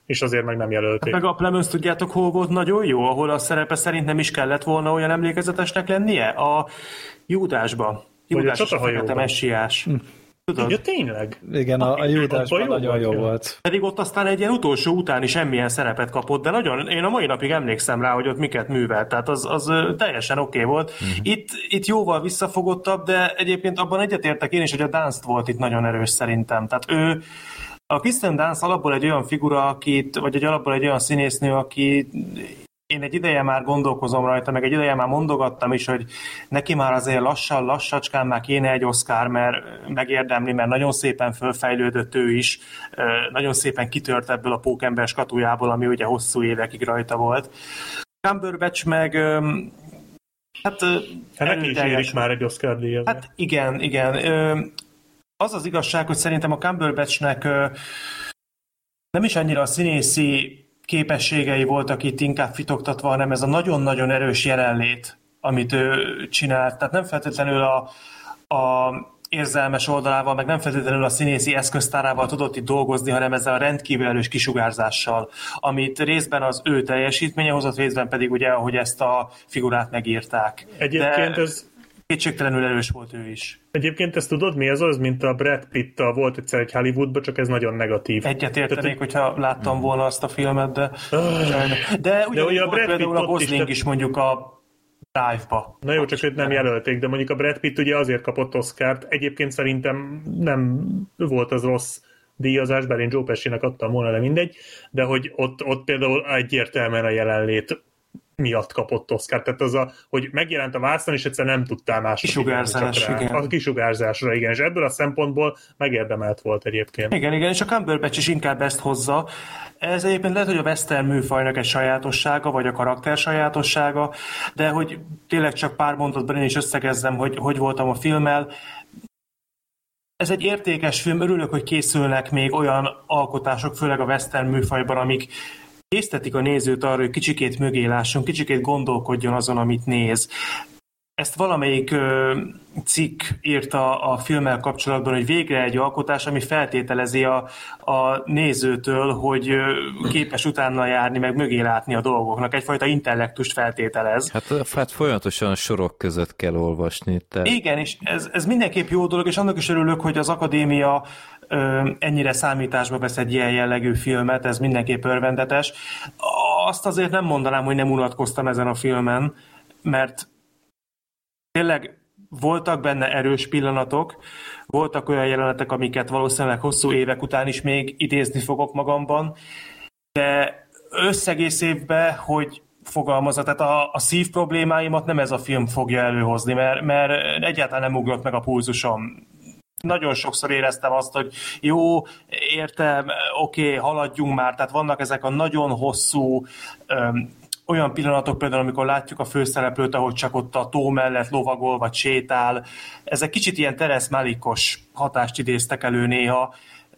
és azért meg nem jelölték. Meg a Plemons tudjátok, hol volt nagyon jó, ahol a szerepe szerint nem is kellett volna olyan emlékezetesnek lennie? A Júdásba. Júdás és a fekete messiás. Tudod? Ja, tényleg? Igen, a Júdásban nagyon jó volt. Pedig ott aztán egy ilyen utolsó utáni semmilyen szerepet kapott, de nagyon, én a mai napig emlékszem rá, hogy ott miket művelt, tehát az teljesen oké volt. Itt jóval visszafogottabb, de egyébként abban egyetértek én is, hogy a Dunst volt itt nagyon erős szerintem. Tehát a Kirsten Dunst alapból egy olyan figura, vagy alapból egy olyan színésznő, aki én egy ideje már gondolkozom rajta, meg egy ideje már mondogattam is, hogy neki már azért lassacskán már kéne egy Oscar, mert megérdemli, mert nagyon szépen fölfejlődött ő is, nagyon szépen kitört ebből a pókember skatujából, ami ugye hosszú évekig rajta volt. Cumberbatch meg hát neki is érik már egy Oscar díjat. Hát igen. Az az igazság, hogy szerintem a Cumberbatchnek nem is annyira a színészi képességei voltak itt inkább fitoktatva, hanem ez a nagyon-nagyon erős jelenlét, amit ő csinált. Tehát nem feltétlenül a érzelmes oldalával, meg nem feltétlenül a színészi eszköztárával tudott itt dolgozni, hanem ezzel a rendkívül erős kisugárzással, amit részben az ő teljesítménye hozott, részben pedig ugye, ahogy ezt a figurát megírták. Egyébként ez kétségtelenül erős volt ő is. Egyébként ezt tudod, mi ez az, mint a Brad Pitt-tal volt egyszer egy Hollywoodban, csak ez nagyon negatív. Egyetértenék, hogyha láttam volna azt a filmet, de ugyanúgy volt például a Gosling is mondjuk a Drive-ba. Na jó, csak őt nem jelölték, de mondjuk a Brad Pitt ugye azért kapott Oscart. Egyébként szerintem nem volt az rossz díjazás, bár én Joe Pesci-nek adtam volna, de mindegy, de hogy ott például egyértelműen a jelenlét miatt kapott Oscar. Tehát hogy megjelent a vászon, és egyszer nem tudtál másra. Kisugárzás, igen. A kisugárzásra, igen. És ebből a szempontból megérdemelt volt egyébként. Igen, és a Cumberbatch is inkább ezt hozza. Ez egyébként lehet, hogy a western műfajnak egy sajátossága, vagy a karakter sajátossága, de hogy tényleg csak pár mondatban én is összegezzem, hogy voltam a filmmel. Ez egy értékes film, örülök, hogy készülnek még olyan alkotások, főleg a western műfajban, amik késztetik a nézőt arra, hogy kicsikét mögé lásson, kicsikét gondolkodjon azon, amit néz. Ezt valamelyik cikk írta a filmmel kapcsolatban, hogy végre egy alkotás, ami feltételezi a nézőtől, hogy képes utána járni, meg mögé látni a dolgoknak. Egyfajta intellektust feltételez. Hát folyamatosan a sorok között kell olvasni. Igen, és ez mindenképp jó dolog, és annak is örülök, hogy az akadémia ennyire számításba vesz egy ilyen jellegű filmet, ez mindenképp örvendetes. Azt azért nem mondanám, hogy nem unatkoztam ezen a filmen, mert tényleg voltak benne erős pillanatok, voltak olyan jelenetek, amiket valószínűleg hosszú évek után is még idézni fogok magamban, de összegész évben, hogy fogalmazza, tehát a szív problémáimat nem ez a film fogja előhozni, mert egyáltalán nem ugrott meg a pulzusom. Nagyon sokszor éreztem azt, hogy jó, értem, oké, haladjunk már, tehát vannak ezek a nagyon hosszú olyan pillanatok például, amikor látjuk a főszereplőt, ahogy csak ott a tó mellett lovagol, vagy sétál. Ezek kicsit ilyen Terence Malickos hatást idéztek elő néha.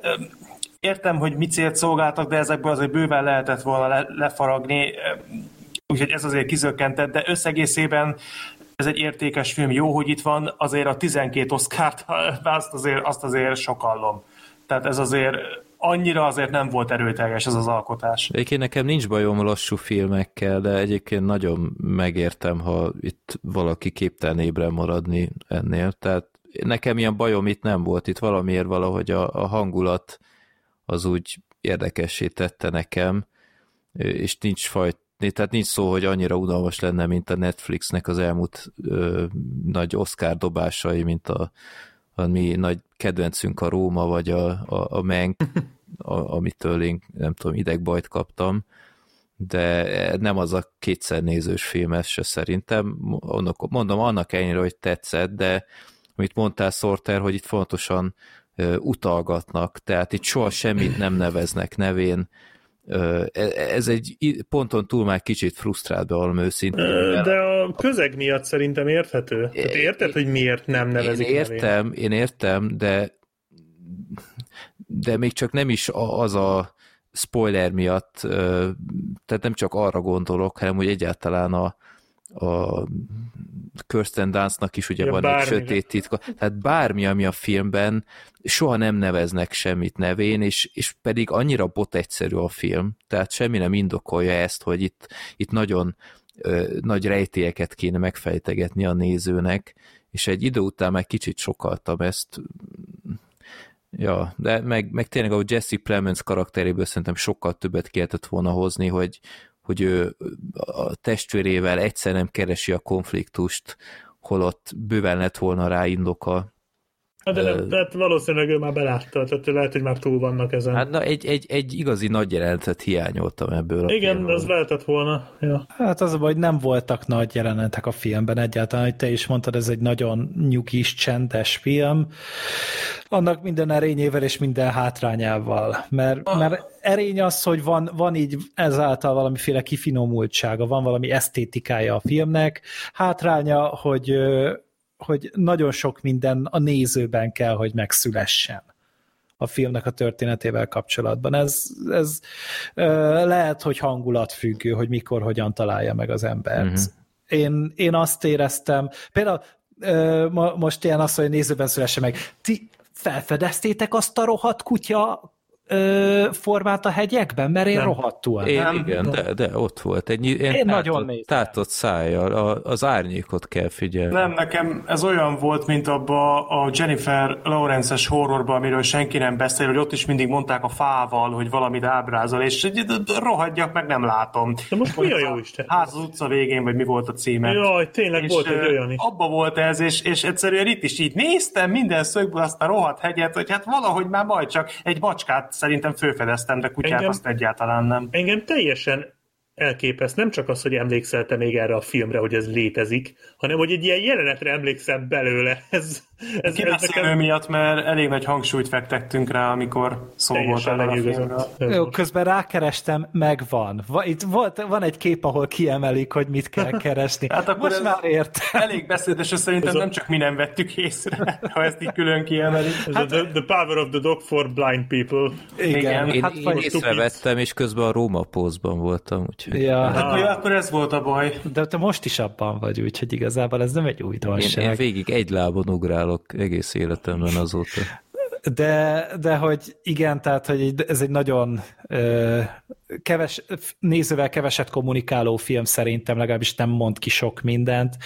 Értem, hogy mi célt szolgáltak, de ezekből azért bőven lehetett volna lefaragni, úgyhogy ez azért kizökkentett, de összegészében ez egy értékes film, jó, hogy itt van, azért a 12 Oscart, azt azért sokallom. Tehát ez azért annyira azért nem volt erőteljes ez az alkotás. Egyébként nekem nincs bajom lassú filmekkel, de egyébként nagyon megértem, ha itt valaki képtelen ébren maradni ennél. Tehát nekem ilyen bajom itt nem volt, itt valamiért valahogy a hangulat az úgy érdekessé tette nekem, és tehát nincs szó, hogy annyira unalmas lenne, mint a Netflixnek az elmúlt nagy Oscar dobásai, mint a mi nagy kedvencünk a Róma, vagy a Mank, amitől én nem tudom, idegbajt kaptam, de nem az a kétszer nézős film ez se szerintem. Mondom, annak ellenére, hogy tetszett, de amit mondtál, Sorter, hogy itt fontosan utalgatnak, tehát itt soha semmit nem neveznek nevén. Ez egy ponton túl már kicsit frusztrált be valami őszintén. De a közeg miatt szerintem érthető. Tehát érted, hogy miért nem nevezik nevén? Én értem, de még csak nem is az a spoiler miatt, tehát nem csak arra gondolok, hanem hogy egyáltalán a Kirsten Dunstnak is ugye Ja, van egy sötét titka. Tehát bármi, ami a filmben, soha nem neveznek semmit nevén, és pedig annyira bot egyszerű a film, tehát semmi nem indokolja ezt, hogy itt nagyon nagy rejtélyeket kéne megfejtegetni a nézőnek, és egy idő után meg kicsit sokaltam ezt. Ja, de meg tényleg, ahogy Jesse Plemons karakteréből szerintem sokkal többet kellett volna hozni, hogy ő a testvérével egyszer nem keresi a konfliktust, holott bőven lett volna rá indoka. De valószínűleg ő már belátta, tehát lehet, hogy már túl vannak ezen. Hát na, egy igazi nagy jelentet hiányoltam ebből. Igen, az lehetett volna. Ja. Hát az a baj, hogy nem voltak nagy jelenetek a filmben egyáltalán, hogy te is mondtad, ez egy nagyon nyugis, csendes film. Annak minden erényével és minden hátrányával. Mert erény az, hogy van így ezáltal valamiféle kifinomultsága, van valami esztétikája a filmnek. Hátránya, hogy nagyon sok minden a nézőben kell, hogy megszülessen a filmnek a történetével kapcsolatban. Ez lehet, hogy hangulatfüggő, hogy mikor, hogyan találja meg az embert. Én azt éreztem, például most ilyen az, hogy a nézőben szülesse meg, ti felfedeztétek azt a rohadt kutya formát a hegyekben? Mert én rohadtul. Igen, de ott volt. Én nagyon tátott szájjal, az árnyékot kell figyelni. Nem, nekem ez olyan volt, mint abba a Jennifer Lawrence-es horrorban, amiről senki nem beszél, hogy ott is mindig mondták a fával, hogy valamit ábrázol, és rohadjak meg, nem látom. De most mi a jó Isten? Ház az utca végén, vagy mi volt a címe? Jaj, tényleg és volt egy olyan is. Abba volt ez, és egyszerűen itt is így néztem minden szögből azt a rohadt hegyet, hogy hát valahogy már majd csak egy macskát szerintem fölfedeztem, de kutyát azt egyáltalán nem. Engem teljesen elképeszt, nem csak az, hogy emlékszel te még erre a filmre, hogy ez létezik, hanem hogy egy ilyen jelenetre emlékszem belőle. Ez nekem... miatt, mert elég nagy hangsúlyt fektettünk rá, amikor szó volt erre a filmről. Jó, közben rákerestem, megvan. Itt van egy kép, ahol kiemelik, hogy mit kell keresni. Hát akkor most már értem. Elég beszédes, és szerintem nem csak mi nem vettük észre, ha ezt így külön kiemelik. Hát, the power of the dog for blind people. Igen. Én észrevettem, és közben a Róma pózban voltam. Úgyhogy... Ja. Akkor ez volt a baj. De te most is abban vagy, úgyhogy igazából ez nem egy újdonság. Én végig egy lábon ugrálok egész életemben azóta. De hogy igen, tehát hogy ez egy nagyon nézővel keveset kommunikáló film szerintem, legalábbis nem mond ki sok mindent,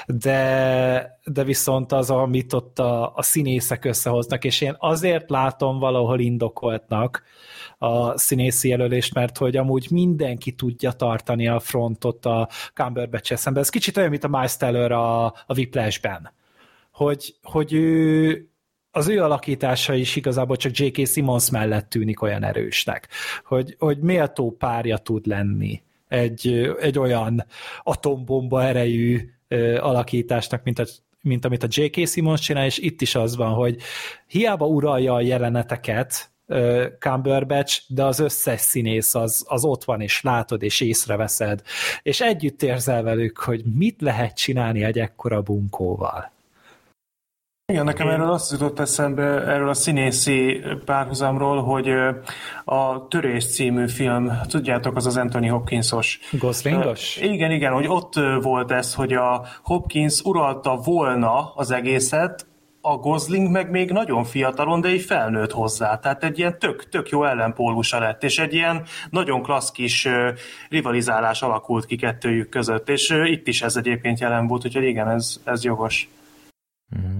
de viszont az, amit ott a színészek összehoznak, és én azért látom valahol indokoltnak a színészi jelölést, mert hogy amúgy mindenki tudja tartani a frontot a Cumberbatch-el szemben. Ez kicsit olyan, mint a Miles Teller a Whiplash-ben. Hogy az ő alakítása is igazából csak J.K. Simmons mellett tűnik olyan erősnek, hogy méltó párja tud lenni egy olyan atombomba erejű alakításnak, mint amit a J.K. Simmons csinál, és itt is az van, hogy hiába uralja a jeleneteket Cumberbatch, de az összes színész az ott van, és látod, és észreveszed, és együtt érzel velük, hogy mit lehet csinálni egy ekkora bunkóval. Igen, nekem erről azt jutott eszembe, erről a színészi párhuzamról, hogy a Törés című film, tudjátok, az Anthony Hopkinsos. Goslingos? Igen, hogy ott volt ez, hogy a Hopkins uralta volna az egészet, a Gosling meg még nagyon fiatalon, de így felnőtt hozzá. Tehát egy ilyen tök jó ellenpólusa lett, és egy ilyen nagyon klassz kis rivalizálás alakult ki kettőjük között, és itt is ez egyébként jelen volt, úgyhogy igen, ez jogos. Mm-hmm.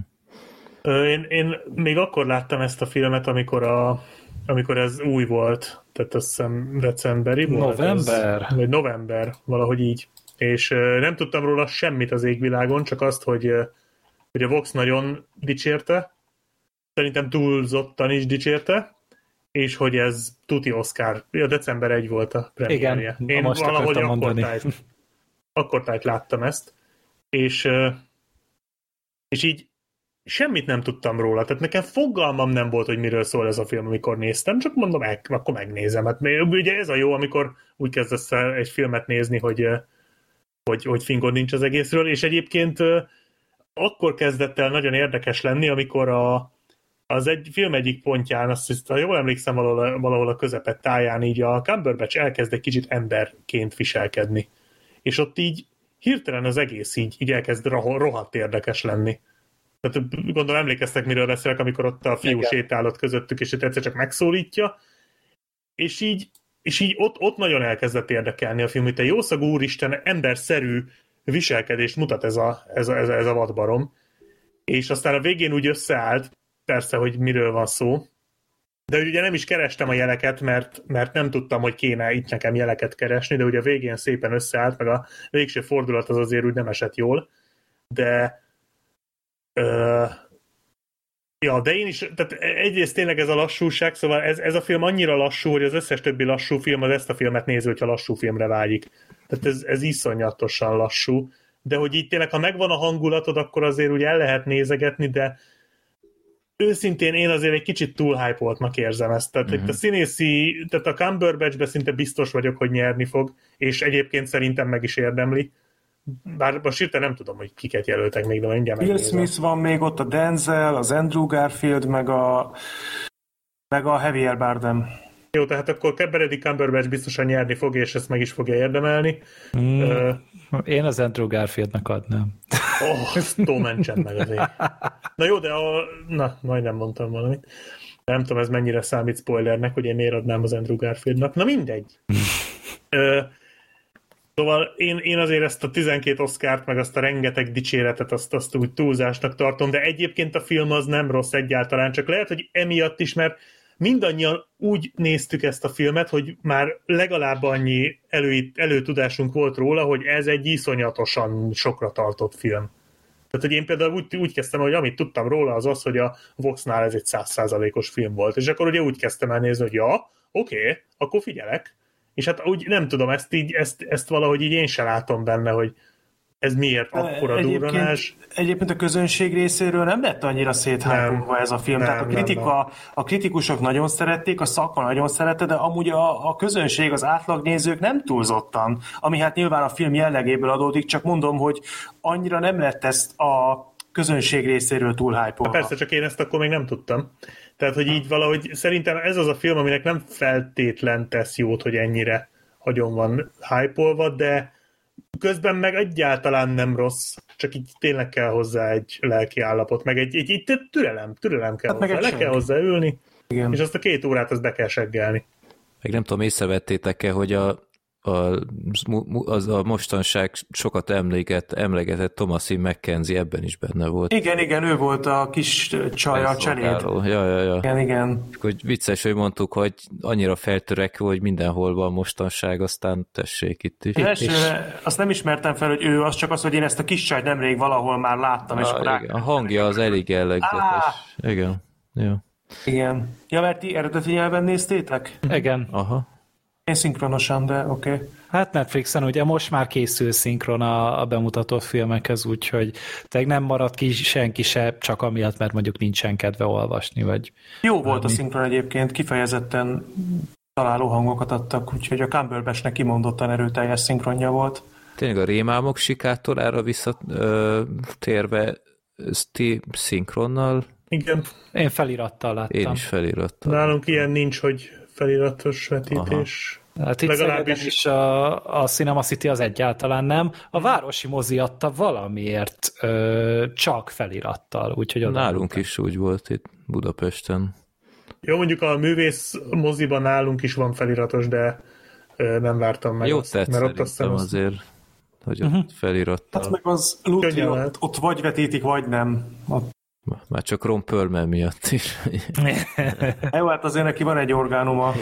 Én még akkor láttam ezt a filmet, amikor ez új volt, tehát azt hiszem decemberi volt. Vagy november, valahogy így. És nem tudtam róla semmit az égvilágon, csak azt, hogy a Vox nagyon dicsérte, szerintem túlzottan is dicsérte, és hogy ez tuti Oscar. A december 1 volt a premierje. Igen, én most valahogy akkor tájt láttam ezt, és így semmit nem tudtam róla, tehát nekem fogalmam nem volt, hogy miről szól ez a film, amikor néztem, csak mondom, akkor megnézem. Hát ugye ez a jó, amikor úgy kezdesz el egy filmet nézni, hogy fingod nincs az egészről, és egyébként akkor kezdett el nagyon érdekes lenni, amikor az egy film egyik pontján, azt hiszem, jól emlékszem, valahol a közepet táján így a Cumberbatch elkezd egy kicsit emberként viselkedni. És ott így hirtelen az egész így elkezd rohadt érdekes lenni. Tehát gondolom emlékeztek, miről beszélek, amikor ott a fiú sétálott közöttük, és itt egyszer csak megszólítja, és így ott nagyon elkezdett érdekelni a film, hogy te jószagú úristen emberszerű viselkedést mutat ez a vadbarom, és aztán a végén úgy összeállt, persze, hogy miről van szó, de ugye nem is kerestem a jeleket, mert nem tudtam, hogy kéne itt nekem jeleket keresni, de ugye a végén szépen összeállt, meg a végső fordulat az azért úgy nem esett jól, de de én is, tehát egyrészt tényleg ez a lassúság, szóval ez a film annyira lassú, hogy az összes többi lassú film az ezt a filmet nézi, hogyha lassú filmre vágyik. Tehát ez iszonyatosan lassú, de hogy így tényleg, ha megvan a hangulatod, akkor azért úgy el lehet nézegetni, de őszintén én azért egy kicsit túl hype-oltnak érzem ezt. Tehát itt a színészi, tehát a Cumberbatchbe szinte biztos vagyok, hogy nyerni fog, és egyébként szerintem meg is érdemli. Bár most hirtelen nem tudom, hogy kiket jelöltek még, de mindjárt megnézem. Will Smith van még ott, a Denzel, az Andrew Garfield, meg a Javier Bardem. Jó, tehát akkor Benedict Cumberbatch biztosan nyerni fog, és ezt meg is fogja érdemelni. Én az Andrew Garfieldnek adnám. Ezt mentsen meg azért. Na jó, de majdnem mondtam valamit. Nem tudom, ez mennyire számít spoilernek, hogy én miért adnám az Andrew Garfieldnak. Na mindegy. Szóval én azért ezt a 12 Oscart, meg azt a rengeteg dicséretet, azt úgy túlzásnak tartom, de egyébként a film az nem rossz egyáltalán, csak lehet, hogy emiatt is, mert mindannyian úgy néztük ezt a filmet, hogy már legalább annyi előtudásunk volt róla, hogy ez egy iszonyatosan sokra tartott film. Tehát, hogy én például úgy kezdtem, hogy amit tudtam róla, az, hogy a Vox-nál ez egy 100%-os film volt. És akkor ugye úgy kezdtem el nézni, hogy oké, akkor figyelek. És hát úgy nem tudom, ezt valahogy így én se látom benne, hogy ez miért akkora durranás. Egyébként a közönség részéről nem lett annyira széthágulva ez a film. Tehát a kritikusok nagyon szerették, a szakma nagyon szerette, de amúgy a közönség, az átlagnézők nem túlzottan, ami hát nyilván a film jellegéből adódik, csak mondom, hogy annyira nem lett ezt a közönség részéről túl hype-olva. Persze, csak én ezt akkor még nem tudtam. Tehát, hogy így valahogy szerintem ez az a film, aminek nem feltétlen tesz jót, hogy ennyire nagyon van hype-olva, de közben meg egyáltalán nem rossz, csak így tényleg kell hozzá egy lelki állapot, meg egy türelem kell hozzá, le kell hozzá ülni, igen. És azt a 2 órát azt be kell seggelni. Meg nem tudom, észrevettétek-e, hogy a mostanság sokat emlegetett Thomasin McKenzie ebben is benne volt. Igen, ő volt a kis csaj, a cseléd. Ja. Igen. Hogy vicces, hogy mondtuk, hogy annyira feltörekvő, hogy mindenhol van mostanság, aztán tessék itt is. Elsőre azt nem ismertem fel, hogy ő az, csak az, hogy én ezt a kis csajt nemrég valahol már láttam. És igen. A hangja az elég jellegzetes. Igen. Jó. Igen. Ja, mert ti eredeti nyelven néztétek? Igen. Aha. Én szinkronosan, de oké. Hát Netflixen ugye most már készül szinkron a bemutatott filmekhez, úgyhogy tényleg nem maradt ki senki se, csak amiatt, mert mondjuk nincsen kedve olvasni, vagy... Jó volt a szinkron egyébként, kifejezetten találó hangokat adtak, úgyhogy a Cumberbatchnek kimondottan erőteljes szinkronja volt. Tényleg a rémálmok sikátorára visszatérve, ti szinkronnal? Igen. Én felirattal láttam. Én is felirattal. Nálunk ilyen nincs, hogy feliratos vetítés. Hát itt Szegeden is a Cinema City az egyáltalán nem. A városi mozi adta valamiért csak felirattal. Úgyhogy nálunk is úgy volt itt Budapesten. Jó, mondjuk a művész moziban nálunk is van feliratos, de nem vártam meg. Jó azt, tett mert ott azért, hogy ott felirattal. Hát meg az Lutri, ott vagy vetítik, vagy nem. Már csak Ron Perlman miatt is. Jó, hát azért neki van egy orgánuma.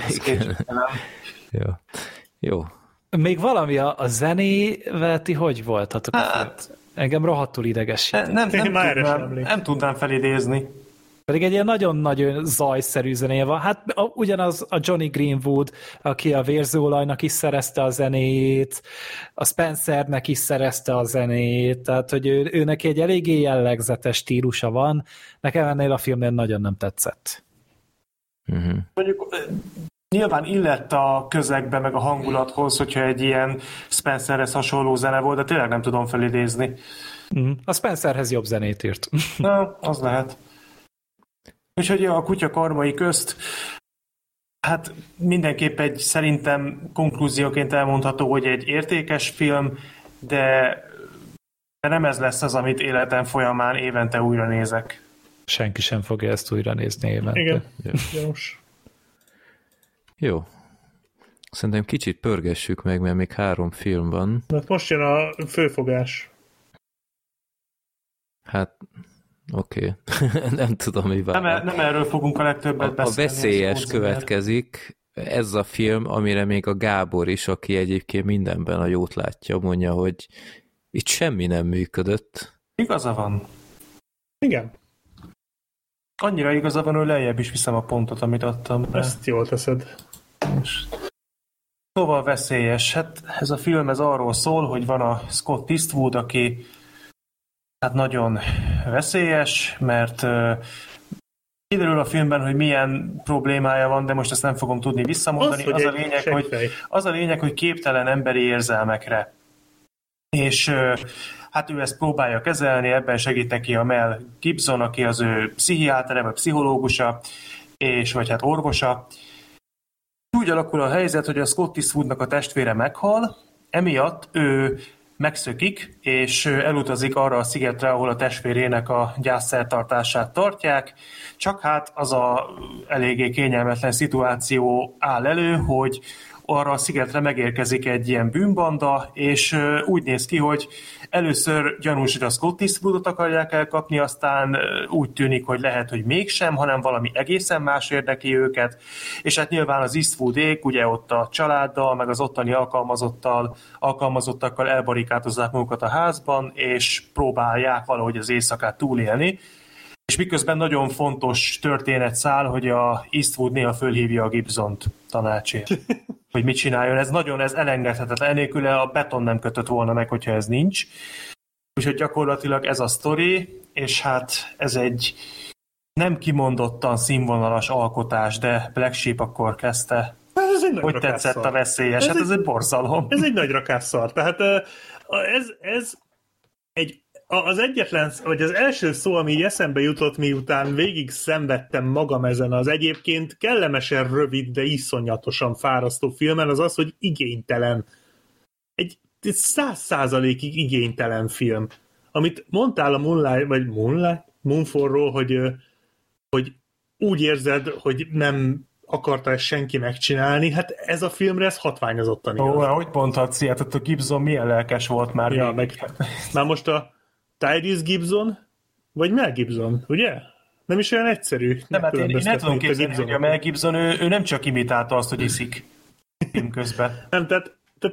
Jó. Még valami a zenével ti hogy voltatok? Hát, engem rohadtul idegesít. Nem tudnám felidézni. Pedig egy ilyen nagyon-nagyon zajszerű zenéje van. Hát ugyanaz a Johnny Greenwood, aki a Vérzőolajnak is szerezte a zenét, a Spencernek is szerezte a zenét, tehát hogy ő neki egy eléggé jellegzetes stílusa van. Nekem ennél a filmnél nagyon nem tetszett. Mondjuk nyilván illett a közegbe, meg a hangulathoz, hogyha egy ilyen Spencerhez hasonló zene volt, de tényleg nem tudom felidézni. A Spencerhez jobb zenét írt. Na, az lehet. Úgyhogy a kutya karmai közt hát mindenképp szerintem konklúzióként elmondható, hogy egy értékes film, de De nem ez lesz az, amit életem folyamán évente újra nézek. Senki sem fogja ezt újra nézni évente. Igen, gyanús. Jó. Szerintem kicsit pörgessük meg, mert még 3 film van. Hát most jön a főfogás. Hát, oké. Nem tudom, mi van. Nem erről fogunk a legtöbbet beszélni. A veszélyes következik. Ez a film, amire még a Gábor is, aki egyébként mindenben a jót látja, mondja, hogy itt semmi nem működött. Igaza van. Igen. Annyira igaza van, hogy lejjebb is viszem a pontot, amit adtam. Ezt jól teszed. Szóval veszélyes. Hát ez a film ez arról szól, hogy van a Scott Eastwood, aki hát nagyon veszélyes, mert kiderül a filmben, hogy milyen problémája van, de most ezt nem fogom tudni visszamondani. Az a lényeg, hogy képtelen emberi érzelmekre. És hát ő ezt próbálja kezelni, ebben segít neki a Mel Gibson, aki az ő pszichiátere, vagy pszichológusa, és vagy hát orvosa. Úgy alakul a helyzet, hogy a Scott Eastwoodnak a testvére meghal, emiatt ő megszökik, és elutazik arra a szigetre, ahol a testvérének a gyászszertartását tartják, csak hát az a eléggé kényelmetlen szituáció áll elő, hogy arra a szigetre megérkezik egy ilyen bűnbanda, és úgy néz ki, hogy először gyanúsra a Scott Eastwoodot akarják elkapni, aztán úgy tűnik, hogy lehet, hogy mégsem, hanem valami egészen más érdekli őket, és hát nyilván az Eastwoodék ugye ott a családdal, meg az ottani alkalmazottakkal elbarikátozzák magukat a házban, és próbálják valahogy az éjszakát túlélni. És miközben nagyon fontos történetszál, hogy a Eastwood néha fölhívja a Gibsont tanácsért, hogy mit csináljon. Ez elengedhetetlen. Nélküle a beton nem kötött volna meg, hogyha ez nincs. Úgyhogy gyakorlatilag ez a sztori, és hát ez egy nem kimondottan színvonalas alkotás, de Black Sheep akkor kezdte. Hogy tetszett a veszélyes? Hát ez egy borzalom. Ez egy nagy rakásszar. Tehát ez egy az egyetlen, vagy az első szó, ami így eszembe jutott, miután végig szenvedtem magam ezen az egyébként kellemesen rövid, de iszonyatosan fárasztó filmen, az az, hogy igénytelen. Egy 100%-ig igénytelen film. Amit mondtál a Moonfallról, hogy úgy érzed, hogy nem akarta ezt senki megcsinálni, hát ez a filmre ez hatványozottan igaz. Ó, hogy mondhatsz ilyet, a Gibson milyen lelkes volt már. Ja, már most a Tyrese Gibson, vagy Mel Gibson, ugye? Nem is olyan egyszerű. Nem, hát én nem tudom képzelni, hogy a Mel Gibson, ő nem csak imitálta azt, hogy iszik film közben. Nem, tehát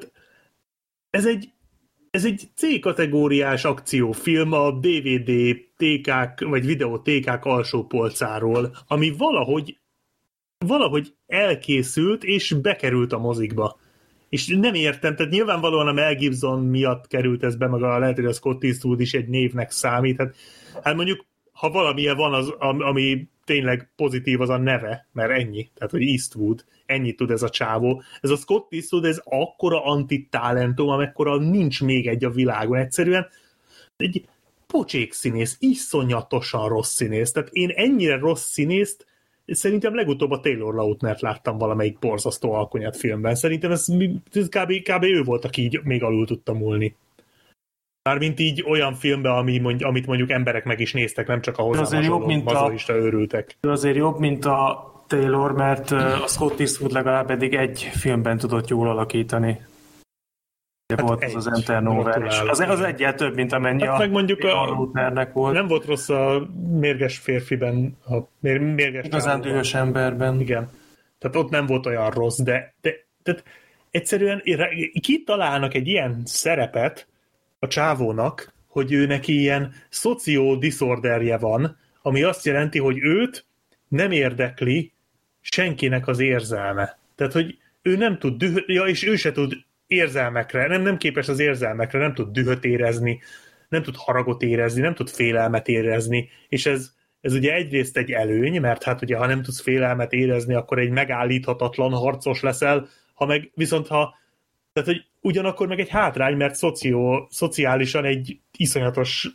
ez egy C-kategóriás akciófilm a DVD TK-k, vagy videótékák alsó polcáról, ami valahogy elkészült, és bekerült a mozikba. És nem értem, tehát nyilvánvalóan a Mel Gibson miatt került ez be, meg lehet, hogy a Scott Eastwood is egy névnek számít. Hát mondjuk, ha valamilyen van, az, ami tényleg pozitív, az a neve, mert ennyi. Tehát, hogy Eastwood, ennyit tud ez a csávó. Ez a Scott Eastwood, ez akkora antitalentum, amekkora nincs még egy a világon. Egyszerűen egy pocsék színész, iszonyatosan rossz színész. Tehát én ennyire rossz színészt szerintem legutóbb a Taylor Lautnert láttam valamelyik borzasztó alkonyat filmben. Szerintem ez kb. Ő volt, aki így még alul tudta múlni. Mármint így olyan filmben, amit mondjuk emberek meg is néztek, nem csak a hozzá hasonló mazoista őrültek. Azért jobb, mint a Taylor, mert a Scott Eastwood legalább eddig egy filmben tudott jól alakítani. Hát volt az Enter is. Az egyel több, mint amennyi hát meg mondjuk a Lautnernek volt. Nem volt rossz a mérges férfiben, a mérges igazán dühös emberben. Igen. Tehát ott nem volt olyan rossz, de tehát egyszerűen kitalálnak egy ilyen szerepet a csávónak, hogy ő neki ilyen szociodisorderje van, ami azt jelenti, hogy őt nem érdekli senkinek az érzelme. Tehát, hogy ő nem tud és ő se tud érzelmekre, nem képes az érzelmekre, nem tud dühöt érezni, nem tud haragot érezni, nem tud félelmet érezni, és ez ugye egyrészt egy előny, mert hát ugye ha nem tudsz félelmet érezni, akkor egy megállíthatatlan harcos leszel, tehát hogy ugyanakkor meg egy hátrány, mert szociálisan egy iszonyatos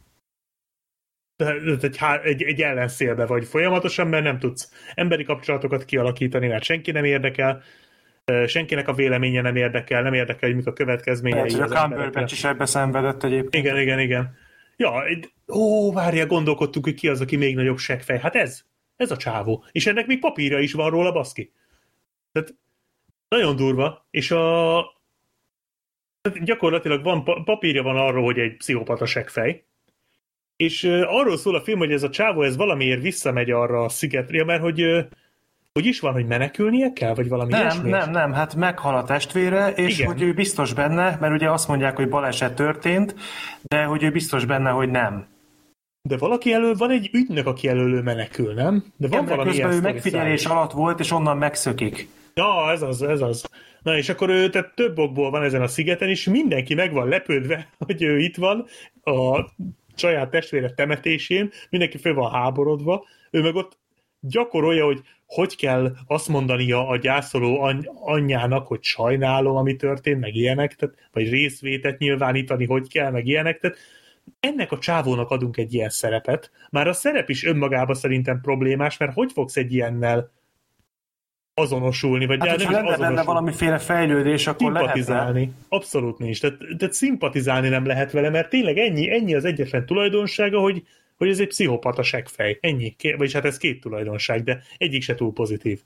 egy ellenszélbe vagy folyamatosan, mert nem tudsz emberi kapcsolatokat kialakítani, mert senki nem érdekel, senkinek a véleménye nem érdekel, hogy mik a következményei. Lehet, hogy a Cumberbatch is ebbe szenvedett egyébként. Igen. Ja, várjál, gondolkodtunk, hogy ki az, aki még nagyobb seggfej. Hát ez a csávó. És ennek még papírja is van róla, baszki. Tehát nagyon durva, és gyakorlatilag papírja van arról, hogy egy pszichopata seggfej, és arról szól a film, hogy ez a csávó ez valamiért visszamegy arra a szigetre, mert hogy is van, hogy menekülnie kell, vagy valami ilyesmi? Nem, hát meghal a testvére, és igen. Hogy ő biztos benne, mert ugye azt mondják, hogy baleset történt, de hogy ő biztos benne, hogy nem. De valaki elől, van egy ügynök, aki elől menekül, nem? De van valami közben ő megfigyelés alatt volt, és onnan megszökik. Ja, ez az. Na és akkor ő tehát több okból van ezen a szigeten, és mindenki meg van lepődve, hogy ő itt van a saját testvére temetésén, mindenki föl van háborodva, ő meg ott gyakorolja, hogy kell azt mondania a gyászoló anyjának, hogy sajnálom, ami történt, meg ilyenek, tehát, vagy részvétet nyilvánítani, hogy kell, meg ilyenek, tehát ennek a csávónak adunk egy ilyen szerepet. Már a szerep is önmagában szerintem problémás, mert hogy fogsz egy ilyennel azonosulni, vagy hát, nem is azonosulni. Benne valamiféle fejlődés, akkor szimpatizálni. Lehetne. Abszolút nincs. Tehát szimpatizálni nem lehet vele, mert tényleg ennyi az egyetlen tulajdonsága, hogy ez egy pszichopata seggfej. Ennyi. Vagyis hát ez 2 tulajdonság, de egyik se túl pozitív.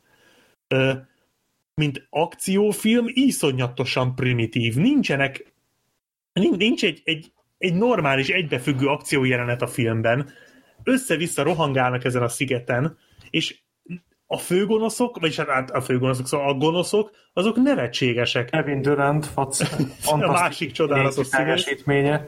Mint akciófilm iszonyatosan primitív. Nincs egy normális, egybefüggő akciójelenet a filmben. Össze-vissza rohangálnak ezen a szigeten, és a főgonoszok, vagyis hát a főgonoszok, szóval a gonoszok, azok nevetségesek. Kevin Durant, a másik csodálatos teljesítménye.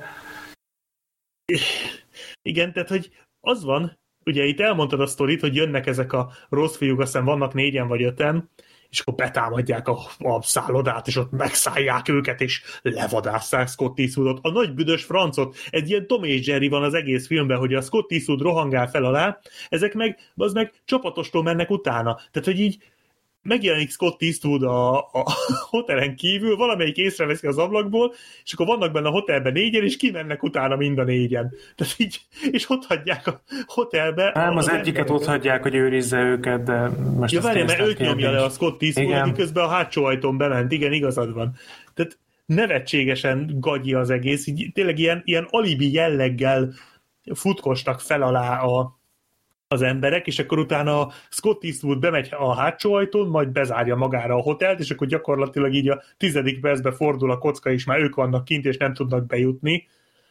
Igen, tehát, hogy az van, ugye itt elmondtad a sztorit, hogy jönnek ezek a rossz fiúk, aztán vannak 4-en vagy 5-en, és akkor betámadják a szállodát, és ott megszállják őket, és levadásszák Scott Eastwoodot. A nagy büdös francot, egy ilyen Tom és Jerry van az egész filmben, hogy a Scott Eastwood rohangál fel alá, ezek meg csapatostól mennek utána. Tehát, hogy így megjelenik Scott Eastwood a hotelen kívül, valamelyik észreveszi az ablakból, és akkor vannak benne a hotelben 4-en, és kimennek utána mind a 4-en. Tehát így, és ott hagyják a hotelbe. Nem, az egyiket ott hagyják, hogy őrizze őket, de most várjál, mert őt nyomja le a Scott Eastwood, aki közben a hátsó ajtón bement. Igen, igazad van. Tehát nevetségesen gagyi az egész, így, tényleg ilyen alibi jelleggel futkostak fel alá az emberek, és akkor utána Scott Eastwood bemegy a hátsó ajtón, majd bezárja magára a hotelt, és akkor gyakorlatilag így a 10. percben fordul a kocka, és már ők vannak kint, és nem tudnak bejutni.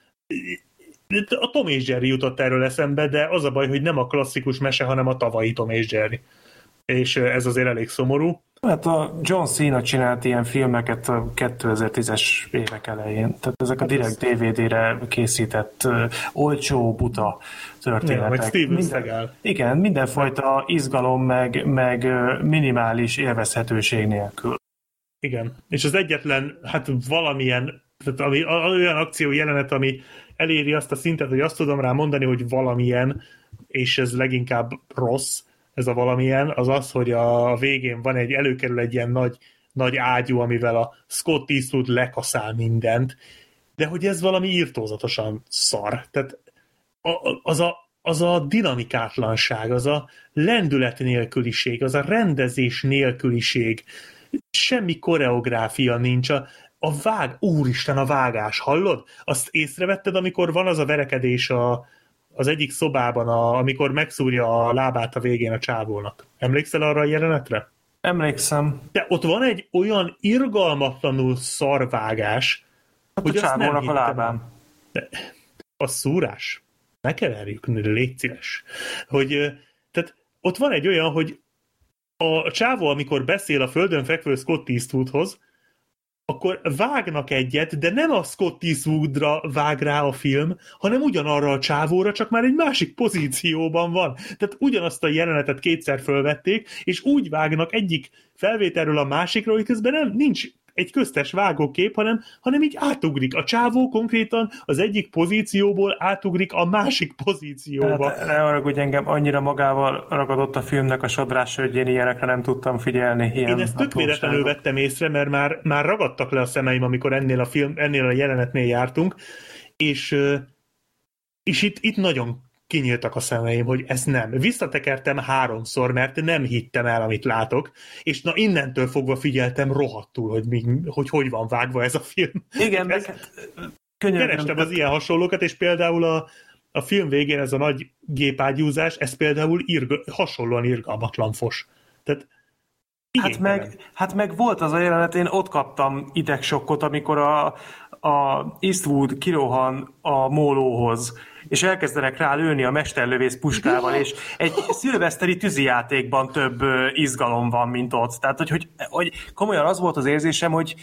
A Tom és Jerry jutott erről eszembe, de az a baj, hogy nem a klasszikus mese, hanem a tavalyi Tom és Jerry. És ez azért elég szomorú. Hát a John Cena csinált ilyen filmeket a 2010-es évek elején. Tehát ezek a direkt DVD-re készített olcsó, buta történetek. Igen, mindenfajta izgalom, meg minimális élvezhetőség nélkül. Igen, és az egyetlen, hát valamilyen, tehát olyan akció jelenet, ami eléri azt a szintet, hogy azt tudom rá mondani, hogy valamilyen, és ez leginkább rossz, ez a valamilyen, az az, hogy a végén előkerül egy ilyen nagy ágyú, amivel a Scott Eastwood lekaszál mindent, de hogy ez valami írtózatosan szar. Tehát az a dinamikátlanság, az a lendület nélküliség, az a rendezés nélküliség, semmi koreográfia nincs, úristen, a vágás, hallod? Azt észrevetted, amikor van az a verekedés az egyik szobában, amikor megszúrja a lábát a végén a csávónak. Emlékszel arra a jelenetre? Emlékszem. De ott van egy olyan irgalmatlanul szarvágás, hát hogy a csávónak a lábán. De a szúrás. Ne keverjük, légy szíves. Tehát ott van egy olyan, hogy a csávó, amikor beszél a földön fekvő Scott Eastwoodhoz, akkor vágnak egyet, de nem a Scott Eastwoodra vág rá a film, hanem ugyanarra a csávóra, csak már egy másik pozícióban van. Tehát ugyanazt a jelenetet 2-szer fölvették, és úgy vágnak egyik felvételről a másikra, hogy közben nincs egy köztes vágókép, hanem így átugrik. A csávó konkrétan az egyik pozícióból átugrik a másik pozícióba. Hát, ne haragudj, engem annyira magával ragadott a filmnek a sodrás, hogy én ilyenekre nem tudtam figyelni. Én ezt tök véletlenül vettem észre, mert már ragadtak le a szemeim, amikor ennél a jelenetnél jártunk, és itt nagyon kinyíltak a szemeim, hogy ez nem. Visszatekertem 3-szor, mert nem hittem el, amit látok, és na innentől fogva figyeltem rohadtul, hogy van vágva ez a film. Igen, kerestem az ilyen hasonlókat, és például a film végén ez a nagy gépágyúzás, ez például hasonlóan irgalmatlan fos. Tehát Hát meg volt az a jelenet, én ott kaptam idegsokkot, amikor a Eastwood kirohan a mólóhoz, és elkezdenek rá lőni a mesterlövész puskával, és egy szilveszteri tűzijátékban több izgalom van, mint ott. Tehát, hogy komolyan az volt az érzésem, hogy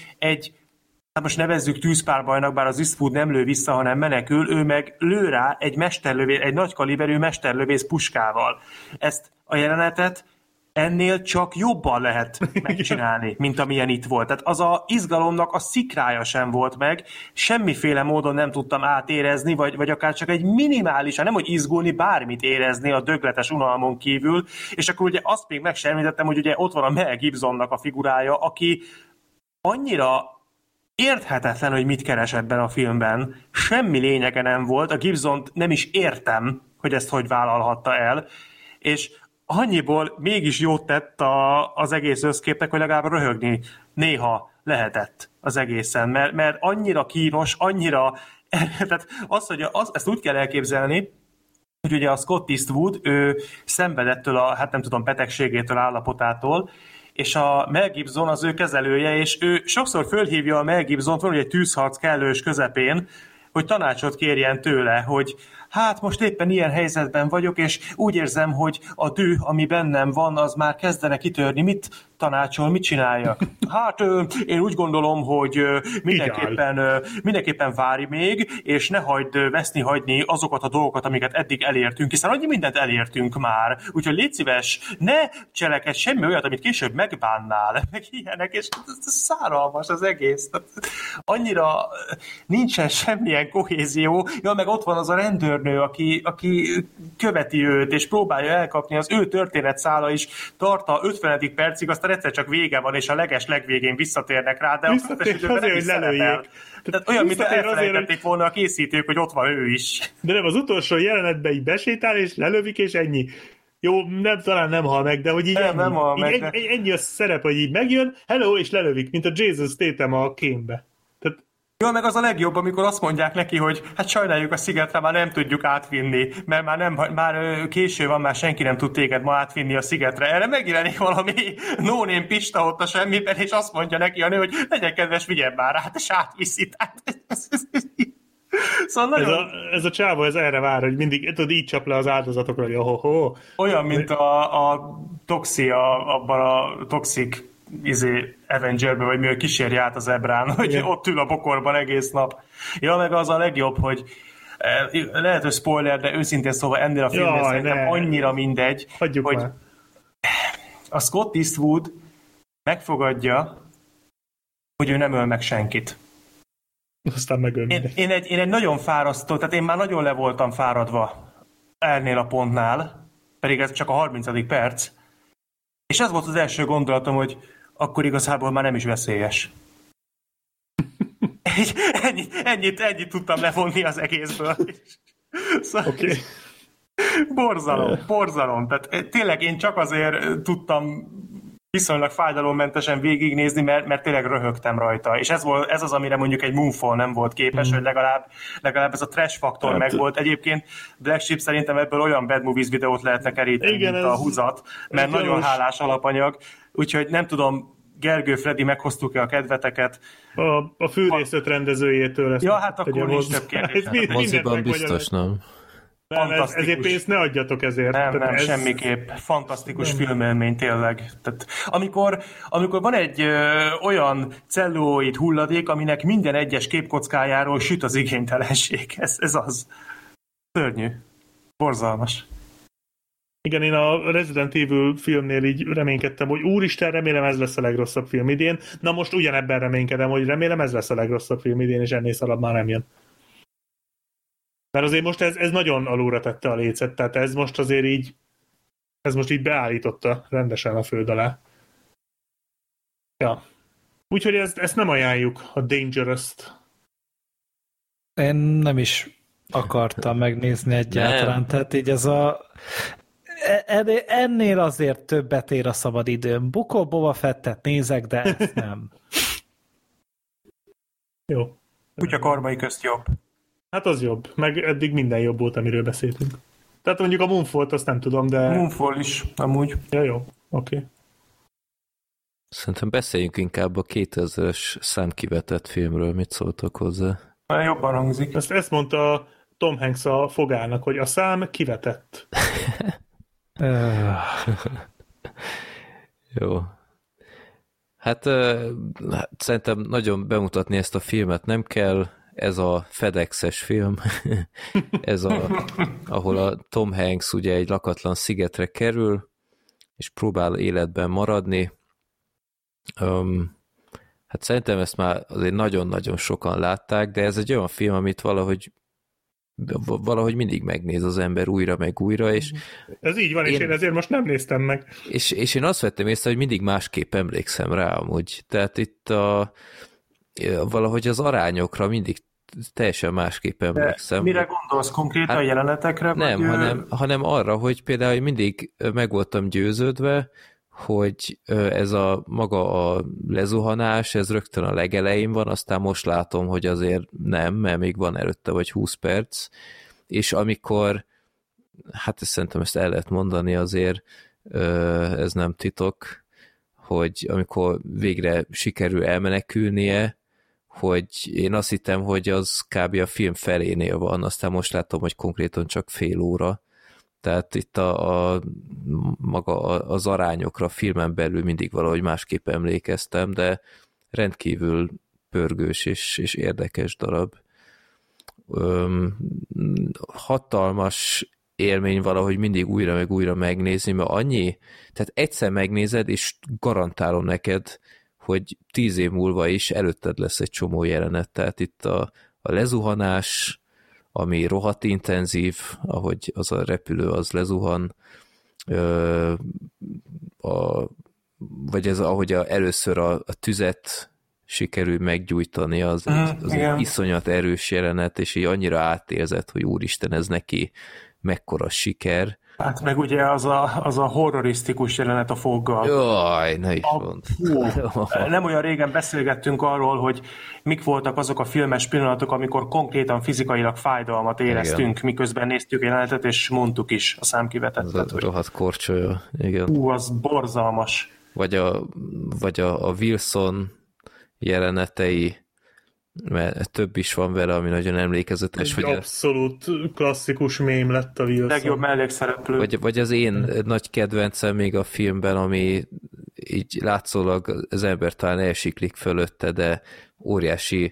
hát most nevezzük tűzpárbajnak, bár az Eastwood nem lő vissza, hanem menekül, ő meg lő rá egy nagy kaliberű mesterlövész puskával. Ezt a jelenetet ennél csak jobban lehet megcsinálni, mint amilyen itt volt. Tehát az a izgalomnak a szikrája sem volt meg, semmiféle módon nem tudtam átérezni, vagy akár csak egy minimálisan, nem hogy izgulni, bármit érezni a dögletes unalmon kívül, és akkor ugye azt még megsemmítettem, hogy ugye ott van a Mel Gibsonnak a figurája, aki annyira érthetetlen, hogy mit keres ebben a filmben. Semmi lényege nem volt, a Gibsont nem is értem, hogy ezt hogy vállalhatta el, és annyiból mégis jót tett az egész összképnek, hogy legalább röhögni néha lehetett az egészen, mert annyira kínos, annyira... Tehát ezt úgy kell elképzelni, hogy ugye a Scott Eastwood, ő szenvedettől hát nem tudom, betegségétől, állapotától, és a Mel Gibson az ő kezelője, és ő sokszor fölhívja a Mel Gibsont, van ugye egy tűzharc kellős közepén, hogy tanácsot kérjen tőle, hogy hát most éppen ilyen helyzetben vagyok, és úgy érzem, hogy a düh, ami bennem van, az már kezdene kitörni. Mit tanácsol, mit csináljak? Hát én úgy gondolom, hogy mindenképpen várj még, és ne hagyd veszni hagyni azokat a dolgokat, amiket eddig elértünk, hiszen annyi mindent elértünk már. Úgyhogy légy szíves, ne cselekedj semmi olyat, amit később megbánnál, meg ilyenek, és száralmas az egész. Annyira nincsen semmilyen kohézió. Ja, meg ott van az a rendőrnő, aki követi őt, és próbálja elkapni, az ő történetszála is tart a 50. percig, aztán egyszer csak vége van, és a legvégén visszatérnek rá, de azért, hogy lelőjék. Tehát olyan, mint elfelejtették volna a készítők, hogy ott van ő is. De nem, az utolsó jelenetben így besétál, és lelövik, és ennyi. Jó, talán nem hal meg, de hogy így nem hal meg, ennyi a szerep, hogy így megjön, hello, és lelövik, mint a Jason Statham a Kane-be. Tehát jó, meg az a legjobb, amikor azt mondják neki, hogy hát sajnáljuk, a szigetre már nem tudjuk átvinni, mert már késő van, már senki nem tud téged ma átvinni a szigetre. Erre megjelenik valami no-name Pista ott a semmiben, és azt mondja neki a nő, hogy legyen kedves, vigyen már át, és átviszi. Szóval nagyon... ez a csávó, ez erre vár, hogy mindig így csap le az áldozatokra, hogy oh. Olyan, mint a Toxi, abban a Toxic Avengerbe, vagy mivel kíséri át az ebrán, hogy ott ül a bokorban egész nap. Ja, meg az a legjobb, hogy lehet, hogy spoiler, de őszintén szóval ennél a filmnél szerintem annyira mindegy, hagyjuk hogy már. A Scott Eastwood megfogadja, hogy ő nem öl meg senkit. Aztán megöl mindenki. Én egy nagyon fárasztó, tehát én már nagyon le voltam fáradva ennél a pontnál, pedig ez csak a 30. perc, és ez volt az első gondolatom, hogy akkor igazából már nem is veszélyes. Ennyit tudtam levonni az egészből. Szóval okay. Borzalom. Tehát tényleg én csak azért tudtam viszonylag fájdalommentesen végignézni, mert tényleg röhögtem rajta. És ez az, amire mondjuk egy Moonfall nem volt képes, hogy legalább ez a trash faktor megvolt. Egyébként Black Sheep szerintem ebből olyan Bad Movies videót lehetne keríteni, mint a húzat, mert nagyon hálás alapanyag. Úgyhogy nem tudom, Gergő, Freddy, meghoztuk-e a kedveteket? A fűrészet rendezőjétől ezt. Ja, hát akkor nincs több kérdés. Moziban biztos nem. Ezért pénzt ne adjatok ezért. Nem, semmiképp. Fantasztikus filmélmény tényleg. Tehát, amikor van egy olyan celluloid hulladék, aminek minden egyes képkockájáról süt az igénytelenség. Ez az. Szörnyű. Borzalmas. Igen, én a Resident Evil filmnél így reménykedtem, hogy úristen, remélem ez lesz a legrosszabb film idén. Na most ugyanebben reménykedem, hogy remélem ez lesz a legrosszabb film idén, és ennél szarabb már nem jön. Mert azért most ez nagyon alulra tette a lécet, tehát ez most azért így beállította rendesen a föld alá. Ja. Úgyhogy ezt nem ajánljuk, a Dangerous-t. Én nem is akartam megnézni egyáltalán. Tehát így ez a... Ennél azért többet ér a szabad időm. Book of Boba Fettet nézek, de ezt nem. Jó. Kutya karmai közt jobb. Hát az jobb. Meg eddig minden jobb volt, amiről beszéltünk. Tehát mondjuk a Moonfall-t azt nem tudom, de... Moonfall is, amúgy. Ja, jó. Oké. Szerintem beszéljünk inkább a 2000-es számkivetett filmről. Mit szóltak hozzá? Jobban hangzik. Ezt mondta Tom Hanks a fogának, hogy a szám kivetett. Jó. Hát szerintem nagyon bemutatni ezt a filmet nem kell. Ez a FedEx-es film, ahol a Tom Hanks ugye egy lakatlan szigetre kerül, és próbál életben maradni. Hát szerintem ezt már azért nagyon-nagyon sokan látták, de ez egy olyan film, amit valahogy mindig megnéz az ember újra meg újra, és ez így van, és én ezért most nem néztem meg. És én azt vettem észre, hogy mindig másképp emlékszem rá amúgy. Tehát itt valahogy az arányokra mindig teljesen másképp emlékszem. De mire gondolsz konkrétan, a jelenetekre? Nem, hanem arra, hogy például mindig meg voltam győződve, hogy ez maga a lezuhanás, ez rögtön a legelején van, aztán most látom, hogy azért nem, mert még van előtte vagy 20 perc, és amikor, hát szerintem ezt el lehet mondani azért, ez nem titok, hogy amikor végre sikerül elmenekülnie, hogy én azt hittem, hogy az kb. A film felénél van, aztán most látom, hogy konkrétan csak fél óra. Tehát itt maga az arányokra a filmen belül mindig valahogy másképp emlékeztem, de rendkívül pörgős és érdekes darab. Hatalmas élmény valahogy mindig újra meg újra megnézni, mert tehát egyszer megnézed, és garantálom neked, hogy 10 év múlva is előtted lesz egy csomó jelenet. Tehát itt a lezuhanás, ami rohadt intenzív, ahogy az a repülő az lezuhan, vagy ez ahogy először a tüzet sikerül meggyújtani, az egy iszonyat erős jelenet, és így annyira átérzett, hogy úristen, ez neki mekkora siker. Hát meg ugye az a horrorisztikus jelenet a foggal. Jaj, ne is mondd. Nem olyan régen beszélgettünk arról, hogy mik voltak azok a filmes pillanatok, amikor konkrétan fizikailag fájdalmat éreztünk, igen, miközben néztük jelenetet, és mondtuk is a számkivetettet. Az rohadt korcsolya, igen. Az borzalmas. Vagy a Wilson jelenetei, mert több is van vele, ami nagyon emlékezetes. Egy abszolút klasszikus mém lett a Wilson. Legjobb mellékszereplő. Vagy az én nagy kedvencem még a filmben, ami így látszólag az ember talán elsiklik fölötte, de óriási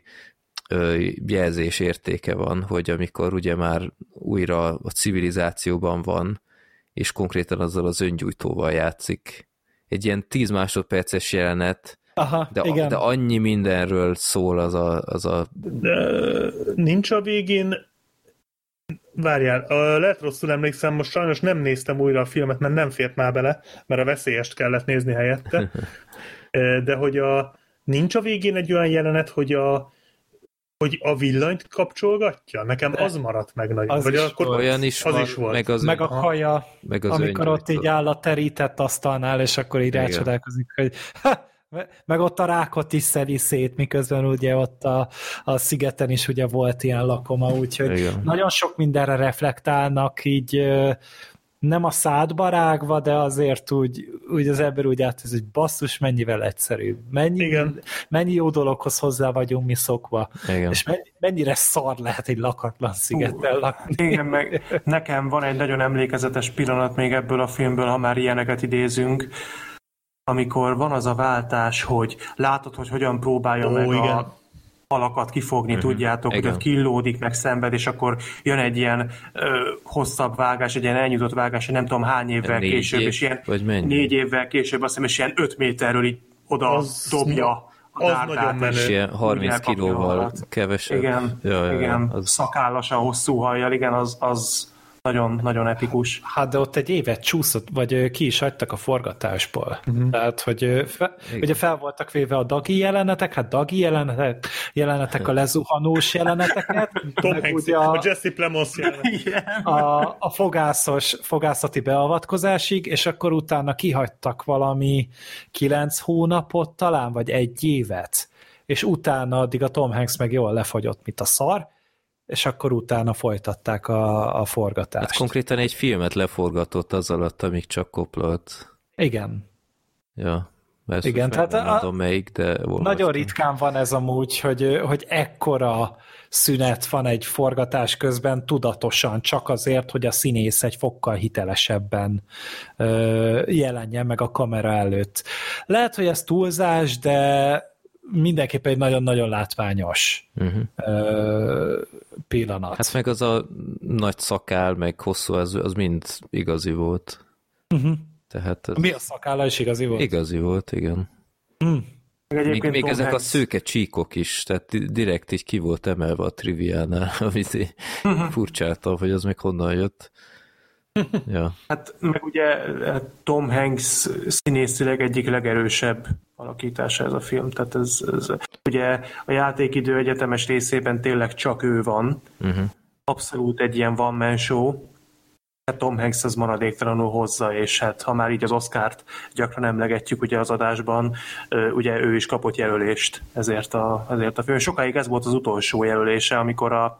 jelzés értéke van, hogy amikor ugye már újra a civilizációban van, és konkrétan azzal az öngyújtóval játszik. Egy ilyen 10 másodperces jelenet, aha, de annyi mindenről szól az a... De nincs a végén... Várjál, lehet rosszul emlékszem, most sajnos nem néztem újra a filmet, mert nem fért már bele, mert a veszélyest kellett nézni helyette. De hogy nincs a végén egy olyan jelenet, hogy a villanyt kapcsolgatja? Nekem az maradt meg nagyon. Vagy akkor olyan is az van, is volt. Meg a kaja, meg az amikor ott így áll a terített asztalnál, és akkor így rácsodálkozik, hogy meg ott a rákot is szedi szét, miközben ugye ott a szigeten is ugye volt ilyen lakoma, úgyhogy igen, nagyon sok mindenre reflektálnak, így nem a szádba rágva, de azért úgy az ember úgy áthoz, hogy basszus, mennyivel egyszerűbb. Mennyi jó dologhoz hozzá vagyunk mi szokva. Igen. És mennyire szar lehet egy lakatlan szigeten lakni. Igen, meg nekem van egy nagyon emlékezetes pillanat még ebből a filmből, ha már ilyeneket idézünk, amikor van az a váltás, hogy látod, hogy hogyan próbálja meg a halakat kifogni, tudjátok, igen, hogy ott killódik, meg szenved, és akkor jön egy ilyen hosszabb vágás, egy ilyen elnyújtott vágás, hogy nem tudom hány évvel később, és ilyen 4 évvel később, azt hiszem, és ilyen 5 méterről így oda dobja a dárdát. És ilyen 30 kilóval kevesebb. Igen, igen, szakállasan hosszú hajjal, igen, az nagyon epikus. Hát de ott egy évet csúszott, vagy ki is hagytak a forgatásból. Tehát, hogy ugye fel voltak véve a Dagi jelenetek, hát Dagi jelenetek a lezuhanós jeleneteket. Tom Hanks, a Jesse Plemons jelenet. A fogászati beavatkozásig, és akkor utána kihagytak valami 9 hónapot talán, vagy 1 évet. És utána addig a Tom Hanks meg jól lefagyott, mint a szar, és akkor utána folytatták a forgatást. Hát konkrétan egy filmet leforgatott az alatt, amíg csak koplolt. Igen. Ja, ezt igen, tehát nem tudom melyik, de nagyon ritkán van ez amúgy, hogy ekkora szünet van egy forgatás közben tudatosan, csak azért, hogy a színész egy fokkal hitelesebben jelenjen meg a kamera előtt. Lehet, hogy ez túlzás, de mindenképpen egy nagyon-nagyon látványos pillanat. Hát meg az a nagy szakál, meg hosszú, az mind igazi volt. Tehát mi a szakálla is igazi volt? Igazi volt, igen. Még ezek a szőke csíkok is, tehát direkt így ki volt emelve a triviánál, amit furcsáltam, hogy az meg honnan jött. Ja. Hát meg ugye Tom Hanks színészileg egyik legerősebb alakítása ez a film, tehát ez ugye a játékidő egyetemes részében tényleg csak ő van. Abszolút egy ilyen one-man show. Hát Tom Hanks az maradéktalanul hozza, és hát ha már így az Oscart gyakran emlegetjük ugye az adásban, ugye ő is kapott jelölést ezért a film. Sokáig ez volt az utolsó jelölése, amikor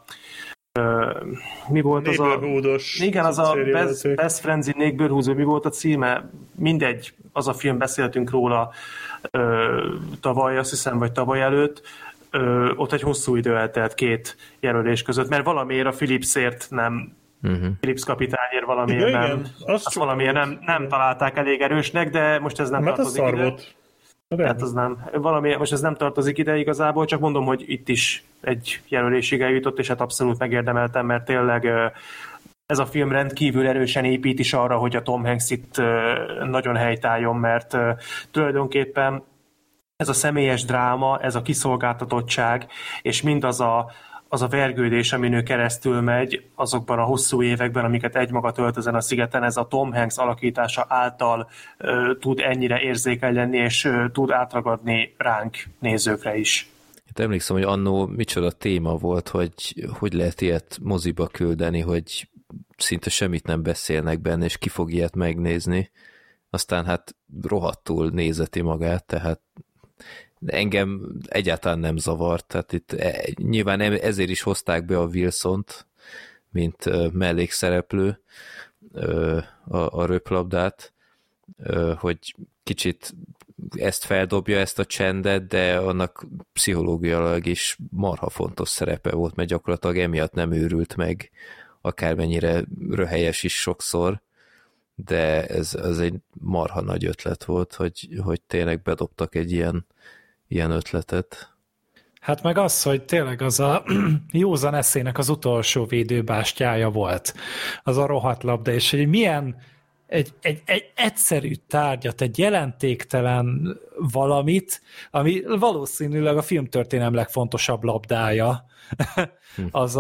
mi volt az a... Igen, az a Best Friends in Neighborhood, mi volt a címe? Mindegy, az a film, beszéltünk róla tavaly, azt hiszem, vagy tavaly előtt, ott egy hosszú idő eltelt 2 jelölés között, mert valamiért a Philipsért nem Philips kapitányért valamiért nem találták elég erősnek, de most ez nem tartozik ide. Hát az nem. Most ez nem tartozik ide igazából, csak mondom, hogy itt is egy jelölésig eljutott, és hát abszolút megérdemeltem, mert tényleg ez a film rendkívül erősen épít is arra, hogy a Tom Hanks itt nagyon helytálljon, mert tulajdonképpen ez a személyes dráma, ez a kiszolgáltatottság, és mindaz a vergődés, amin ő keresztül megy, azokban a hosszú években, amiket egymaga tölt ezen a szigeten, ez a Tom Hanks alakítása által tud ennyire érzékeny lenni, és tud átragadni ránk nézőkre is. Hát emlékszem, hogy annó micsoda téma volt, hogy lehet ilyet moziba küldeni, hogy szinte semmit nem beszélnek benne, és ki fog ilyet megnézni. Aztán hát rohadtul nézeti magát, tehát engem egyáltalán nem zavart, tehát itt nyilván ezért is hozták be a Wilsont, mint mellékszereplő, a röplabdát, hogy kicsit ezt feldobja, ezt a csendet, de annak pszichológiailag is marha fontos szerepe volt, mert gyakorlatilag emiatt nem őrült meg, akármennyire röhelyes is sokszor, de ez egy marha nagy ötlet volt, hogy tényleg bedobtak egy ilyen ötletet. Hát meg az, hogy tényleg az a józan eszének az utolsó védőbástyája volt. Az a rohadt labda, és hogy milyen egy egyszerű tárgyat, egy jelentéktelen valamit, ami valószínűleg a filmtörténelem legfontosabb labdája, az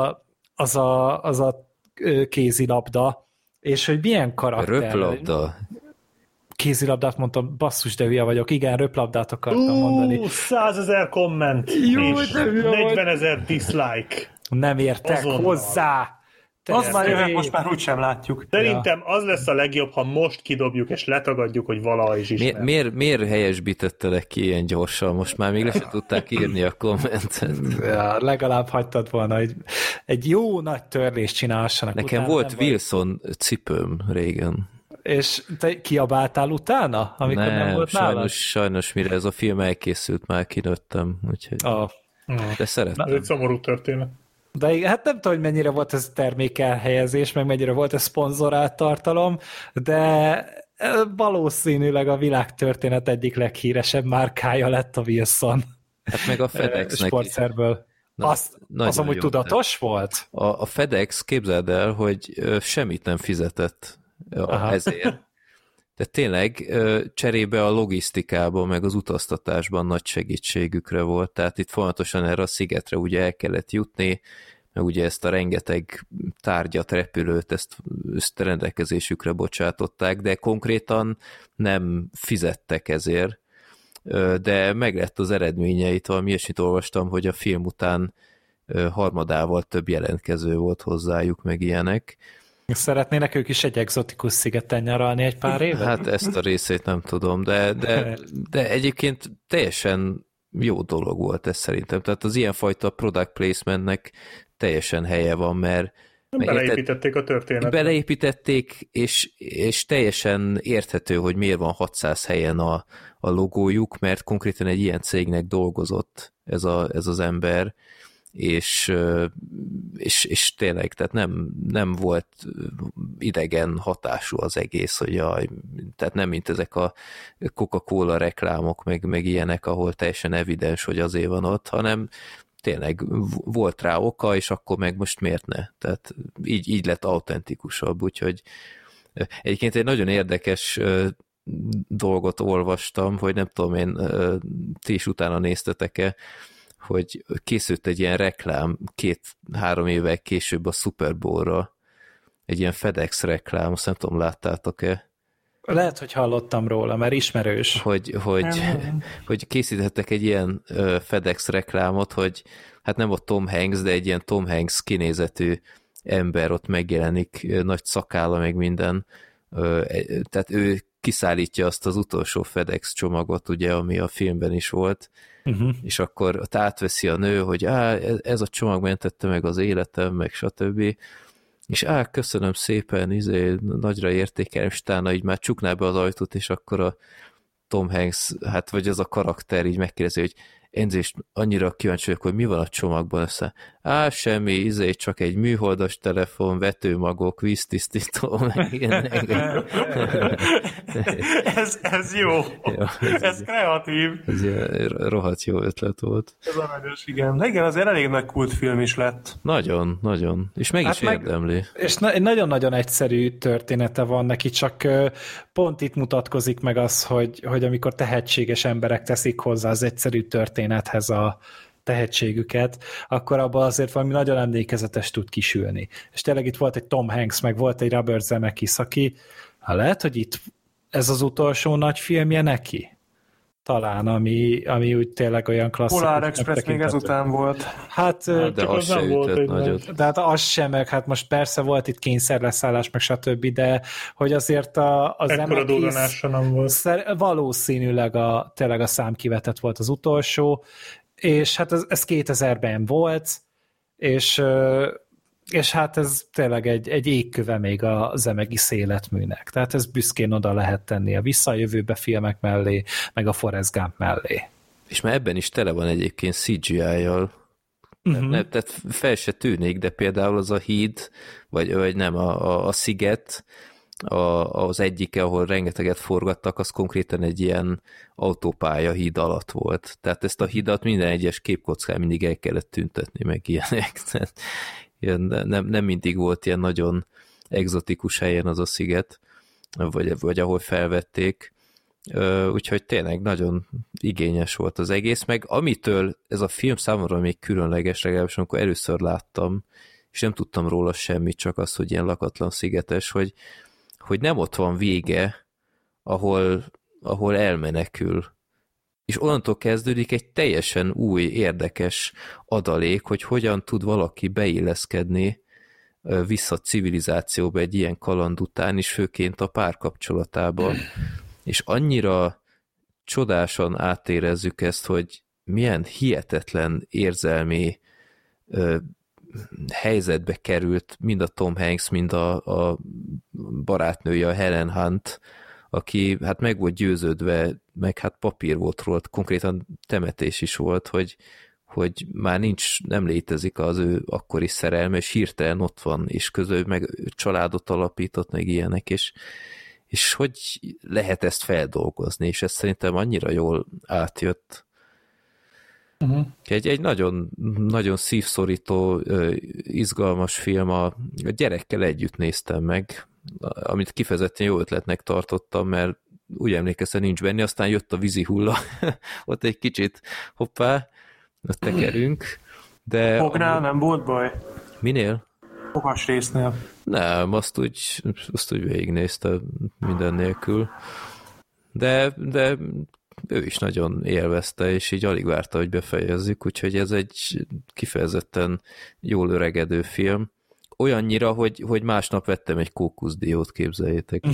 a kézilabda, és hogy milyen karakter. Röplabda. Kézilabdát mondtam, basszus, de hülye vagyok. Igen, röplabdát akartam mondani. 100 000 komment, jó, és 40 000 dislike. Nem értek azonnal hozzá. Az már jöhet, most már úgysem látjuk. Szerintem az lesz a legjobb, ha most kidobjuk és letagadjuk, hogy valaha is ismer. Miért helyesbítettelek ki ilyen gyorsan? Most már még le sem tudták írni a kommentet. Ja, legalább hagytad volna, hogy egy jó nagy törlést csinálhassanak. Nekem volt Wilson cipőm régen. És te kiabáltál utána, amikor nem volt nálad? Sajnos mire ez a film elkészült, már kinőttem, úgyhogy... De szeretem. Ez egy szomorú történet. De hát nem tudom, hogy mennyire volt ez termékelhelyezés, meg mennyire volt ez szponzorált tartalom, de valószínűleg a világtörténet egyik leghíresebb márkája lett a Wilson. Hát meg a FedEx-nek sportszerből. Az amúgy tudatos volt? A FedEx, képzeld el, hogy semmit nem fizetett ezért. De tényleg cserébe a logisztikában, meg az utaztatásban nagy segítségükre volt, tehát itt folyamatosan erre a szigetre ugye el kellett jutni, meg ugye ezt a rengeteg tárgyat, repülőt, ezt rendelkezésükre bocsátották, de konkrétan nem fizettek ezért, de meg lett az eredményeit, valami ilyesmit olvastam, hogy a film után harmadával több jelentkező volt hozzájuk, meg ilyenek. Szeretnének ők is egy egzotikus szigeten nyaralni egy pár évet? Hát ezt a részét nem tudom, de egyébként teljesen jó dolog volt ez szerintem. Tehát az ilyenfajta product placementnek teljesen helye van, mert beleépítették a történetet. Beleépítették, és teljesen érthető, hogy miért van 600 helyen a logójuk, mert konkrétan egy ilyen cégnek dolgozott ez az ember, és tényleg, tehát nem volt idegen hatású az egész, hogy jaj, tehát nem mint ezek a Coca-Cola reklámok, meg ilyenek, ahol teljesen evidens, hogy azért van ott, hanem tényleg volt rá oka, és akkor meg most miért ne? Tehát így lett autentikusabb, úgyhogy egyébként egy nagyon érdekes dolgot olvastam, hogy nem tudom én, ti is utána néztetek-e, hogy készült egy ilyen reklám 2-3 évvel később a Super Bowl-ra, egy ilyen FedEx reklám, azt nem tudom, láttátok-e? Lehet, hogy hallottam róla, mert ismerős. Hogy készítettek egy ilyen FedEx reklámot, hogy hát nem a Tom Hanks, de egy ilyen Tom Hanks kinézetű ember ott megjelenik, nagy szakálla, meg minden. Tehát ő kiszállítja azt az utolsó FedEx csomagot, ugye, ami a filmben is volt, és akkor ott átveszi a nő, hogy ez a csomag mentette meg az életem, meg stb. És köszönöm szépen, nagyra értékelem, és utána így már csukná be az ajtót, és akkor a Tom Hanks, hát vagy az a karakter így megkérdezi, hogy Enzést annyira kíváncsi vagyok, hogy mi van a csomagban össze. Semmi, csak egy műholdas telefon, vetőmagok, víztisztító, ez jó. Ez kreatív. Ez rohadt jó ötlet volt. Ez aranyos, igen. De igen, azért elég nagy kultfilm is lett. Nagyon, nagyon. És meg is érdemli. És nagyon-nagyon egyszerű története van neki, csak pont itt mutatkozik meg az, hogy amikor tehetséges emberek teszik hozzá az egyszerű történethez a tehetségüket, akkor abban azért valami nagyon emlékezetes tud kisülni. És tényleg itt volt egy Tom Hanks, meg volt egy Robert Zemeckis, aki lehet, hogy itt ez az utolsó nagy filmje neki? Talán, ami úgy tényleg olyan klasszikus. Polar Express még ezután volt. Hát, de az sem ütött nagyot. De hát az sem, meg hát most persze volt itt kényszerleszállás, meg stb., de hogy azért az ekkora durranása nem volt. Valószínűleg tényleg a szám kivetett volt az utolsó, és hát ez 2000-ben volt, és hát ez tényleg egy égköve még a Zemeckis életműnek. Tehát ez büszkén oda lehet tenni a visszajövőbe filmek mellé, meg a Forrest Gump mellé. És már ebben is tele van egyébként CGI-jal. Tehát fel se tűnik, de például az a híd, vagy nem, a sziget, az egyike, ahol rengeteget forgattak, az konkrétan egy ilyen autópálya híd alatt volt. Tehát ezt a hídat minden egyes képkockán mindig el kellett tüntetni, meg ilyenek. Tehát nem mindig volt ilyen nagyon egzotikus helyen az a sziget, vagy ahol felvették. Úgyhogy tényleg nagyon igényes volt az egész, meg amitől ez a film számomra még különleges, legalábbis amikor először láttam, és nem tudtam róla semmit, csak az, hogy ilyen lakatlan szigetes, hogy nem ott van vége, ahol elmenekül. És onnantól kezdődik egy teljesen új, érdekes adalék, hogy hogyan tud valaki beilleszkedni vissza a civilizációba egy ilyen kaland után, és főként a párkapcsolatában. És annyira csodásan átérezzük ezt, hogy milyen hihetetlen érzelmi helyzetbe került mind a Tom Hanks, mind a barátnője, a Helen Hunt, aki hát meg volt győződve, meg hát papír volt róla, konkrétan temetés is volt, hogy már nem létezik az ő akkori szerelme, és hirtelen ott van, és közül meg családot alapított, meg ilyenek, és hogy lehet ezt feldolgozni, és ez szerintem annyira jól átjött. Egy nagyon, nagyon szívszorító, izgalmas film, a gyerekkel együtt néztem meg, amit kifejezetten jó ötletnek tartottam, mert úgy emlékeztem, nincs benne, aztán jött a vízi hulla, ott egy kicsit hoppá, ott tekerünk. De Fognál, nem volt baj? Minél? Fogas résznél. Nem, azt úgy végignézte minden nélkül. De ő is nagyon élvezte, és így alig várta, hogy befejezzük, úgyhogy ez egy kifejezetten jól öregedő film. Olyannyira, hogy másnap vettem egy kókuszdiót, képzeljétek.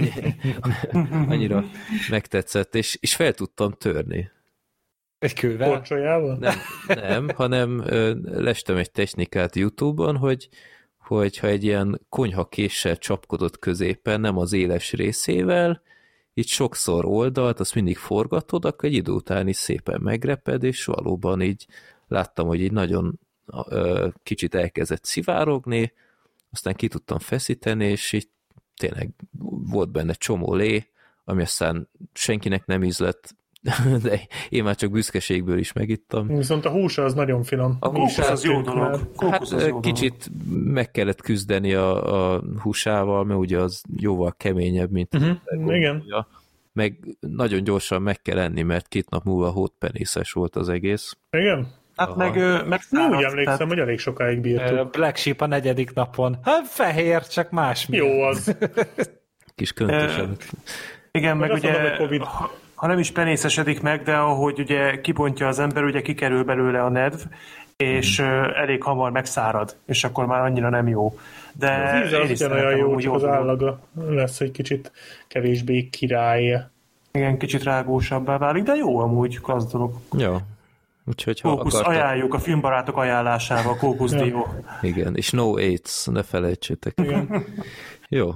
Annyira megtetszett, és fel tudtam törni. Egy kővel? Korcsolyával? Nem, hanem lestem egy technikát YouTube-on, hogy ha egy ilyen konyhakéssel csapkodott középen, nem az éles részével, így sokszor oldalt, azt mindig forgatod, akkor egy idő után is szépen megreped, és valóban így láttam, hogy így nagyon kicsit elkezdett szivárogni, aztán ki tudtam feszíteni, és így tényleg volt benne csomó lé, ami aztán senkinek nem ízlett, de én már csak büszkeségből is megittam. Viszont a húsa az nagyon finom. A kókusz az jó dolog. Kicsit meg kellett küzdeni a húsával, mert ugye az jóval keményebb, mint igen. Meg nagyon gyorsan meg kell enni, mert 2 nap múlva hótpenészes volt az egész. Igen? Hát meg úgy emlékszem, hogy elég sokáig bírtuk. Black Sheep a 4. napon. Hát fehér, csak más. Jó az. Kis köntösen. Igen, meg ugye, ha nem is penészesedik meg, de ahogy ugye kibontja az ember, ugye kikerül belőle a nedv, és elég hamar megszárad, és akkor már annyira nem jó. De az íze az ugyanolyan jó, csak az állaga lesz egy kicsit kevésbé király. Igen, kicsit rágósabbá válik, de jó amúgy, klassz dolog. Ja. Úgyhogy ajánljuk a filmbarátok ajánlásával, kókuszdió. Igen, és no AIDS, ne felejtsétek. Igen. Jó.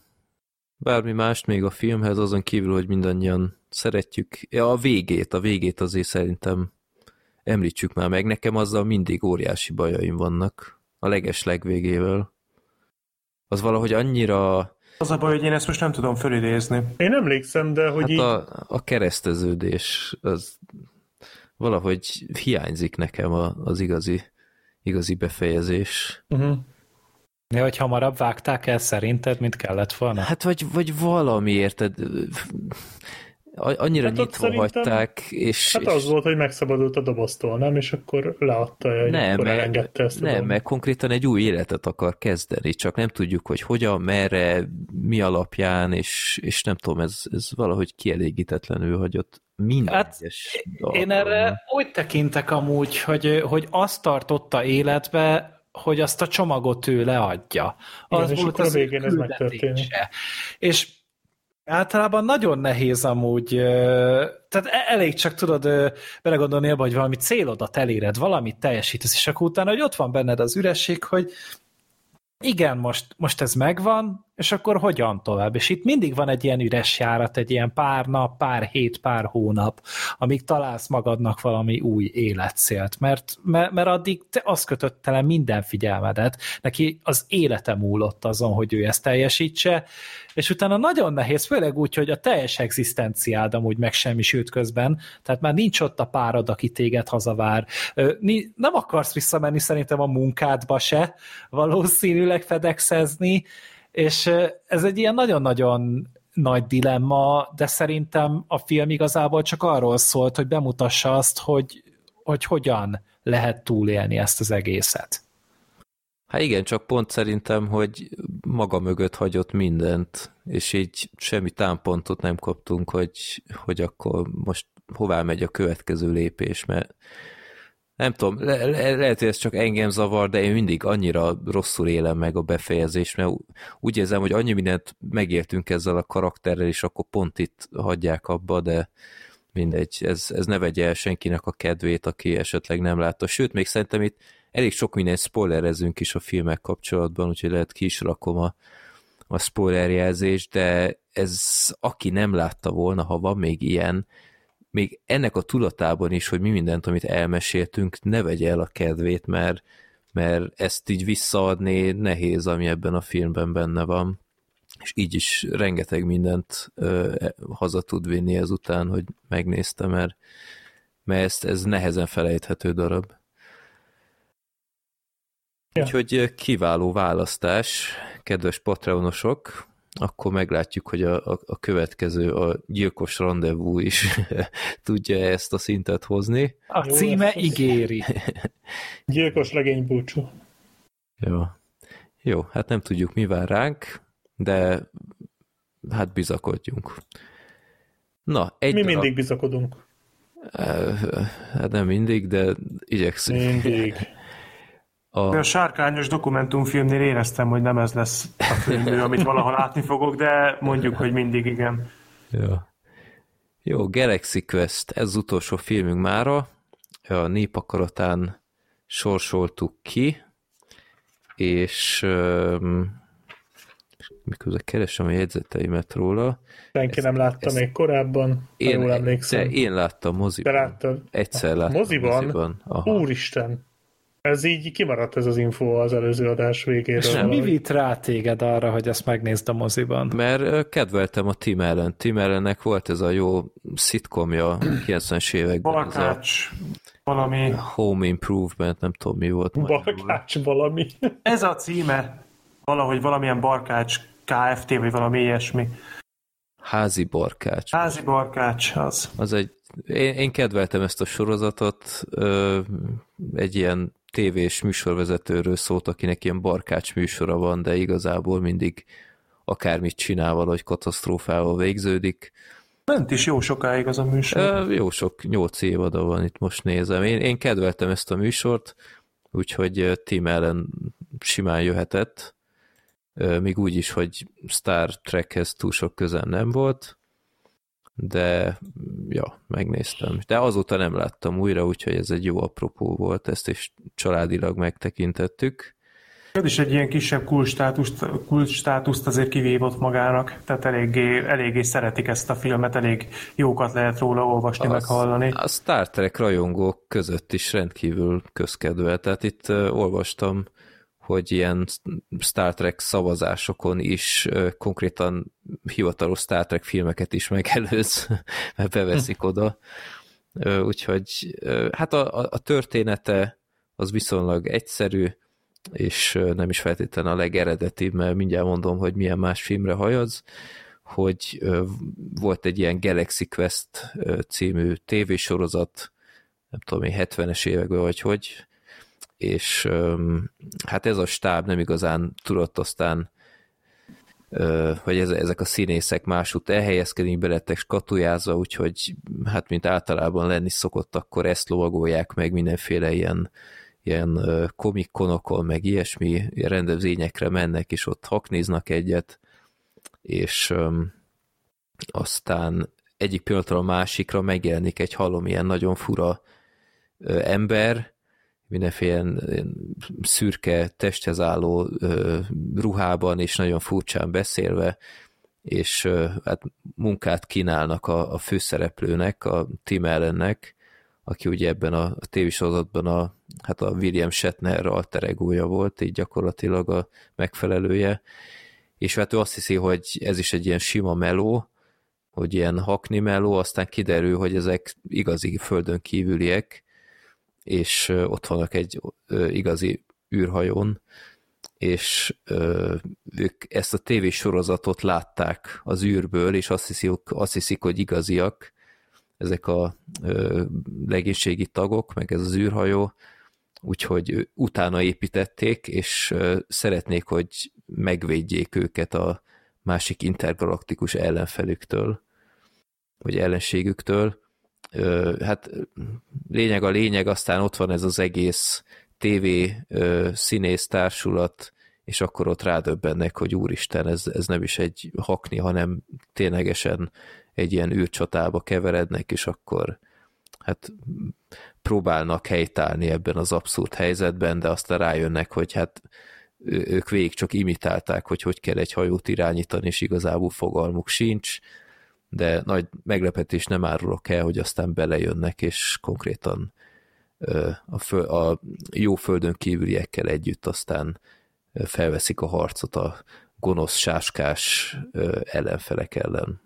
Bármi mást még a filmhez, azon kívül, hogy mindannyian szeretjük. Ja, a végét azért szerintem említsük már meg. Nekem azzal mindig óriási bajaim vannak. A legvégével. Az valahogy annyira... Az a baj, hogy én ezt most nem tudom fölidézni. Én emlékszem, de hogy hát így... a kereszteződés az valahogy hiányzik nekem az igazi befejezés. Ja, hogy hamarabb vágták el szerinted, mint kellett volna? Hát vagy valami, érted? Annyira hát nyitva hagyták, és... Hát az volt, hogy megszabadult a doboztól, nem? És akkor leadta, hogy akkor elengedte ezt. Nem, mert konkrétan egy új életet akar kezdeni, csak nem tudjuk, hogy hogyan, merre, mi alapján, és nem tudom, ez valahogy kielégítetlenül hagyott minden hát egyes én erre úgy tekintek amúgy, hogy azt tartotta életbe, hogy azt a csomagot ő leadja. Az igen, volt és az a végén ez megtörténik. És általában nagyon nehéz amúgy, tehát elég csak tudod belegondolni abba, hogy valami célodat eléred, valamit teljesítesz, és akkor utána, hogy ott van benned az üresség, hogy igen, most ez megvan, és akkor hogyan tovább? És itt mindig van egy ilyen üres járat, egy ilyen pár nap, pár hét, pár hónap, amíg találsz magadnak valami új életcélt, mert addig te azt kötötte le minden figyelmedet, neki az élete múlott azon, hogy ő ezt teljesítse, és utána nagyon nehéz, főleg úgy, hogy a teljes egzisztenciád amúgy megsemmisült közben, tehát már nincs ott a párod, aki téged hazavár. Nem akarsz visszamenni szerintem a munkádba se, valószínűleg FedExezni, és ez egy ilyen nagyon-nagyon nagy dilemma, de szerintem a film igazából csak arról szólt, hogy bemutassa azt, hogy hogyan lehet túlélni ezt az egészet. Hát igen, csak pont szerintem, hogy maga mögött hagyott mindent, és így semmi támpontot nem kaptunk, hogy akkor most hová megy a következő lépés, mert nem tudom, lehet, hogy ez csak engem zavar, de én mindig annyira rosszul élem meg a befejezést, mert úgy érzem, hogy annyi mindent megértünk ezzel a karakterrel, és akkor pont itt hagyják abba, de mindegy, ez ne vegye el senkinek a kedvét, aki esetleg nem látta. Sőt, még szerintem itt elég sok mindent spoilerezünk is a filmek kapcsolatban, úgyhogy lehet ki is rakom a spoilerjelzést, de ez aki nem látta volna, ha van még ilyen, még ennek a tudatában is, hogy mi mindent, amit elmeséltünk, ne vegye el a kedvét, mert ezt így visszaadni nehéz, ami ebben a filmben benne van. És így is rengeteg mindent haza tud vinni ezután, hogy megnézte, mert ez nehezen felejthető darab. Ja. Úgyhogy kiváló választás, kedves patreonosok, akkor meglátjuk, hogy a következő, a gyilkos rendezvú is tudja ezt a szintet hozni. A címe ígéri. Gyilkos legény búcsú. Jó, hát nem tudjuk, mi vár ránk, de hát bizakodjunk. Na, mi mindig bizakodunk. Hát nem mindig, de igyekszünk. Mindig. A sárkányos dokumentumfilmnél éreztem, hogy nem ez lesz a filmű, amit valaha látni fogok, de mondjuk, hogy mindig igen. Jó, Galaxy Quest, ez az utolsó filmünk mára. A nép akaratán sorsoltuk ki, és miközben keresem a jegyzeteimet róla. Senki nem látta még korábban, jól emlékszem. Én láttam moziban. Te láttad? Egyszer láttam moziban. Úristen! Ez így kimaradt ez az info az előző adás végéről. És mi vitt rá téged arra, hogy ezt megnézd a moziban? Mert kedveltem a Tim Allen. Tim Allennek volt ez a jó szitkomja 90-es években. Barkács valami. Home Improvement, nem tudom mi volt. Barkács valami. Ez a címe. Valahogy valamilyen Barkács Kft. Vagy valami ilyesmi. Házi Barkács. Házi Barkács, az. Én kedveltem ezt a sorozatot, egy ilyen tévés műsorvezetőről szólt, akinek ilyen barkács műsora van, de igazából mindig akármit csinál, valahogy katasztrófával végződik. Ment is jó sokáig az a műsor. Jó sok, 8 évada van, itt most nézem. Én kedveltem ezt a műsort, úgyhogy Tim Allen simán jöhetett, még úgy is, hogy Star Trekhez túl sok közel nem volt, de ja, megnéztem. De azóta nem láttam újra, úgyhogy ez egy jó apropó volt, ezt is családilag megtekintettük. Ez is egy ilyen kisebb kultsstátuszt azért kivívott magának, tehát eléggé szeretik ezt a filmet, elég jókat lehet róla olvasni, meg hallani. A Star Trek rajongók között is rendkívül közkedvel, tehát itt olvastam, hogy ilyen Star Trek szavazásokon is konkrétan hivatalos Star Trek filmeket is megelőz, mert beveszik oda. Úgyhogy hát a története az viszonylag egyszerű, és nem is feltétlenül a legeredetibb, mert mindjárt mondom, hogy milyen más filmre hajaz, hogy volt egy ilyen Galaxy Quest című tévésorozat, nem tudom én, 70-es években vagy hogy, és hát ez a stáb nem igazán tudott aztán, hogy ezek a színészek másút elhelyezkedni, belettek skatujázva, úgyhogy hát mint általában lenni szokott, akkor ezt lovagolják meg mindenféle ilyen komikkonokon, meg ilyesmi rendezvényekre mennek, és ott haknéznak egyet, és aztán egyik pillanatra a másikra megjelenik egy halom ilyen nagyon fura ember, mindenféle szürke testhez álló ruhában, és nagyon furcsán beszélve, és hát munkát kínálnak a főszereplőnek, a Tim Allennek, aki ugye ebben a tévésorozatban a William Shatner alter egója volt, így gyakorlatilag a megfelelője, és hát ő azt hiszi, hogy ez is egy ilyen sima meló, hogy ilyen hakni meló, aztán kiderül, hogy ezek igazi földön kívüliek, és ott vannak egy igazi űrhajón, és ők ezt a tévésorozatot látták az űrből, és azt hiszik, hogy igaziak ezek a legénységi tagok, meg ez az űrhajó, úgyhogy utána építették, és szeretnék, hogy megvédjék őket a másik intergalaktikus ellenfelüktől, vagy ellenségüktől. Hát lényeg, aztán ott van ez az egész TV színész társulat, és akkor ott rádöbbennek, hogy úristen, ez nem is egy hakni, hanem ténylegesen egy ilyen űrcsatába keverednek, és akkor hát próbálnak helytállni ebben az abszurd helyzetben, de aztán rájönnek, hogy hát ők végig csak imitálták, hogy kell egy hajót irányítani, és igazából fogalmuk sincs, de nagy meglepetés nem árulok el, hogy aztán belejönnek, és konkrétan a jó földön kívüliekkel együtt aztán felveszik a harcot a gonosz, sáskás ellenfelek ellen.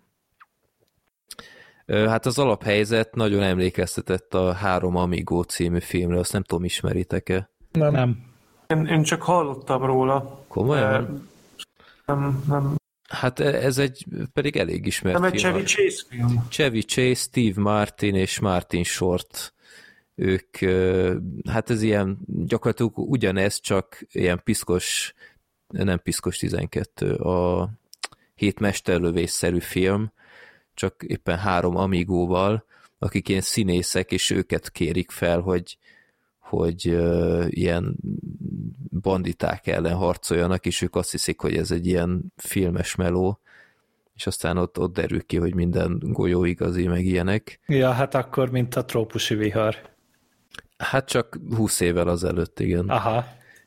Hát az alaphelyzet nagyon emlékeztetett a 3 Amigo című filmre, azt nem tudom, ismeritek-e? Nem. Én csak hallottam róla. Komolyan? Nem. Hát ez egy pedig elég ismert film. Nem egy film. Chevy Chase film. Chevy Chase, Steve Martin és Martin Short ők, hát ez ilyen gyakorlatilag ugyanez, csak ilyen piszkos, nem piszkos 12, a 7 mesterlövésszerű film, csak éppen 3 amigóval, akik ilyen színészek, és őket kérik fel, hogy ilyen banditák ellen harcoljanak, és ők azt hiszik, hogy ez egy ilyen filmes meló, és aztán ott derül ki, hogy minden golyó igazi, meg ilyenek. Ja, hát akkor, mint a trópusi vihar. Hát csak 20 évvel azelőtt, igen. Aha.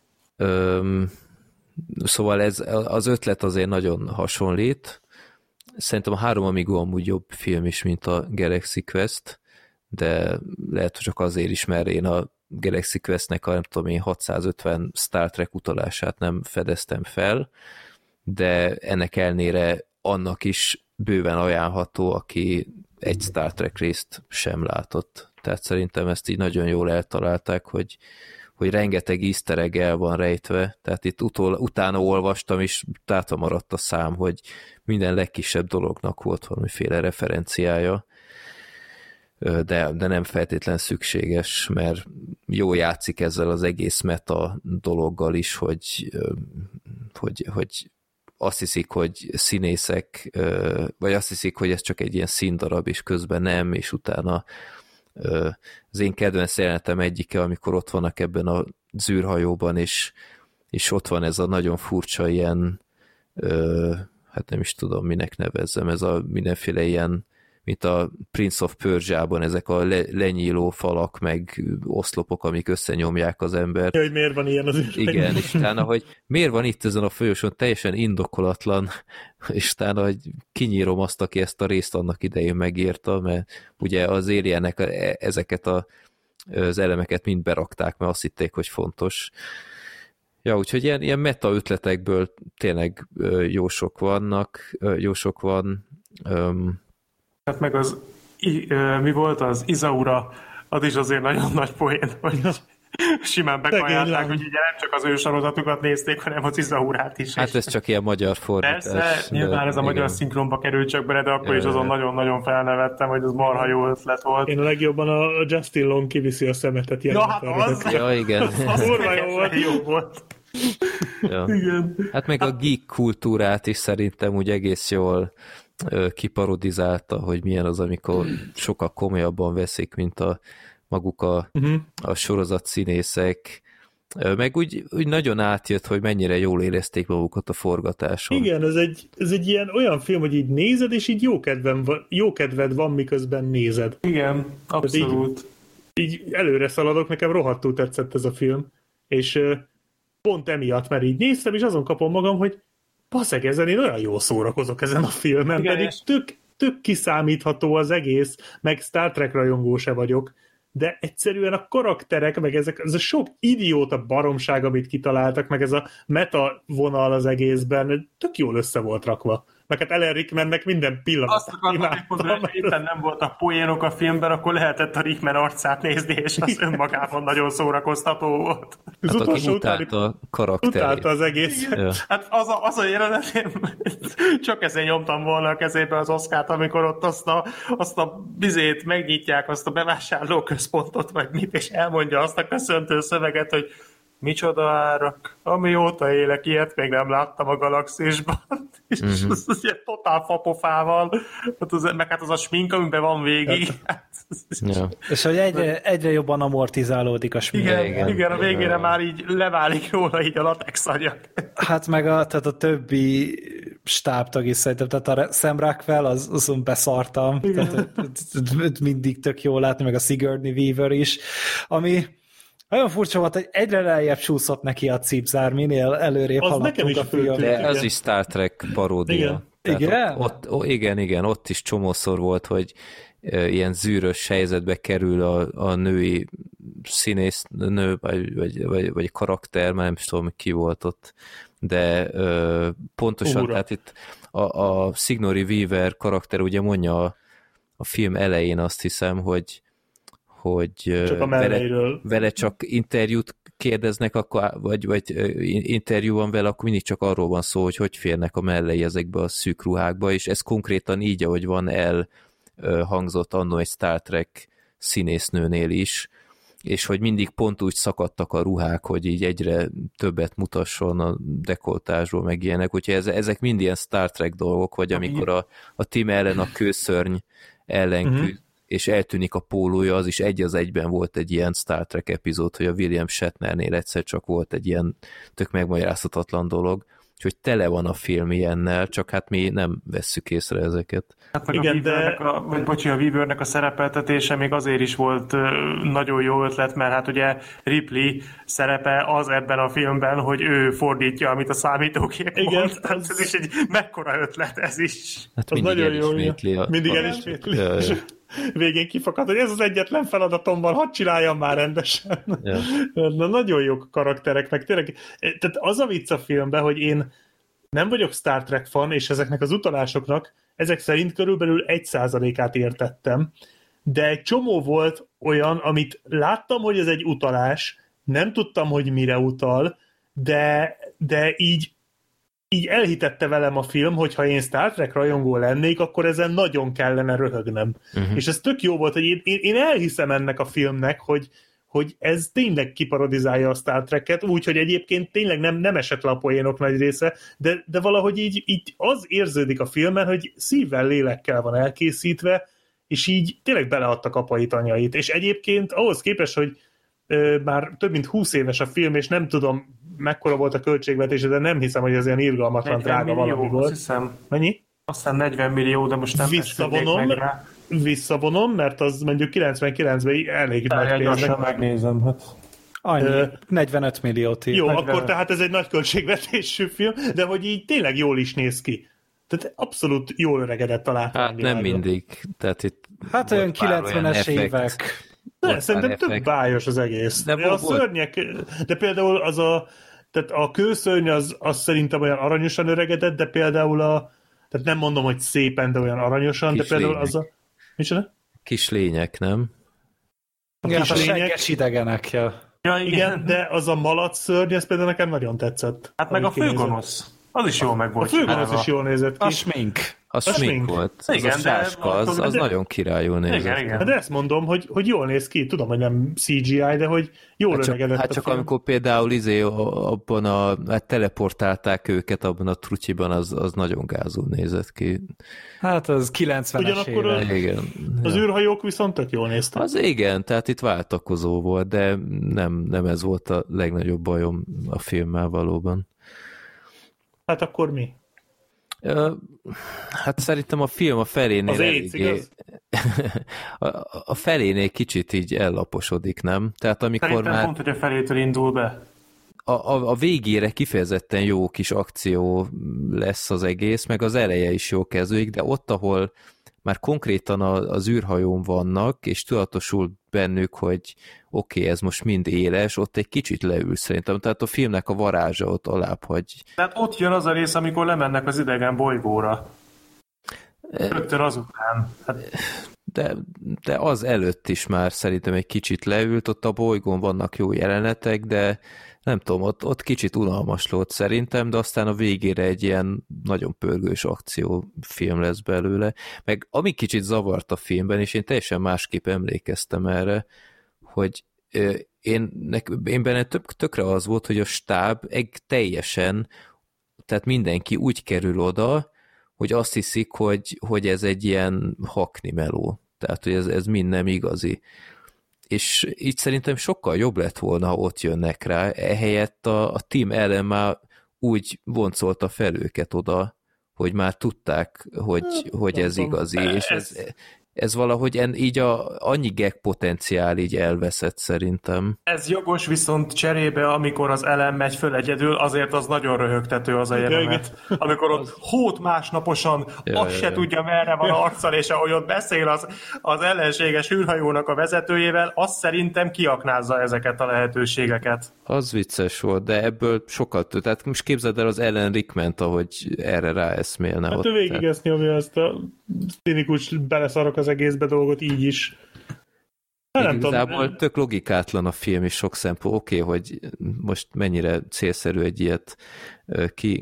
Szóval ez, az ötlet azért nagyon hasonlít. Szerintem a 3 Amigo amúgy jobb film is, mint a Galaxy Quest, de lehet, hogy csak azért is, mert én a Galaxy Questnek a nem tudom én 650 Star Trek utalását nem fedeztem fel, de ennek ellenére annak is bőven ajánlható, aki egy Star Trek részt sem látott. Tehát szerintem ezt így nagyon jól eltalálták, hogy rengeteg easter egg el van rejtve, tehát itt utána olvastam, és tátva maradt a szám, hogy minden legkisebb dolognak volt valamiféle referenciája, de nem feltétlen szükséges, mert jó játszik ezzel az egész meta dologgal is, hogy azt hiszik, hogy színészek, vagy azt hiszik, hogy ez csak egy ilyen színdarab, és közben nem, és utána az én kedvenc jelenetem egyike, amikor ott vannak ebben a zűrhajóban, és ott van ez a nagyon furcsa ilyen, hát nem is tudom, minek nevezzem, ez a mindenféle ilyen, mint a Prince of Persia-ban, ezek a lenyíló falak, meg oszlopok, amik összenyomják az embert. Ja, hogy miért van ilyen az űrben. Igen, és utána, hogy miért van itt ezen a folyosón teljesen indokolatlan, és utána, hogy kinyírom azt, aki ezt a részt annak idején megírta, mert ugye az Aliennek ezeket az elemeket mind berakták, mert azt hitték, hogy fontos. Ja, úgyhogy ilyen meta ötletekből tényleg jó sok van. Hát meg az, mi volt az Izaura, az is azért nagyon nagy poén, hogy simán bekajálták, hogy ugye nem csak az ő sorozatukat nézték, hanem az Izaurát is. Hát ez csak ilyen magyar fordítás. Persze, nyilván ez a magyar szinkronba került csak bele, de akkor is azon nagyon-nagyon felnevettem, hogy ez marha jó ötlet volt. Én a legjobban a Justin Long kiviszi a szemetet. Ja, hát az! Ja, igen. Az jó volt. Ja. Igen. Hát meg a geek kultúrát is szerintem úgy egész jól kiparodizálta, hogy milyen az, amikor sokkal komolyabban veszik, mint maguk a sorozat színészek. Meg úgy nagyon átjött, hogy mennyire jól érezték magukat a forgatáson. Igen, ez egy ilyen olyan film, hogy így nézed, és így jó kedved van, miközben nézed. Igen, abszolút. Így előre szaladok, nekem rohadtul tetszett ez a film, és pont emiatt, mert így néztem, és azon kapom magam, hogy baszeg, ezen én olyan jól szórakozok ezen a filmen, igen, pedig tök kiszámítható az egész, meg Star Trek rajongó se vagyok, de egyszerűen a karakterek, meg ez a sok idióta baromság, amit kitaláltak, meg ez a meta vonal az egészben, tök jól össze volt rakva. Meg hát Alan Rickmannek minden pillanat. Azt akartam mondani, hogy éppen nem voltak poénok a filmben, akkor lehetett a Rickman arcát nézni, és az önmagában nagyon szórakoztató volt. Hát aki utálta karakterét. Utálta az egész. Ja. Hát az a jelenet, csak ezért nyomtam volna a kezébe az Oscart, amikor ott azt a bizét megnyitják, azt a bevásárlóközpontot, vagy mit, és elmondja azt a köszöntő szöveget, hogy micsoda árak, amióta élek, ilyet még nem láttam a galaxisban. És az ilyen totál fapofával, meg hát az a smink, amiben van végig. Ja. És hogy egyre jobban amortizálódik a smink. Igen, a végére már így leválik róla így a latex anyag. Hát meg tehát a többi stábtag is szerintem, tehát a Sam Rockwell, azon beszartam. Tehát, mindig tök jó látni, meg a Sigourney Weaver is, ami nagyon furcsa volt, hogy egyre lejjebb csúszott neki a cipzár, minél előrébb haladtunk a film. De az is Star Trek paródia. Igen? Igen, ott is csomószor volt, hogy ilyen zűrös helyzetbe kerül a női színésznő, vagy karakter, már nem is tudom, ki volt ott, de pontosan, tehát itt a Sigourney Weaver karakter ugye mondja a film elején, azt hiszem, hogy csak vele csak interjút kérdeznek, akkor, vagy interjú van vele, akkor mindig csak arról van szó, hogy férnek a mellei ezekbe a szűk ruhákba, és ez konkrétan így, ahogy van elhangzott annó egy Star Trek színésznőnél is, és hogy mindig pont úgy szakadtak a ruhák, hogy így egyre többet mutasson a dekoltásról, meg ilyenek, úgyhogy ezek mind ilyen Star Trek dolgok, vagy amikor a Tim ellen a kőszörny ellen küzd, és eltűnik a pólója, az is egy az egyben volt egy ilyen Star Trek epizód, hogy a William Shatnernél egyszer csak volt egy ilyen tök megmagyarázhatatlan dolog, hogy tele van a film ilyennel, csak hát mi nem vesszük észre ezeket. Hát meg igen, a Weavernek a szerepeltetése még azért is volt nagyon jó ötlet, mert hát ugye Ripley szerepe az ebben a filmben, hogy ő fordítja, amit a számítógép mond. Hát ez is egy mekkora ötlet, ez is. Hát az mindig elismétli. Mindig elismétli. Végén kifakad, hogy ez az egyetlen feladatomban, hadd csináljam már rendesen. Ja. Na, nagyon jók karakterek, meg tényleg, tehát az a vicc a filmben, hogy én nem vagyok Star Trek fan, és ezeknek az utalásoknak ezek szerint körülbelül 1%-át értettem, de egy csomó volt olyan, amit láttam, hogy ez egy utalás, nem tudtam, hogy mire utal, de így elhitette velem a film, hogy ha én Star Trek rajongó lennék, akkor ezen nagyon kellene röhögnem. És ez tök jó volt, hogy én elhiszem ennek a filmnek, hogy ez tényleg kiparodizálja a Star Trek-et, úgyhogy egyébként tényleg nem esett le a poénok nagy része, de valahogy így az érződik a filmen, hogy szívvel, lélekkel van elkészítve, és így tényleg beleadtak apait, anyait. És egyébként ahhoz képest, hogy már több mint 20 éves a film, és nem tudom, mekkora volt a költségvetése, de nem hiszem, hogy ez ilyen irgalmatlan drága valami volt. Hiszem. Mennyi? Aztán 40 millió, de most nem Visszavonom, mert az mondjuk 99-ben elég nagy pénznek. Megnézem, hát. Annyi, 45 milliót ír. Jó, 45. Akkor tehát ez egy nagy költségvetésű film, de hogy így tényleg jól is néz ki. Tehát abszolút jól öregedett a látványvilágra. Hát nem mindig. Tehát itt hát olyan 90-es évek. De szerintem több bájos az egész. De a szörnyek, de például tehát a kőszörny az szerintem olyan aranyosan öregedett, de például tehát nem mondom, hogy szépen, de olyan aranyosan, de például az a... Micsoda? Kis lények, nem? A segges idegenek, ja. Ja, igen, de az a malac szörny, ez például nekem nagyon tetszett. Hát meg a főgonosz. Az is jól meg volt. A főgonosz is jól nézett ki. A smink. A smink volt. Igen, az a sáska, az nagyon királyul nézett. Igen. De ezt mondom, hogy jól néz ki. Tudom, hogy nem CGI, de hogy jól öregedett hát csak amikor például abban teleportálták őket abban a trutyiban, az nagyon gázul nézett ki. Hát az 90-es évek. Az űrhajók viszont tök jól néztek. Az igen, tehát itt váltakozó volt, de nem ez volt a legnagyobb bajom a filmmel valóban. Hát akkor mi? Hát szerintem a film a felénél eléggé... a felénél kicsit így ellaposodik, nem? Tehát amikor szerintem már... pont, hogy a felétől indul be. A végére kifejezetten jó kis akció lesz az egész, meg az eleje is jó kezdődik, de ott, ahol már konkrétan az űrhajón vannak, és tudatosul bennük, hogy oké, ez most mind éles, ott egy kicsit leül szerintem. Tehát a filmnek a varázsa ott alább hagy. Tehát ott jön az a rész, amikor lemennek az idegen bolygóra. Rögtön azután. Hát... De az előtt is már szerintem egy kicsit leült, ott a bolygón vannak jó jelenetek, de nem tudom, ott kicsit unalmas volt szerintem, de aztán a végére egy ilyen nagyon pörgős akciófilm lesz belőle. Meg ami kicsit zavart a filmben, és én teljesen másképp emlékeztem erre, hogy én benne tökre az volt, hogy a stáb teljesen, tehát mindenki úgy kerül oda, hogy azt hiszik, hogy ez egy ilyen hakni meló. Tehát, hogy ez mind nem igazi. És így szerintem sokkal jobb lett volna, ha ott jönnek rá. Ehelyett a Tim ellen már úgy voncolta fel őket oda, hogy már tudták, hogy ez igazi. És ez valahogy így annyi gag potenciál így elveszett szerintem. Ez jogos, viszont cserébe, amikor az Ellen megy föl egyedül, azért az nagyon röhögtető az a jelenet. Amikor ott hót másnaposan, se tudja, merre van arccal, és ahogy ott beszél az ellenséges űrhajónak a vezetőjével, azt szerintem kiaknázza ezeket a lehetőségeket. Az vicces volt, de ebből sokkal több. Tehát most képzeld el az Alan Rickment, ahogy erre ráeszmélne. Hát ő végig ezt nyomja, ezt a cinikus beleszarok az egészbe dolgot így is. Igazából tök logikátlan a film is sok szempont. Oké, hogy most mennyire célszerű egy ilyet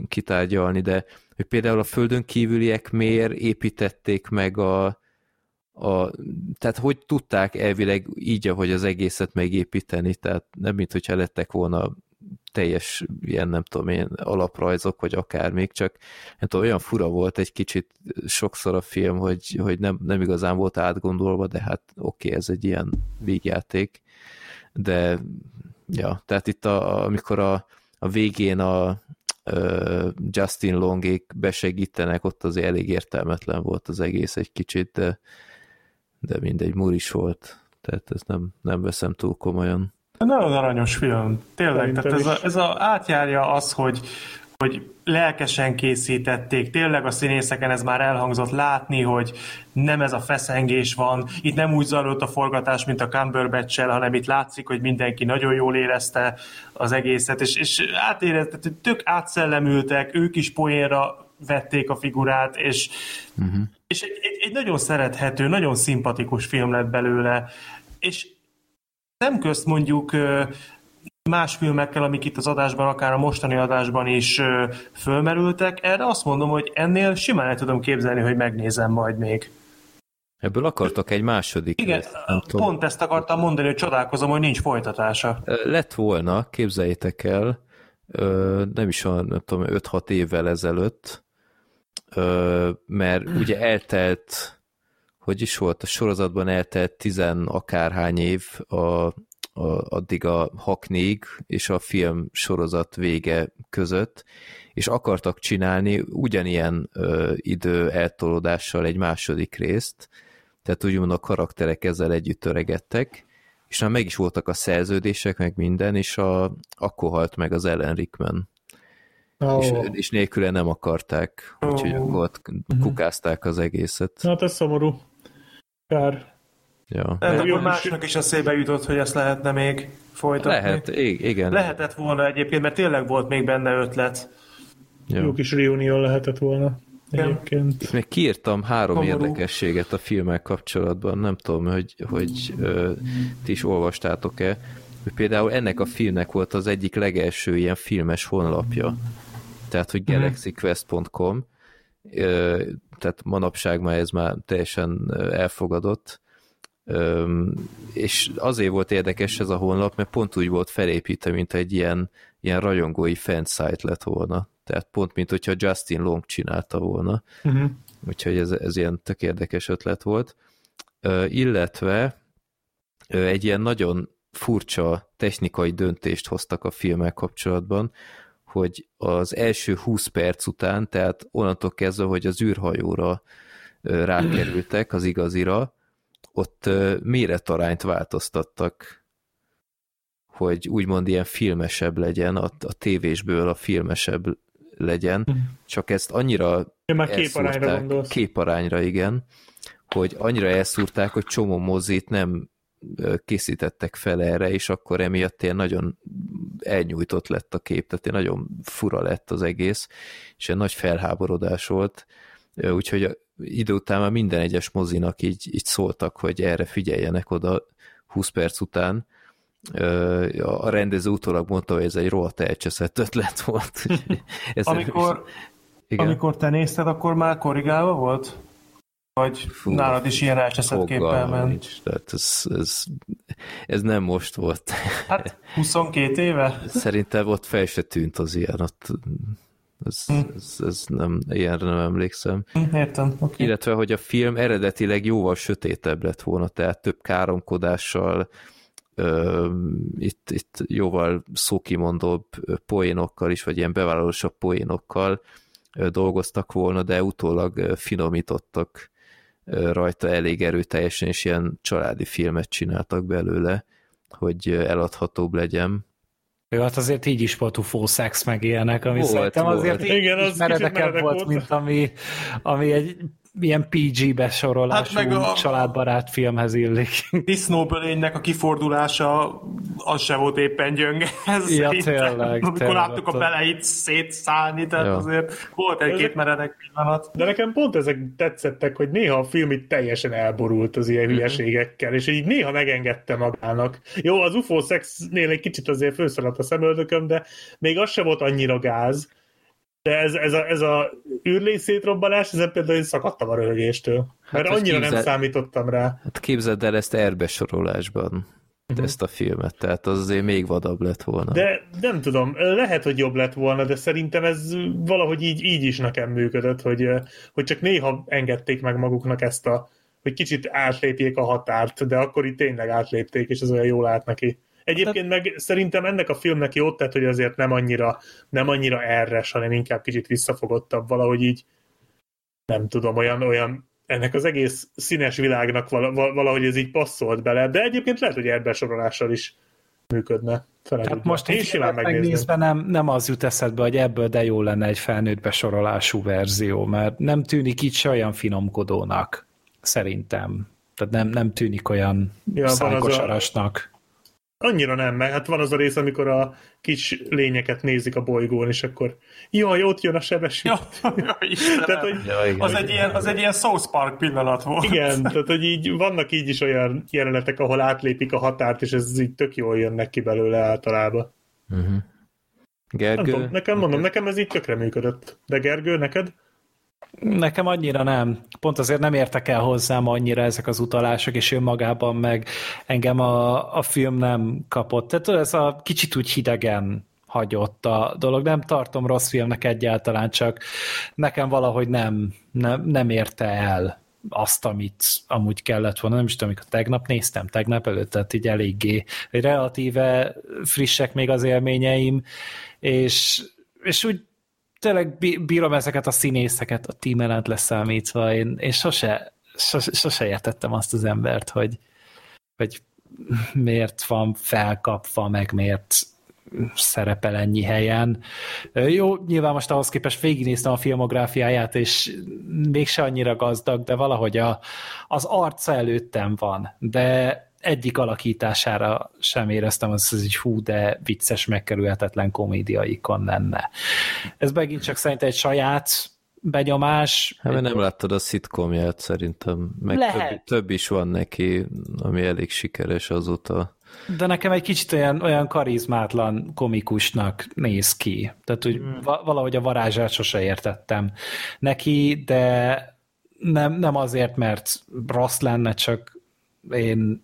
kitárgyalni, de hogy például a földön kívüliek miért építették meg tehát hogy tudták elvileg így, ahogy az egészet megépíteni, tehát nem mint hogyha lettek volna teljes ilyen, nem tudom én, alaprajzok, vagy akármik, csak nem tudom, olyan fura volt egy kicsit sokszor a film, hogy nem igazán volt átgondolva, de hát oké, ez egy ilyen vígjáték, de ja, tehát itt amikor a végén a Justin Longék besegítenek, ott azért elég értelmetlen volt az egész egy kicsit, de mindegy, múr is volt, tehát ezt nem veszem túl komolyan. Nagyon aranyos film, tényleg, tehát ez átjárja az, hogy lelkesen készítették, tényleg a színészeken ez már elhangzott látni, hogy nem ez a feszengés van, itt nem úgy zajlott a forgatás, mint a Cumberbatch-el, hanem itt látszik, hogy mindenki nagyon jól érezte az egészet, és átérezte, tök átszellemültek, ők is poénra vették a figurát, és egy nagyon szerethető, nagyon szimpatikus film lett belőle, és nem közt mondjuk más filmekkel, amik itt az adásban, akár a mostani adásban is fölmerültek, erre azt mondom, hogy ennél simán el tudom képzelni, hogy megnézem majd még. Ebből akartak egy második Igen, részt, pont ezt akartam mondani, hogy csodálkozom, hogy nincs folytatása. Lett volna, képzeljétek el, nem is olyan, nem tudom, 5-6 évvel ezelőtt, mert ugye eltelt, hogy is volt, a sorozatban eltelt 10 akárhány év addig a Hackneyig és a film sorozat vége között, és akartak csinálni ugyanilyen idő eltolódással egy második részt, tehát úgymond a karakterek ezzel együtt öregedtek, és már meg is voltak a szerződések, meg minden, és akkor halt meg az Alan Rickman. És nélküle nem akarták, úgyhogy kukázták az egészet. Hát ez szomorú. Kár. Ja. Akkor másnak is eszébe jutott, hogy ezt lehetne még folytatni. Lehet, igen. Lehetett volna egyébként, mert tényleg volt még benne ötlet. Jó kis reunion lehetett volna egyébként. Itt még kiírtam 3 érdekességet a filmmel kapcsolatban, nem tudom, hogy ti is olvastátok-e. Például ennek a filmnek volt az egyik legelső ilyen filmes honlapja. Tehát, hogy galaxyquest.com, tehát manapság már ez már teljesen elfogadott, és azért volt érdekes ez a honlap, mert pont úgy volt felépítve, mint egy ilyen rajongói fansite lett volna. Tehát pont, mint hogyha Justin Long csinálta volna. Úgyhogy ez ilyen tök érdekes ötlet volt. Illetve egy ilyen nagyon furcsa technikai döntést hoztak a filmmel kapcsolatban, hogy az első 20 perc után, tehát onnantól kezdve, hogy az űrhajóra rákerültek, az igazira, ott méretarányt változtattak, hogy úgymond ilyen filmesebb legyen, a tévésből a filmesebb legyen, csak ezt annyira elszúrták, képarányra, igen, hogy annyira elszúrták, hogy csomó mozit nem készítettek fel erre, és akkor emiatt ilyen nagyon elnyújtott lett a kép, tehát ilyen nagyon fura lett az egész, és egy nagy felháborodás volt, úgyhogy idő után már minden egyes mozinak így szóltak, hogy erre figyeljenek oda 20 perc után. A rendező utólag mondta, hogy ez egy rohadt elcseszett ötlet volt. Amikor te nézted, akkor már korrigálva volt? Vagy nálad is ilyen elcseszett képpel ment? Tehát ez nem most volt. Hát 22 éve? Szerintem ott fel se tűnt az ilyen, ott ez nem, ilyenre nem emlékszem. Értem, okay. Illetve, hogy a film eredetileg jóval sötétebb lett volna, tehát több káromkodással, itt jóval szókimondóbb poénokkal is, vagy ilyen bevállalósabb poénokkal dolgoztak volna, de utólag finomítottak rajta elég erőteljesen, és ilyen családi filmet csináltak belőle, hogy eladhatóbb legyen. Jó, hát azért így is volt UFO szex meg ilyenek, ami volt, szerintem azért igen, az meredekebb volt, mint ami egy ilyen PG besorolású családbarát filmhez illik. Disznóbölénynek a kifordulása az se volt éppen gyönge. Ja, tényleg. Amikor láttuk a beleit szétszállni, tehát azért volt egy-két meredek pillanat. De nekem pont ezek tetszettek, hogy néha a film itt teljesen elborult az ilyen hülyeségekkel, és így néha megengedte magának. Jó, az UFO szexnél egy kicsit azért főszaladt a szemöldököm, de még az sem volt annyira gáz, De ez a űrlény szétrobbanás, ezen például én szakadtam a röhögéstől. Mert annyira nem számítottam rá. Hát képzeld el ezt R-besorolásban, ezt a filmet, tehát az azért még vadabb lett volna. De nem tudom, lehet, hogy jobb lett volna, de szerintem ez valahogy így is nekem működött, hogy csak néha engedték meg maguknak ezt hogy kicsit átlépjék a határt, de akkor itt tényleg átlépték, és ez olyan jól állt neki. Egyébként meg szerintem ennek a filmnek jót tett, hogy azért nem annyira erres, hanem inkább kicsit visszafogottabb, valahogy így nem tudom, olyan ennek az egész színes világnak valahogy ez így passzolt bele, de egyébként lehet, hogy ebbesorolással is működne. Tehát most így megnézve nem az jut eszedbe, hogy ebből de jó lenne egy felnőtt besorolású verzió, mert nem tűnik így se olyan finomkodónak, szerintem. Tehát nem tűnik olyan szájkosarasnak. Annyira nem, mert hát van az a rész, amikor a kis lényeket nézik a bolygón, és akkor jaj, ott jön a sebesség. Tehát, hogy az egy ilyen South Park pillanat volt. Igen, tehát hogy így vannak így is olyan jelenetek, ahol átlépik a határt, és ez így tök jól jön neki belőle általában. Gergő? Nekem ez így tökre működött. De Gergő, neked? Nekem annyira nem. Pont azért nem értek el hozzám annyira ezek az utalások, és önmagában meg engem a film nem kapott. Tehát ez a kicsit úgy hidegen hagyott a dolog. Nem tartom rossz filmnek egyáltalán, csak nekem valahogy nem érte el azt, amit amúgy kellett volna. Nem is tudom, amikor tegnap előtt, tehát így eléggé relatíve frissek még az élményeim, és úgy tényleg bírom ezeket a színészeket, a Tim Allent leszámítva, és sose értettem azt az embert, hogy miért van felkapva, meg miért szerepel ennyi helyen. Jó, nyilván most ahhoz képest végignéztem a filmográfiáját, és mégse annyira gazdag, de valahogy az arca előttem van, de egyik alakítására sem éreztem, az egy de vicces, megkerülhetetlen komédia ikon lenne. Ez megint csak szerintem egy saját benyomás. Hát mert nem láttad a szitkomját szerintem, meg több is van neki, ami elég sikeres azóta. De nekem egy kicsit olyan karizmátlan komikusnak néz ki. Tehát, hogy valahogy a varázsát sose értettem neki, de nem azért, mert rossz lenne, csak én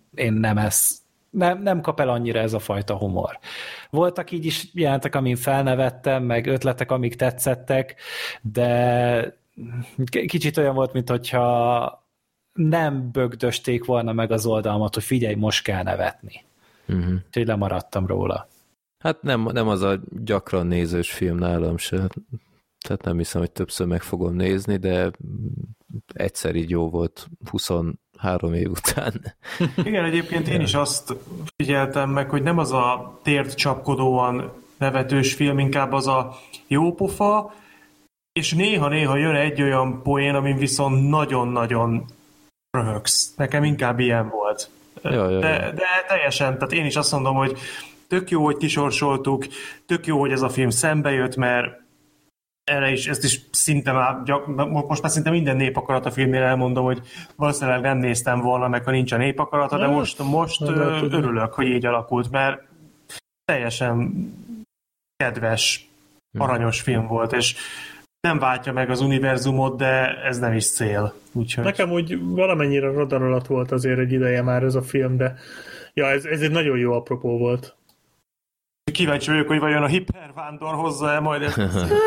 nem kap el annyira ez a fajta humor. Voltak így is jelentek, amin felnevettem, meg ötletek, amik tetszettek, de kicsit olyan volt, mintha nem bögdösték volna meg az oldalmat, hogy figyelj, most kell nevetni. Úgyhogy lemaradtam róla. Hát nem az a gyakran nézős film nálam se. Tehát nem hiszem, hogy többször meg fogom nézni, de egyszer így jó volt 23 év után. Igen, egyébként én is azt figyeltem meg, hogy nem az a tért csapkodóan nevetős film, inkább az a jópofa, és néha-néha jön egy olyan poén, amin viszont nagyon-nagyon röhögsz. Nekem inkább ilyen volt. De teljesen, tehát én is azt mondom, hogy tök jó, hogy kisorsoltuk, tök jó, hogy ez a film szembe jött, mert ezt is szinte most már szinte minden népakarat a filmnél elmondom, hogy valószínűleg nem néztem volna meg, ha nincs a népakarata, de most örülök, hogy így alakult, mert teljesen kedves, aranyos film volt, és nem váltja meg az univerzumot, de ez nem is cél. Úgyhogy... Nekem úgy valamennyire radar alatt volt azért egy ideje már ez a film, de ez egy nagyon jó apropó volt. Kíváncsi vagyok, hogy vajon a hipervándor hozza-e majd ezt.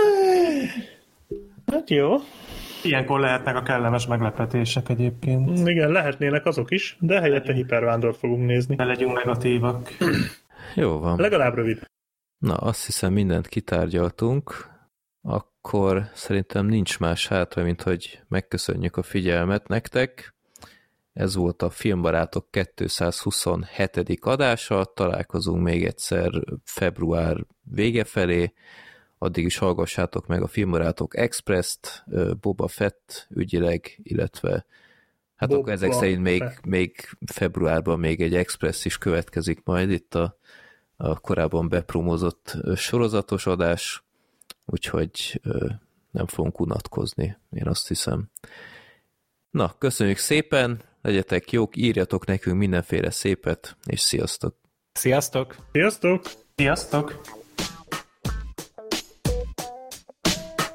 Hát jó. Ilyenkor lehetnek a kellemes meglepetések egyébként. Igen, lehetnének azok is, de helyette hipervándort fogunk nézni. Ne legyünk negatívak. Jó van. Legalább rövid. Na, azt hiszem mindent kitárgyaltunk, akkor szerintem nincs más hátra, mint hogy megköszönjük a figyelmet nektek. Ez volt a Filmbarátok 227. adása, találkozunk még egyszer február vége felé, addig is hallgassátok meg a Filmbarátok Express-t, Boba Fett ügyileg, illetve hát Boba akkor ezek szerint még februárban még egy Express is következik majd itt a korábban bepromózott sorozatos adás, úgyhogy nem fogunk unatkozni, én azt hiszem. Na, köszönjük szépen, legyetek jók, írjatok nekünk mindenféle szépet, és sziasztok! Sziasztok! Sziasztok! Sziasztok!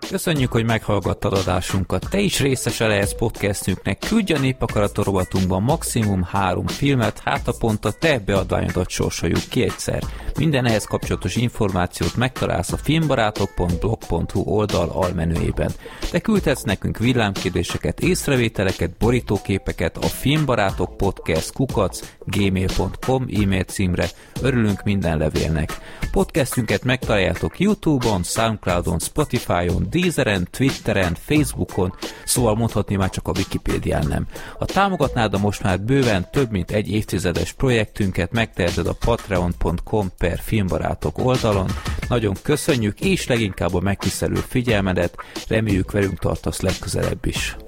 Köszönjük, hogy meghallgattad adásunkat. Te is részese lehetsz podcastünknek. Küldj a Népakaraton rovatunkban maximum 3 filmet, hát a pont a te beadványodat sorsoljuk ki egyszer. Minden ehhez kapcsolatos információt megtalálsz a filmbarátok.blog.hu oldal almenüjében. Te küldhetsz nekünk villámkérdéseket, észrevételeket, borítóképeket a filmbarátok.podcast@gmail.com e-mail címre. Örülünk minden levélnek. Podcastünket megtaláljátok YouTube-on, Soundcloudon, Spotify-on, Deezeren, Twitteren, Facebookon, szóval mondhatni már csak a Wikipédián nem. Ha támogatnád a most már bőven több mint egy évtizedes projektünket, megteheted a patreon.com/filmbarátok oldalon. Nagyon köszönjük, és leginkább a megtisztelő figyelmedet, reméljük velünk tartasz legközelebb is.